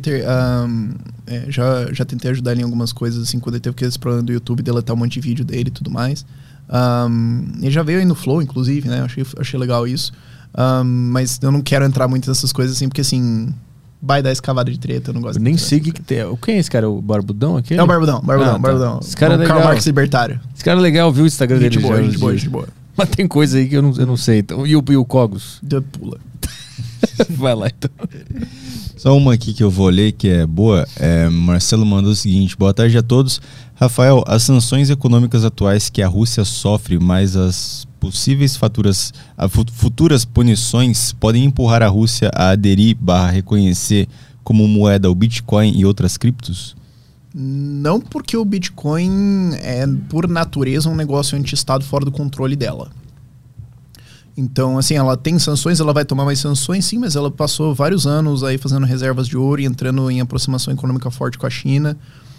Já tentei ajudar ele em algumas coisas, assim, quando ele teve aqueles problemas do YouTube, deletar um monte de vídeo dele e tudo mais. Ele já veio aí no Flow, inclusive, né? Achei legal isso. Mas eu não quero entrar muito nessas coisas assim, porque assim, vai dar escavada de treta, eu não gosto. Eu nem sei o que tem. Quem é esse cara? O Barbudão aqui? É o Barbudão. Tá. Esse cara é legal. Karl Marx libertário. Esse cara é legal, viu o Instagram dele? De boa. Mas tem coisa aí que eu não sei. Então, e o Cogos? Pula. Vai lá, então. Só uma aqui que eu vou ler que é boa. Marcelo mandou o seguinte: boa tarde a todos. Rafael, as sanções econômicas atuais que a Rússia sofre, mais as possíveis futuras punições podem empurrar a Rússia a aderir/reconhecer como moeda o Bitcoin e outras criptos? Não, porque o Bitcoin é, por natureza, um negócio anti-estado fora do controle dela. Então, assim, ela tem sanções, ela vai tomar mais sanções, sim, mas ela passou vários anos aí fazendo reservas de ouro e entrando em aproximação econômica forte com a China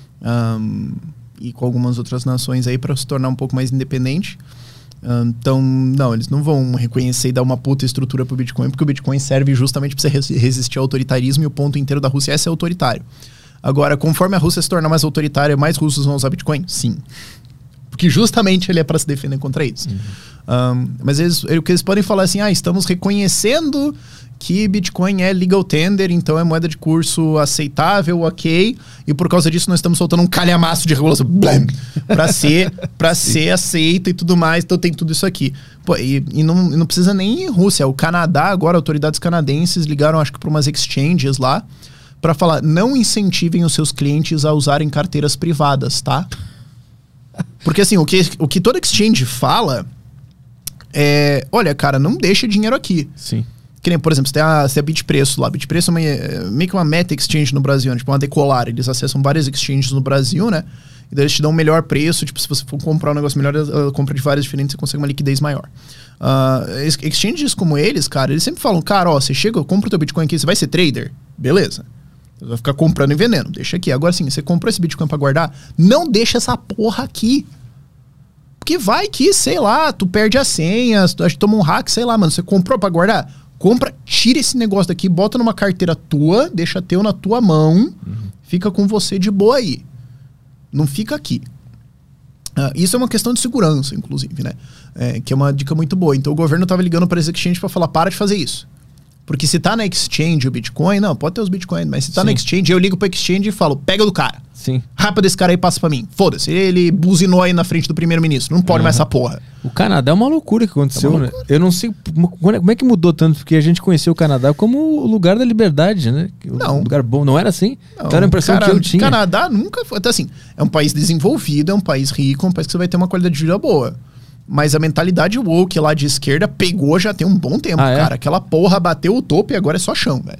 e com algumas outras nações aí para se tornar um pouco mais independente. Então, não, eles não vão reconhecer e dar uma puta estrutura pro Bitcoin, porque o Bitcoin serve justamente para você resistir ao autoritarismo e o ponto inteiro da Rússia é ser autoritário. Agora, conforme a Rússia se tornar mais autoritária, mais russos vão usar Bitcoin? Sim. Porque justamente ele é para se defender contra isso. Mas o que eles podem falar assim, estamos reconhecendo que Bitcoin é legal tender, então é moeda de curso aceitável, ok, e por causa disso nós estamos soltando um calhamaço de regulação para ser aceito e tudo mais, então tem tudo isso aqui. Pô, e não precisa nem ir Rússia, o Canadá agora, autoridades canadenses ligaram acho que para umas exchanges lá, para falar, não incentivem os seus clientes a usarem carteiras privadas, tá? Porque assim, o que toda exchange fala é, olha, cara, não deixa dinheiro aqui. Sim. Que nem, por exemplo, você tem a Bitpreço lá. Bitpreço é meio que uma meta exchange no Brasil, né? Tipo uma Decolar. Eles acessam várias exchanges no Brasil, né? E daí eles te dão um melhor preço. Tipo, se você for comprar um negócio melhor, compra de várias diferentes, você consegue uma liquidez maior. Exchanges como eles, cara, eles sempre falam, cara, ó, você chega, compra o teu Bitcoin aqui, você vai ser trader? Beleza. Você vai ficar comprando e vendendo. Deixa aqui. Agora sim, você comprou esse Bitcoin pra guardar? Não deixa essa porra aqui. Porque vai que, sei lá, tu perde as senhas, tu acha que toma um hack, sei lá, mano. Você comprou pra guardar? Compra, tira esse negócio daqui, bota numa carteira tua, deixa teu na tua mão, fica com você de boa aí. Não fica aqui. Isso é uma questão de segurança, inclusive, né? Que é uma dica muito boa. Então o governo tava ligando para esse exchange para falar, para de fazer isso. Porque se tá na exchange o Bitcoin, não, pode ter os Bitcoin, mas se tá na exchange, eu ligo pro exchange e falo, pega do cara. Sim. Rápido esse cara aí passa pra mim. Foda-se, ele buzinou aí na frente do primeiro-ministro. Não pode mais essa porra. O Canadá é uma loucura que aconteceu, né? Eu não sei como é que mudou tanto, porque a gente conheceu o Canadá como o lugar da liberdade, né? Não. Um lugar bom. Não era assim? Não, então era a impressão que eu tinha. O Canadá nunca foi. Então, assim, é um país desenvolvido, é um país rico, é um país que você vai ter uma qualidade de vida boa. Mas a mentalidade woke lá de esquerda pegou já tem um bom tempo, cara. Aquela porra bateu o topo e agora é só chão, velho.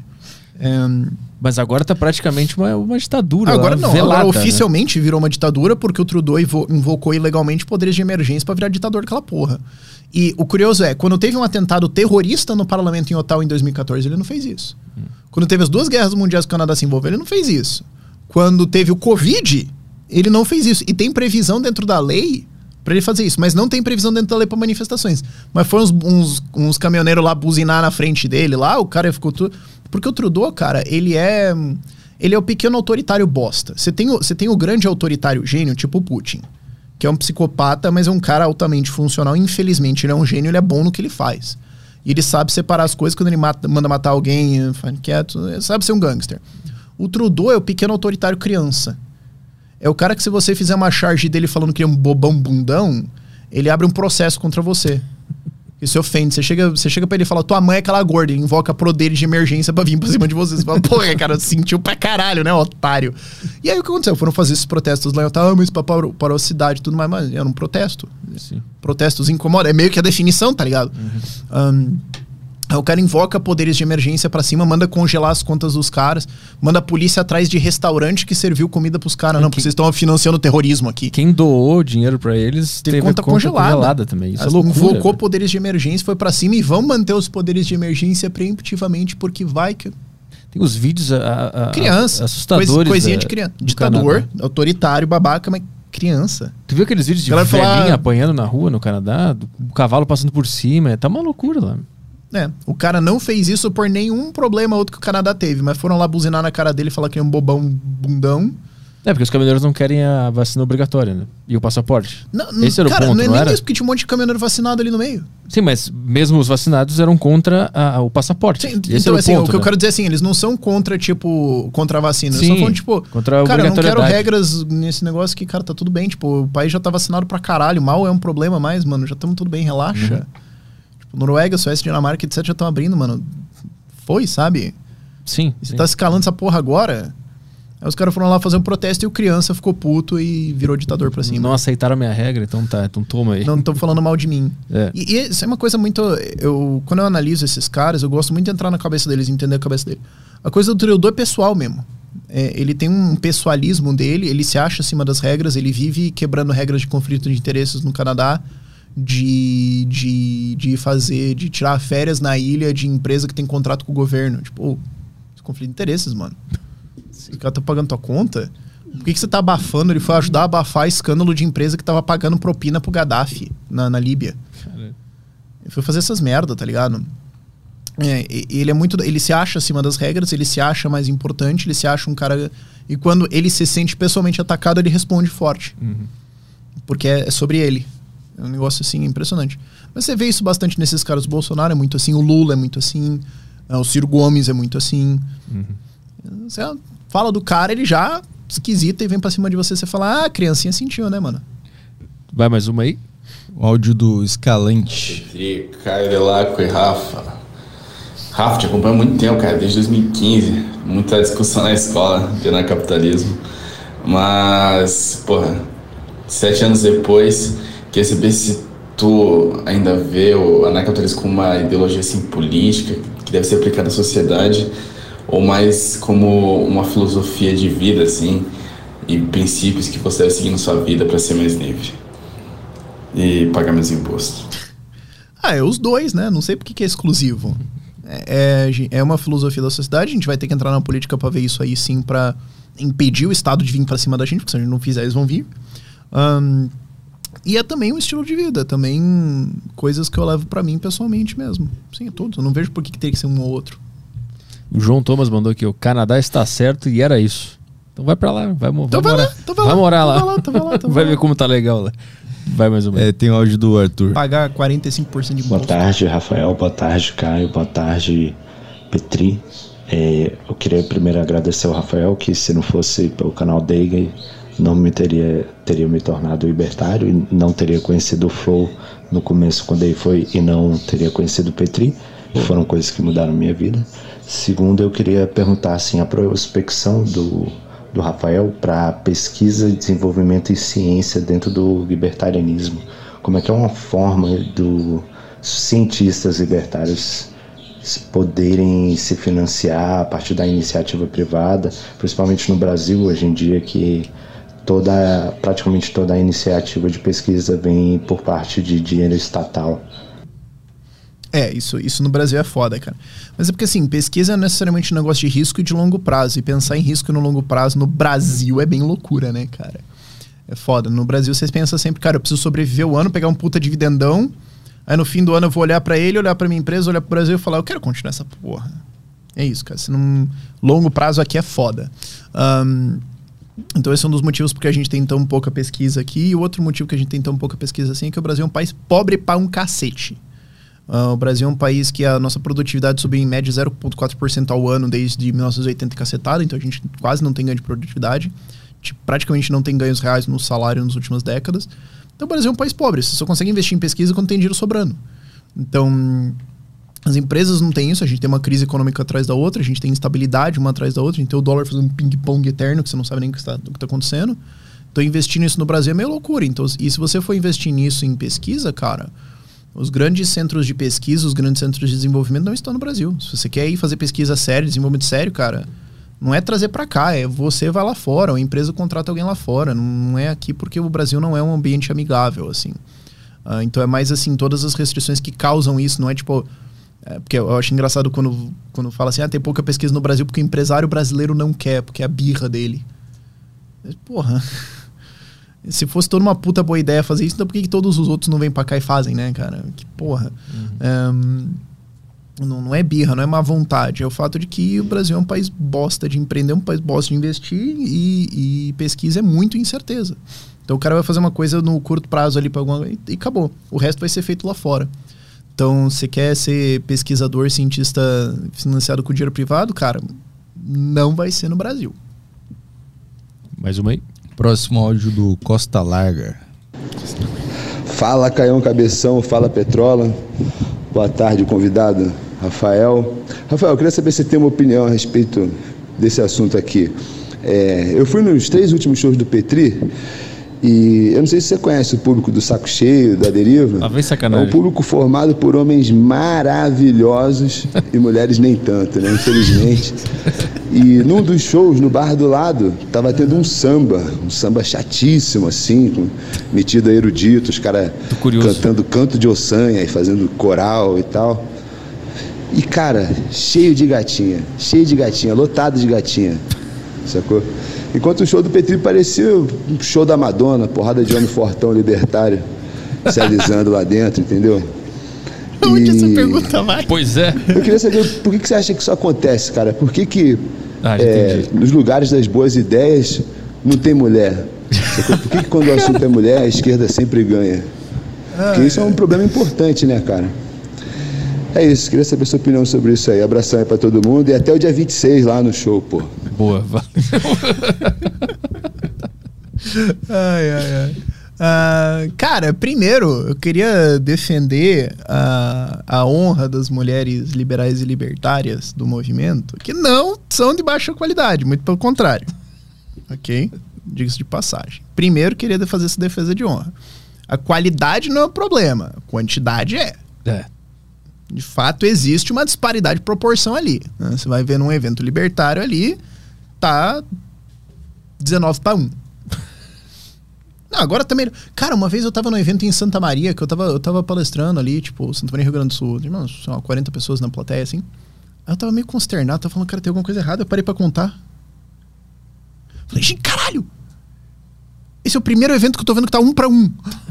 Mas agora tá praticamente uma ditadura. Agora lá, não, velada, agora oficialmente virou uma ditadura porque o Trudeau invocou ilegalmente poderes de emergência pra virar ditador daquela porra. E o curioso é, quando teve um atentado terrorista no parlamento em Ottawa em 2014, ele não fez isso. Quando teve as 2 guerras mundiais que o Canadá se envolveu, ele não fez isso. Quando teve o Covid, ele não fez isso. E tem previsão dentro da lei pra ele fazer isso, mas não tem previsão dentro da lei pra manifestações. Mas foram uns caminhoneiros lá buzinar na frente dele lá, o cara ficou tudo... Porque o Trudeau, cara, ele é o pequeno autoritário bosta. Você tem o grande autoritário gênio, tipo o Putin, que é um psicopata, mas é um cara altamente funcional. Infelizmente, ele é um gênio, ele é bom no que ele faz. E ele sabe separar as coisas quando ele manda matar alguém, faz quieto, sabe ser um gangster. O Trudeau é o pequeno autoritário criança. É o cara que se você fizer uma charge dele falando que ele é um bobão bundão, ele abre um processo contra você. E se ofende. Você chega pra ele e fala, tua mãe é aquela gorda, ele invoca poderes de emergência pra vir pra cima de você. Você fala, porra, cara, sentiu pra caralho, né, otário. E aí o que aconteceu? Foram fazer esses protestos lá, eu tava, mas para a cidade e tudo mais, mas era um protesto. Sim. Protestos incomodam, é meio que a definição, tá ligado? O cara invoca poderes de emergência pra cima, manda congelar as contas dos caras, manda a polícia atrás de restaurante que serviu comida pros caras. Não, porque vocês estão financiando o terrorismo aqui. Quem doou dinheiro pra eles teve conta congelada também. Isso é loucura. Invocou poderes de emergência, foi pra cima e vão manter os poderes de emergência preemptivamente, porque vai que... Tem os vídeos criança, assustadores. Coisinha de criança. Ditador, autoritário, babaca, mas criança. Tu viu aqueles vídeos de velhinha apanhando na rua no Canadá? O cavalo passando por cima. Tá uma loucura lá. O cara não fez isso por nenhum problema outro que o Canadá teve, mas foram lá buzinar na cara dele e falar que é um bobão bundão. Porque os caminhoneiros não querem a vacina obrigatória, né? E o passaporte. Esse era o ponto, não é não nem era? isso, porque tinha um monte de caminhoneiro vacinado ali no meio. Sim, mas mesmo os vacinados eram contra o passaporte. Sim, Esse então, era assim, ponto, o que eu né? quero dizer assim, eles não são contra, tipo, contra a vacina. Eles Sim, só falam, tipo, contra a cara, eu não quero obrigatoriedade. regras nesse negócio que, cara, tá tudo bem. Tipo, o país já tá vacinado pra caralho. Mal é um problema mais, mano. Já estamos tudo bem, relaxa. Tipo, Noruega, Suécia, Dinamarca, etc. já estão abrindo, mano. Foi, sabe? Sim. E você tá escalando essa porra agora. Aí os caras foram lá fazer um protesto e o criança ficou puto e virou ditador pra cima. Não aceitaram a minha regra, então tá, então toma aí. Não estão falando mal de mim. É. E isso é uma coisa muito... Quando eu analiso esses caras, eu gosto muito de entrar na cabeça deles, entender a cabeça dele. A coisa do Trudeau é pessoal mesmo. Ele tem um pessoalismo dele, ele se acha acima das regras, ele vive quebrando regras de conflito de interesses no Canadá, de tirar férias na ilha de empresa que tem contrato com o governo. Tipo, conflito de interesses, mano. Os caras estão pagando tua conta? Por que você tá abafando? Ele foi ajudar a abafar escândalo de empresa que tava pagando propina pro Gaddafi na Líbia. Ele foi fazer essas merda, tá ligado? Ele é muito... Ele se acha acima das regras, ele se acha mais importante, ele se acha um cara... E quando ele se sente pessoalmente atacado, ele responde forte. Porque é sobre ele. É um negócio, assim, impressionante. Mas você vê isso bastante nesses caras. O Bolsonaro é muito assim, o Lula é muito assim, o Ciro Gomes é muito assim. Você fala do cara, ele já esquisita e vem pra cima de você. Você fala, a criancinha sentiu, né, mano? Vai mais uma aí? O áudio do Escalante. Caio Delaco e Rafa. Rafa, te acompanho há muito tempo, cara, desde 2015. Muita discussão na escola de anarcapitalismo. Mas, porra, 7 anos depois, queria saber se tu ainda vê o anarcapitalismo como uma ideologia assim, política, que deve ser aplicada à sociedade, ou mais como uma filosofia de vida, assim, e princípios que você deve seguir na sua vida para ser mais livre e pagar menos impostos. É os dois, né? Não sei por que é exclusivo. É uma filosofia da sociedade, a gente vai ter que entrar na política para ver isso aí, sim, para impedir o Estado de vir para cima da gente, porque se a gente não fizer, eles vão vir. E é também um estilo de vida, também coisas que eu levo para mim pessoalmente mesmo. Sim, todos. Eu não vejo por que teria que ser um ou outro. O João Thomas mandou aqui, o Canadá está certo e era isso. Então vai pra lá, vai morar lá. Vai ver como tá legal lá. Vai mais ou menos. Tem o áudio do Arthur. Pagar 45% de imposto. Boa tarde, Rafael. Boa tarde, Caio. Boa tarde, Petri. Eu queria primeiro agradecer ao Rafael, que se não fosse pelo canal dele, não me teria me tornado libertário e não teria conhecido o Flow no começo quando ele foi e não teria conhecido o Petri. Foram coisas que mudaram minha vida. Segundo, eu queria perguntar assim, a prospecção do Rafael para pesquisa, desenvolvimento e ciência dentro do libertarianismo. Como é que é uma forma dos cientistas libertários poderem se financiar a partir da iniciativa privada, principalmente no Brasil hoje em dia, que praticamente toda a iniciativa de pesquisa vem por parte de dinheiro estatal. Isso no Brasil é foda, cara. Mas é porque, assim, pesquisa é necessariamente um negócio de risco e de longo prazo. E pensar em risco no longo prazo no Brasil é bem loucura, né, cara? É foda. No Brasil, vocês pensam sempre, cara, eu preciso sobreviver o ano, pegar um puta dividendão. Aí no fim do ano eu vou olhar pra ele, olhar pra minha empresa, olhar pro Brasil e falar, eu quero continuar essa porra. É isso, cara. Se num longo prazo aqui é foda. Então esse é um dos motivos porque a gente tem tão pouca pesquisa aqui. E o outro motivo que a gente tem tão pouca pesquisa assim é que o Brasil é um país pobre pra um cacete. O Brasil é um país que a nossa produtividade subiu em média 0,4% ao ano desde 1980 cacetada, então a gente quase não tem ganho de produtividade, praticamente não tem ganhos reais no salário nas últimas décadas. Então o Brasil é um país pobre, você só consegue investir em pesquisa quando tem dinheiro sobrando. Então as empresas não têm isso, a gente tem uma crise econômica atrás da outra, a gente tem instabilidade uma atrás da outra, a gente tem o dólar fazendo um ping-pong eterno que você não sabe nem o que está acontecendo. Então investir nisso no Brasil é meio loucura. Então, e se você for investir nisso em pesquisa, cara... Os grandes centros de pesquisa, os grandes centros de desenvolvimento não estão no Brasil. Se você quer ir fazer pesquisa séria, desenvolvimento sério, cara, não é trazer pra cá, é você vai lá fora, ou a empresa contrata alguém lá fora. Não é aqui porque o Brasil não é um ambiente amigável, assim. Então é mais, assim, todas as restrições que causam isso, não é tipo... porque eu acho engraçado quando fala assim, tem pouca pesquisa no Brasil porque o empresário brasileiro não quer, porque é a birra dele. Porra... Se fosse toda uma puta boa ideia fazer isso, então por que todos os outros não vêm pra cá e fazem, né, cara? Que porra. Não é birra, não é má vontade. É o fato de que o Brasil é um país bosta de empreender, um país bosta de investir e pesquisa é muito incerteza. Então o cara vai fazer uma coisa no curto prazo ali pra alguma e acabou. O resto vai ser feito lá fora. Então, você quer ser pesquisador, cientista financiado com dinheiro privado, cara, não vai ser no Brasil. Mais uma aí. Próximo áudio do Costa Larga. Fala, Caião Cabeção, fala, Petrola. Boa tarde, convidado Rafael. Rafael, eu queria saber se você tem uma opinião a respeito desse assunto aqui. Eu fui nos 3 últimos shows do Petri e eu não sei se você conhece o público do Saco Cheio, da Deriva. Ah, vem sacanagem. É um público formado por homens maravilhosos e mulheres nem tanto, né? Infelizmente. E num dos shows, no bar do lado, tava tendo um samba chatíssimo, assim, metido a erudito, os caras cantando canto de ossanha e fazendo coral e tal. E, cara, cheio de gatinha, lotado de gatinha, sacou? Enquanto o show do Petri parecia um show da Madonna, porrada de homem fortão libertário se alisando lá dentro, entendeu? Onde essa pergunta vai? Pois é. Eu queria saber por que você acha que isso acontece, cara? Por que nos lugares das boas ideias não tem mulher? Por que quando o assunto é mulher, a esquerda sempre ganha? Porque isso é um problema importante, né, cara? É isso, queria saber sua opinião sobre isso aí. Abração aí pra todo mundo e até o dia 26 lá no show, pô. Boa, valeu. Cara, primeiro eu queria defender a honra das mulheres liberais e libertárias do movimento, que não são de baixa qualidade, muito pelo contrário. Ok? Diga-se de passagem. Primeiro, queria fazer essa defesa de honra. A qualidade não é o problema, a quantidade é. De fato, existe uma disparidade de proporção ali, né? Você vai ver num evento libertário ali, tá 19-1. Não, agora também... Cara, uma vez eu tava num evento em Santa Maria, que eu tava palestrando ali, tipo, Santa Maria, Rio Grande do Sul. Irmãos, são 40 pessoas na plateia, assim. Aí eu tava meio consternado, tava falando, cara, tem alguma coisa errada. Eu parei pra contar. Falei, gente, caralho! Esse é o primeiro evento que eu tô vendo que tá 1-1.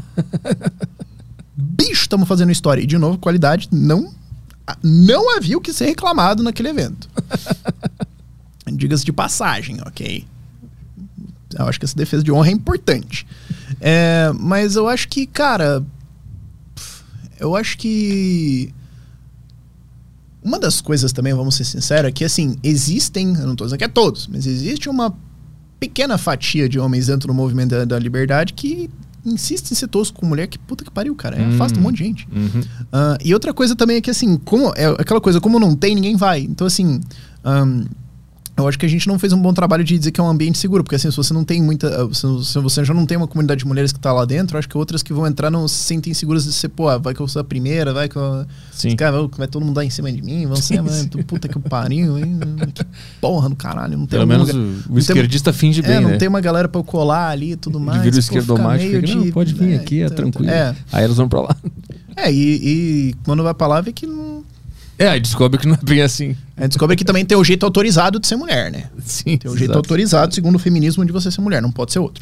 Bicho, estamos fazendo história. E, de novo, qualidade não havia o que ser reclamado naquele evento. Diga-se de passagem, ok? Eu acho que essa defesa de honra é importante. Mas eu acho que, cara... Eu acho que... Uma das coisas também, vamos ser sinceros, é que, assim, existem... Eu não tô dizendo que é todos, mas existe uma pequena fatia de homens dentro do movimento da liberdade que insiste em ser tosco com mulher, que puta que pariu, cara. Afasta um monte de gente. E outra coisa também é que, assim, como é aquela coisa, como não tem, ninguém vai. Então, assim... eu acho que a gente não fez um bom trabalho de dizer que é um ambiente seguro, porque assim, se você não tem muita... Se você já não tem uma comunidade de mulheres que tá lá dentro, eu acho que outras que vão entrar não se sentem seguras de ser, pô, vai que eu sou a primeira, vai que eu... Cara, vai todo mundo dar em cima de mim, vão ser, puta que pariu, hein? Que porra do caralho. Não tem pelo menos o esquerdista finge bem, não né? tem uma galera pra eu colar ali e tudo mais. Vira o esquerdomático, não, pode vir aqui, é tranquilo. Aí elas vão pra lá. E quando vai pra lá, vê que não... Aí descobre que não é bem assim. Aí descobre que também tem o jeito autorizado de ser mulher, né? Sim. Tem o jeito autorizado, segundo o feminismo, de você ser mulher, não pode ser outro.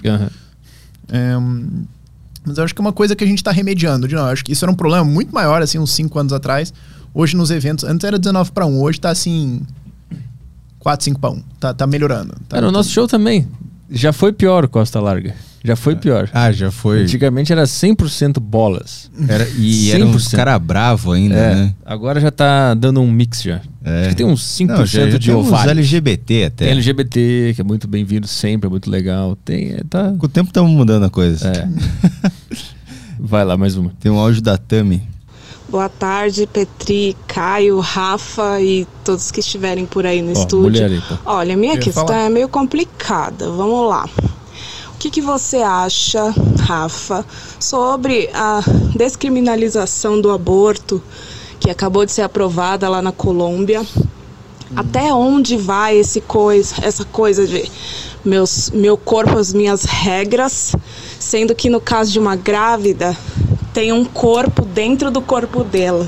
Mas eu acho que é uma coisa que a gente tá remediando. Eu acho que isso era um problema muito maior, assim, uns 5 anos atrás. Hoje nos eventos, antes era 19-1, hoje tá assim 4-5-1. Tá melhorando. No nosso show também. Já foi pior, Costa Larga. Já foi pior. Já foi. Antigamente era 100% bolas. Era uns cara bravo ainda, né? Agora já tá dando um mix já. Acho que tem uns 5% já de ovários. ovários. LGBT até. Tem LGBT, que é muito bem-vindo sempre, é muito legal. Com o tempo estamos mudando a coisa. Vai lá, mais uma. Tem um áudio da Tami. Boa tarde, Petri, Caio, Rafa e todos que estiverem por aí no estúdio. Aí, olha, minha questão é meio complicada. Vamos lá. O que você acha, Rafa, sobre a descriminalização do aborto que acabou de ser aprovada lá na Colômbia? Até onde vai essa coisa de meu corpo, as minhas regras, sendo que no caso de uma grávida tem um corpo dentro do corpo dela.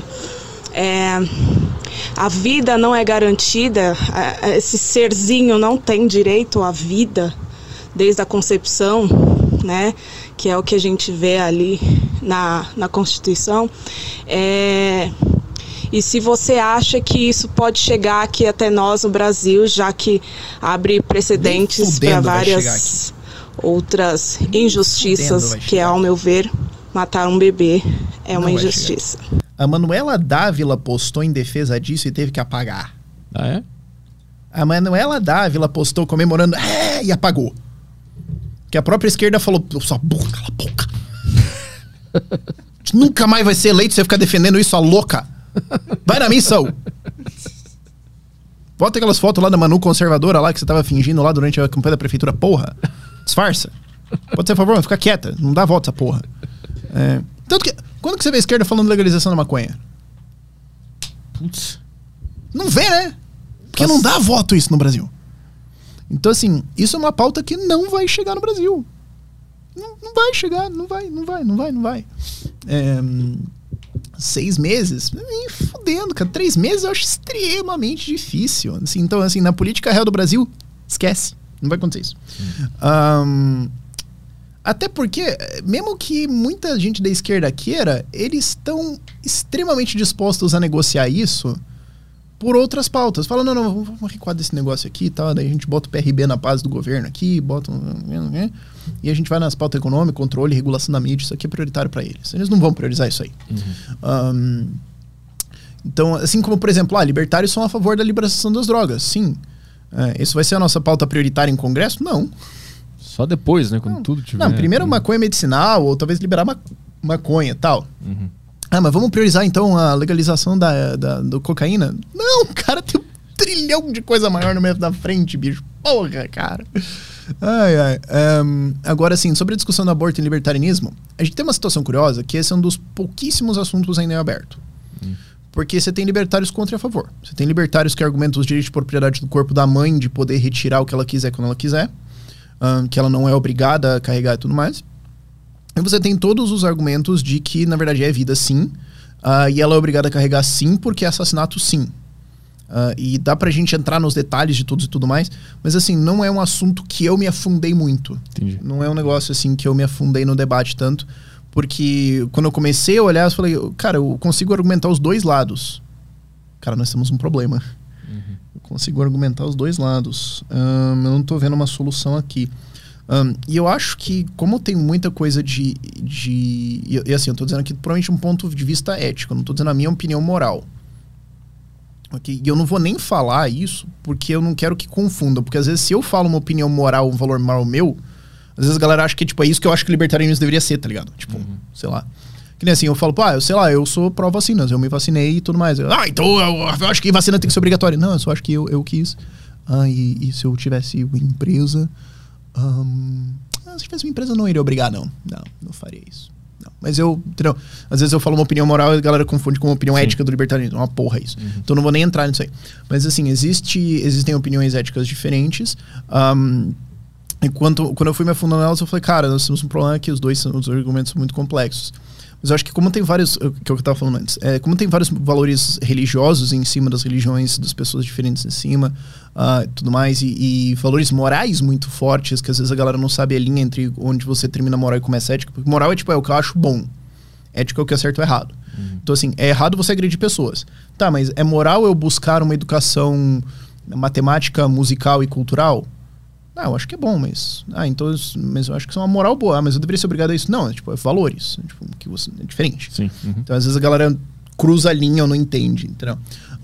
A vida não é garantida, esse serzinho não tem direito à vida desde a concepção, né, que é o que a gente vê ali na Constituição. E se você acha que isso pode chegar aqui até nós no Brasil, já que abre precedentes para várias outras injustiças, que ao meu ver, matar um bebê é uma injustiça. A Manuela Dávila postou em defesa disso e teve que apagar. Ah, é? A Manuela Dávila postou comemorando e apagou. Que a própria esquerda falou, sua boca, cala a boca. Nunca mais vai ser eleito você ficar defendendo isso, a louca. Vai na missão. Bota aquelas fotos lá da Manu conservadora lá que você tava fingindo lá durante a campanha da prefeitura, porra. Disfarça. Pode ser, por favor, fica quieta. Não dá volta essa porra. Tanto que, quando que você vê a esquerda falando de legalização da maconha? Putz. Não vê, né? Porque não dá voto isso no Brasil. Então, assim, isso é uma pauta que não vai chegar no Brasil. Não vai chegar, não vai. 6 meses? Me fudendo, cara. 3 meses eu acho extremamente difícil. Assim, então, assim, na política real do Brasil, esquece. Não vai acontecer isso. Até porque, mesmo que muita gente da esquerda queira, eles estão extremamente dispostos a negociar isso por outras pautas. Fala, não, vamos recuar desse negócio aqui e tal, daí a gente bota o PRB na base do governo aqui, e a gente vai nas pautas econômicas, controle, regulação da mídia, isso aqui é prioritário para eles. Eles não vão priorizar isso aí. Então, assim como, por exemplo, libertários são a favor da liberação das drogas, sim. Isso vai ser a nossa pauta prioritária em Congresso? Não. Só depois, né? Quando tudo tiver... Não, primeiro maconha medicinal, ou talvez liberar maconha e tal. Mas vamos priorizar então a legalização da cocaína? Não, cara, tem 1 trilhão de coisa maior no meio da frente, bicho. Porra, cara. Agora, assim, sobre a discussão do aborto e libertarianismo, a gente tem uma situação curiosa, que esse é um dos pouquíssimos assuntos ainda em aberto. Porque você tem libertários contra e a favor. Você tem libertários que argumentam os direitos de propriedade do corpo da mãe, de poder retirar o que ela quiser quando ela quiser, que ela não é obrigada a carregar e tudo mais. E você tem todos os argumentos de que, na verdade, é vida sim, e ela é obrigada a carregar sim, porque é assassinato sim. E dá pra gente entrar nos detalhes de todos e tudo mais, mas assim, não é um assunto que eu me afundei muito. Entendi. Não é um negócio assim que eu me afundei no debate tanto, porque quando eu comecei a olhar, eu falei, cara, eu consigo argumentar os dois lados. Cara, nós temos um problema. Eu consigo argumentar os dois lados. Eu não tô vendo uma solução aqui. E eu acho que, como tem muita coisa e assim, eu tô dizendo aqui provavelmente um ponto de vista ético, eu não tô dizendo a minha opinião moral. Okay? E eu não vou nem falar isso porque eu não quero que confunda, porque às vezes se eu falo uma opinião moral, um valor moral meu, às vezes a galera acha que tipo, é isso que eu acho que libertarianismo deveria ser, tá ligado? Tipo, sei lá. Que nem assim, eu falo, eu sou pró-vacinas, eu me vacinei e tudo mais. Então eu acho que vacina tem que ser obrigatória. Não, eu só acho que eu quis. E se eu tivesse uma empresa... se tivesse uma empresa, eu não iria obrigar, não. Não faria isso. Não. Mas entendeu? Às vezes eu falo uma opinião moral e a galera confunde com uma opinião ética do libertarianismo. É uma porra isso. Então eu não vou nem entrar nisso aí. Mas assim, existem opiniões éticas diferentes. E quando eu fui me afundando nelas, eu falei, cara, nós temos um problema que os argumentos são muito complexos. Mas eu acho que como tem vários, que eu tava falando antes, como tem vários valores religiosos em cima das religiões, das pessoas diferentes em cima, tudo mais, e valores morais muito fortes, que às vezes a galera não sabe a linha entre onde você termina moral e começa ética, porque moral é o que eu acho bom, ética é o que é certo ou errado. Então assim, é errado você agredir pessoas. Tá, mas é moral eu buscar uma educação matemática, musical e cultural? Eu acho que é bom, mas eu acho que isso é uma moral boa. Mas eu deveria ser obrigado a isso. Não, é valores. Que você, é diferente. Sim. Então, às vezes a galera cruza a linha ou não entende, entendeu?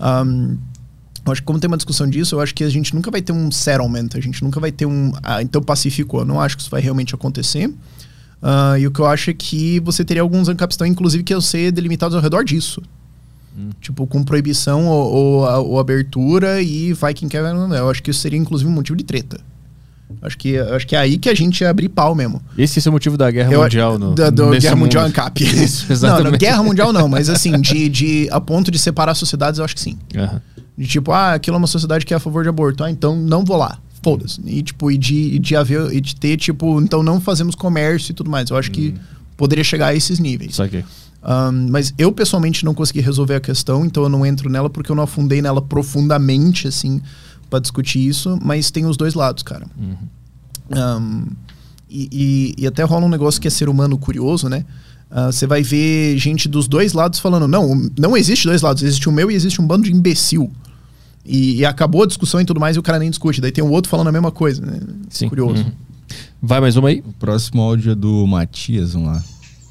Eu acho que como tem uma discussão disso, eu acho que a gente nunca vai ter um settlement. A gente nunca vai ter então pacificou. Eu não acho que isso vai realmente acontecer. E o que eu acho é que você teria alguns ANCAPs, inclusive, que iam ser delimitados ao redor disso. Tipo, com proibição ou abertura e vai quem quer. Eu acho que isso seria, inclusive, um motivo de treta. Acho que é aí que a gente ia abrir pau mesmo. Esse é o motivo da Guerra Mundial. Da Guerra Mundial ANCAP. Isso, exatamente. Não, Guerra Mundial não, mas assim, a ponto de separar sociedades, eu acho que sim. De tipo, aquilo é uma sociedade que é a favor de aborto. Então não vou lá. Foda-se. E tipo, de ter, tipo, então não fazemos comércio e tudo mais. Eu acho que poderia chegar a esses níveis. Isso aqui. Mas eu pessoalmente não consegui resolver a questão, então eu não entro nela porque eu não afundei nela profundamente, assim, pra discutir isso, mas tem os dois lados, cara. E até rola um negócio que é ser humano curioso, né? Você vai ver gente dos dois lados falando, não existe dois lados, existe o meu e existe um bando de imbecil. E acabou a discussão e tudo mais e o cara nem discute. Daí tem o outro falando a mesma coisa, né? Sim. Curioso. Vai mais uma aí? O próximo áudio é do Matias, vamos lá.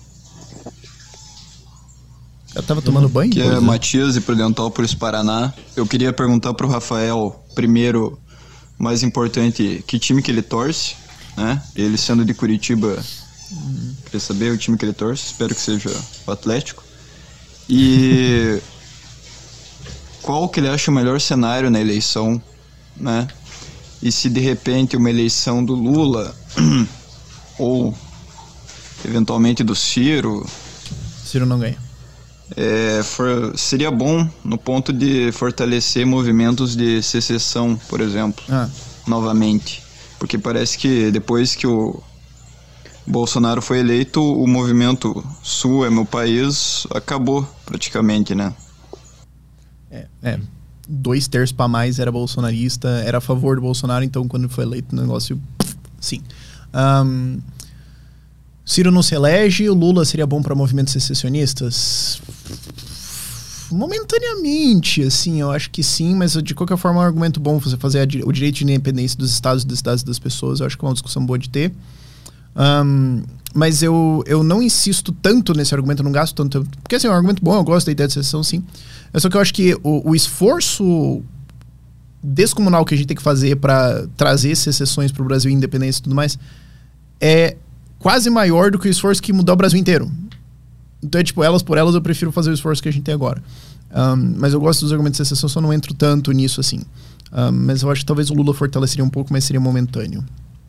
Eu tava tomando banho? Que é Matias, de Prudentópolis, Paraná. Eu queria perguntar pro Rafael, primeiro, mais importante, que time que ele torce, né? Ele sendo de Curitiba, queria saber o time que ele torce, espero que seja o Atlético. E qual que ele acha o melhor cenário na eleição, né? E se de repente uma eleição do Lula ou eventualmente do Ciro não ganha. Seria bom no ponto de fortalecer movimentos de secessão, por exemplo, novamente. Porque parece que depois que o Bolsonaro foi eleito, o movimento Sul é meu país acabou praticamente, né? 2/3 para mais era bolsonarista, era a favor do Bolsonaro, então quando foi eleito o negócio, sim. Ciro não se elege, o Lula seria bom para movimentos secessionistas? Momentaneamente, assim, eu acho que sim, mas de qualquer forma é um argumento bom você fazer o direito de independência dos estados, das cidades e das pessoas, eu acho que é uma discussão boa de ter. Mas eu não insisto tanto nesse argumento, eu não gasto tanto tempo, porque assim, é um argumento bom, eu gosto da ideia de secessão, sim. Só que eu acho que o esforço descomunal que a gente tem que fazer para trazer secessões para o Brasil, independência e tudo mais, é quase maior do que o esforço que mudar o Brasil inteiro. Então é tipo, elas por elas eu prefiro fazer o esforço que a gente tem agora. Mas eu gosto dos argumentos de secessão, só não entro tanto nisso assim. Mas eu acho que talvez o Lula fortaleceria um pouco, mas seria momentâneo.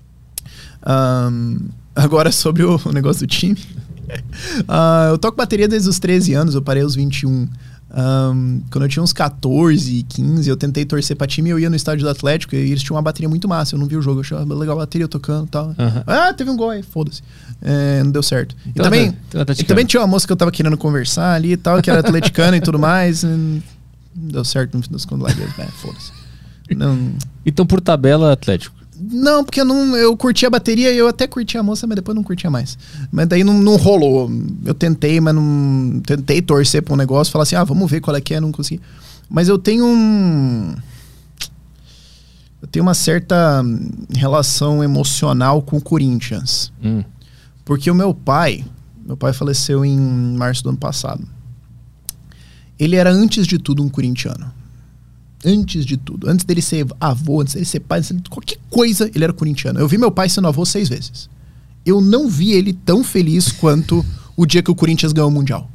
Agora sobre o negócio do time. Eu toco bateria desde os 13 anos, eu parei aos 21. Quando eu tinha uns 14, 15, eu tentei torcer pra time e eu ia no estádio do Atlético e eles tinham uma bateria muito massa. Eu não vi o jogo, eu achava legal a bateria, eu tocando e tal. Teve um gol aí, foda-se. Não deu certo. E também tinha uma moça que eu tava querendo conversar ali e tal, que era atleticana e tudo mais. Não deu certo no fim das contas. Foda-se. Então, por tabela, Atlético. Não, porque eu curti a bateria e eu até curti a moça, mas depois não curtia mais. Mas daí não rolou. Eu tentei, mas não... Tentei torcer pra um negócio, falar assim, vamos ver qual é que é, não consegui. Mas eu tenho Eu tenho uma certa relação emocional com o Corinthians. Porque o meu pai faleceu em março do ano passado. Ele era, antes de tudo, um corintiano. Antes de tudo. Antes dele ser avô, antes dele ser pai, antes de qualquer coisa, ele era corintiano. Eu vi meu pai sendo avô 6 vezes. Eu não vi ele tão feliz quanto o dia que o Corinthians ganhou o Mundial.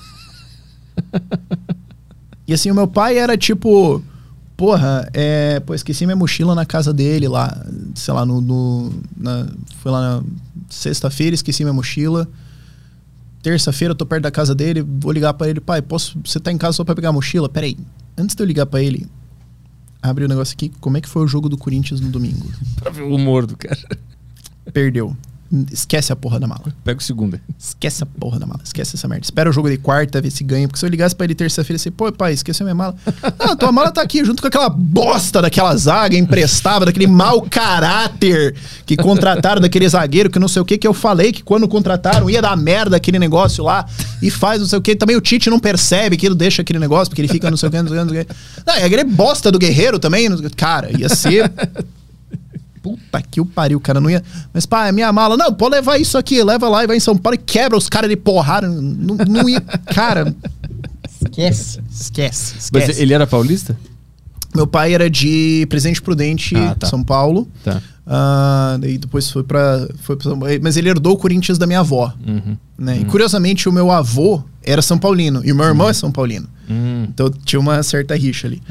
E assim, o meu pai era tipo... esqueci minha mochila na casa dele lá. Sei lá, foi lá na sexta-feira, esqueci minha mochila. Terça-feira eu tô perto da casa dele, vou ligar pra ele. Pai, você tá em casa só pra pegar a mochila? Peraí, antes de eu ligar pra ele, abre o negócio aqui. Como é que foi o jogo do Corinthians no domingo? Pra ver o humor do cara. Perdeu. Esquece a porra da mala. Pega o segundo. Esquece a porra da mala. Esquece essa merda. Espera o jogo de quarta, ver se ganha. Porque se eu ligasse pra ele terça-feira, você, pai, esqueceu minha mala. Não, tua mala tá aqui, junto com aquela bosta daquela zaga emprestada, daquele mau caráter que contrataram, daquele zagueiro que não sei o que eu falei que quando contrataram ia dar merda aquele negócio lá e faz não sei o que. Também o Tite não percebe que ele deixa aquele negócio porque ele fica não sei o que, não sei o que. Não, é aquele bosta do Guerreiro também. Cara, ia ser... Puta que o pariu, cara, não ia... Mas, pá, é minha mala. Não, pode levar isso aqui, leva lá e vai em São Paulo e quebra os caras de porrada. Não ia... Cara, esquece. Mas ele era paulista? Meu pai era de Presidente Prudente, São Paulo. Tá. Daí depois foi pra São Paulo. Mas ele herdou o Corinthians da minha avó. Né? E curiosamente, o meu avô era São Paulino e o meu irmão é São Paulino. Então tinha uma certa rixa ali.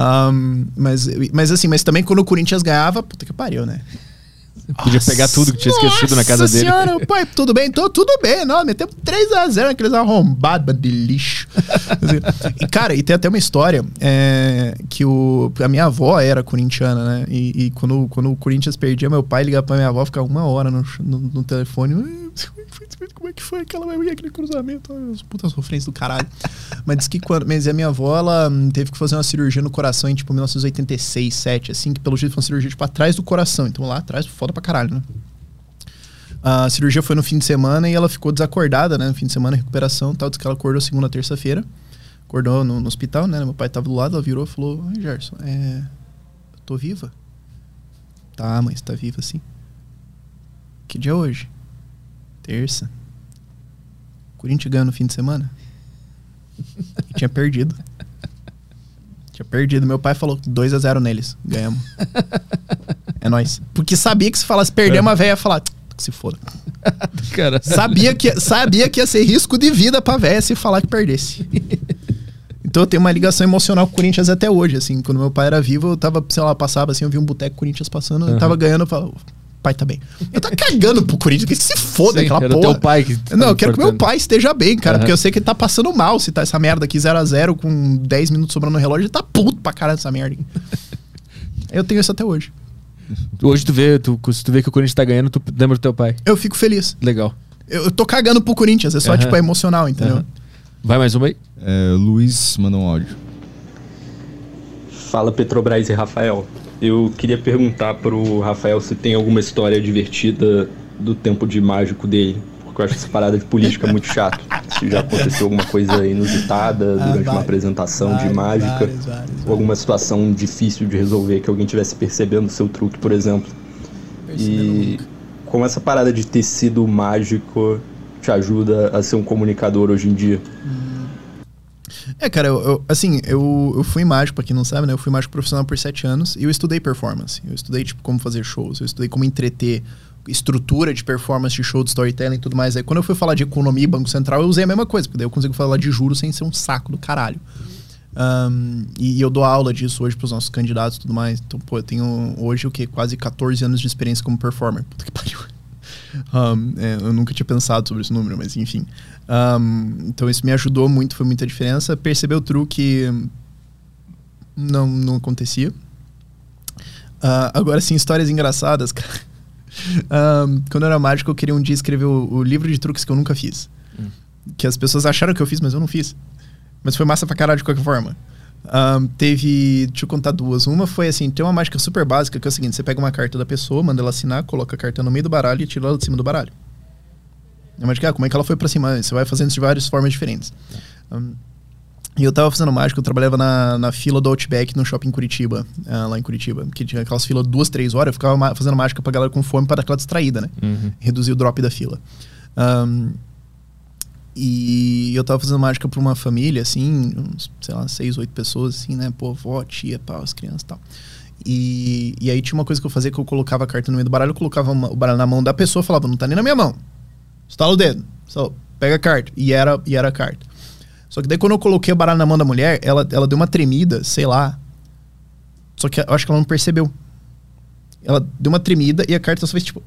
Mas também quando o Corinthians ganhava, puta que pariu, né? Podia pegar tudo que tinha esquecido na casa dele. Nossa senhora, pai, tudo bem? Então, tudo bem, não, metemos 3-0 naqueles arrombados de lixo. E, cara, e tem até uma história que a minha avó era corintiana, né? E quando o Corinthians perdia, meu pai ligava pra minha avó, ficava 1 hora no telefone. Como é que foi aquele cruzamento? Puta sofrência do caralho. Mas diz que mas a minha avó, ela teve que fazer uma cirurgia no coração em tipo 1986, 7, assim, que pelo jeito foi uma cirurgia tipo atrás do coração. Então lá atrás, foda pra caralho, né? A cirurgia foi no fim de semana e ela ficou desacordada, né? No fim de semana, recuperação e tal. Diz que ela acordou segunda, terça-feira. Acordou no hospital, né? Meu pai tava do lado, ela virou e falou: "Ai, Gerson, eu tô viva?" "Tá, mãe, você tá viva sim." "Que dia é hoje?" "Terça." "Corinthians ganhou no fim de semana?" E tinha perdido. Meu pai falou 2-0 neles. Ganhamos. É nóis. Porque sabia que se falasse perdemos, a véia ia falar: "Que se foda." Cara. Sabia que ia ser risco de vida pra véia se falar que perdesse. Então eu tenho uma ligação emocional com o Corinthians até hoje, assim. Quando meu pai era vivo, eu tava, sei lá, passava assim, eu vi um boteco Corinthians passando, eu tava ganhando, eu falava: "Pai tá bem." Eu tava cagando pro Corinthians, que se foda. Sim, aquela era porra. Teu pai que não, eu quero que meu pai esteja bem, cara, porque eu sei que ele tá passando mal se tá essa merda aqui 0-0 com 10 minutos sobrando no relógio, ele tá puto pra caralho essa merda. Eu tenho isso até hoje. Hoje se tu vê que o Corinthians tá ganhando, tu lembra do teu pai. Eu fico feliz. Legal. Eu tô cagando pro Corinthians, é só tipo, é emocional, entendeu? Vai mais uma aí. Luiz mandou um áudio. Fala Petrobras e Rafael. Eu queria perguntar pro Rafael se tem alguma história divertida do tempo de mágico dele, porque eu acho essa parada de política muito chato. Se já aconteceu alguma coisa inusitada durante uma apresentação de mágica, ou alguma situação difícil de resolver que alguém tivesse percebendo o seu truque, por exemplo. E como essa parada de ter sido mágico te ajuda a ser um comunicador hoje em dia? Cara, eu fui mágico, pra quem não sabe, né? Eu fui mágico profissional por 7 anos e eu estudei performance. Eu estudei, tipo, como fazer shows, eu estudei como entreter, estrutura de performance, de show, de storytelling e tudo mais. Aí quando eu fui falar de economia e Banco Central, eu usei a mesma coisa, porque daí eu consigo falar de juros sem ser um saco do caralho. E eu dou aula disso hoje pros nossos candidatos e tudo mais. Então, pô, eu tenho hoje quase 14 anos de experiência como performer. Puta que pariu. Eu nunca tinha pensado sobre esse número, mas enfim. Então isso me ajudou muito, foi muita diferença. Perceber o truque não acontecia. Agora sim, histórias engraçadas, cara. Quando eu era mágico, eu queria um dia escrever o livro de truques que eu nunca fiz. Que as pessoas acharam que eu fiz, mas eu não fiz. Mas foi massa pra caralho de qualquer forma. Deixa eu contar 2. Uma foi assim, tem uma mágica super básica que é o seguinte: você pega uma carta da pessoa, manda ela assinar, coloca a carta no meio do baralho e tira ela de cima do baralho. A mágica, como é que ela foi pra cima? Você vai fazendo isso de várias formas diferentes. E eu tava fazendo mágica, eu trabalhava na fila do Outback no shopping Curitiba, lá em Curitiba, que tinha aquelas filas 2-3 horas, eu ficava fazendo mágica pra galera com fome pra dar aquela distraída, né? Reduzir o drop da fila. E eu tava fazendo mágica pra uma família, assim, sei lá, 6, 8 pessoas, assim, né? Pô, avó, tia, pau, as crianças e tal. E aí tinha uma coisa que eu fazia, que eu colocava a carta no meio do baralho, eu colocava o baralho na mão da pessoa, falava: "Não tá nem na minha mão." Estala o dedo, pega a carta. E era a carta. Só que daí quando eu coloquei o baralho na mão da mulher, ela deu uma tremida, sei lá. Só que eu acho que ela não percebeu. Ela deu uma tremida e a carta só fez tipo...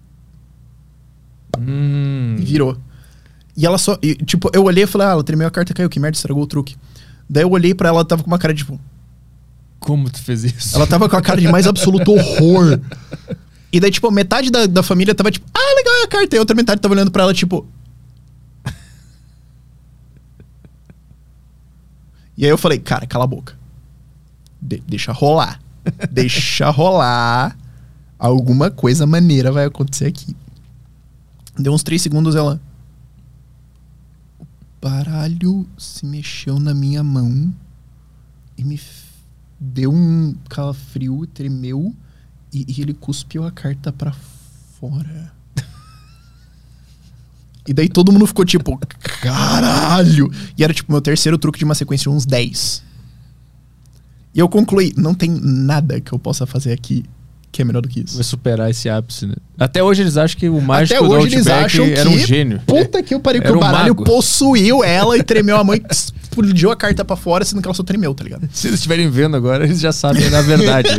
E virou. E ela só... tipo, eu olhei e falei: ela tremeu, a carta caiu, que merda, estragou o truque. Daí eu olhei pra ela, ela tava com uma cara de tipo... Como tu fez isso? Ela tava com a cara de mais absoluto horror. E daí, tipo, metade da família tava tipo: legal, é a carta. E a outra metade tava olhando pra ela, tipo... E aí eu falei: cara, cala a boca. Deixa rolar. Deixa rolar. Alguma coisa maneira vai acontecer aqui. Deu uns 3 segundos, ela... O baralho se mexeu na minha mão e me deu um calafrio, tremeu e ele cuspiu a carta pra fora. E daí todo mundo ficou tipo: caralho! E era tipo meu terceiro truque de uma sequência de uns 10. E eu concluí: não tem nada que eu possa fazer aqui que é melhor do que isso. Vai superar esse ápice, né? Até hoje eles acham que o mágico do Outback era um gênio. Puta que eu pariu, que o baralho possuiu ela e tremeu a mão e explodiu a carta pra fora, sendo que ela só tremeu, tá ligado? Se eles estiverem vendo agora, eles já sabem na verdade.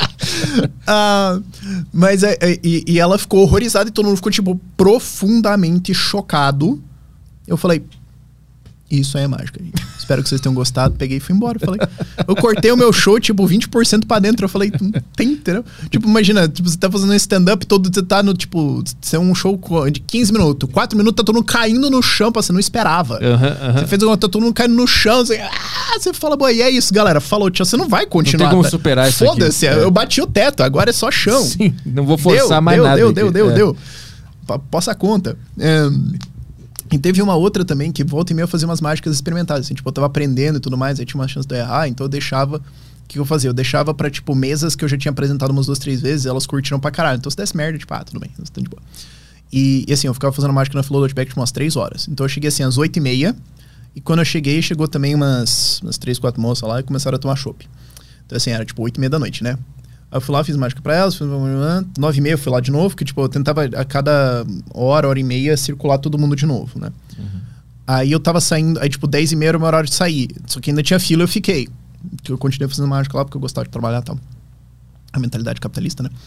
Mas e ela ficou horrorizada e todo mundo ficou, tipo, profundamente chocado. Eu falei: isso aí é mágica, gente. Espero que vocês tenham gostado. Peguei e fui embora. Eu cortei o meu show, tipo, 20% pra dentro. Eu falei: tem, entendeu? Tipo, imagina, tipo, você tá fazendo um stand-up todo, você tá no, tipo, você é um show de 15 minutos. 4 minutos tá todo mundo caindo no chão, você não esperava. Você fez tá todo mundo caindo no chão, você fala: boa, e é isso, galera. Falou, tchau. Você não vai continuar. Não tem como superar isso aqui. Foda-se, eu bati o teto, agora é só chão. Sim, não vou forçar mais nada. Deu. possa a conta. E teve uma outra também, que volta e meia eu fazia umas mágicas experimentais, assim, tipo, eu tava aprendendo e tudo mais, aí tinha uma chance de eu errar, então eu deixava... O que eu fazia? Eu deixava pra, tipo, mesas que eu já tinha apresentado umas 2, 3 vezes, elas curtiram pra caralho. Então se desse merda, tipo, tudo bem, tá de boa. E assim, eu ficava fazendo mágica na fila do Outback, tipo, umas 3 horas. Então eu cheguei, assim, às 8h30, e quando eu cheguei, chegou também umas 3, 4 moças lá e começaram a tomar chopp. Então assim, era tipo 8h30 da noite, né? Aí eu fui lá, fiz mágica pra elas, 9h30 eu fui lá de novo, que tipo, eu tentava a cada hora e meia circular todo mundo de novo, né? Aí eu tava saindo, aí tipo 10h30 era o meu horário de sair. Só que ainda tinha fila, eu fiquei. Eu continuei fazendo mágica lá porque eu gostava de trabalhar e tal. A mentalidade capitalista, né?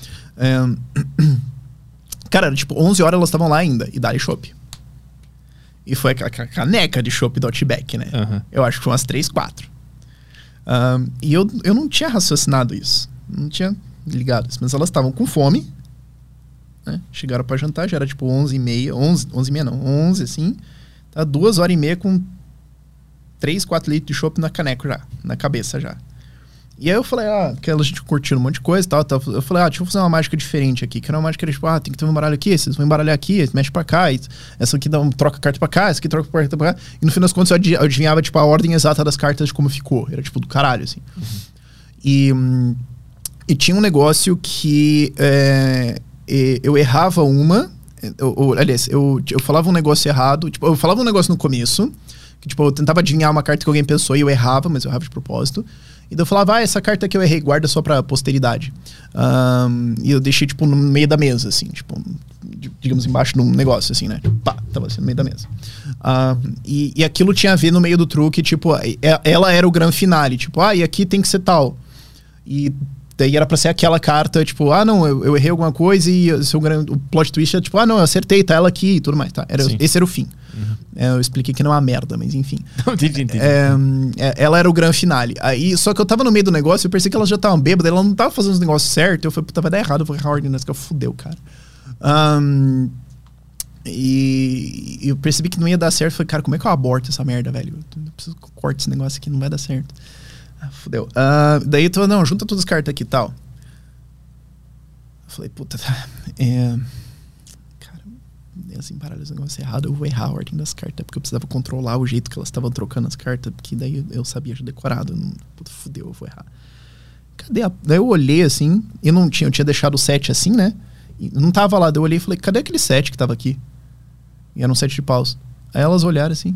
Cara, era tipo 11 horas elas estavam lá ainda, e dali chopp. E foi a caneca de chopp do Outback, né? Eu acho que foi umas 3, 4. E eu não tinha raciocinado isso. Não tinha ligado isso. Mas elas estavam com fome, né? Chegaram pra jantar, já era tipo 11h30. 11h30 não, 11 assim. Tá 2h30 com 3, 4 litros de chopp na caneca já. Na cabeça já. E aí eu falei, que a gente curtindo um monte de coisa e tal. Eu falei, deixa eu fazer uma mágica diferente aqui. Que era uma mágica, tipo, tem que ter um embaralho aqui, vocês vão embaralhar aqui, mexe pra cá. Essa aqui troca carta pra cá, essa aqui troca carta pra cá. E no fim das contas eu adivinhava, tipo, a ordem exata das cartas de como ficou. Era, tipo, do caralho, assim. E tinha um negócio que eu errava uma... Aliás, eu falava um negócio errado. Tipo, eu falava um negócio no começo, que, tipo, eu tentava adivinhar uma carta que alguém pensou e eu errava, mas eu errava de propósito. E daí eu falava, essa carta que eu errei, guarda só pra posteridade. E eu deixei, tipo, no meio da mesa, assim, tipo, digamos, embaixo de um negócio, assim, né? Pá, tava assim, no meio da mesa. E aquilo tinha a ver no meio do truque, tipo, ela era o grande finale, tipo, e aqui tem que ser tal. E daí era pra ser aquela carta, tipo, não, eu errei alguma coisa e o plot twist é tipo, não, eu acertei, tá ela aqui e tudo mais, tá? Esse era o fim. Eu expliquei que não é uma merda, mas enfim. Entendi. Ela era o grande finale. Aí, só que eu tava no meio do negócio, eu pensei que elas já estavam bêbadas, ela não tava fazendo os negócios certos, eu falei, puta, vai dar errado, eu vou errar a ordem nessa, que eu fudeu, cara. E eu percebi que não ia dar certo, eu falei, cara, como é que eu aborto essa merda, velho? Eu preciso que eu corte esse negócio aqui, não vai dar certo. Fudeu. Daí eu falei, não, junta todas as cartas aqui e tal. Eu falei, puta, cara, assim, embaralhar os negócios errados, eu vou errar a ordem das cartas, porque eu precisava controlar o jeito que elas estavam trocando as cartas, porque daí eu sabia já decorado. Puta, fudeu, eu vou errar. Cadê Daí eu olhei assim, eu tinha deixado o 7 assim, né? E não tava lá, daí eu olhei e falei, cadê aquele 7 que tava aqui? E era um 7 de paus. Aí elas olharam assim.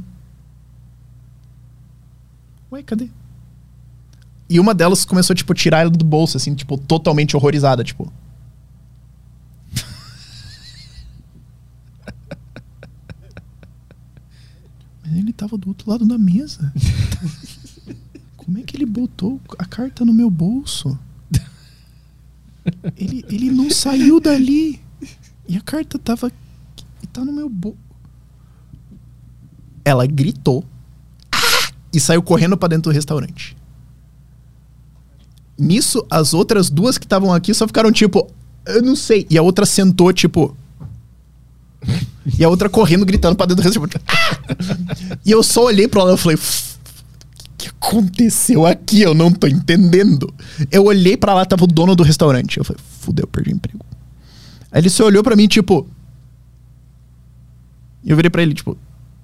Ué, cadê? E uma delas começou, tipo, a tirar ela do bolso, assim, tipo, totalmente horrorizada, tipo. Mas ele tava do outro lado da mesa. Como é que ele botou a carta no meu bolso? Ele não saiu dali. E a carta tava... E tá no meu bolso. Ela gritou. E saiu correndo pra dentro do restaurante. Nisso, as outras duas que estavam aqui só ficaram tipo, eu não sei. E a outra sentou, tipo... E a outra correndo, gritando pra dentro do restaurante. E eu só olhei pra ela e falei, o que aconteceu aqui? Eu não tô entendendo. Eu olhei pra lá, tava o dono do restaurante. Eu falei, fudeu, eu perdi o emprego. Aí ele só olhou pra mim, tipo... E eu virei pra ele, tipo...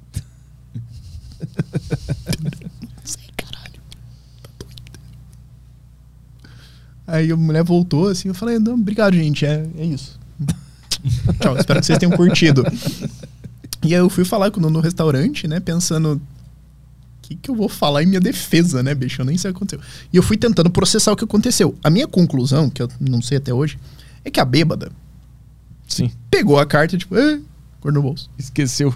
Aí a mulher voltou assim, eu falei, não, obrigado, gente, é isso. Tchau, espero que vocês tenham curtido. E aí eu fui falar com o dono do restaurante, né, pensando, o que eu vou falar em minha defesa, né, bicho, eu nem sei o que aconteceu. E eu fui tentando processar o que aconteceu. A minha conclusão, que eu não sei até hoje, é que a bêbada pegou a carta e tipo, cor no bolso. Esqueceu.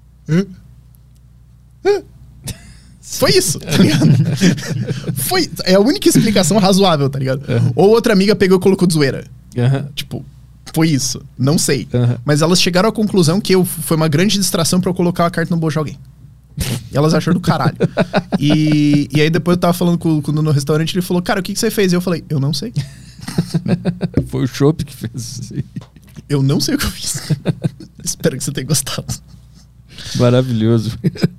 Foi isso, tá ligado? É a única explicação razoável, tá ligado? Ou outra amiga pegou e colocou de zoeira. Tipo, foi isso. Não sei. Mas elas chegaram à conclusão que foi uma grande distração pra eu colocar a carta no bolso de alguém. E elas acharam do caralho. E aí depois eu tava falando com o dono no restaurante, ele falou, cara, o que você fez? E eu falei, eu não sei. Foi o chopp que fez. Eu não sei o que eu fiz. Espero que você tenha gostado. Maravilhoso.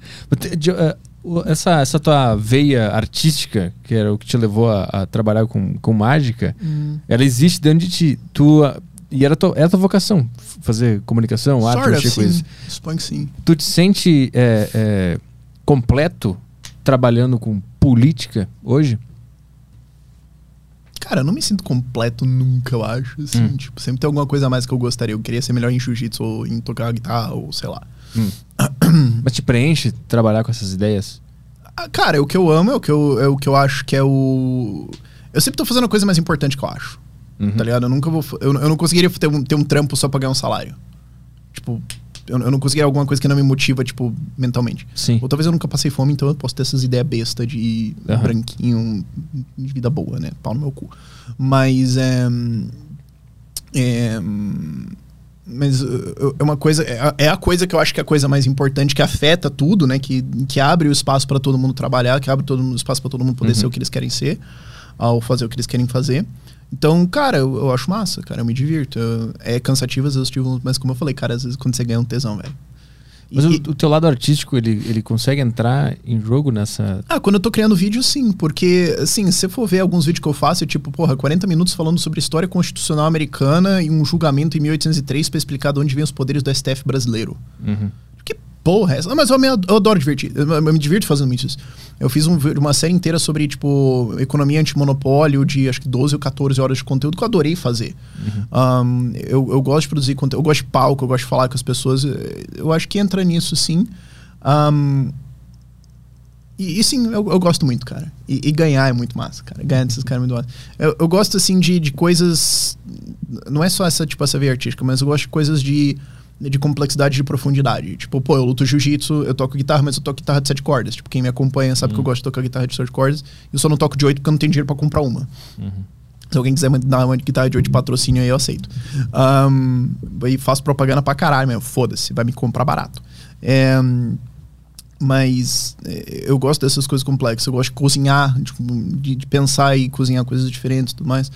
Essa tua veia artística, que era o que te levou a trabalhar com mágica, ela existe dentro de ti. Tu E era a tua vocação, fazer comunicação, arte, mexer com isso. Suponho que sim. Tu te sente completo trabalhando com política hoje? Cara, eu não me sinto completo nunca, eu acho. Assim, tipo, sempre tem alguma coisa a mais que eu gostaria. Eu queria ser melhor em jiu-jitsu ou em tocar guitarra ou sei lá. Mas te preenche trabalhar com essas ideias? Cara, o que eu amo é o que eu acho que é o... Eu sempre tô fazendo a coisa mais importante que eu acho. Tá ligado? Eu nunca vou... Eu não conseguiria ter um trampo só pra ganhar um salário. Tipo... Eu não conseguiria alguma coisa que não me motiva, tipo, mentalmente. Sim. Ou talvez eu nunca passei fome, então eu posso ter essas ideias bestas de branquinho, de vida boa, né? Pau no meu cu. Mas mas é uma coisa... É a coisa que eu acho que é a coisa mais importante, que afeta tudo, né? Que abre o espaço pra todo mundo trabalhar, que abre o espaço pra todo mundo poder ser o que eles querem ser, ao fazer o que eles querem fazer. Então, cara, eu acho massa, cara, eu me divirto. É cansativo, às vezes, mas como eu falei, cara, às vezes quando você ganha um tesão, velho. Mas o teu lado artístico, ele consegue entrar em jogo nessa... Quando eu tô criando vídeo, sim. Porque, assim, se você for ver alguns vídeos que eu faço, é tipo, 40 minutos falando sobre a história constitucional americana e um julgamento em 1803 pra explicar de onde vem os poderes do STF brasileiro. Que porra é essa? Mas eu adoro divertir. Eu me divirto fazendo isso. Eu fiz uma série inteira sobre, tipo, economia antimonopólio de, acho que 12 ou 14 horas de conteúdo que eu adorei fazer. Eu gosto de produzir conteúdo, eu gosto de palco, eu gosto de falar com as pessoas. Eu acho que entra nisso, sim. E sim, eu gosto muito, cara. E ganhar é muito massa, cara. Ganhar desses caras é muito massa. Eu gosto, assim, de coisas... Não é só essa veia artística, mas eu gosto de coisas de complexidade, de profundidade. Tipo, eu luto jiu-jitsu, eu toco guitarra, mas eu toco guitarra de 7 cordas. Tipo, quem me acompanha sabe que eu gosto de tocar guitarra de 7 cordas. Eu só não toco de 8 porque eu não tenho dinheiro pra comprar uma. Se alguém quiser dar uma guitarra de 8 de patrocínio aí, eu aceito. E faço propaganda pra caralho mesmo. Foda-se, vai me comprar barato. Mas eu gosto dessas coisas complexas. Eu gosto de cozinhar, de pensar e cozinhar coisas diferentes e tudo mais.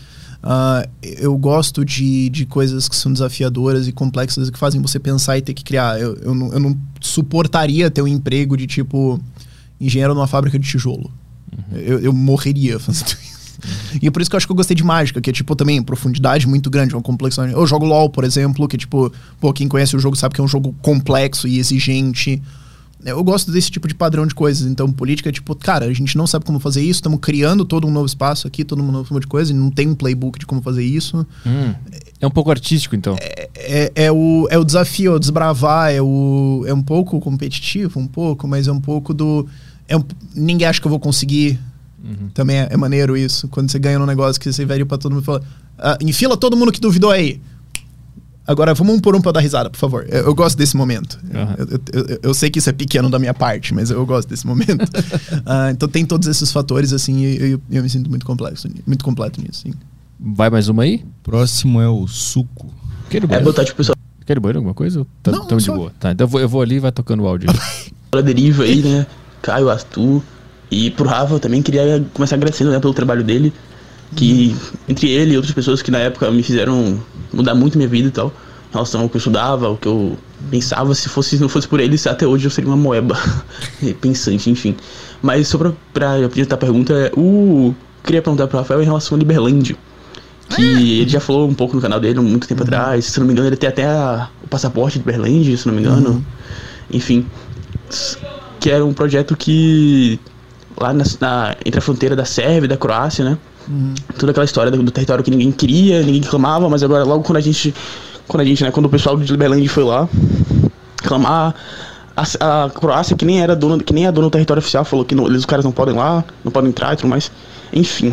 Eu gosto de coisas que são desafiadoras e complexas, que fazem você pensar e ter que criar. Eu não suportaria ter um emprego de, tipo, engenheiro numa fábrica de tijolo. Eu morreria fazendo isso. E é por isso que eu acho que eu gostei de mágica, que é, tipo, também profundidade muito grande, uma complexidade. Eu jogo LoL, por exemplo, que, tipo, quem conhece o jogo sabe que é um jogo complexo e exigente. Eu gosto desse tipo de padrão de coisas. Então, política é tipo, cara, a gente não sabe como fazer isso, estamos criando todo um novo espaço aqui, todo um novo tipo de coisa, e não tem um playbook de como fazer isso. É um pouco artístico, então. É o desafio, é o desbravar, é um pouco competitivo, mas é um pouco do... ninguém acha que eu vou conseguir. Também é maneiro isso. Quando você ganha um negócio que você veio pra todo mundo e fala, enfila todo mundo que duvidou aí. Agora, vamos um por um pra dar risada, por favor. Eu gosto desse momento. Eu sei que isso é pequeno da minha parte, mas eu gosto desse momento. Então tem todos esses fatores, assim, e eu me sinto muito completo nisso, sim. Vai mais uma aí? Próximo é o Suco. Quer botar de pessoa. Quer banheiro alguma coisa? Tamo de boa. Tá, então eu vou ali e vai tocando o áudio. A deriva aí, né? Caio, Arthur. E pro Rafa eu também queria começar agradecendo, né, pelo trabalho dele. Que entre ele e outras pessoas que na época me fizeram mudar muito minha vida e tal, em relação ao que eu estudava, ao que eu pensava, se não fosse por eles, até hoje eu seria uma moeba pensante, enfim. Mas só pra apresentar a pergunta, queria perguntar pro Rafael em relação ao Liberland, que ele já falou um pouco no canal dele há muito tempo atrás, se não me engano ele tem até o passaporte de Liberland, se não me engano, enfim, que era um projeto que lá entre a fronteira da Sérvia e da Croácia, né? Toda aquela história do território que ninguém queria, ninguém reclamava, mas agora logo quando o pessoal de Liberland foi lá reclamar, a Croácia, que nem é dona do território oficial, falou que os caras não podem lá, não podem entrar e tudo mais. Enfim,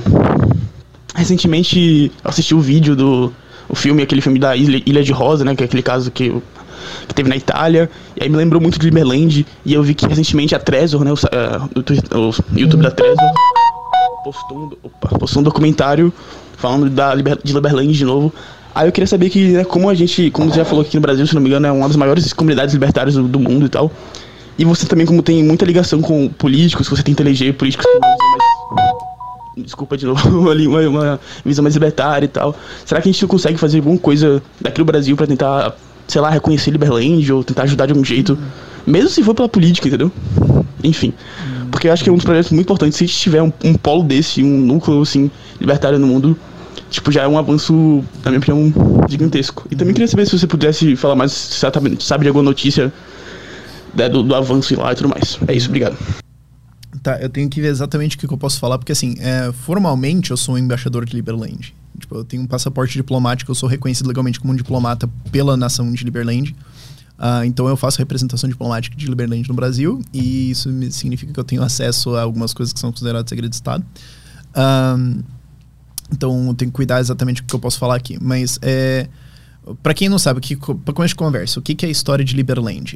recentemente eu assisti o vídeo aquele filme da Ilha de Rosa, né, que é aquele caso que teve na Itália, e aí me lembrou muito de Liberland, e eu vi que recentemente a Trezor, né, o YouTube da Trezor postou um documentário falando de Liberland de novo. Aí eu queria saber que, né, como você já falou aqui no Brasil, se não me engano, é uma das maiores comunidades libertárias do mundo e tal. E você também, como tem muita ligação com políticos, você tenta eleger políticos com uma visão mais... Desculpa de novo, uma visão mais libertária e tal. Será que a gente não consegue fazer alguma coisa daqui no Brasil pra tentar, sei lá, reconhecer Liberland ou tentar ajudar de algum jeito? Mesmo se for pela política, entendeu? Enfim. Porque eu acho que é um dos projetos muito importantes. Se a gente tiver um polo desse, um núcleo assim, libertário no mundo, tipo, já é um avanço, na minha opinião, gigantesco. E também queria saber se você pudesse falar mais, se você sabe de alguma notícia, né, do avanço lá e tudo mais. É isso, obrigado. Tá, eu tenho que ver exatamente o que eu posso falar, porque assim, formalmente eu sou um embaixador de Liberland. Tipo, eu tenho um passaporte diplomático, eu sou reconhecido legalmente como um diplomata pela nação de Liberland. Então eu faço representação diplomática de Liberland no Brasil, e isso significa que eu tenho acesso a algumas coisas que são consideradas segredo de Estado. Então eu tenho que cuidar exatamente do que eu posso falar aqui. Mas, para quem não sabe, para começar a conversa, o que é a história de Liberland?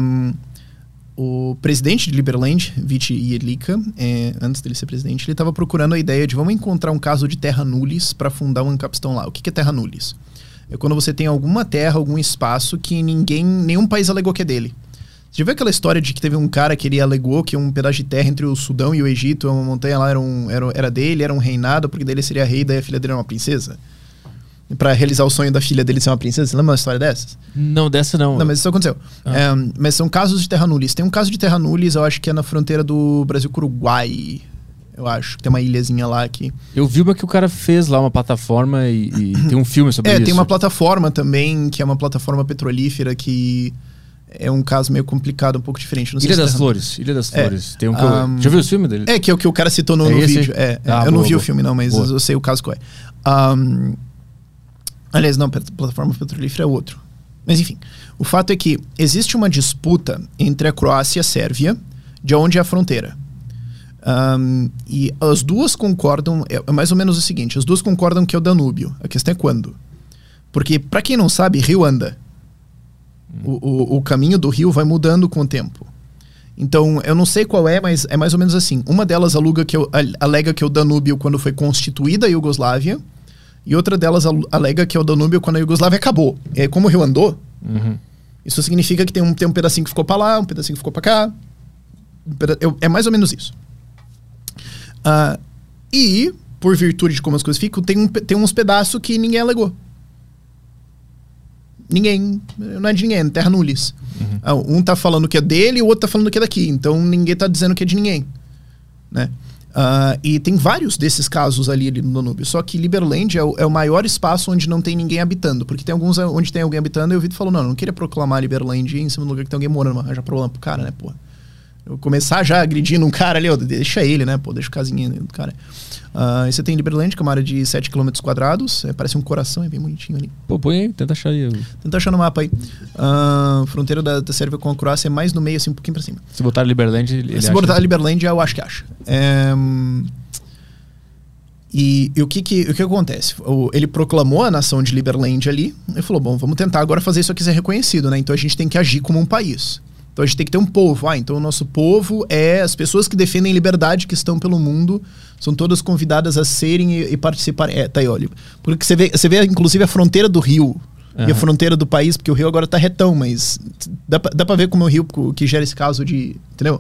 O presidente de Liberland, Viti Jedlicka, antes dele ser presidente, ele estava procurando a ideia de vamos encontrar um caso de terra nullis para fundar um capistão lá. O que é terra nullis? É quando você tem alguma terra, algum espaço que nenhum país alegou que é dele. Você já viu aquela história de que teve um cara que ele alegou que um pedaço de terra entre o Sudão e o Egito, uma montanha lá era dele, era um reinado, porque dele seria rei, daí a filha dele era uma princesa? Pra realizar o sonho da filha dele ser uma princesa. Você lembra uma história dessas? Não, dessa não. Não, mas isso aconteceu. Mas são casos de terra nullis. Tem um caso de terra nullis, eu acho que é na fronteira do Brasil com o Uruguai. Eu acho que tem uma ilhazinha lá que... Eu vi uma que o cara fez lá, uma plataforma e tem um filme sobre isso. Tem uma plataforma também, que é uma plataforma petrolífera que... É um caso meio complicado, um pouco diferente. Não sei Ilha das Flores. Ilha das Flores. Tem um que já viu o filme dele? Que é o que o cara citou no vídeo. Eu não vi o filme não, mas eu sei o caso qual é. Aliás, não, plataforma petrolífera é outro. Mas enfim, o fato é que existe uma disputa entre a Croácia e a Sérvia, de onde é a fronteira. E as duas concordam, é mais ou menos o seguinte, as duas concordam que é o Danúbio. A questão é quando. Porque, pra quem não sabe, rio anda. O caminho do rio vai mudando com o tempo. Então, eu não sei qual mas é mais ou menos assim. Uma delas alega que é o Danúbio quando foi constituída a Iugoslávia, e outra delas alega que é o Danúbio quando a Iugoslávia acabou. E aí, como o rio andou, isso significa que tem um pedacinho que ficou pra lá, um pedacinho que ficou pra cá. É mais ou menos isso. E, por virtude de como as coisas ficam, tem uns pedaços que ninguém alegou. Ninguém, não é de ninguém, é terra nullis. Um tá falando que é dele e o outro tá falando que é daqui. Então ninguém tá dizendo que é de ninguém, né? E tem vários desses casos ali no Danúbio. Só que Liberland é o maior espaço onde não tem ninguém habitando. Porque tem alguns onde tem alguém habitando e o Vitor falou, não queria proclamar Liberland em cima do lugar que tem alguém morando. Mas já problema pro cara, né, pô? Eu começar já agredindo um cara ali, deixa ele, né, pô? Deixa o casinha do cara. E você tem Liberland, que é uma área de 7 km quadrados. Parece um coração, é bem bonitinho ali. Pô, põe aí, tenta achar aí. Tenta achar no mapa aí. Fronteira da Sérvia com a Croácia é mais no meio, assim, um pouquinho pra cima. Se botar Liberland, Se botar Liberland, eu acho que acha. E o que acontece? Ele proclamou a nação de Liberland ali. Ele falou, bom, vamos tentar agora fazer isso aqui ser reconhecido, né? Então a gente tem que agir como um país. Então a gente tem que ter um povo. Então o nosso povo as pessoas que defendem liberdade que estão pelo mundo, são todas convidadas a serem e participarem. Tá aí, olha. Porque você vê inclusive a fronteira do rio e a fronteira do país, porque o rio agora tá retão, mas dá pra ver como é o rio que gera esse caso de... Entendeu?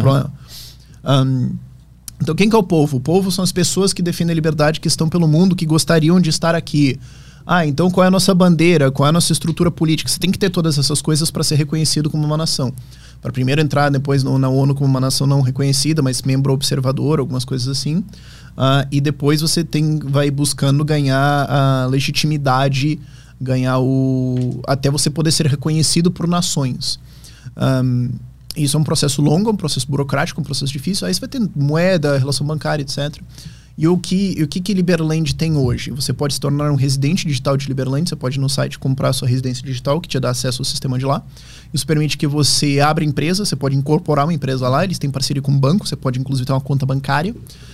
Então quem que é o povo? O povo são as pessoas que defendem a liberdade que estão pelo mundo, que gostariam de estar aqui. Então qual é a nossa bandeira? Qual é a nossa estrutura política? Você tem que ter todas essas coisas para ser reconhecido como uma nação. Para primeiro entrar depois na ONU como uma nação não reconhecida, mas membro observador, algumas coisas assim. E depois você vai buscando ganhar a legitimidade, até você poder ser reconhecido por nações. Isso é um processo longo, um processo burocrático, um processo difícil. Aí você vai ter moeda, relação bancária, etc. E o que Liberland tem hoje? Você pode se tornar um residente digital de Liberland, você pode ir no site comprar a sua residência digital, que te dá acesso ao sistema de lá. Isso permite que você abra empresa, você pode incorporar uma empresa lá, eles têm parceria com um banco, você pode inclusive ter uma conta bancária.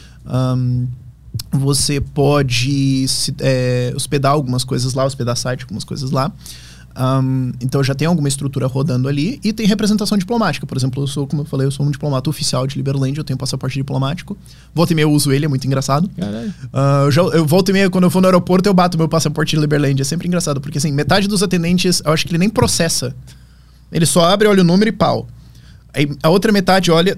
Você pode hospedar algumas coisas lá, hospedar site, algumas coisas lá. Então já tem alguma estrutura rodando ali e tem representação diplomática. Por exemplo, como eu falei, eu sou um diplomata oficial de Liberland, eu tenho passaporte diplomático. Volta e meia eu uso ele, é muito engraçado. Eu volta e meia, quando eu for no aeroporto, eu bato meu passaporte de Liberland. É sempre engraçado, porque assim, metade dos atendentes, eu acho que ele nem processa. Ele só abre, olha o número e pau. Aí a outra metade olha...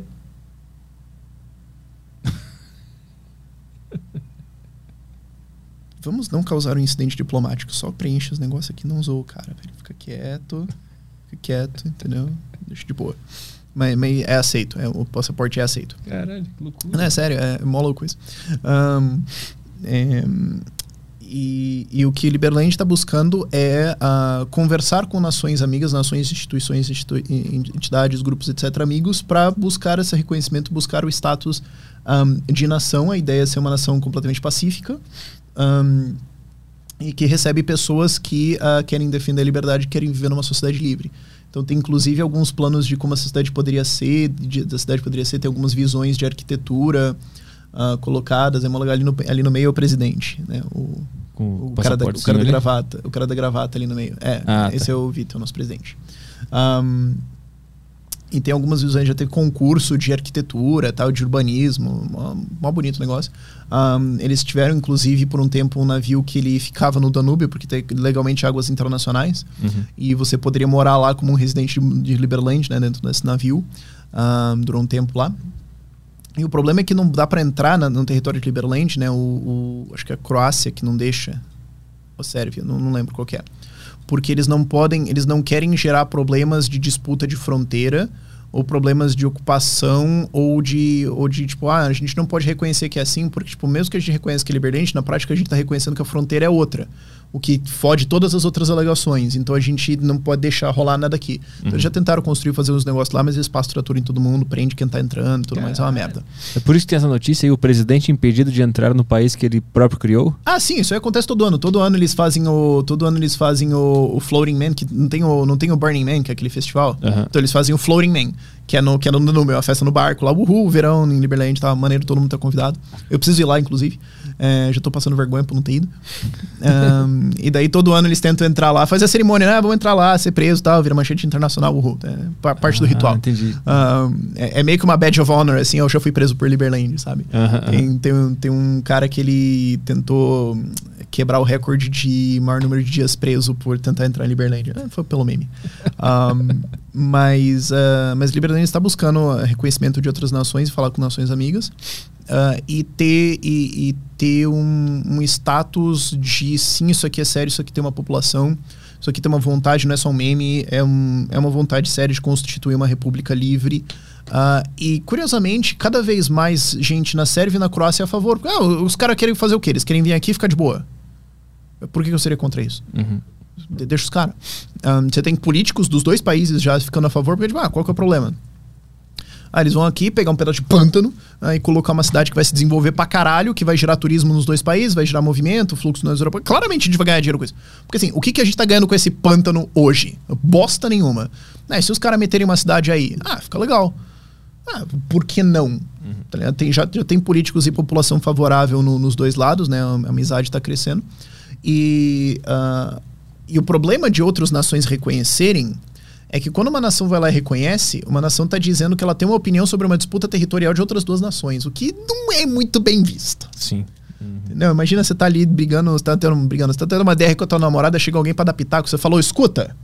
Vamos não causar um incidente diplomático. Só preenche os negócios aqui, não usou o cara, velho. Fica quieto, entendeu? Deixa de boa. Mas é aceito, o passaporte é aceito. Caralho, que loucura. Não, é sério, é mó louco isso. E o que Liberland está buscando é conversar com nações amigas, nações, instituições, entidades, grupos, etc., amigos, para buscar esse reconhecimento, buscar o status de nação. A ideia é ser uma nação completamente pacífica e que recebe pessoas que querem defender a liberdade, querem viver numa sociedade livre. Então tem inclusive alguns planos de como a cidade poderia ser, tem algumas visões de arquitetura colocadas. Ali no meio é o presidente, né? O cara da gravata. O cara da gravata ali no meio. Esse é o Vitor, nosso presidente. E tem algumas visões, já teve concurso de arquitetura, tal, de urbanismo, mó bonito negócio. Eles tiveram, inclusive, por um tempo, um navio que ele ficava no Danúbio, porque tem legalmente águas internacionais, e você poderia morar lá como um residente de Liberland, né, dentro desse navio, durou um tempo lá. E o problema é que não dá para entrar no território de Liberland, né, acho que é a Croácia que não deixa, ou Sérvia, não lembro qual que é. Porque eles não querem gerar problemas de disputa de fronteira ou problemas de ocupação ou de tipo, a gente não pode reconhecer que é assim, porque tipo, mesmo que a gente reconheça que é Liberland, na prática a gente está reconhecendo que a fronteira é outra, o que fode todas as outras alegações. Então a gente não pode deixar rolar nada aqui. Então eles já tentaram fazer uns negócios lá, mas eles passam trator em todo mundo, prende quem tá entrando e tudo mais, é uma merda. É por isso que tem essa notícia aí, o presidente impedido de entrar no país que ele próprio criou? Sim, isso aí acontece todo ano. Todo ano eles fazem o Floating Man, que não tem o Burning Man, que é aquele festival. Então eles fazem o Floating Man, que é no uma festa no barco lá, verão em Liberland, tá maneiro, todo mundo tá convidado. Eu preciso ir lá, inclusive. Já tô passando vergonha por não ter ido. E daí todo ano eles tentam entrar lá, fazer a cerimônia, né? Vamos entrar lá, ser preso e tal, vira manchete internacional, parte do ritual. Entendi. É meio que uma badge of honor, assim, eu já fui preso por Liberland, sabe? Tem um cara que ele tentou quebrar o recorde de maior número de dias preso por tentar entrar em Liberland. Foi pelo meme. Mas Liberland está buscando reconhecimento de outras nações, falar com nações amigas, e ter um status de sim, isso aqui é sério, isso aqui tem uma população, isso aqui tem uma vontade, não é só um meme, é uma vontade séria de constituir uma república livre. E curiosamente, cada vez mais gente na Sérvia e na Croácia é a favor. Os caras querem fazer o quê? Eles querem vir aqui e ficar de boa. Por que eu seria contra isso? Deixa os caras. Você tem políticos dos dois países já ficando a favor, porque qual que é o problema? Eles vão aqui pegar um pedaço de pântano e colocar uma cidade que vai se desenvolver pra caralho, que vai gerar turismo nos dois países, vai gerar movimento, fluxo nas Europa. Claramente a gente vai ganhar dinheiro com isso. Porque assim, o que a gente tá ganhando com esse pântano hoje? Bosta nenhuma. Se os caras meterem uma cidade aí, fica legal. Por que não? Já tem políticos e população favorável nos dois lados, né? A amizade tá crescendo. E o problema de outras nações reconhecerem é que quando uma nação vai lá e reconhece, uma nação está dizendo que ela tem uma opinião sobre uma disputa territorial de outras duas nações, o que não é muito bem visto. Sim. Entendeu? Imagina você tá ali brigando, você tá tendo uma DR com a tua namorada, chega alguém para dar pitaco, você falou, escuta.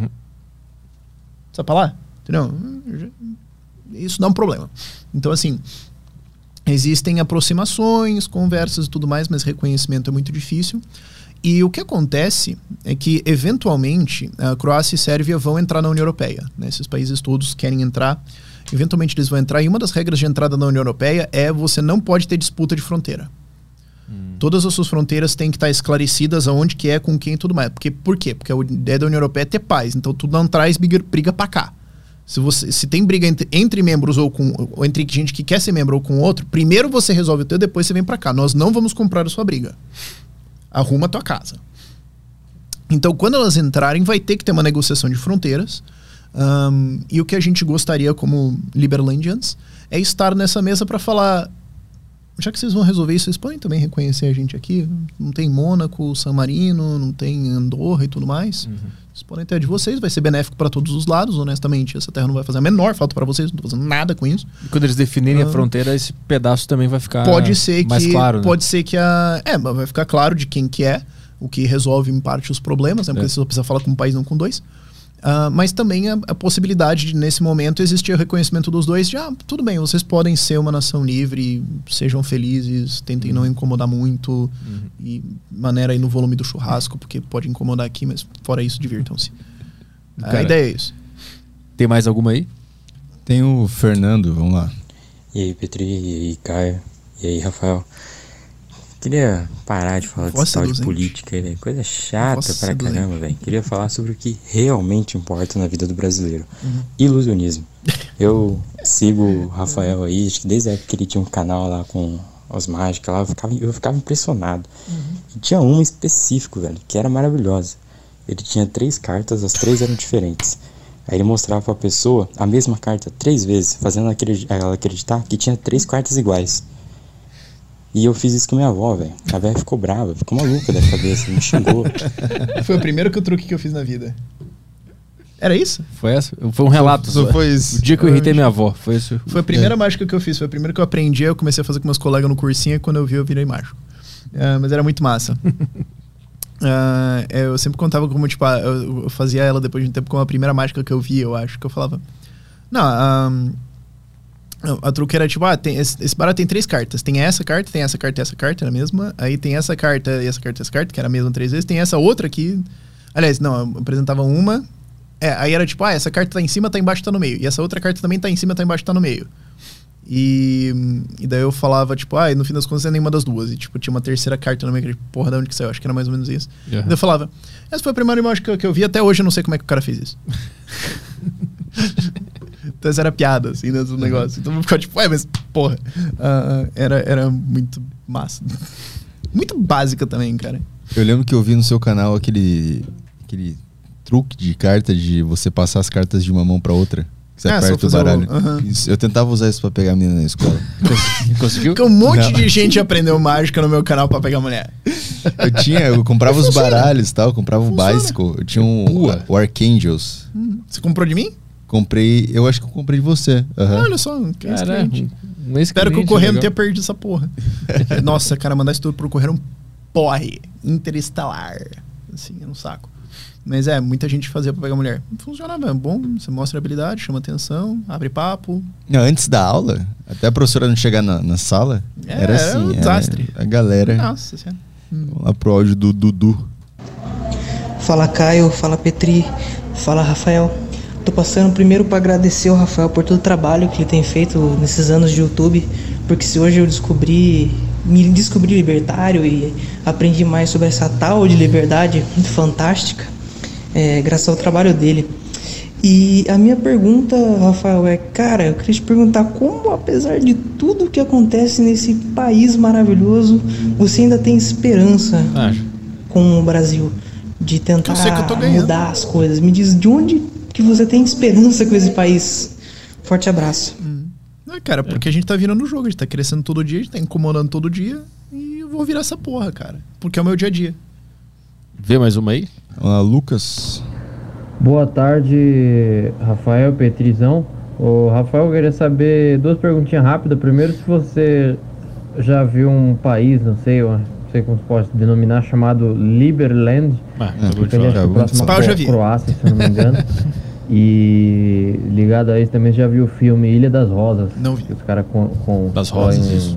Sabe pra lá? Entendeu? Isso dá um problema. Então, assim, existem aproximações, conversas e tudo mais, mas reconhecimento é muito difícil. E o que acontece é que, eventualmente, a Croácia e Sérvia vão entrar na União Europeia. Né? Esses países todos querem entrar. Eventualmente eles vão entrar. E uma das regras de entrada na União Europeia é você não pode ter disputa de fronteira. Todas as suas fronteiras têm que estar esclarecidas aonde que é, com quem e tudo mais. Por quê? Porque a ideia da União Europeia é ter paz. Então, tu não traz briga pra cá. Se tem briga entre membros ou entre gente que quer ser membro ou com outro, primeiro você resolve o teu, depois você vem pra cá. Nós não vamos comprar a sua briga. Arruma a tua casa. Então, quando elas entrarem, vai ter que ter uma negociação de fronteiras. E o que a gente gostaria, como Liberlandians, é estar nessa mesa para falar: já que vocês vão resolver isso, vocês podem também reconhecer a gente aqui. Não tem Mônaco, San Marino, não tem Andorra e tudo mais. Vocês podem ter a de vocês, vai ser benéfico para todos os lados, honestamente. Essa terra não vai fazer a menor falta para vocês, não tô fazendo nada com isso. E quando eles definirem a fronteira, esse pedaço também vai ficar mais claro, né? Pode ser que vai ficar claro de quem que é, o que resolve em parte os problemas, né? Porque você só precisa falar com um país, não com dois. Mas também a possibilidade de, nesse momento, existir o reconhecimento dos dois de, tudo bem, vocês podem ser uma nação livre, sejam felizes, tentem não incomodar muito, e maneira aí no volume do churrasco, porque pode incomodar aqui, mas fora isso, divirtam-se. A ideia é isso. Tem mais alguma aí? Tem o Fernando, vamos lá. E aí, Petri, e aí, Caio, e aí, Rafael. Queria parar de falar desse tal de seduzente. política aí, velho. Coisa chata Voz pra seduzente. caramba, velho. Queria falar sobre o que realmente importa na vida do brasileiro. Uhum. Ilusionismo. Eu sigo o Rafael aí, acho que desde a época que ele tinha um canal lá com as mágicas lá, eu ficava impressionado. E tinha uma específico, velho, que era maravilhosa. Ele tinha 3 cartas, as 3 eram diferentes. Aí ele mostrava pra pessoa a mesma carta 3 vezes, fazendo ela acreditar que tinha 3 cartas iguais. E eu fiz isso com minha avó, velho. A velha ficou brava, ficou maluca da cabeça, me xingou. Foi o primeiro truque que eu fiz na vida. Era isso? Foi essa? Foi um relato. Só foi isso. O dia que eu irritei minha avó. Foi isso. Foi a primeira mágica que eu fiz, foi a primeira que eu aprendi. Eu comecei a fazer com meus colegas no cursinho e quando eu vi, eu virei mágico. Mas era muito massa. Eu sempre contava como, tipo, eu fazia ela depois de um tempo como a primeira mágica que eu vi, eu acho. Que eu falava, não, a truque era tipo, esse baralho tem 3 cartas. Tem essa carta, tem essa carta e essa carta, era a mesma. Aí tem essa carta e essa carta e essa carta, que era a mesma 3 vezes. Tem essa outra aqui. Aliás, não, eu apresentava uma. Aí era tipo, essa carta tá em cima, tá embaixo, tá no meio. E essa outra carta também tá em cima, tá embaixo, tá no meio. E daí eu falava, tipo, no fim das contas é nenhuma das duas. E tipo, tinha uma terceira carta no meio, que porra, de onde que saiu? Acho que era mais ou menos isso. Uhum. Daí eu falava, essa foi a primeira mágica que eu vi, até hoje eu não sei como é que o cara fez isso. Então essa era piada, assim, do negócio. Então eu ficava tipo, mas porra. Era muito massa. Muito básica também, cara. Eu lembro que eu vi no seu canal aquele truque de carta de você passar as cartas de uma mão pra outra. Que você aperta o baralho. Isso, eu tentava usar isso pra pegar a menina na escola. Conseguiu? Porque um monte de gente aprendeu mágica no meu canal pra pegar mulher. Eu comprava os baralhos e tal, eu comprava um bicycle. Eu tinha o Archangels. Você comprou de mim? Comprei, eu acho que eu comprei de você. Olha só, que é esse cliente. Espero que o correio não tenha perdido essa porra. Nossa, cara, mandar isso tudo pro correio é um porre interestelar. Assim, é um saco. Mas muita gente fazia pra pegar mulher. Funcionava, é bom, você mostra a habilidade, chama atenção, abre papo. Não, antes da aula, até a professora não chegar na sala, era assim. Um desastre. A galera. Nossa senhora. Vamos lá pro áudio do Dudu. Fala Caio, fala Petri, fala Rafael. Tô passando primeiro para agradecer ao Rafael por todo o trabalho que ele tem feito nesses anos de YouTube, porque se hoje eu me descobri libertário e aprendi mais sobre essa tal de liberdade fantástica, graças ao trabalho dele. E a minha pergunta, Rafael, cara, eu queria te perguntar como, apesar de tudo que acontece nesse país maravilhoso, você ainda tem esperança com o Brasil de tentar mudar as coisas. Me diz de onde que você tem esperança com esse país. Forte abraço. Cara, porque a gente tá virando o jogo, a gente tá crescendo todo dia, a gente tá incomodando todo dia e eu vou virar essa porra, cara. Porque é o meu dia a dia. Vê mais uma aí? Olá, Lucas. Boa tarde, Rafael, Petrizão. Ô, Rafael, eu queria saber 2 perguntinhas rápidas. Primeiro, se você já viu um país, não sei como se pode denominar, chamado Liberland. Eu já vi. Croácia, se eu não me engano. E ligado a isso também já viu o filme Ilha das Rosas. Não vi. Que os caras das Rosas, isso.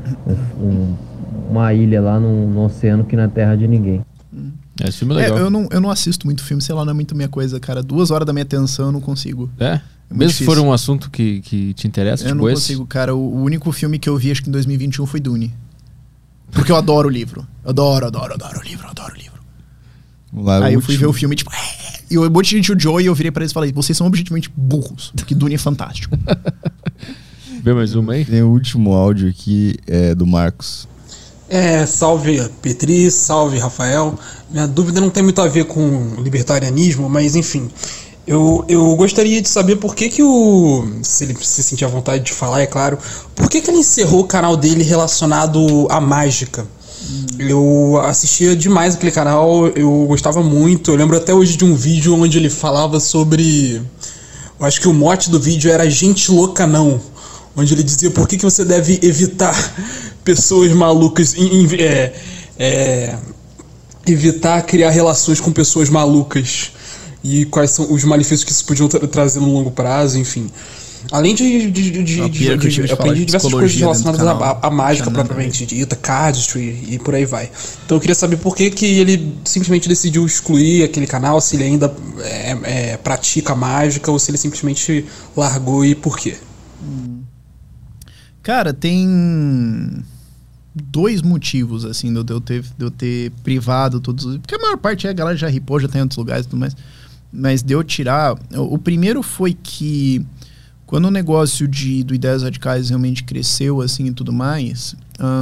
Uma ilha lá no oceano que não é terra de ninguém. Esse filme é legal. Eu não assisto muito filme, sei lá, não é muito minha coisa, cara. 2 horas da minha atenção eu não consigo. Mesmo se for um assunto que te interessa, eu não consigo, cara. O único filme que eu vi, acho que em 2021, foi Dune. Porque eu adoro o livro. Adoro o livro. Lá, aí eu fui ver o filme, tipo... E eu botei gente o Joe e eu virei pra eles e falei, vocês são objetivamente burros, porque Dune é fantástico. Vê mais uma aí? Tem o último áudio aqui, do Marcos. Salve Petri, salve Rafael. Minha dúvida não tem muito a ver com libertarianismo, mas enfim... Eu gostaria de saber por que se ele se sentir à vontade de falar, é claro, por que ele encerrou o canal dele relacionado à mágica. Eu assistia demais aquele canal, eu gostava muito. Eu lembro até hoje de um vídeo onde ele falava sobre... Eu acho que o mote do vídeo era gente louca não. Onde ele dizia por que você deve evitar pessoas malucas, evitar criar relações com pessoas malucas. E quais são os malefícios que isso podiam trazer no longo prazo, enfim. Além de aprendi diversas coisas relacionadas à mágica propriamente dita, cardistry e por aí vai. Então eu queria saber por que ele simplesmente decidiu excluir aquele canal, se ele ainda pratica mágica ou se ele simplesmente largou e por quê. Cara, tem 2 motivos, assim, de eu ter privado todos. Porque a maior parte a galera já ripou, já tem em outros lugares e tudo mais. Mas de eu tirar. O primeiro foi que quando o negócio do Ideias Radicais realmente cresceu, assim, e tudo mais.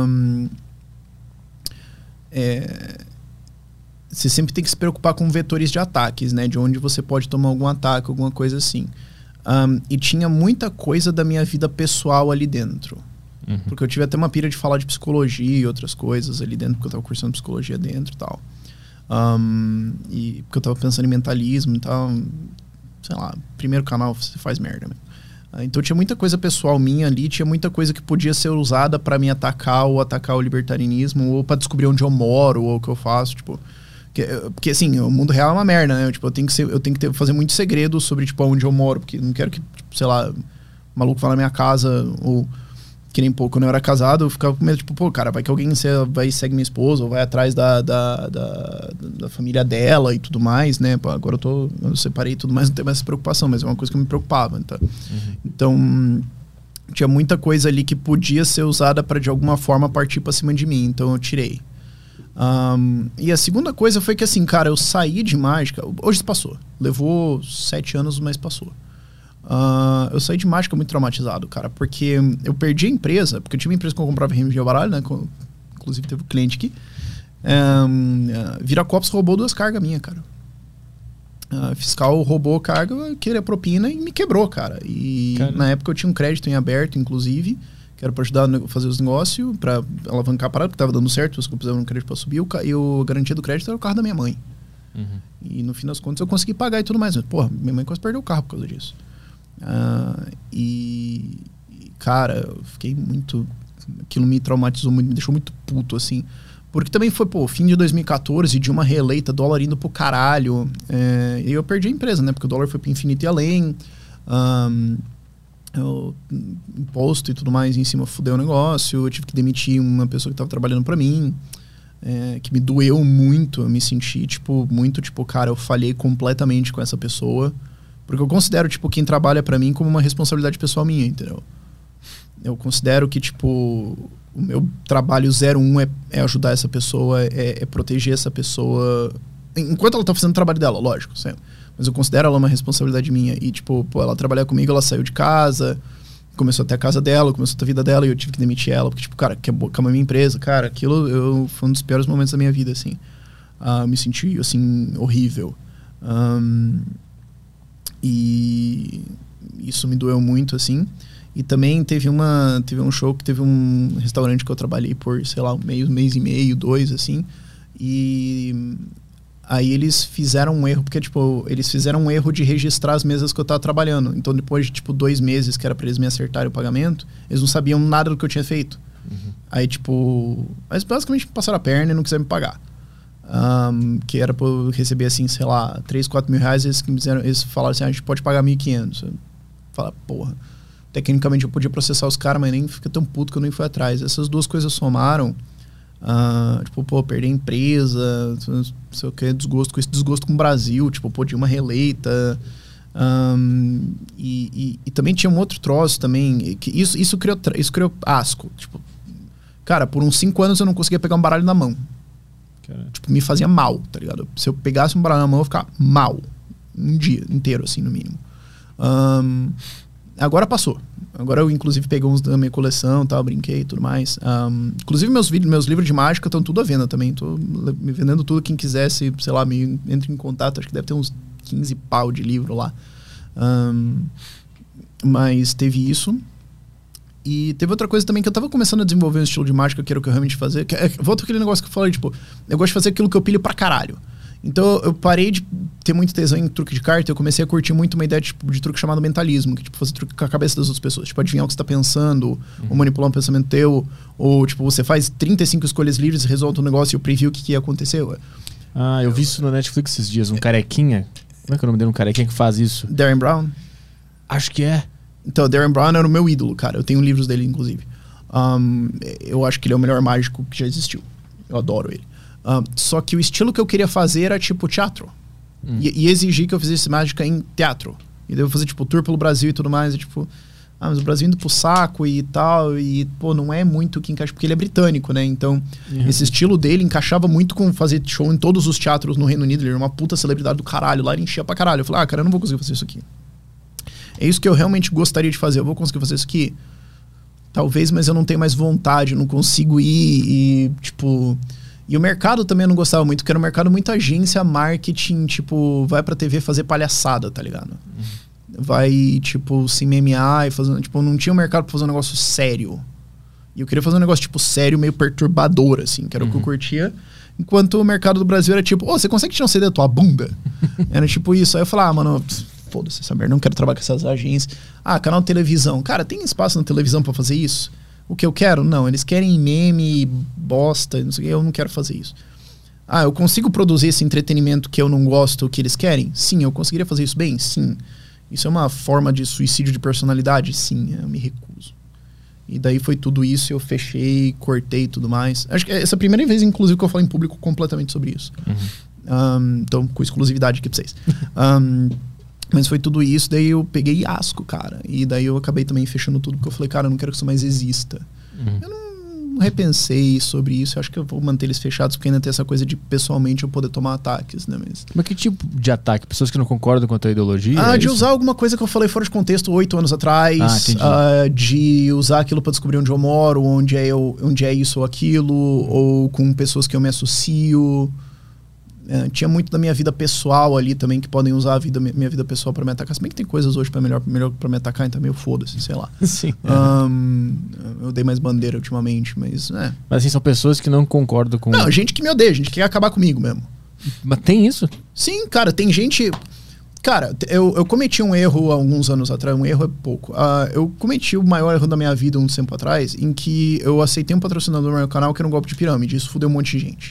Você sempre tem que se preocupar com vetores de ataques, né? De onde você pode tomar algum ataque, alguma coisa assim. E tinha muita coisa da minha vida pessoal ali dentro. Porque eu tive até uma pira de falar de psicologia e outras coisas ali dentro, porque eu tava cursando psicologia dentro e tal. E porque eu tava pensando em mentalismo e tal. Sei lá, primeiro canal você faz merda mesmo. Então tinha muita coisa pessoal minha ali, tinha muita coisa que podia ser usada pra me atacar ou atacar o libertarianismo, ou pra descobrir onde eu moro, ou o que eu faço, tipo... Porque assim, o mundo real é uma merda, né? Tipo, eu tenho que fazer muito segredo sobre, tipo, onde eu moro, porque não quero que, tipo, sei lá, maluco vá na minha casa, ou que nem pouco, quando eu era casado, eu ficava com medo, tipo, pô, cara, vai que alguém vai segue minha esposa, ou vai atrás da família dela e tudo mais, né? Pô, agora eu separei e tudo mais, não tenho mais essa preocupação, mas é uma coisa que me preocupava, tá? Então, tinha muita coisa ali que podia ser usada para de alguma forma partir pra cima de mim, então eu tirei. E a segunda coisa foi que, assim, cara, eu saí de mágica. Hoje passou. Levou 7 anos, mas passou. Eu saí de mágica muito traumatizado, cara, porque eu perdi a empresa, porque eu tinha uma empresa que eu comprava rende de baralho, né? Inclusive teve um cliente aqui. Viracopos roubou 2 cargas minhas, cara. Fiscal roubou carga, queria propina e me quebrou, cara. E na época eu tinha um crédito em aberto, inclusive, que era pra ajudar a fazer os negócios, pra alavancar a parada, porque tava dando certo, os que eu precisava um crédito pra subir, e a garantia do crédito era o carro da minha mãe. E no fim das contas eu consegui pagar e tudo mais. Mas, porra, minha mãe quase perdeu o carro por causa disso. Cara, eu fiquei muito... Aquilo me traumatizou muito, me deixou muito puto, assim. Porque também foi, fim de 2014, de uma reeleita, dólar indo pro caralho. E eu perdi a empresa, né? Porque o dólar foi pro infinito e além. Imposto e tudo mais em cima fudeu o negócio. Eu tive que demitir uma pessoa que estava trabalhando para mim, que me doeu muito. Eu me senti cara, eu falhei completamente com essa pessoa, porque eu considero quem trabalha para mim como uma responsabilidade pessoal minha, entendeu? Eu considero que o meu trabalho 01 é ajudar essa pessoa, é proteger essa pessoa enquanto ela tá fazendo o trabalho dela, lógico, sempre. Mas eu considero ela uma responsabilidade minha. E, ela trabalhar comigo, ela saiu de casa, começou a ter a casa dela, começou a ter a vida dela, e eu tive que demitir ela, porque, cara, acabou a minha empresa. Cara, aquilo foi um dos piores momentos da minha vida, assim. Me senti, assim, horrível. E isso me doeu muito, assim. E também teve um show que teve um restaurante que eu trabalhei por, sei lá, um mês e meio, 2, assim. E... aí eles fizeram um erro, porque, eles fizeram um erro de registrar as mesas que eu tava trabalhando. Então, depois de, 2 meses que era pra eles me acertarem o pagamento, eles não sabiam nada do que eu tinha feito. Aí, mas basicamente me passaram a perna e não quiseram me pagar. Que era pra eu receber, assim, sei lá, 3, 4 mil reais, eles falaram assim, a gente pode pagar 1.500. Eu falei, porra. Tecnicamente eu podia processar os caras, mas nem fica tão puto que eu nem fui atrás. Essas 2 coisas somaram. Perder a empresa, não sei o que, desgosto com esse desgosto com o Brasil, de uma reeleita. E também tinha um outro troço também, que isso criou asco. Cara, por uns 5 anos eu não conseguia pegar um baralho na mão. Me fazia mal, tá ligado? Se eu pegasse um baralho na mão, eu ficava mal. Um dia inteiro, assim, no mínimo. Agora passou. Agora eu, inclusive, peguei uns da minha coleção, tal, brinquei e tudo mais. Inclusive, meus livros de mágica estão tudo à venda também. Tô me vendendo tudo. Quem quisesse, sei lá, me entre em contato. Acho que deve ter uns 15 pau de livro lá. Mas teve isso. E teve outra coisa também, que eu tava começando a desenvolver um estilo de mágica, que era o que eu realmente fazia. Volta aquele negócio que eu falei, eu gosto de fazer aquilo que eu pilho pra caralho. Então eu parei de ter muito tesão em truque de carta. Eu comecei a curtir muito uma ideia de truque chamado mentalismo, que fazer truque com a cabeça das outras pessoas, adivinhar o que você tá pensando, ou manipular um pensamento teu, ou você faz 35 escolhas livres, resolve um negócio e eu preview o que ia acontecer. Eu vi isso no Netflix esses dias, um carequinha. Como é que é o nome dele? Um carequinha que faz isso? Darren Brown? Acho que é. Então, Darren Brown era o meu ídolo, cara. Eu tenho livros dele, inclusive. Eu acho que ele é o melhor mágico que já existiu. Eu adoro ele. Só que o estilo que eu queria fazer era teatro. E exigir que eu fizesse mágica em teatro. E daí eu fazer tour pelo Brasil e tudo mais. mas o Brasil indo pro saco e tal, e, pô, não é muito o que encaixa, porque ele é britânico, né? Então, esse estilo dele encaixava muito com fazer show em todos os teatros no Reino Unido. Ele era uma puta celebridade do caralho, lá ele enchia pra caralho. Eu falei, cara, eu não vou conseguir fazer isso aqui. É isso que eu realmente gostaria de fazer. Eu vou conseguir fazer isso aqui? Talvez, mas eu não tenho mais vontade, não consigo ir e, tipo... E o mercado também eu não gostava muito, porque era um mercado muito agência, marketing, tipo, vai pra TV fazer palhaçada, tá ligado? Vai, tipo, se memear e fazer... Tipo, não tinha um mercado pra fazer um negócio sério. E eu queria fazer um negócio, tipo, sério, meio perturbador, assim, que era o que eu curtia. Enquanto o mercado do Brasil era tipo, você consegue tirar um CD da tua bunda? Era tipo isso. Aí eu falava, mano, foda-se essa merda, não quero trabalhar com essas agências. Canal de televisão. Cara, tem espaço na televisão pra fazer isso? O que eu quero? Não, eles querem meme, bosta, não sei o que, eu não quero fazer isso. Eu consigo produzir esse entretenimento que eu não gosto, que eles querem? Sim. Eu conseguiria fazer isso bem? Sim. Isso é uma forma de suicídio de personalidade? Sim, eu me recuso. E daí foi tudo isso, eu fechei, cortei e tudo mais. Acho que essa é a primeira vez, inclusive, que eu falo em público completamente sobre isso. Então, com exclusividade aqui pra vocês. Mas foi tudo isso, daí eu peguei asco, cara. E daí eu acabei também fechando tudo, porque eu falei, cara, eu não quero que isso mais exista. Eu não repensei sobre isso, eu acho que eu vou manter eles fechados, porque ainda tem essa coisa de, pessoalmente, eu poder tomar ataques, né? Mas que tipo de ataque? Pessoas que não concordam com a tua ideologia? De usar alguma coisa que eu falei fora de contexto 8 anos atrás, de usar aquilo pra descobrir onde eu moro, onde é isso ou aquilo, ou com pessoas que eu me associo. Tinha muito da minha vida pessoal ali também, que podem usar minha vida pessoal pra me atacar. Se bem que tem coisas hoje melhor pra me atacar, então meio foda-se, sei lá. Sim. Eu dei mais bandeira ultimamente, mas... Mas assim, são pessoas que não concordam com... Não, gente que me odeia, gente que quer acabar comigo mesmo. Mas tem isso? Sim, cara, tem gente... Cara, eu cometi um erro há alguns anos atrás, um erro é pouco. Eu cometi o maior erro da minha vida uns tempo atrás, em que eu aceitei um patrocinador no meu canal que era um golpe de pirâmide. Isso fudeu um monte de gente.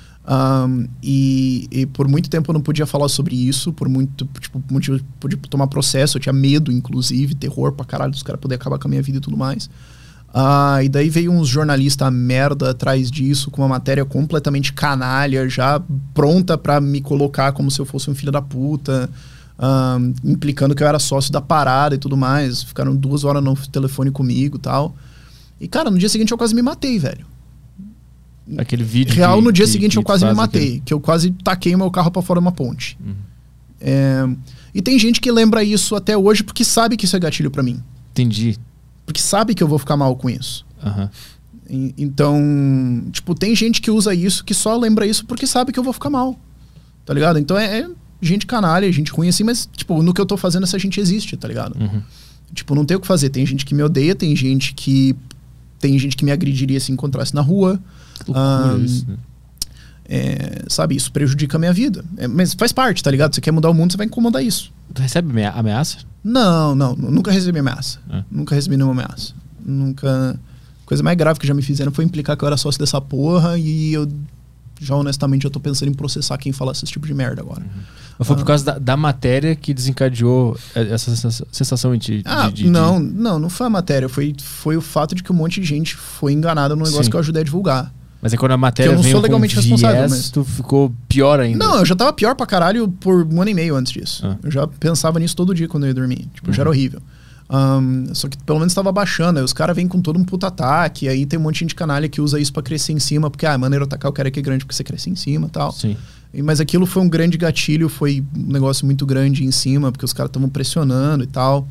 E por muito tempo eu não podia falar sobre isso, por muito, tipo, podia tomar processo, eu tinha medo, inclusive, terror pra caralho dos caras poderem acabar com a minha vida e tudo mais. E daí veio uns jornalistas merda atrás disso, com uma matéria completamente canalha, já pronta pra me colocar como se eu fosse um filho da puta, implicando que eu era sócio da parada e tudo mais. Ficaram 2 horas no telefone comigo e tal. E, cara, no dia seguinte eu quase me matei, velho. Aquele vídeo real, no dia seguinte eu quase me matei. Que eu quase taquei o meu carro pra fora de uma ponte. E tem gente que lembra isso até hoje porque sabe que isso é gatilho pra mim. Entendi. Porque sabe que eu vou ficar mal com isso. Então, tipo, tem gente que usa isso, que só lembra isso porque sabe que eu vou ficar mal. Tá ligado? Então é gente canalha, gente ruim assim, mas, tipo, no que eu tô fazendo essa gente existe, tá ligado? Tipo, não tem o que fazer. Tem gente que me odeia, tem gente que me agrediria se encontrasse na rua. Isso, né? Sabe, isso prejudica a minha vida. Mas faz parte, tá ligado? Você quer mudar o mundo, você vai incomodar isso. Tu recebe ameaça? Não, nunca recebi ameaça. Nunca recebi nenhuma ameaça. Nunca. A coisa mais grave que já me fizeram foi implicar que eu era sócio dessa porra, e eu já honestamente eu tô pensando em processar quem falasse esse tipo de merda agora. Mas foi por causa da matéria que desencadeou essa sensação de Não foi a matéria, foi o fato de que um monte de gente foi enganada no negócio que eu ajudei a divulgar. Mas é quando a matéria eu não sou legalmente responsável, mas tu ficou pior ainda. Não, eu já tava pior pra caralho por 1 ano e meio antes disso. Eu já pensava nisso todo dia quando eu ia dormir. Tipo, já era horrível. Só que pelo menos tava baixando. Aí os caras vêm com todo um puta ataque. Aí tem um monte de canalha que usa isso pra crescer em cima. Porque, é maneiro atacar o cara que é grande porque você cresce em cima e tal. Sim. Mas aquilo foi um grande gatilho. Foi um negócio muito grande em cima, porque os caras estavam pressionando e tal.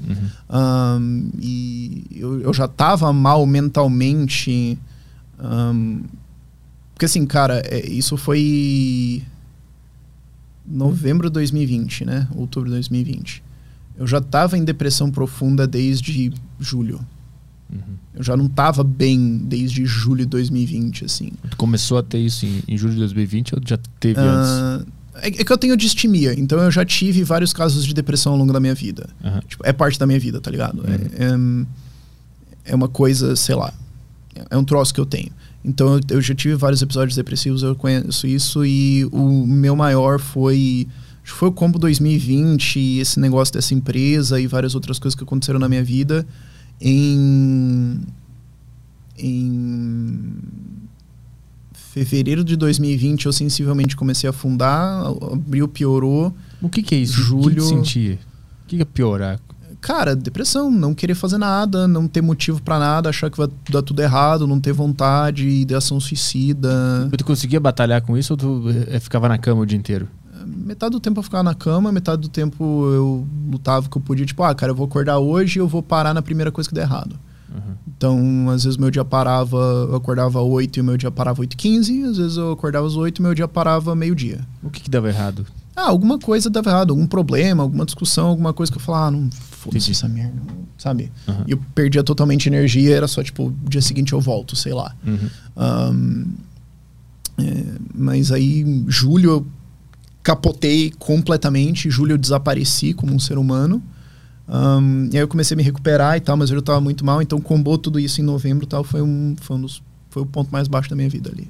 E eu já tava mal mentalmente. Porque assim, cara, isso foi novembro de 2020, né? Outubro de 2020. Eu já tava em depressão profunda desde julho. Eu já não tava bem desde julho de 2020, assim. Tu começou a ter isso em julho de 2020 ou já teve antes? É que eu tenho distimia, então eu já tive vários casos de depressão ao longo da minha vida. Tipo, é parte da minha vida, tá ligado? É uma coisa, sei lá, é um troço que eu tenho. Então eu já tive vários episódios depressivos, eu conheço isso, e o meu maior foi o combo 2020, e esse negócio dessa empresa e várias outras coisas que aconteceram na minha vida. Em fevereiro de 2020 eu sensivelmente comecei a afundar, abril piorou. O que é isso? Julho... O que sentia? O que é piorar? Cara, depressão, não querer fazer nada, não ter motivo pra nada, achar que vai dar tudo errado, não ter vontade, ideação suicida. Tu conseguia batalhar com isso ou tu ficava na cama o dia inteiro? Metade do tempo eu ficava na cama, metade do tempo eu lutava que eu podia, tipo, cara, eu vou acordar hoje e eu vou parar na primeira coisa que der errado. Então, às vezes meu dia parava, eu acordava 8 e meu dia parava 8h15, às vezes eu acordava às 8 e meu dia parava meio-dia. O que dava errado? Alguma coisa dava errado, algum problema, alguma discussão, alguma coisa que eu falava, não foda-se essa merda, sabe? E eu perdia totalmente energia, era só tipo, dia seguinte eu volto, sei lá. Mas aí, julho eu capotei completamente, julho eu desapareci como um ser humano. E aí eu comecei a me recuperar e tal, mas eu já tava muito mal, então combou tudo isso em novembro e tal, foi o ponto mais baixo da minha vida ali.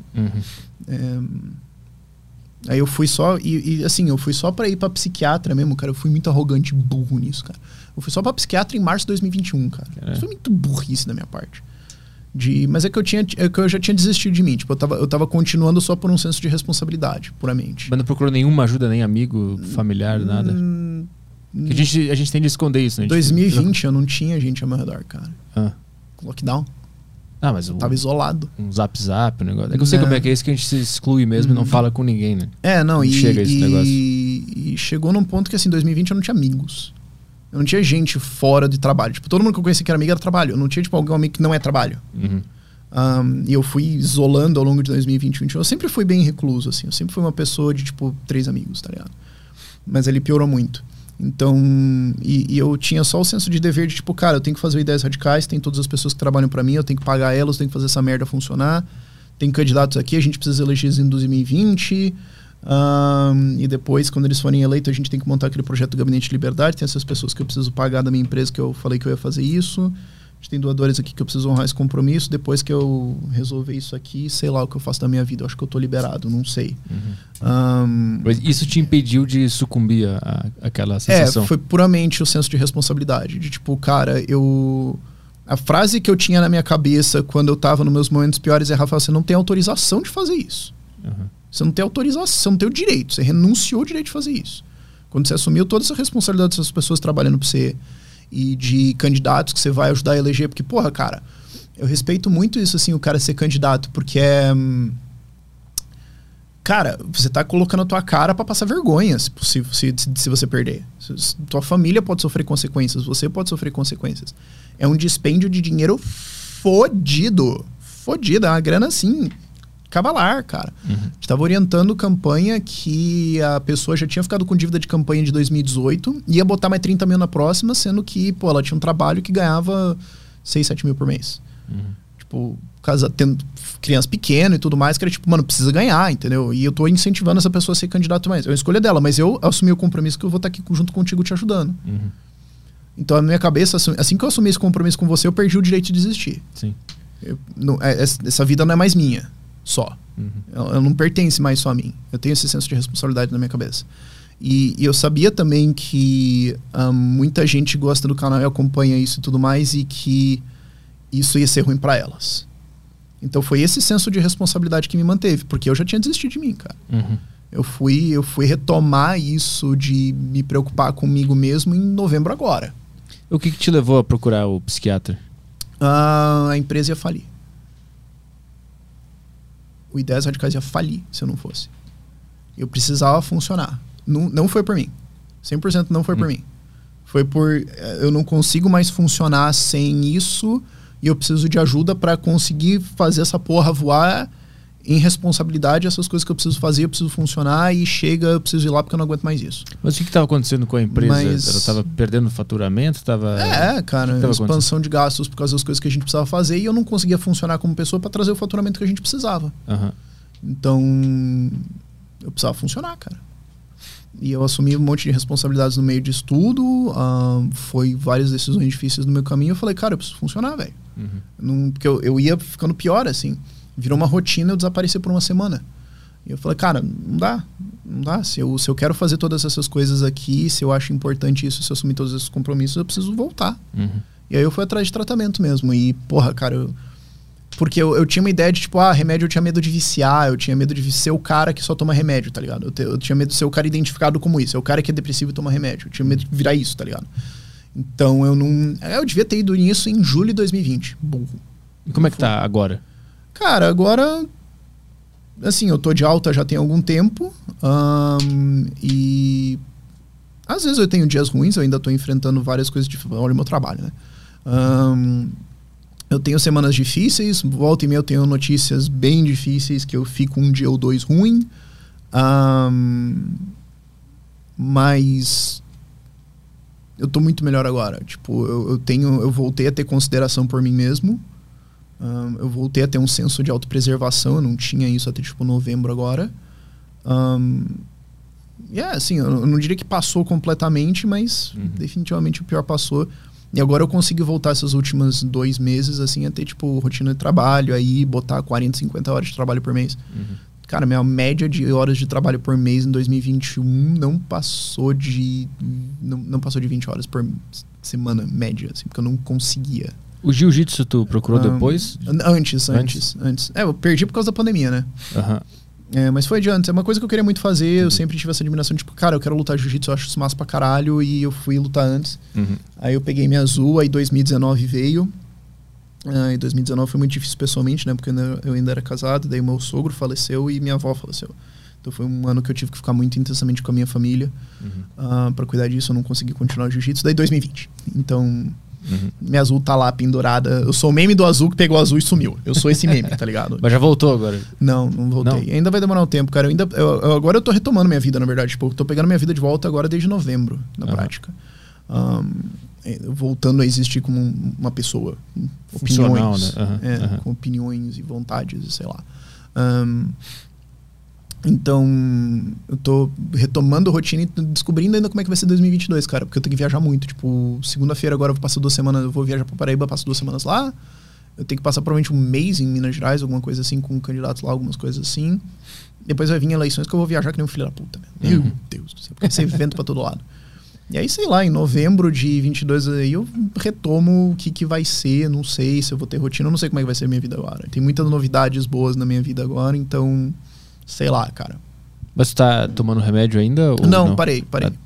Aí eu fui só, assim, eu fui só pra ir pra psiquiatra mesmo, cara, eu fui muito arrogante e burro nisso, cara. Eu fui só pra psiquiatra em março de 2021, cara. Isso foi muito burrice da minha parte. Mas é que eu já tinha desistido de mim, tipo, eu tava continuando só por um senso de responsabilidade, puramente. Mas não procurou nenhuma ajuda, nem amigo, familiar, nada? Que a gente tende a esconder isso, né? Em 2020 eu não tinha gente ao meu redor, cara. Lockdown. Mas eu tava isolado. Um zap, um negócio. É que eu sei como é que é isso, que a gente se exclui mesmo e não fala com ninguém, né? Chega esse negócio. E chegou num ponto que assim, em 2020 eu não tinha amigos. Eu não tinha gente fora de trabalho. Tipo, todo mundo que eu conhecia que era amigo era trabalho. Eu não tinha, tipo, algum amigo que não é trabalho. E eu fui isolando ao longo de 2020 e 2021. Eu sempre fui bem recluso, assim. Eu sempre fui uma pessoa de, tipo, 3 amigos, tá ligado? Mas ele piorou muito. Então, e eu tinha só o senso de dever de tipo, cara, eu tenho que fazer ideias radicais, tem todas as pessoas que trabalham pra mim, eu tenho que pagar elas, eu tenho que fazer essa merda funcionar, tem candidatos aqui, a gente precisa eleger em 2020, e depois, quando eles forem eleitos, a gente tem que montar aquele projeto do Gabinete de Liberdade, tem essas pessoas que eu preciso pagar da minha empresa, que eu falei que eu ia fazer isso, a gente tem doadores aqui que eu preciso honrar esse compromisso, depois que eu resolver isso aqui, sei lá o que eu faço da minha vida, eu acho que eu tô liberado, não sei. Mas isso te impediu de sucumbir àquela sensação? Foi puramente o senso de responsabilidade, de tipo, cara, a frase que eu tinha na minha cabeça quando eu tava nos meus momentos piores é, Rafael, você não tem autorização de fazer isso. Você não tem autorização, você não tem o direito, você renunciou o direito de fazer isso. Quando você assumiu toda essa responsabilidade dessas pessoas trabalhando pra você e de candidatos que você vai ajudar a eleger, porque, porra, cara, eu respeito muito isso, assim, o cara ser candidato, porque cara, você tá colocando a tua cara pra passar vergonha se você perder. Tua família pode sofrer consequências, você pode sofrer consequências. É um dispêndio de dinheiro fodido, é uma grana, assim, cavalar, cara. A gente tava orientando campanha que a pessoa já tinha ficado com dívida de campanha de 2018, ia botar mais 30 mil na próxima, sendo que, pô, ela tinha um trabalho que ganhava 6, 7 mil por mês. Tipo, tendo criança pequena e tudo mais, que era tipo, mano, precisa ganhar, entendeu? E eu tô incentivando essa pessoa a ser candidato mais. É uma escolha dela, mas eu assumi o compromisso que eu vou estar aqui junto contigo te ajudando. Então, na minha cabeça, assim que eu assumi esse compromisso com você, eu perdi o direito de desistir. Sim. Essa vida não é mais minha. Só. Ela não pertence mais só a mim. Eu tenho esse senso de responsabilidade na minha cabeça. E eu sabia também que muita gente gosta do canal e acompanha isso e tudo mais, e que isso ia ser ruim pra elas. Então foi esse senso de responsabilidade que me manteve, porque eu já tinha desistido de mim, cara. Eu fui retomar isso de me preocupar comigo mesmo em novembro agora. O que te levou a procurar o psiquiatra? A empresa ia falir. O Ideias Radicais ia falir se eu não fosse. Eu precisava funcionar. Não foi por mim. 100% não foi por mim. Foi por... Eu não consigo mais funcionar sem isso e eu preciso de ajuda pra conseguir fazer essa porra voar em responsabilidade. Essas coisas que eu preciso fazer, eu preciso funcionar e chega, eu preciso ir lá porque eu não aguento mais isso. Mas o que estava acontecendo com a empresa? Ela estava perdendo faturamento? Cara, expansão de gastos por causa das coisas que a gente precisava fazer e eu não conseguia funcionar como pessoa para trazer o faturamento que a gente precisava. Então, eu precisava funcionar, cara. E eu assumi um monte de responsabilidades no meio disso tudo. Foi várias decisões difíceis no meu caminho. Eu falei, cara, eu preciso funcionar, velho. Porque eu ia ficando pior, assim. Virou uma rotina eu desaparecer por uma semana. E eu falei, cara, não dá. Se eu quero fazer todas essas coisas aqui, se eu acho importante isso, se eu assumir todos esses compromissos, eu preciso voltar. E aí eu fui atrás de tratamento mesmo. E, porra, cara, porque eu tinha uma ideia de, tipo, remédio eu tinha medo de viciar, eu tinha medo de ser o cara que só toma remédio, tá ligado? Eu tinha medo de ser o cara identificado como isso. É o cara que é depressivo e toma remédio. Eu tinha medo de virar isso, tá ligado? Então eu devia ter ido nisso em julho de 2020. Burro. E como é que tá agora? Cara, agora, assim, eu tô de alta já tem algum tempo. E às vezes eu tenho dias ruins, eu ainda tô enfrentando várias coisas difíceis. Olha o meu trabalho, né? Eu tenho semanas difíceis, volta e meia eu tenho notícias bem difíceis que eu fico um dia ou dois ruim. Mas eu tô muito melhor agora. Tipo, eu voltei a ter consideração por mim mesmo. Eu voltei a ter um senso de autopreservação. Eu não tinha isso até tipo novembro agora. Assim, eu não diria que passou completamente, mas definitivamente o pior passou. E agora eu consegui voltar esses últimos 2 meses, assim, a ter, tipo, rotina de trabalho, aí botar 40, 50 horas de trabalho por mês. Cara, minha média de horas de trabalho por mês em 2021 não passou de 20 horas por semana, média, assim, porque eu não conseguia. O jiu-jitsu tu procurou depois? Antes. Eu perdi por causa da pandemia, né? Mas foi de antes. É uma coisa que eu queria muito fazer. Eu sempre tive essa admiração, tipo, cara, eu quero lutar jiu-jitsu, eu acho isso massa pra caralho. E eu fui lutar antes. Aí eu peguei minha azul, aí 2019 veio. Em 2019 foi muito difícil pessoalmente, né? Porque eu ainda era casado, daí meu sogro faleceu e minha avó faleceu. Então foi um ano que eu tive que ficar muito intensamente com a minha família pra cuidar disso. Eu não consegui continuar o jiu-jitsu. Daí 2020. Então... Minha azul tá lá pendurada. Eu sou o meme do azul que pegou o azul e sumiu. Eu sou esse meme, tá ligado? Mas já voltou agora? Não voltei. Ainda vai demorar um tempo, cara. Agora eu tô retomando minha vida, na verdade. Tipo, eu tô pegando minha vida de volta agora desde novembro, na prática. Voltando a existir como uma pessoa. Opiniões. Né? Com opiniões e vontades, sei lá. Então, eu tô retomando a rotina e descobrindo ainda como é que vai ser 2022, cara. Porque eu tenho que viajar muito. Tipo, segunda-feira agora eu vou passar 2 semanas, eu vou viajar pra Paraíba, passo 2 semanas lá. Eu tenho que passar provavelmente um mês em Minas Gerais, alguma coisa assim, com candidatos lá, algumas coisas assim. Depois vai vir eleições que eu vou viajar que nem um filho da puta, meu Deus do céu. Porque vai ser vento pra todo lado. E aí, sei lá, em novembro de 22 aí eu retomo o que vai ser, não sei se eu vou ter rotina, eu não sei como é que vai ser a minha vida agora. Tem muitas novidades boas na minha vida agora, então... Sei lá, cara. Mas você tá tomando remédio ainda? Ou não, parei.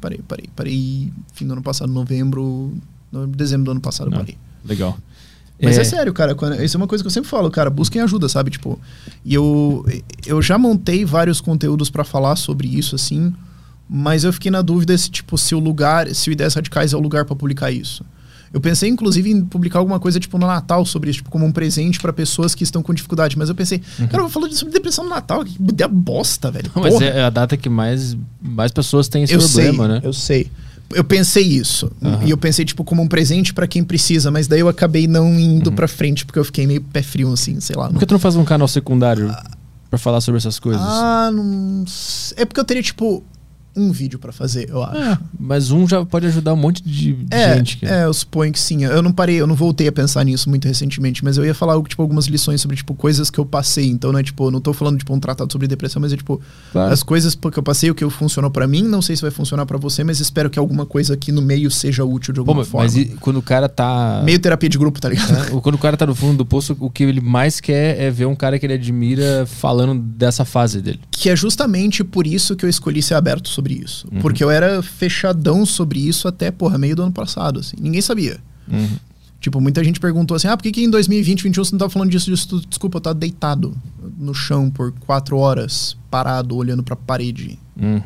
Fim do ano passado, dezembro do ano passado eu parei. Legal. Mas é sério, cara. Isso é uma coisa que eu sempre falo, cara. Busquem ajuda, sabe? Tipo, e eu já montei vários conteúdos pra falar sobre isso, assim. Mas eu fiquei na dúvida se o Ideias Radicais é o lugar pra publicar isso. Eu pensei, inclusive, em publicar alguma coisa, tipo, no Natal sobre isso, tipo, como um presente pra pessoas que estão com dificuldade. Mas eu pensei, cara, eu vou falar sobre depressão no Natal. Que ideia bosta, velho. Não, mas é a data que mais pessoas têm esse problema, né? Eu sei. Eu pensei isso. E eu pensei, tipo, como um presente pra quem precisa. Mas daí eu acabei não indo pra frente, porque eu fiquei meio pé frio, assim, sei lá. Por que tu não faz um canal secundário pra falar sobre essas coisas? Não... É porque eu teria, tipo... um vídeo pra fazer, eu acho. Mas um já pode ajudar um monte de gente. Eu suponho que sim. Eu não voltei a pensar nisso muito recentemente, mas eu ia falar tipo, algumas lições sobre tipo, coisas que eu passei. Então, né, tipo, eu não tô falando tipo, um tratado sobre depressão, mas é tipo, as coisas que eu passei, o que funcionou pra mim, não sei se vai funcionar pra você, mas espero que alguma coisa aqui no meio seja útil de alguma forma. Mas quando o cara tá... Meio terapia de grupo, tá ligado? Quando o cara tá no fundo do poço, o que ele mais quer é ver um cara que ele admira falando dessa fase dele. Que é justamente por isso que eu escolhi ser aberto sobre isso. Porque eu era fechadão sobre isso até, meio do ano passado, assim. Ninguém sabia. Tipo, muita gente perguntou assim, por que em 2020, 2021 você não tava falando disso? Desculpa, eu tava deitado no chão por 4 horas, parado, olhando pra parede.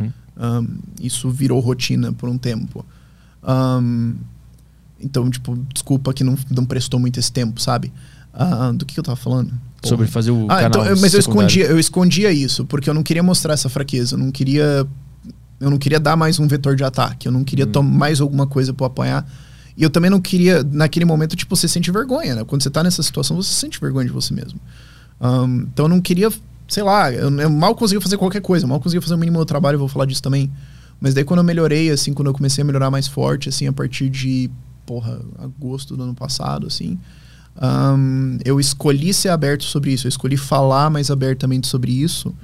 Isso virou rotina por um tempo. Então, tipo, desculpa que não prestou muito esse tempo, sabe? Do que eu tava falando? Sobre fazer o canal então, mas eu escondia isso, porque eu não queria mostrar essa fraqueza. Eu não queria dar mais um vetor de ataque. Eu não queria tomar mais alguma coisa pra eu apanhar. E eu também não queria, naquele momento, tipo, você sente vergonha, né? Quando você tá nessa situação, você sente vergonha de você mesmo. Então eu não queria, sei lá, eu mal conseguia fazer qualquer coisa, mal conseguia fazer o mínimo do trabalho, eu vou falar disso também. Mas daí quando eu melhorei, assim, quando eu comecei a melhorar mais forte, assim, a partir de, agosto do ano passado, assim, eu escolhi ser aberto sobre isso, eu escolhi falar mais abertamente sobre isso.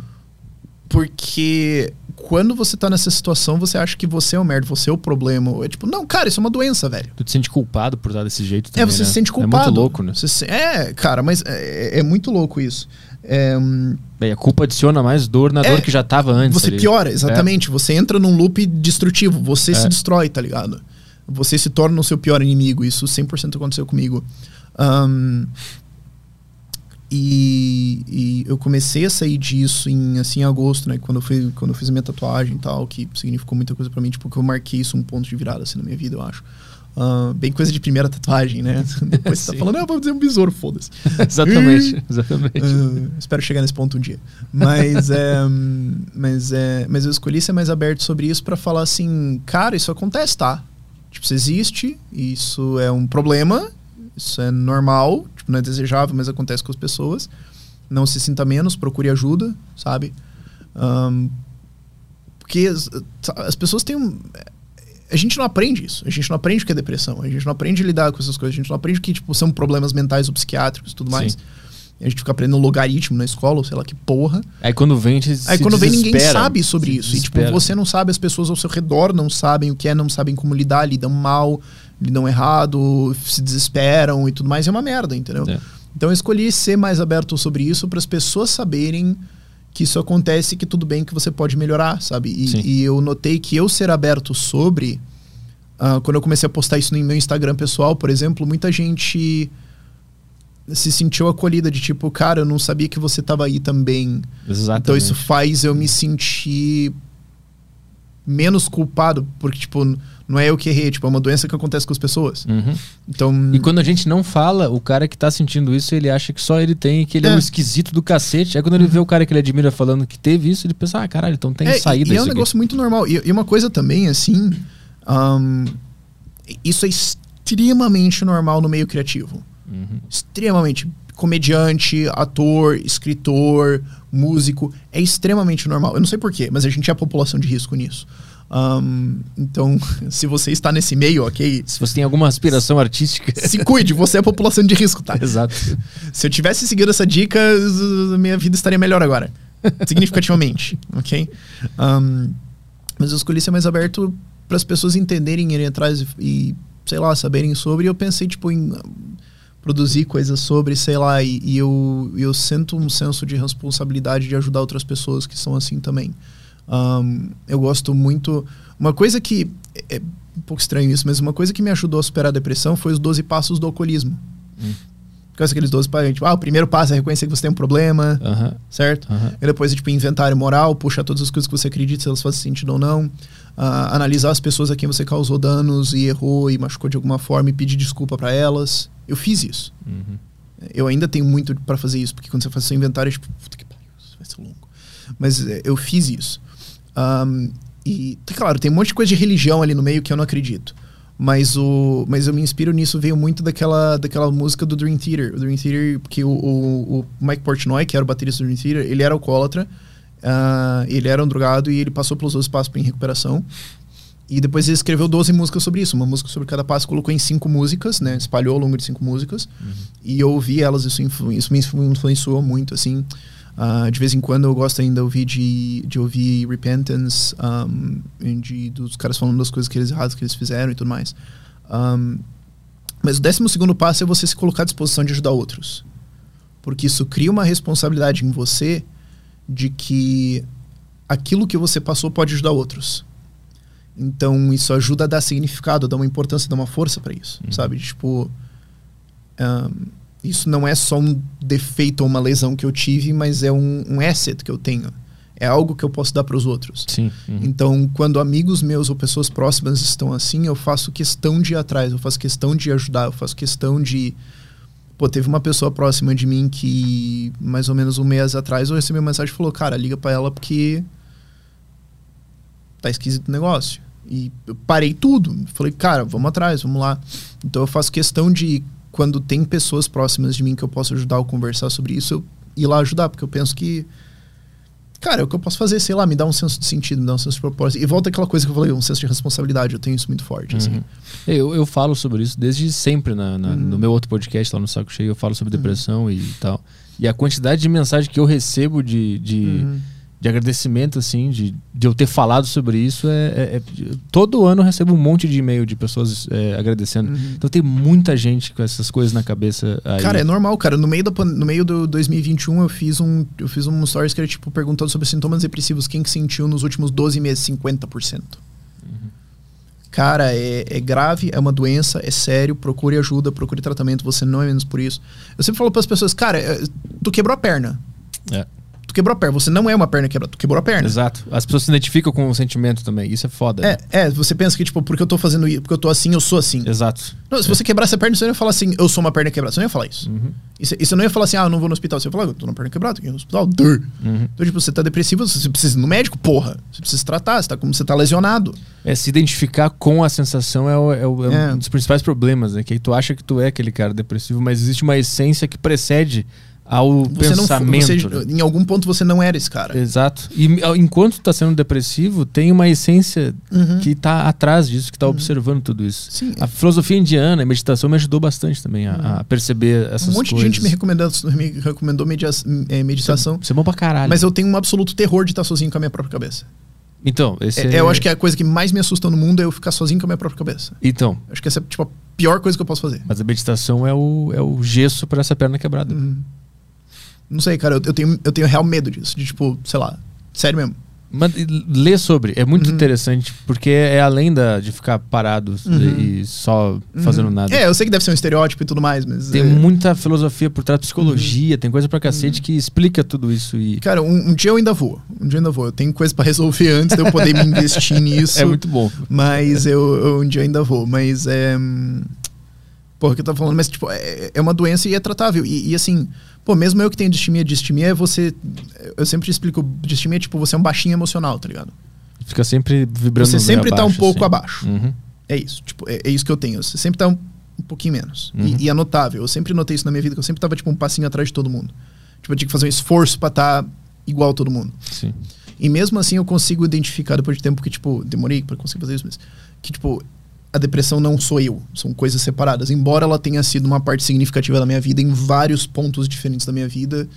Porque quando você tá nessa situação, você acha que você é o merda, você é o problema. É tipo, não, cara, isso é uma doença, velho. Tu te sente culpado por estar desse jeito também, você se sente culpado. É muito louco, né? Cara, mas é muito louco isso. Bem, a culpa adiciona mais dor na dor que já tava antes. Você piora, exatamente. Você entra num loop destrutivo, você se destrói, tá ligado? você se torna o seu pior inimigo. Isso 100% aconteceu comigo. E eu comecei a sair disso em agosto, né? Quando eu fiz a minha tatuagem e tal, que significou muita coisa pra mim, tipo, que eu marquei isso um ponto de virada, assim, na minha vida, eu acho. Bem coisa de primeira tatuagem, né? Depois você tá falando, vou fazer um besouro, foda-se. Exatamente. Espero chegar nesse ponto um dia. Mas eu escolhi ser mais aberto sobre isso pra falar assim, cara, isso acontece, tá? Tipo, isso existe, isso é um problema, isso é normal, tipo, não é desejável, mas acontece com as pessoas. Não se sinta menos, procure ajuda, sabe? Porque as pessoas têm a gente não aprende isso. A gente não aprende o que é depressão. A gente não aprende a lidar com essas coisas. A gente não aprende que, tipo, são problemas mentais ou psiquiátricos e tudo mais. Sim. A gente fica aprendendo logaritmo na escola, ou sei lá que porra. Aí quando vem, ninguém sabe sobre isso. E, tipo, você não sabe, as pessoas ao seu redor não sabem o que é, não sabem como lidar, lidam mal, lidam errado, se desesperam e tudo mais. É uma merda, entendeu? Então eu escolhi ser mais aberto sobre isso para as pessoas saberem que isso acontece e que tudo bem, que você pode melhorar, sabe? E eu notei que eu ser aberto sobre... quando eu comecei a postar isso no meu Instagram pessoal, por exemplo, muita gente se sentiu acolhida de tipo, cara, eu não sabia que você tava aí também. Exatamente. Então isso faz eu me sentir menos culpado, porque, tipo, não é eu que errei, tipo, é uma doença que acontece com as pessoas. Então... E quando a gente não fala, o cara que tá sentindo isso, ele acha que só ele tem e que ele é um esquisito do cacete. Aí quando ele vê o cara que ele admira falando que teve isso, ele pensa, caralho, então tem saída. E é um negócio muito normal. E uma coisa também, assim, isso é extremamente normal no meio criativo. Extremamente. Comediante, ator, escritor, músico, é extremamente normal. Eu não sei porquê, mas a gente é a população de risco nisso. Então, se você está nesse meio, ok? Se você tem alguma aspiração artística, se cuide, você é a população de risco, tá? Exato. Se eu tivesse seguido essa dica, minha vida estaria melhor agora. Significativamente, ok? Mas eu escolhi ser mais aberto para as pessoas entenderem, irem atrás e, sei lá, saberem sobre. E eu pensei, tipo, em produzir coisas sobre, sei lá, e eu sinto um senso de responsabilidade de ajudar outras pessoas que são assim também. Eu gosto muito... Uma coisa que... É um pouco estranho isso, mas uma coisa que me ajudou a superar a depressão foi os 12 passos do alcoolismo. Quais aqueles 12 passos? Tipo, o primeiro passo é reconhecer que você tem um problema, certo? E depois é, tipo, inventário moral, puxar todas as coisas que você acredita, se elas fazem sentido ou não. Analisar as pessoas a quem você causou danos e errou e machucou de alguma forma e pedir desculpa pra elas. Eu fiz isso. Eu ainda tenho muito pra fazer isso, porque quando você faz seu inventário, é tipo, puta que pariu, isso vai ser longo. Mas eu fiz isso. E, claro, tem um monte de coisa de religião ali no meio que eu não acredito. Mas eu me inspiro nisso, veio muito daquela música do Dream Theater. O Dream Theater, porque o Mike Portnoy, que era o baterista do Dream Theater, ele era alcoólatra, ele era um drogado e ele passou pelos 12 passos em recuperação. E depois ele escreveu 12 músicas sobre isso. Uma música sobre cada passo, colocou em 5 músicas, né? Espalhou ao longo de 5 músicas. E eu ouvi elas, isso me influenciou muito, assim. De vez em quando eu gosto ainda de ouvir Repentance, dos caras falando das coisas que eles erradas que eles fizeram e tudo mais. Mas o 12º passo é você se colocar à disposição de ajudar outros. Porque isso cria uma responsabilidade em você de que aquilo que você passou pode ajudar outros. Então isso ajuda a dar significado, a dar uma importância, a dar uma força pra isso, sabe? Tipo, isso não é só um defeito ou uma lesão que eu tive, mas é um asset que eu tenho. É algo que eu posso dar para os outros. Sim. Então, quando amigos meus ou pessoas próximas estão assim, eu faço questão de ir atrás, eu faço questão de ajudar, eu faço questão de... Pô, teve uma pessoa próxima de mim que, mais ou menos um mês atrás, eu recebi uma mensagem e falou, cara, liga pra ela porque tá esquisito o negócio. E eu parei tudo. Falei, cara, vamos atrás, vamos lá. Então eu faço questão de, quando tem pessoas próximas de mim que eu posso ajudar ou conversar sobre isso, eu ir lá ajudar, porque eu penso que, cara, é o que eu posso fazer, sei lá, me dá um senso de sentido, me dá um senso de propósito. E volta àquela coisa que eu falei, um senso de responsabilidade, eu tenho isso muito forte, assim. Eu falo sobre isso desde sempre no meu outro podcast lá no Saco Cheio, eu falo sobre depressão e tal. E a quantidade de mensagem que eu recebo de agradecimento, assim, de eu ter falado sobre isso, todo ano eu recebo um monte de e-mail de pessoas agradecendo. Então tem muita gente com essas coisas na cabeça aí. Cara, é normal, cara. No meio do 2021 eu fiz um stories que era tipo perguntando sobre sintomas depressivos. Quem que sentiu nos últimos 12 meses? 50%. cara, é grave, é uma doença, é sério, procure ajuda, procure tratamento, você não é menos por isso. Eu sempre falo para as pessoas, cara, tu quebrou a perna. Tu quebrou a perna, você não é uma perna quebrada, tu quebrou a perna. Exato. As pessoas se identificam com o sentimento também, isso é foda. né? Você pensa que, tipo, porque eu tô fazendo isso, porque eu tô assim, eu sou assim. Exato. Não, se você quebrasse a perna, você não ia falar assim, eu sou uma perna quebrada, você não ia falar isso. E você não ia falar assim, eu não vou no hospital, você ia falar, eu tô na perna quebrada, aqui no hospital. Então, tipo, você tá depressivo, você precisa ir no médico, porra. Você precisa se tratar, você tá lesionado. Se identificar com a sensação é um dos principais problemas, né? Que aí tu acha que tu é aquele cara depressivo, mas existe uma essência que precede ao pensamento. Em algum ponto você não era esse cara. Exato. E enquanto tá sendo depressivo, tem uma essência que tá atrás disso, que tá observando tudo isso. Sim. A filosofia indiana, a meditação me ajudou bastante também a perceber essas coisas. Um monte de gente me recomendou meditação. Isso é bom pra caralho. Mas eu tenho um absoluto terror de estar sozinho com a minha própria cabeça. Então, eu acho que a coisa que mais me assusta no mundo é eu ficar sozinho com a minha própria cabeça. Então. Acho que essa é tipo a pior coisa que eu posso fazer. Mas a meditação é o gesso pra essa perna quebrada. Não sei, cara, eu tenho real medo disso. De tipo, sei lá, sério mesmo. Mas ler sobre é muito interessante, porque é além de ficar parado e só fazendo nada. Eu sei que deve ser um estereótipo e tudo mais, mas... Tem muita filosofia por trás, psicologia, tem coisa pra cacete que explica tudo isso. Cara, um dia eu ainda vou. Eu tenho coisa pra resolver antes de eu poder me investir nisso. É muito bom. Mas um dia eu ainda vou. Mas Porra, o que eu tava falando, mas tipo, é uma doença e é tratável. E assim, mesmo eu que tenho distimia é você... Eu sempre explico, distimia é tipo, você é um baixinho emocional, tá ligado? Fica sempre vibrando. Você sempre tá um pouco assim. abaixo. É isso, tipo, é isso que eu tenho. Você sempre tá um pouquinho menos. E é notável. Eu sempre notei isso na minha vida, que eu sempre tava tipo um passinho atrás de todo mundo. Tipo, eu tinha que fazer um esforço pra estar igual a todo mundo. Sim. E mesmo assim eu consigo identificar depois de tempo que, tipo, demorei pra conseguir fazer isso, mas que, tipo, a depressão não sou eu, são coisas separadas. Embora ela tenha sido uma parte significativa da minha vida, em vários pontos diferentes da minha vida,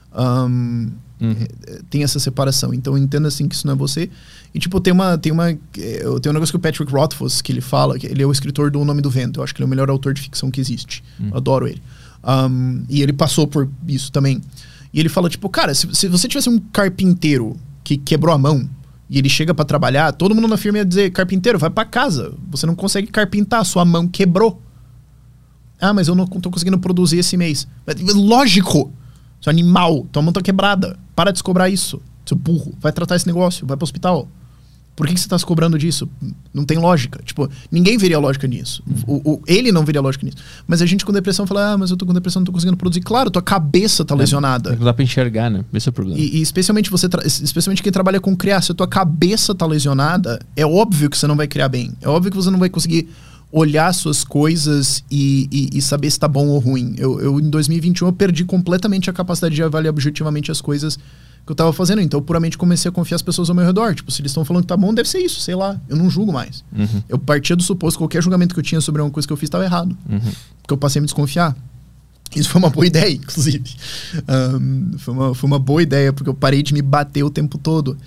tem essa separação. Então entenda assim que isso não é você. E tipo, tem um negócio que o Patrick Rothfuss, que ele fala, que ele é o escritor do O Nome do Vento. Eu acho que ele é o melhor autor de ficção que existe. Eu adoro ele. E ele passou por isso também. E ele fala, tipo, cara, se você tivesse um carpinteiro que quebrou a mão, e ele chega pra trabalhar, todo mundo na firma ia dizer, carpinteiro, vai pra casa. Você não consegue carpintar, sua mão quebrou. Mas eu não tô conseguindo produzir esse mês. Lógico! Seu animal, tua mão tá quebrada. Para de se cobrar isso, seu burro. Vai tratar esse negócio, vai pro hospital. Por que você tá se cobrando disso? Não tem lógica. Tipo, ninguém veria lógica nisso. Ele não veria lógica nisso. Mas a gente com depressão fala, mas eu tô com depressão, não tô conseguindo produzir. Claro, tua cabeça tá lesionada. Não dá pra enxergar, né? Esse é o problema. E especialmente especialmente quem trabalha com criar, se a tua cabeça tá lesionada, é óbvio que você não vai criar bem. É óbvio que você não vai conseguir olhar suas coisas e saber se tá bom ou ruim. Eu em 2021, eu perdi completamente a capacidade de avaliar objetivamente as coisas que eu tava fazendo. Então, eu puramente comecei a confiar as pessoas ao meu redor. Tipo, se eles estão falando que tá bom, deve ser isso, sei lá. Eu não julgo mais. Eu partia do suposto que qualquer julgamento que eu tinha sobre uma coisa que eu fiz estava errado. Porque eu passei a me desconfiar. Isso foi uma boa ideia, inclusive. Foi uma boa ideia, porque eu parei de me bater o tempo todo.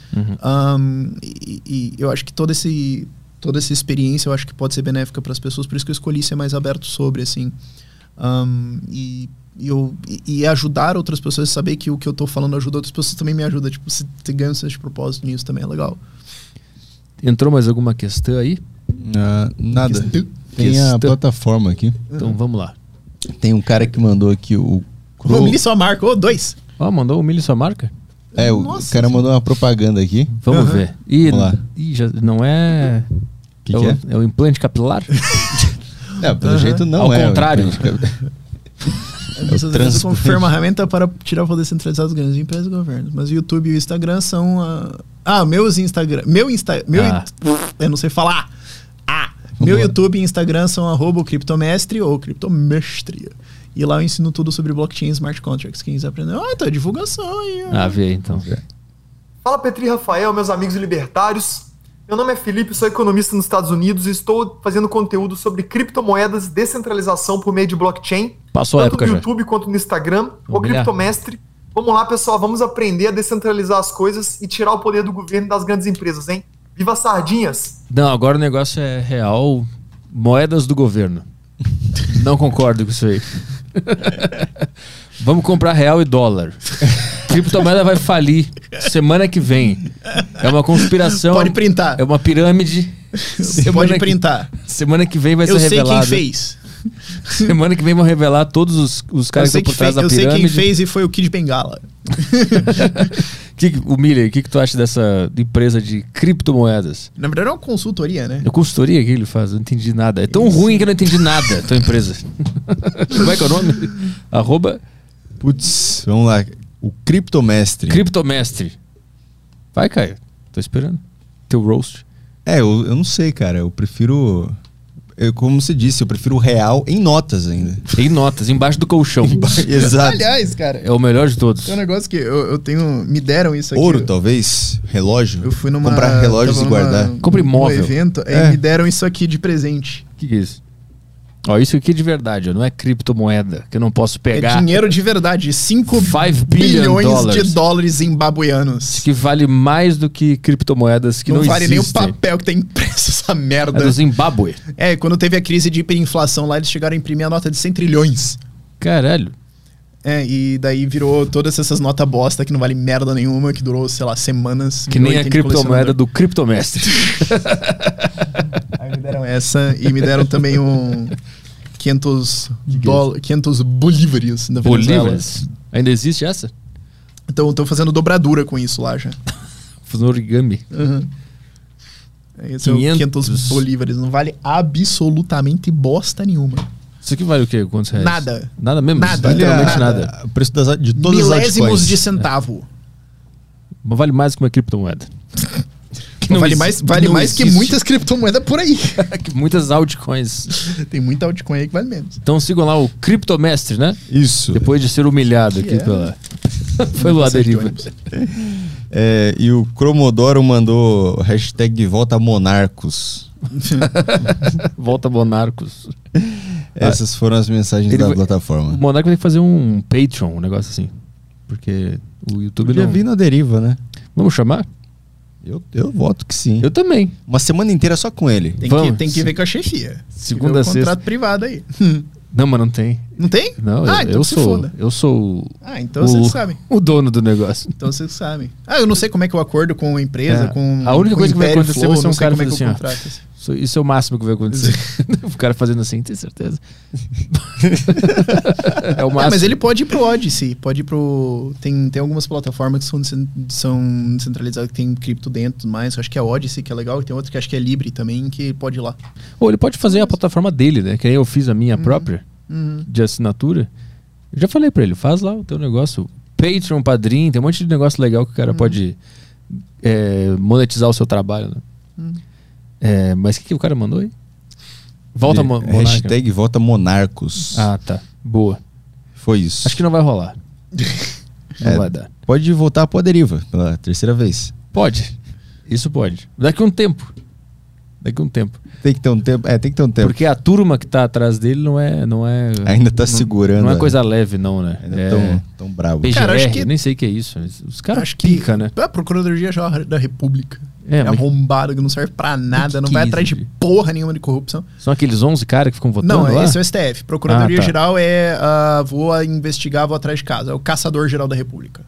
E eu acho que toda essa experiência eu acho que pode ser benéfica para as pessoas, por isso que eu escolhi ser mais aberto sobre, assim. E ajudar outras pessoas a saber que o que eu tô falando ajuda outras pessoas também me ajuda. Tipo, se ganha esse propósito nisso também é legal. Entrou mais alguma questão aí? Nada. Tem a plataforma aqui. Então vamos lá. Tem um cara que mandou aqui o Milho sua marca, 2. Mandou o Milho sua marca? O cara mandou uma propaganda aqui. Vamos ver. Vamos lá. Já não é... Que é? É o implante capilar? Pelo jeito não Ao é. Ao contrário. Você como ferramenta para tirar o poder centralizado dos grandes empresas e governos. Mas o YouTube e o Instagram são... meus Instagram... eu não sei falar. Meu YouTube e Instagram são @criptomestre ou criptomestria. E lá eu ensino tudo sobre blockchain e smart contracts. Quem quiser aprender... tá divulgação aí. Vê aí, então. Fala, Petri e Rafael, meus amigos libertários. Meu nome é Felipe, sou economista nos Estados Unidos e estou fazendo conteúdo sobre criptomoedas e descentralização por meio de blockchain. Passou a época já. Tanto no YouTube quanto no Instagram, o Criptomestre. Vamos lá, pessoal, vamos aprender a descentralizar as coisas e tirar o poder do governo e das grandes empresas, hein? Viva sardinhas! Não, agora o negócio é real. Moedas do governo. Não concordo com isso aí. Vamos comprar real e dólar. Criptomoeda vai falir semana que vem. É uma conspiração. Pode printar. É uma pirâmide. Pode printar. Semana que vem vai ser Eu sei revelado. quem fez. Semana que vem vão revelar todos os caras que estão por trás da pirâmide. Eu sei quem fez e foi o Kid Bengala. O Miller, o que tu acha dessa empresa de criptomoedas? Na verdade é uma consultoria, né? É consultoria que ele faz, eu não entendi nada. É tão ruim que eu não entendi nada, tua empresa. Como é que é o nome? Putz, vamos lá. O Criptomestre. Criptomestre. Vai, Caio. Tô esperando. Teu roast. Eu não sei, cara. Eu prefiro... como você disse, eu prefiro o real em notas ainda. Em notas, embaixo do colchão. Exato. Aliás, cara... É o melhor de todos. Tem um negócio que eu tenho... Me deram isso aqui. Ouro, talvez? Relógio? Eu fui numa... Comprar relógios e guardar. Compre imóvel. Um evento, aí me deram isso aqui de presente. O que é isso? Ó, isso aqui é de verdade, ó, não é criptomoeda, que eu não posso pegar. É dinheiro de verdade, 5 bilhões de dólares zimbabueanos. Isso que vale mais do que criptomoedas que não vale existem. nem o papel que tá impresso essa merda. É do Zimbábue. Quando teve a crise de hiperinflação lá, eles chegaram a imprimir a nota de 100 trilhões. Caralho. E daí virou todas essas notas bosta que não vale merda nenhuma, que durou, sei lá, semanas. Que nem a criptomoeda do Criptomestre. Aí me deram essa e me deram também um 500 bolívares da Venezuela. Bolívares? Ainda existe essa? Então tô fazendo dobradura com isso lá já. Fazendo origami. Uhum. Esse é o 500 bolívares. Não vale absolutamente bosta nenhuma. Isso aqui vale o quê? Quantos reais? Nada. Nada mesmo? Nada. Literalmente nada. O preço de todas as altcoins. Milésimos de centavo. Mas vale mais que uma criptomoeda. Vale mais que muitas criptomoedas por aí. Que muitas altcoins. Tem muita altcoin aí que vale menos. Então sigam lá o Criptomestre, né? Isso. Depois de ser humilhado aqui pela... Foi lá, Deriva. E o Cromodoro mandou hashtag Volta Monarcos. Volta Monarcos. Essas foram as mensagens da plataforma. O Monarco tem que fazer um Patreon, um negócio assim. Porque o YouTube não... vir na Deriva, né? Vamos chamar? Eu voto que sim. Eu também. Uma semana inteira só com ele. Tem que ver com a chefia. Segunda a sexta. Contrato privado aí. Não, mas não tem. Não tem? Não, então eu sou então vocês sabem. O dono do negócio. Então vocês sabem. Eu não sei como é que eu acordo com a empresa, com a única coisa que vai acontecer vai ser um cara fazer assim, ó. Isso é o máximo que vai acontecer. O cara fazendo assim, tem certeza? É o máximo. Mas ele pode ir pro Odyssey, pode ir pro... Tem algumas plataformas que são descentralizadas, que tem cripto dentro e tudo mais. Eu acho que é Odyssey, que é legal, e tem outra que acho que é Libre também, que pode ir lá. Ou ele pode fazer a plataforma dele, né? Que aí eu fiz a minha própria, de assinatura. Eu já falei pra ele, faz lá o teu negócio. Patreon, Padrim, tem um monte de negócio legal que o cara pode monetizar o seu trabalho, né? Mas o que o cara mandou aí? Volta Monarca. Hashtag Volta Monarcos. Ah, tá. Boa. Foi isso. Acho que não vai rolar. Não vai dar. Pode voltar pra Deriva pela terceira vez. Pode. Isso pode. Daqui a um tempo. Tem que ter um tempo. Tem que ter um tempo. Porque a turma que tá atrás dele não é ainda tá segurando. Não é coisa leve, não, né? Ainda tão bravo. PGR, cara, acho que... nem sei o que é isso. Os caras pica, né? A Procuradoria Geral da República. É arrombado, que não serve pra nada, não vai atrás de porra nenhuma de corrupção. São aqueles 11 caras que ficam votando lá? Não, esse é o STF. Procuradoria Geral vou investigar, vou atrás de casa. É o Caçador Geral da República.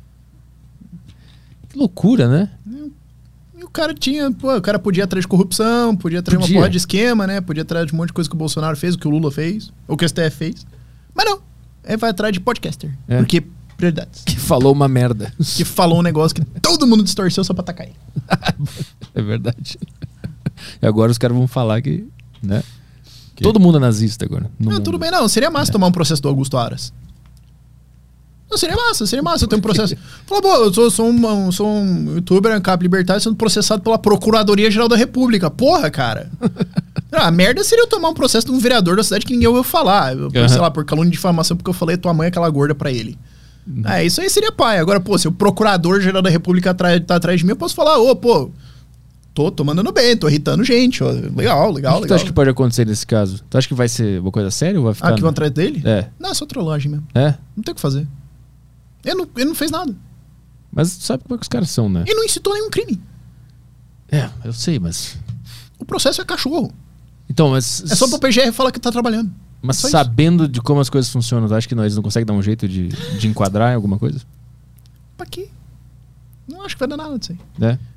Que loucura, né? E o cara o cara podia ir atrás de corrupção, podia ir atrás de uma porra de esquema, né? Podia ir atrás de um monte de coisa que o Bolsonaro fez, o que o Lula fez, ou que o STF fez. Mas não, ele vai atrás de podcaster. Porque prioridades. Que falou uma merda. Que falou um negócio que todo mundo distorceu só pra atacar ele. É verdade. E agora os caras vão falar que, né? Todo mundo é nazista agora. Não, tudo bem, não. Seria massa tomar um processo do Augusto Aras. Não, seria massa. Eu tenho um processo. Fala, pô, eu sou um youtuber, ANCAP libertário, sendo processado pela Procuradoria Geral da República. Porra, cara. A merda seria eu tomar um processo de um vereador da cidade que ninguém ouviu falar. Sei lá, por calúnia de difamação, porque eu falei tua mãe é aquela gorda pra ele. Isso aí seria pai. Agora, pô, se o Procurador-Geral da República tá atrás de mim, eu posso falar, pô, tô mandando bem, tô irritando gente, ó. Legal. O que tu acha que pode acontecer nesse caso? Tu acha que vai ser uma coisa séria ou vai ficar... que vão atrás dele? Não, é só trollagem mesmo. É? Não tem o que fazer. Ele não fez nada. Mas sabe como é que os caras são, né? Ele não incitou nenhum crime. Eu sei, mas... O processo é cachorro. Então, mas... É só pro PGR falar que tá trabalhando. Mas sabendo de como as coisas funcionam, tu acha que eles não conseguem dar um jeito de enquadrar em alguma coisa? Pra quê? Não acho que vai dar nada disso aí.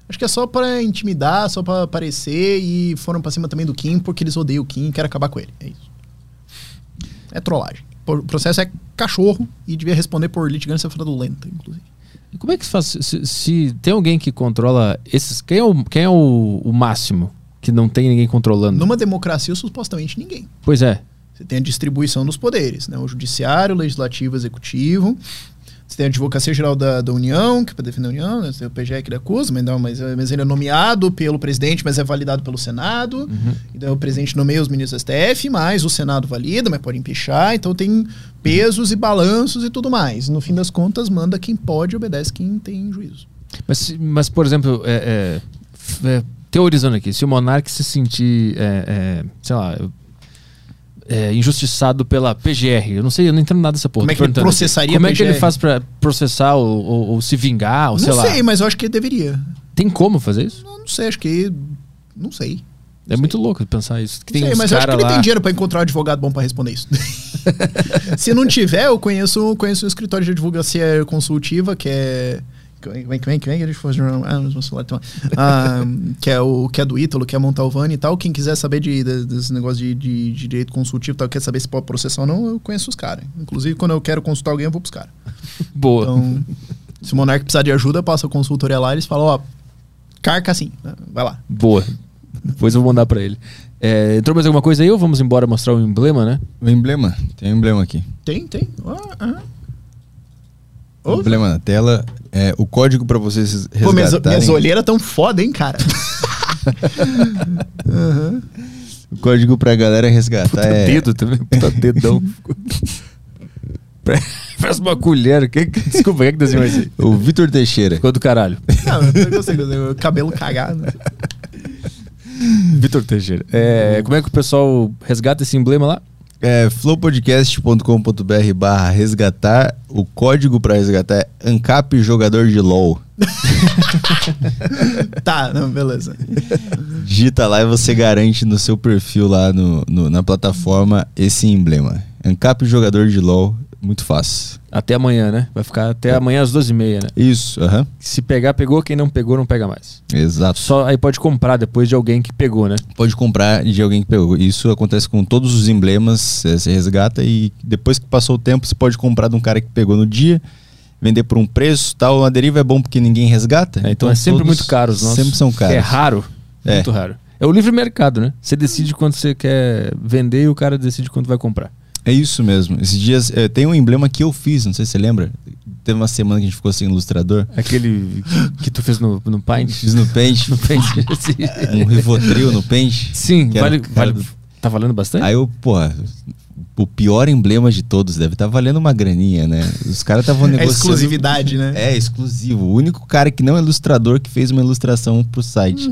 Acho que é só pra intimidar, só pra aparecer, e foram pra cima também do Kim, porque eles odeiam o Kim e querem acabar com ele. É isso. É trollagem. O processo é cachorro e devia responder por litigância fraudulenta, inclusive. E como é que se faz? Se tem alguém que controla esses... Quem é o máximo que não tem ninguém controlando? Numa democracia, supostamente ninguém. Pois é. Você tem a distribuição dos poderes, né? O judiciário, o legislativo, o executivo. Você tem a Advocacia Geral da União, que é para defender a União, né? Você tem o PGE que ele acusa, mas ele é nomeado pelo presidente, mas é validado pelo Senado. E daí o presidente nomeia os ministros do STF, mas o Senado valida, mas pode empichar. Então tem pesos e balanços e tudo mais. No fim das contas, manda quem pode e obedece quem tem juízo. Mas por exemplo, teorizando aqui, se o monarca se sentir, sei lá... injustiçado pela PGR. Eu não entendo nada dessa porra. Como é que ele processaria? Como é que ele faz pra processar ou se vingar? Ou não sei, mas eu acho que ele deveria. Tem como fazer isso? Não sei, acho que... Não sei. É muito louco pensar isso. Que tem mas eu acho que ele tem dinheiro pra encontrar um advogado bom pra responder isso. Se não tiver, eu conheço um escritório de advocacia consultiva que é... que é do Ítalo, que é Montalvani e tal. Quem quiser saber desse negócio de direito consultivo e tal, quer saber se pode processar ou não, eu conheço os caras. Inclusive, quando eu quero consultar alguém, eu vou pros caras. Boa. Então, se o monarca precisar de ajuda, passa a consultoria lá e eles falam, carca assim, vai lá. Boa. Depois eu vou mandar pra ele. Entrou mais alguma coisa aí ou vamos embora mostrar o emblema, né? O emblema? Tem um emblema aqui. Tem. O emblema na tela é o código pra vocês resgatarem. Pô, minhas olheiras tão foda, hein, cara? O código pra galera resgatar dedo também, puta dedão. Parece uma colher. Desculpa, quem é que desenhou isso aí? O Vitor Teixeira. Ficou do caralho. Não, eu gostei, cabelo cagado. Vitor Teixeira. Como é que o pessoal resgata esse emblema lá? flowpodcast.com.br/resgatar. O código pra resgatar é ANCAP jogador de LOL. Tá, não, beleza. Digita lá e você garante no seu perfil lá na plataforma esse emblema. ANCAP jogador de LOL. Muito fácil. Até amanhã, né? Vai ficar até amanhã às 12h30, né? Isso, Se pegar, pegou. Quem não pegou, não pega mais. Exato. Só aí pode comprar depois de alguém que pegou, né? Pode comprar de alguém que pegou. Isso acontece com todos os emblemas. Você resgata e depois que passou o tempo, você pode comprar de um cara que pegou no dia, vender por um preço tal. A deriva é bom porque ninguém resgata. Então é sempre muito caro os nossos. Sempre são caros. É raro. Muito raro. É o livre mercado, né? Você decide quanto você quer vender e o cara decide quanto vai comprar. É isso mesmo. Esses dias tem um emblema que eu fiz, não sei se você lembra. Teve uma semana que a gente ficou sem ilustrador. Aquele que tu fez no Paint? Fiz no Paint. No Paint. Um Rivotril no Paint. Sim, tá valendo bastante? Aí o pior emblema de todos deve estar valendo uma graninha, né? Os caras estavam negociando. É exclusividade, né? É exclusivo. O único cara que não é ilustrador que fez uma ilustração pro site.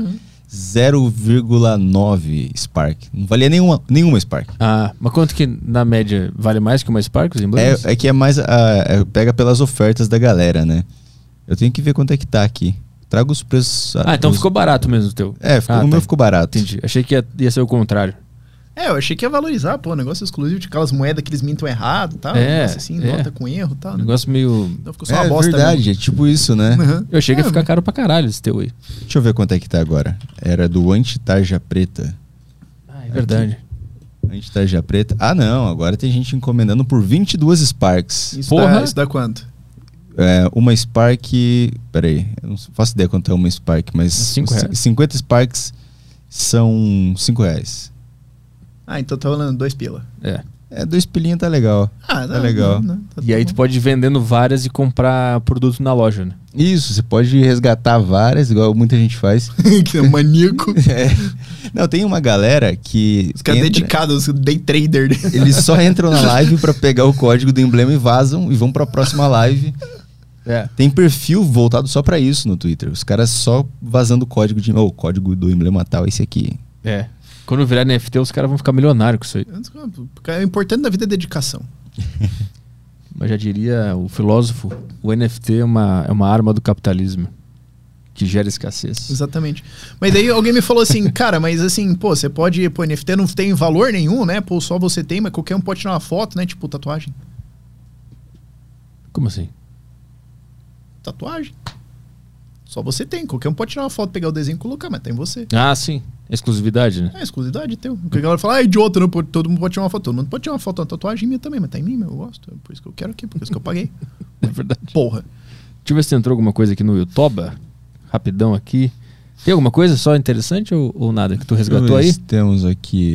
0,9 Spark. Não valia nenhuma Spark. Mas quanto que na média vale mais que uma Spark? Os emblemas? É que é mais. Pega pelas ofertas da galera, né? Eu tenho que ver quanto é que tá aqui. Traga os preços. Então ficou barato mesmo o teu. O meu ficou barato. Entendi. Achei que ia ser o contrário. Eu achei que ia valorizar, pô, negócio exclusivo de aquelas moedas que eles mintam errado e tal. Negócio assim, nota com erro e tal. Negócio meio. Então ficou só uma bosta. É verdade, é tipo isso, né? Eu achei que ia ficar caro pra caralho esse teu aí. Deixa eu ver quanto é que tá agora. Era do Anti-Tarja Preta. É verdade. Anti-Tarja Preta. Não, agora tem gente encomendando por 22 Sparks. Isso dá quanto? Uma Spark. Peraí, eu não faço ideia quanto é uma Spark, mas 50 Sparks são R$5. Então tá valendo 2 pila. 2 pilinha tá legal. Tá legal. E aí tu pode ir vendendo várias e comprar produto na loja, né? Isso, você pode resgatar várias, igual muita gente faz. Que é maníaco. Não, tem uma galera que... Os caras dedicados, os day trader. Eles só entram na live pra pegar o código do emblema e vazam e vão pra próxima live. Tem perfil voltado só pra isso no Twitter. Os caras só vazando o código o código do emblema tal, esse aqui. Quando virar NFT, os caras vão ficar milionários com isso aí. O importante da vida é dedicação. Mas já diria o filósofo, o NFT é uma arma do capitalismo que gera escassez. Exatamente. Mas daí alguém me falou assim, cara, mas assim, pô, você pode... Pô, NFT não tem valor nenhum, né? Pô, só você tem, mas qualquer um pode tirar uma foto, né? Tipo, tatuagem. Como assim? Tatuagem. Só você tem. Qualquer um pode tirar uma foto, pegar o desenho e colocar, mas tem você. Ah, sim. Exclusividade, né? É, exclusividade teu. Porque a galera fala, idiota, não pode, todo mundo pode tirar uma foto. Todo mundo pode tirar uma foto, uma tatuagem minha também, mas tá em mim, eu gosto. É por isso que eu quero aqui, por isso que eu paguei. É verdade. Porra. Deixa eu ver se entrou alguma coisa aqui no YouTube. Rapidão aqui. Tem alguma coisa só interessante ou nada que tu resgatou aí? Temos aqui...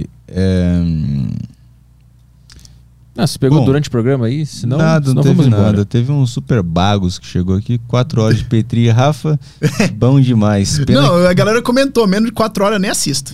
Você pegou durante o programa aí? Senão, não teve nada. Teve um super bagos que chegou aqui, 4 horas de Petri e Rafa. Bom demais. Não, a galera comentou, menos de 4 horas eu nem assisto.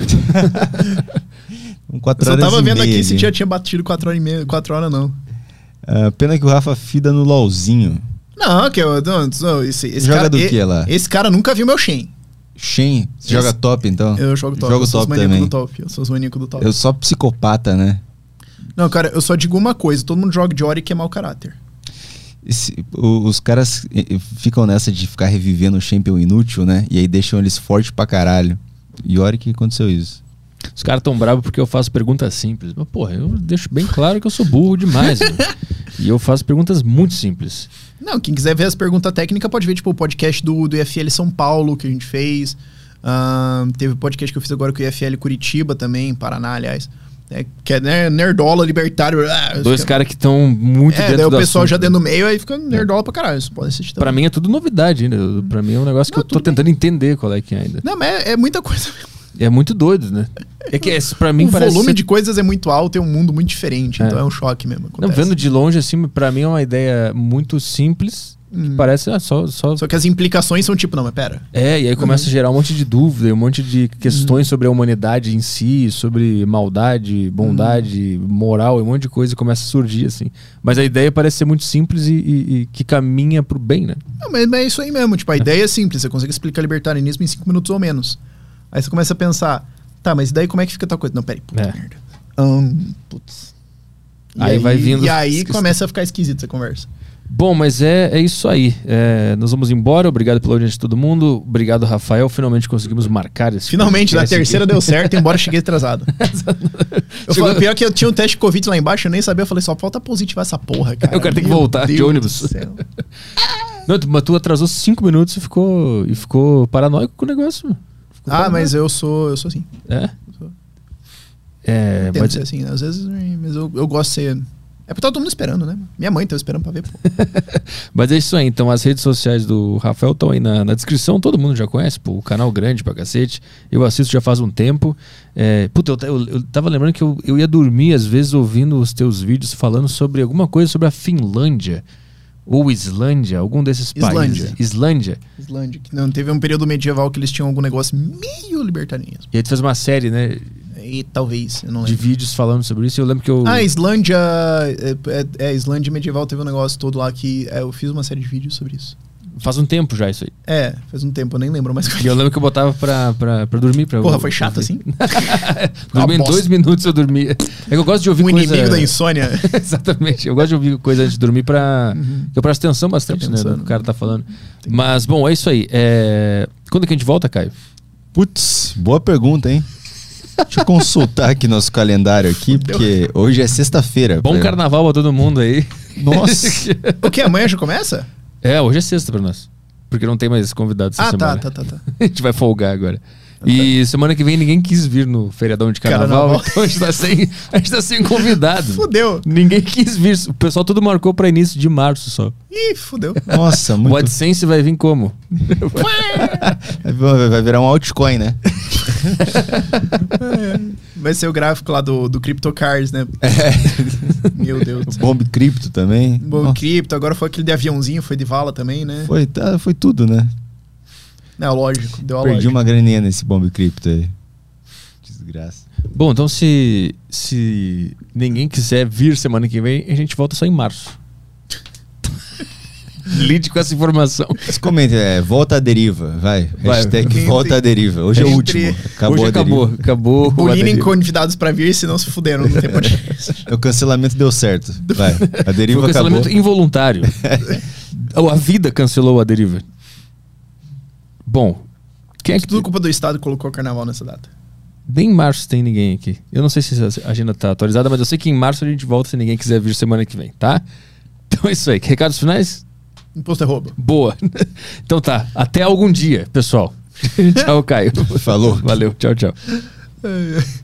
4 eu horas tava vendo aqui ali. se já tinha batido 4 horas e meia, 4 horas não. Pena que o Rafa fida no LOLzinho. Não, que eu... Esse joga cara, do que lá? Esse cara nunca viu meu Shen. Shen? Você joga top, então? Eu jogo top. Jogo eu sou top os maníacos também. do top. Eu sou os maníacos do top. Eu sou psicopata, né? Não, cara, eu só digo uma coisa. Todo mundo joga de Ori que é mau caráter. Os caras ficam nessa de ficar revivendo o champion inútil, né? E aí deixam eles fortes pra caralho. E olha que aconteceu isso. Os caras tão bravos porque eu faço perguntas simples. Mas, porra, eu deixo bem claro que eu sou burro demais. E eu faço perguntas muito simples. Não, quem quiser ver as perguntas técnicas pode ver, tipo, o podcast do IFL São Paulo que a gente fez. Teve o podcast que eu fiz agora com o IFL Curitiba também, Paraná, aliás. Que é nerdola, libertário. Dois caras que estão muito dentro daí do o pessoal assunto, já dentro do meio, aí fica nerdola pra caralho. Você pode assistir também. Pra mim é tudo novidade ainda. Pra mim é um negócio que eu tô tentando entender qual é que é ainda. Não, mas é muita coisa mesmo. É muito doido, né? É que pra mim o parece volume de coisas é muito alto, é um mundo muito diferente. Então é um choque mesmo. Não, vendo de longe, assim, pra mim é uma ideia muito simples. Que parece Só que as implicações são tipo, não, mas pera. E aí começa a gerar um monte de dúvida, um monte de questões sobre a humanidade em si, sobre maldade, bondade, moral, um monte de coisa começa a surgir, assim. Mas a ideia parece ser muito simples e que caminha pro bem, né? Não, mas é isso aí mesmo. Tipo, a ideia é simples, você consegue explicar libertarianismo em 5 minutos ou menos. Aí você começa a pensar, tá, mas daí como é que fica tal coisa? Não, peraí, puta merda. Putz. Aí vai vindo... E aí começa a ficar esquisito essa conversa. Bom, mas é isso aí. Nós vamos embora. Obrigado pela audiência de todo mundo. Obrigado, Rafael. Finalmente conseguimos marcar esse Finalmente, na terceira deu certo, embora cheguei atrasado. Pior que eu tinha um teste de Covid lá embaixo, eu nem sabia. Eu falei, só falta positivar essa porra, cara. Eu quero ter que voltar de ônibus. Não, mas tu atrasou 5 minutos e ficou paranoico com o negócio. Mas eu sou assim. Pode ser assim, né? Às vezes, mas eu gosto de ser... É porque tá todo mundo esperando, né? Minha mãe tá esperando pra ver, pô. Mas é isso aí, então as redes sociais do Rafael estão aí na descrição, todo mundo já conhece, pô, o canal grande pra cacete, eu assisto já faz um tempo. Eu tava lembrando que eu ia dormir às vezes ouvindo os teus vídeos falando sobre alguma coisa sobre a Finlândia, ou Islândia, algum desses países. Islândia. Que não, teve um período medieval que eles tinham algum negócio meio libertarianismo. E aí tu fez uma série, né? E talvez, eu não lembro. De vídeos falando sobre isso. Eu lembro que eu... Islândia... Islândia medieval teve um negócio todo lá que... eu fiz uma série de vídeos sobre isso. Faz um tempo já isso aí. Faz um tempo, eu nem lembro mais. E eu lembro que eu botava pra dormir. Porra, foi chato assim? Dormir em 2 minutos eu dormia. É que eu gosto de ouvir coisa... inimigo da insônia. Exatamente. Eu gosto de ouvir coisa antes de dormir que eu presto atenção bastante, né, no que o cara tá falando. Mas, bom, é isso aí. Quando que a gente volta, Caio? Putz, boa pergunta, hein? Deixa eu consultar aqui nosso calendário aqui, porque hoje é sexta-feira. Bom carnaval pra todo mundo aí. Nossa. O que? Amanhã já começa? Hoje é sexta pra nós. Porque não tem mais convidados essa semana. Tá. A gente vai folgar agora. E semana que vem ninguém quis vir no feriadão de carnaval. Então a gente tá sem convidado. Fudeu. Ninguém quis vir. O pessoal tudo marcou pra início de março só. Ih, fudeu. Nossa, muito... O AdSense vai vir como? Vai virar um altcoin, né? Vai ser o gráfico lá do CryptoCars, né? Meu Deus do céu. Bomb Crypto também. Bomb Crypto, agora foi aquele de aviãozinho, foi de vala também, né? Foi tudo, né? Não, lógico, deu a Perdi uma graninha nesse Bomb Crypto aí. Desgraça. Bom, então se ninguém quiser vir semana que vem, a gente volta só em março. Lide com essa informação. Mas comente, volta à deriva, vai. Hashtag volta à deriva. Hoje é o último. Acabou. O Linem convidados pra vir, senão se fuderam, não tem podcast. O cancelamento deu certo. Vai. A deriva foi um cancelamento acabou. Involuntário. A vida cancelou a deriva. Bom, quem é que... Tudo culpa do Estado que colocou o carnaval nessa data. Nem em março tem ninguém aqui. Eu não sei se a agenda tá atualizada, mas eu sei que em março a gente volta se ninguém quiser vir semana que vem, tá? Então é isso aí. Recados finais? Imposto é roubo. Boa. Então tá. Até algum dia, pessoal. Tchau, Caio. Falou. Valeu. Tchau, tchau.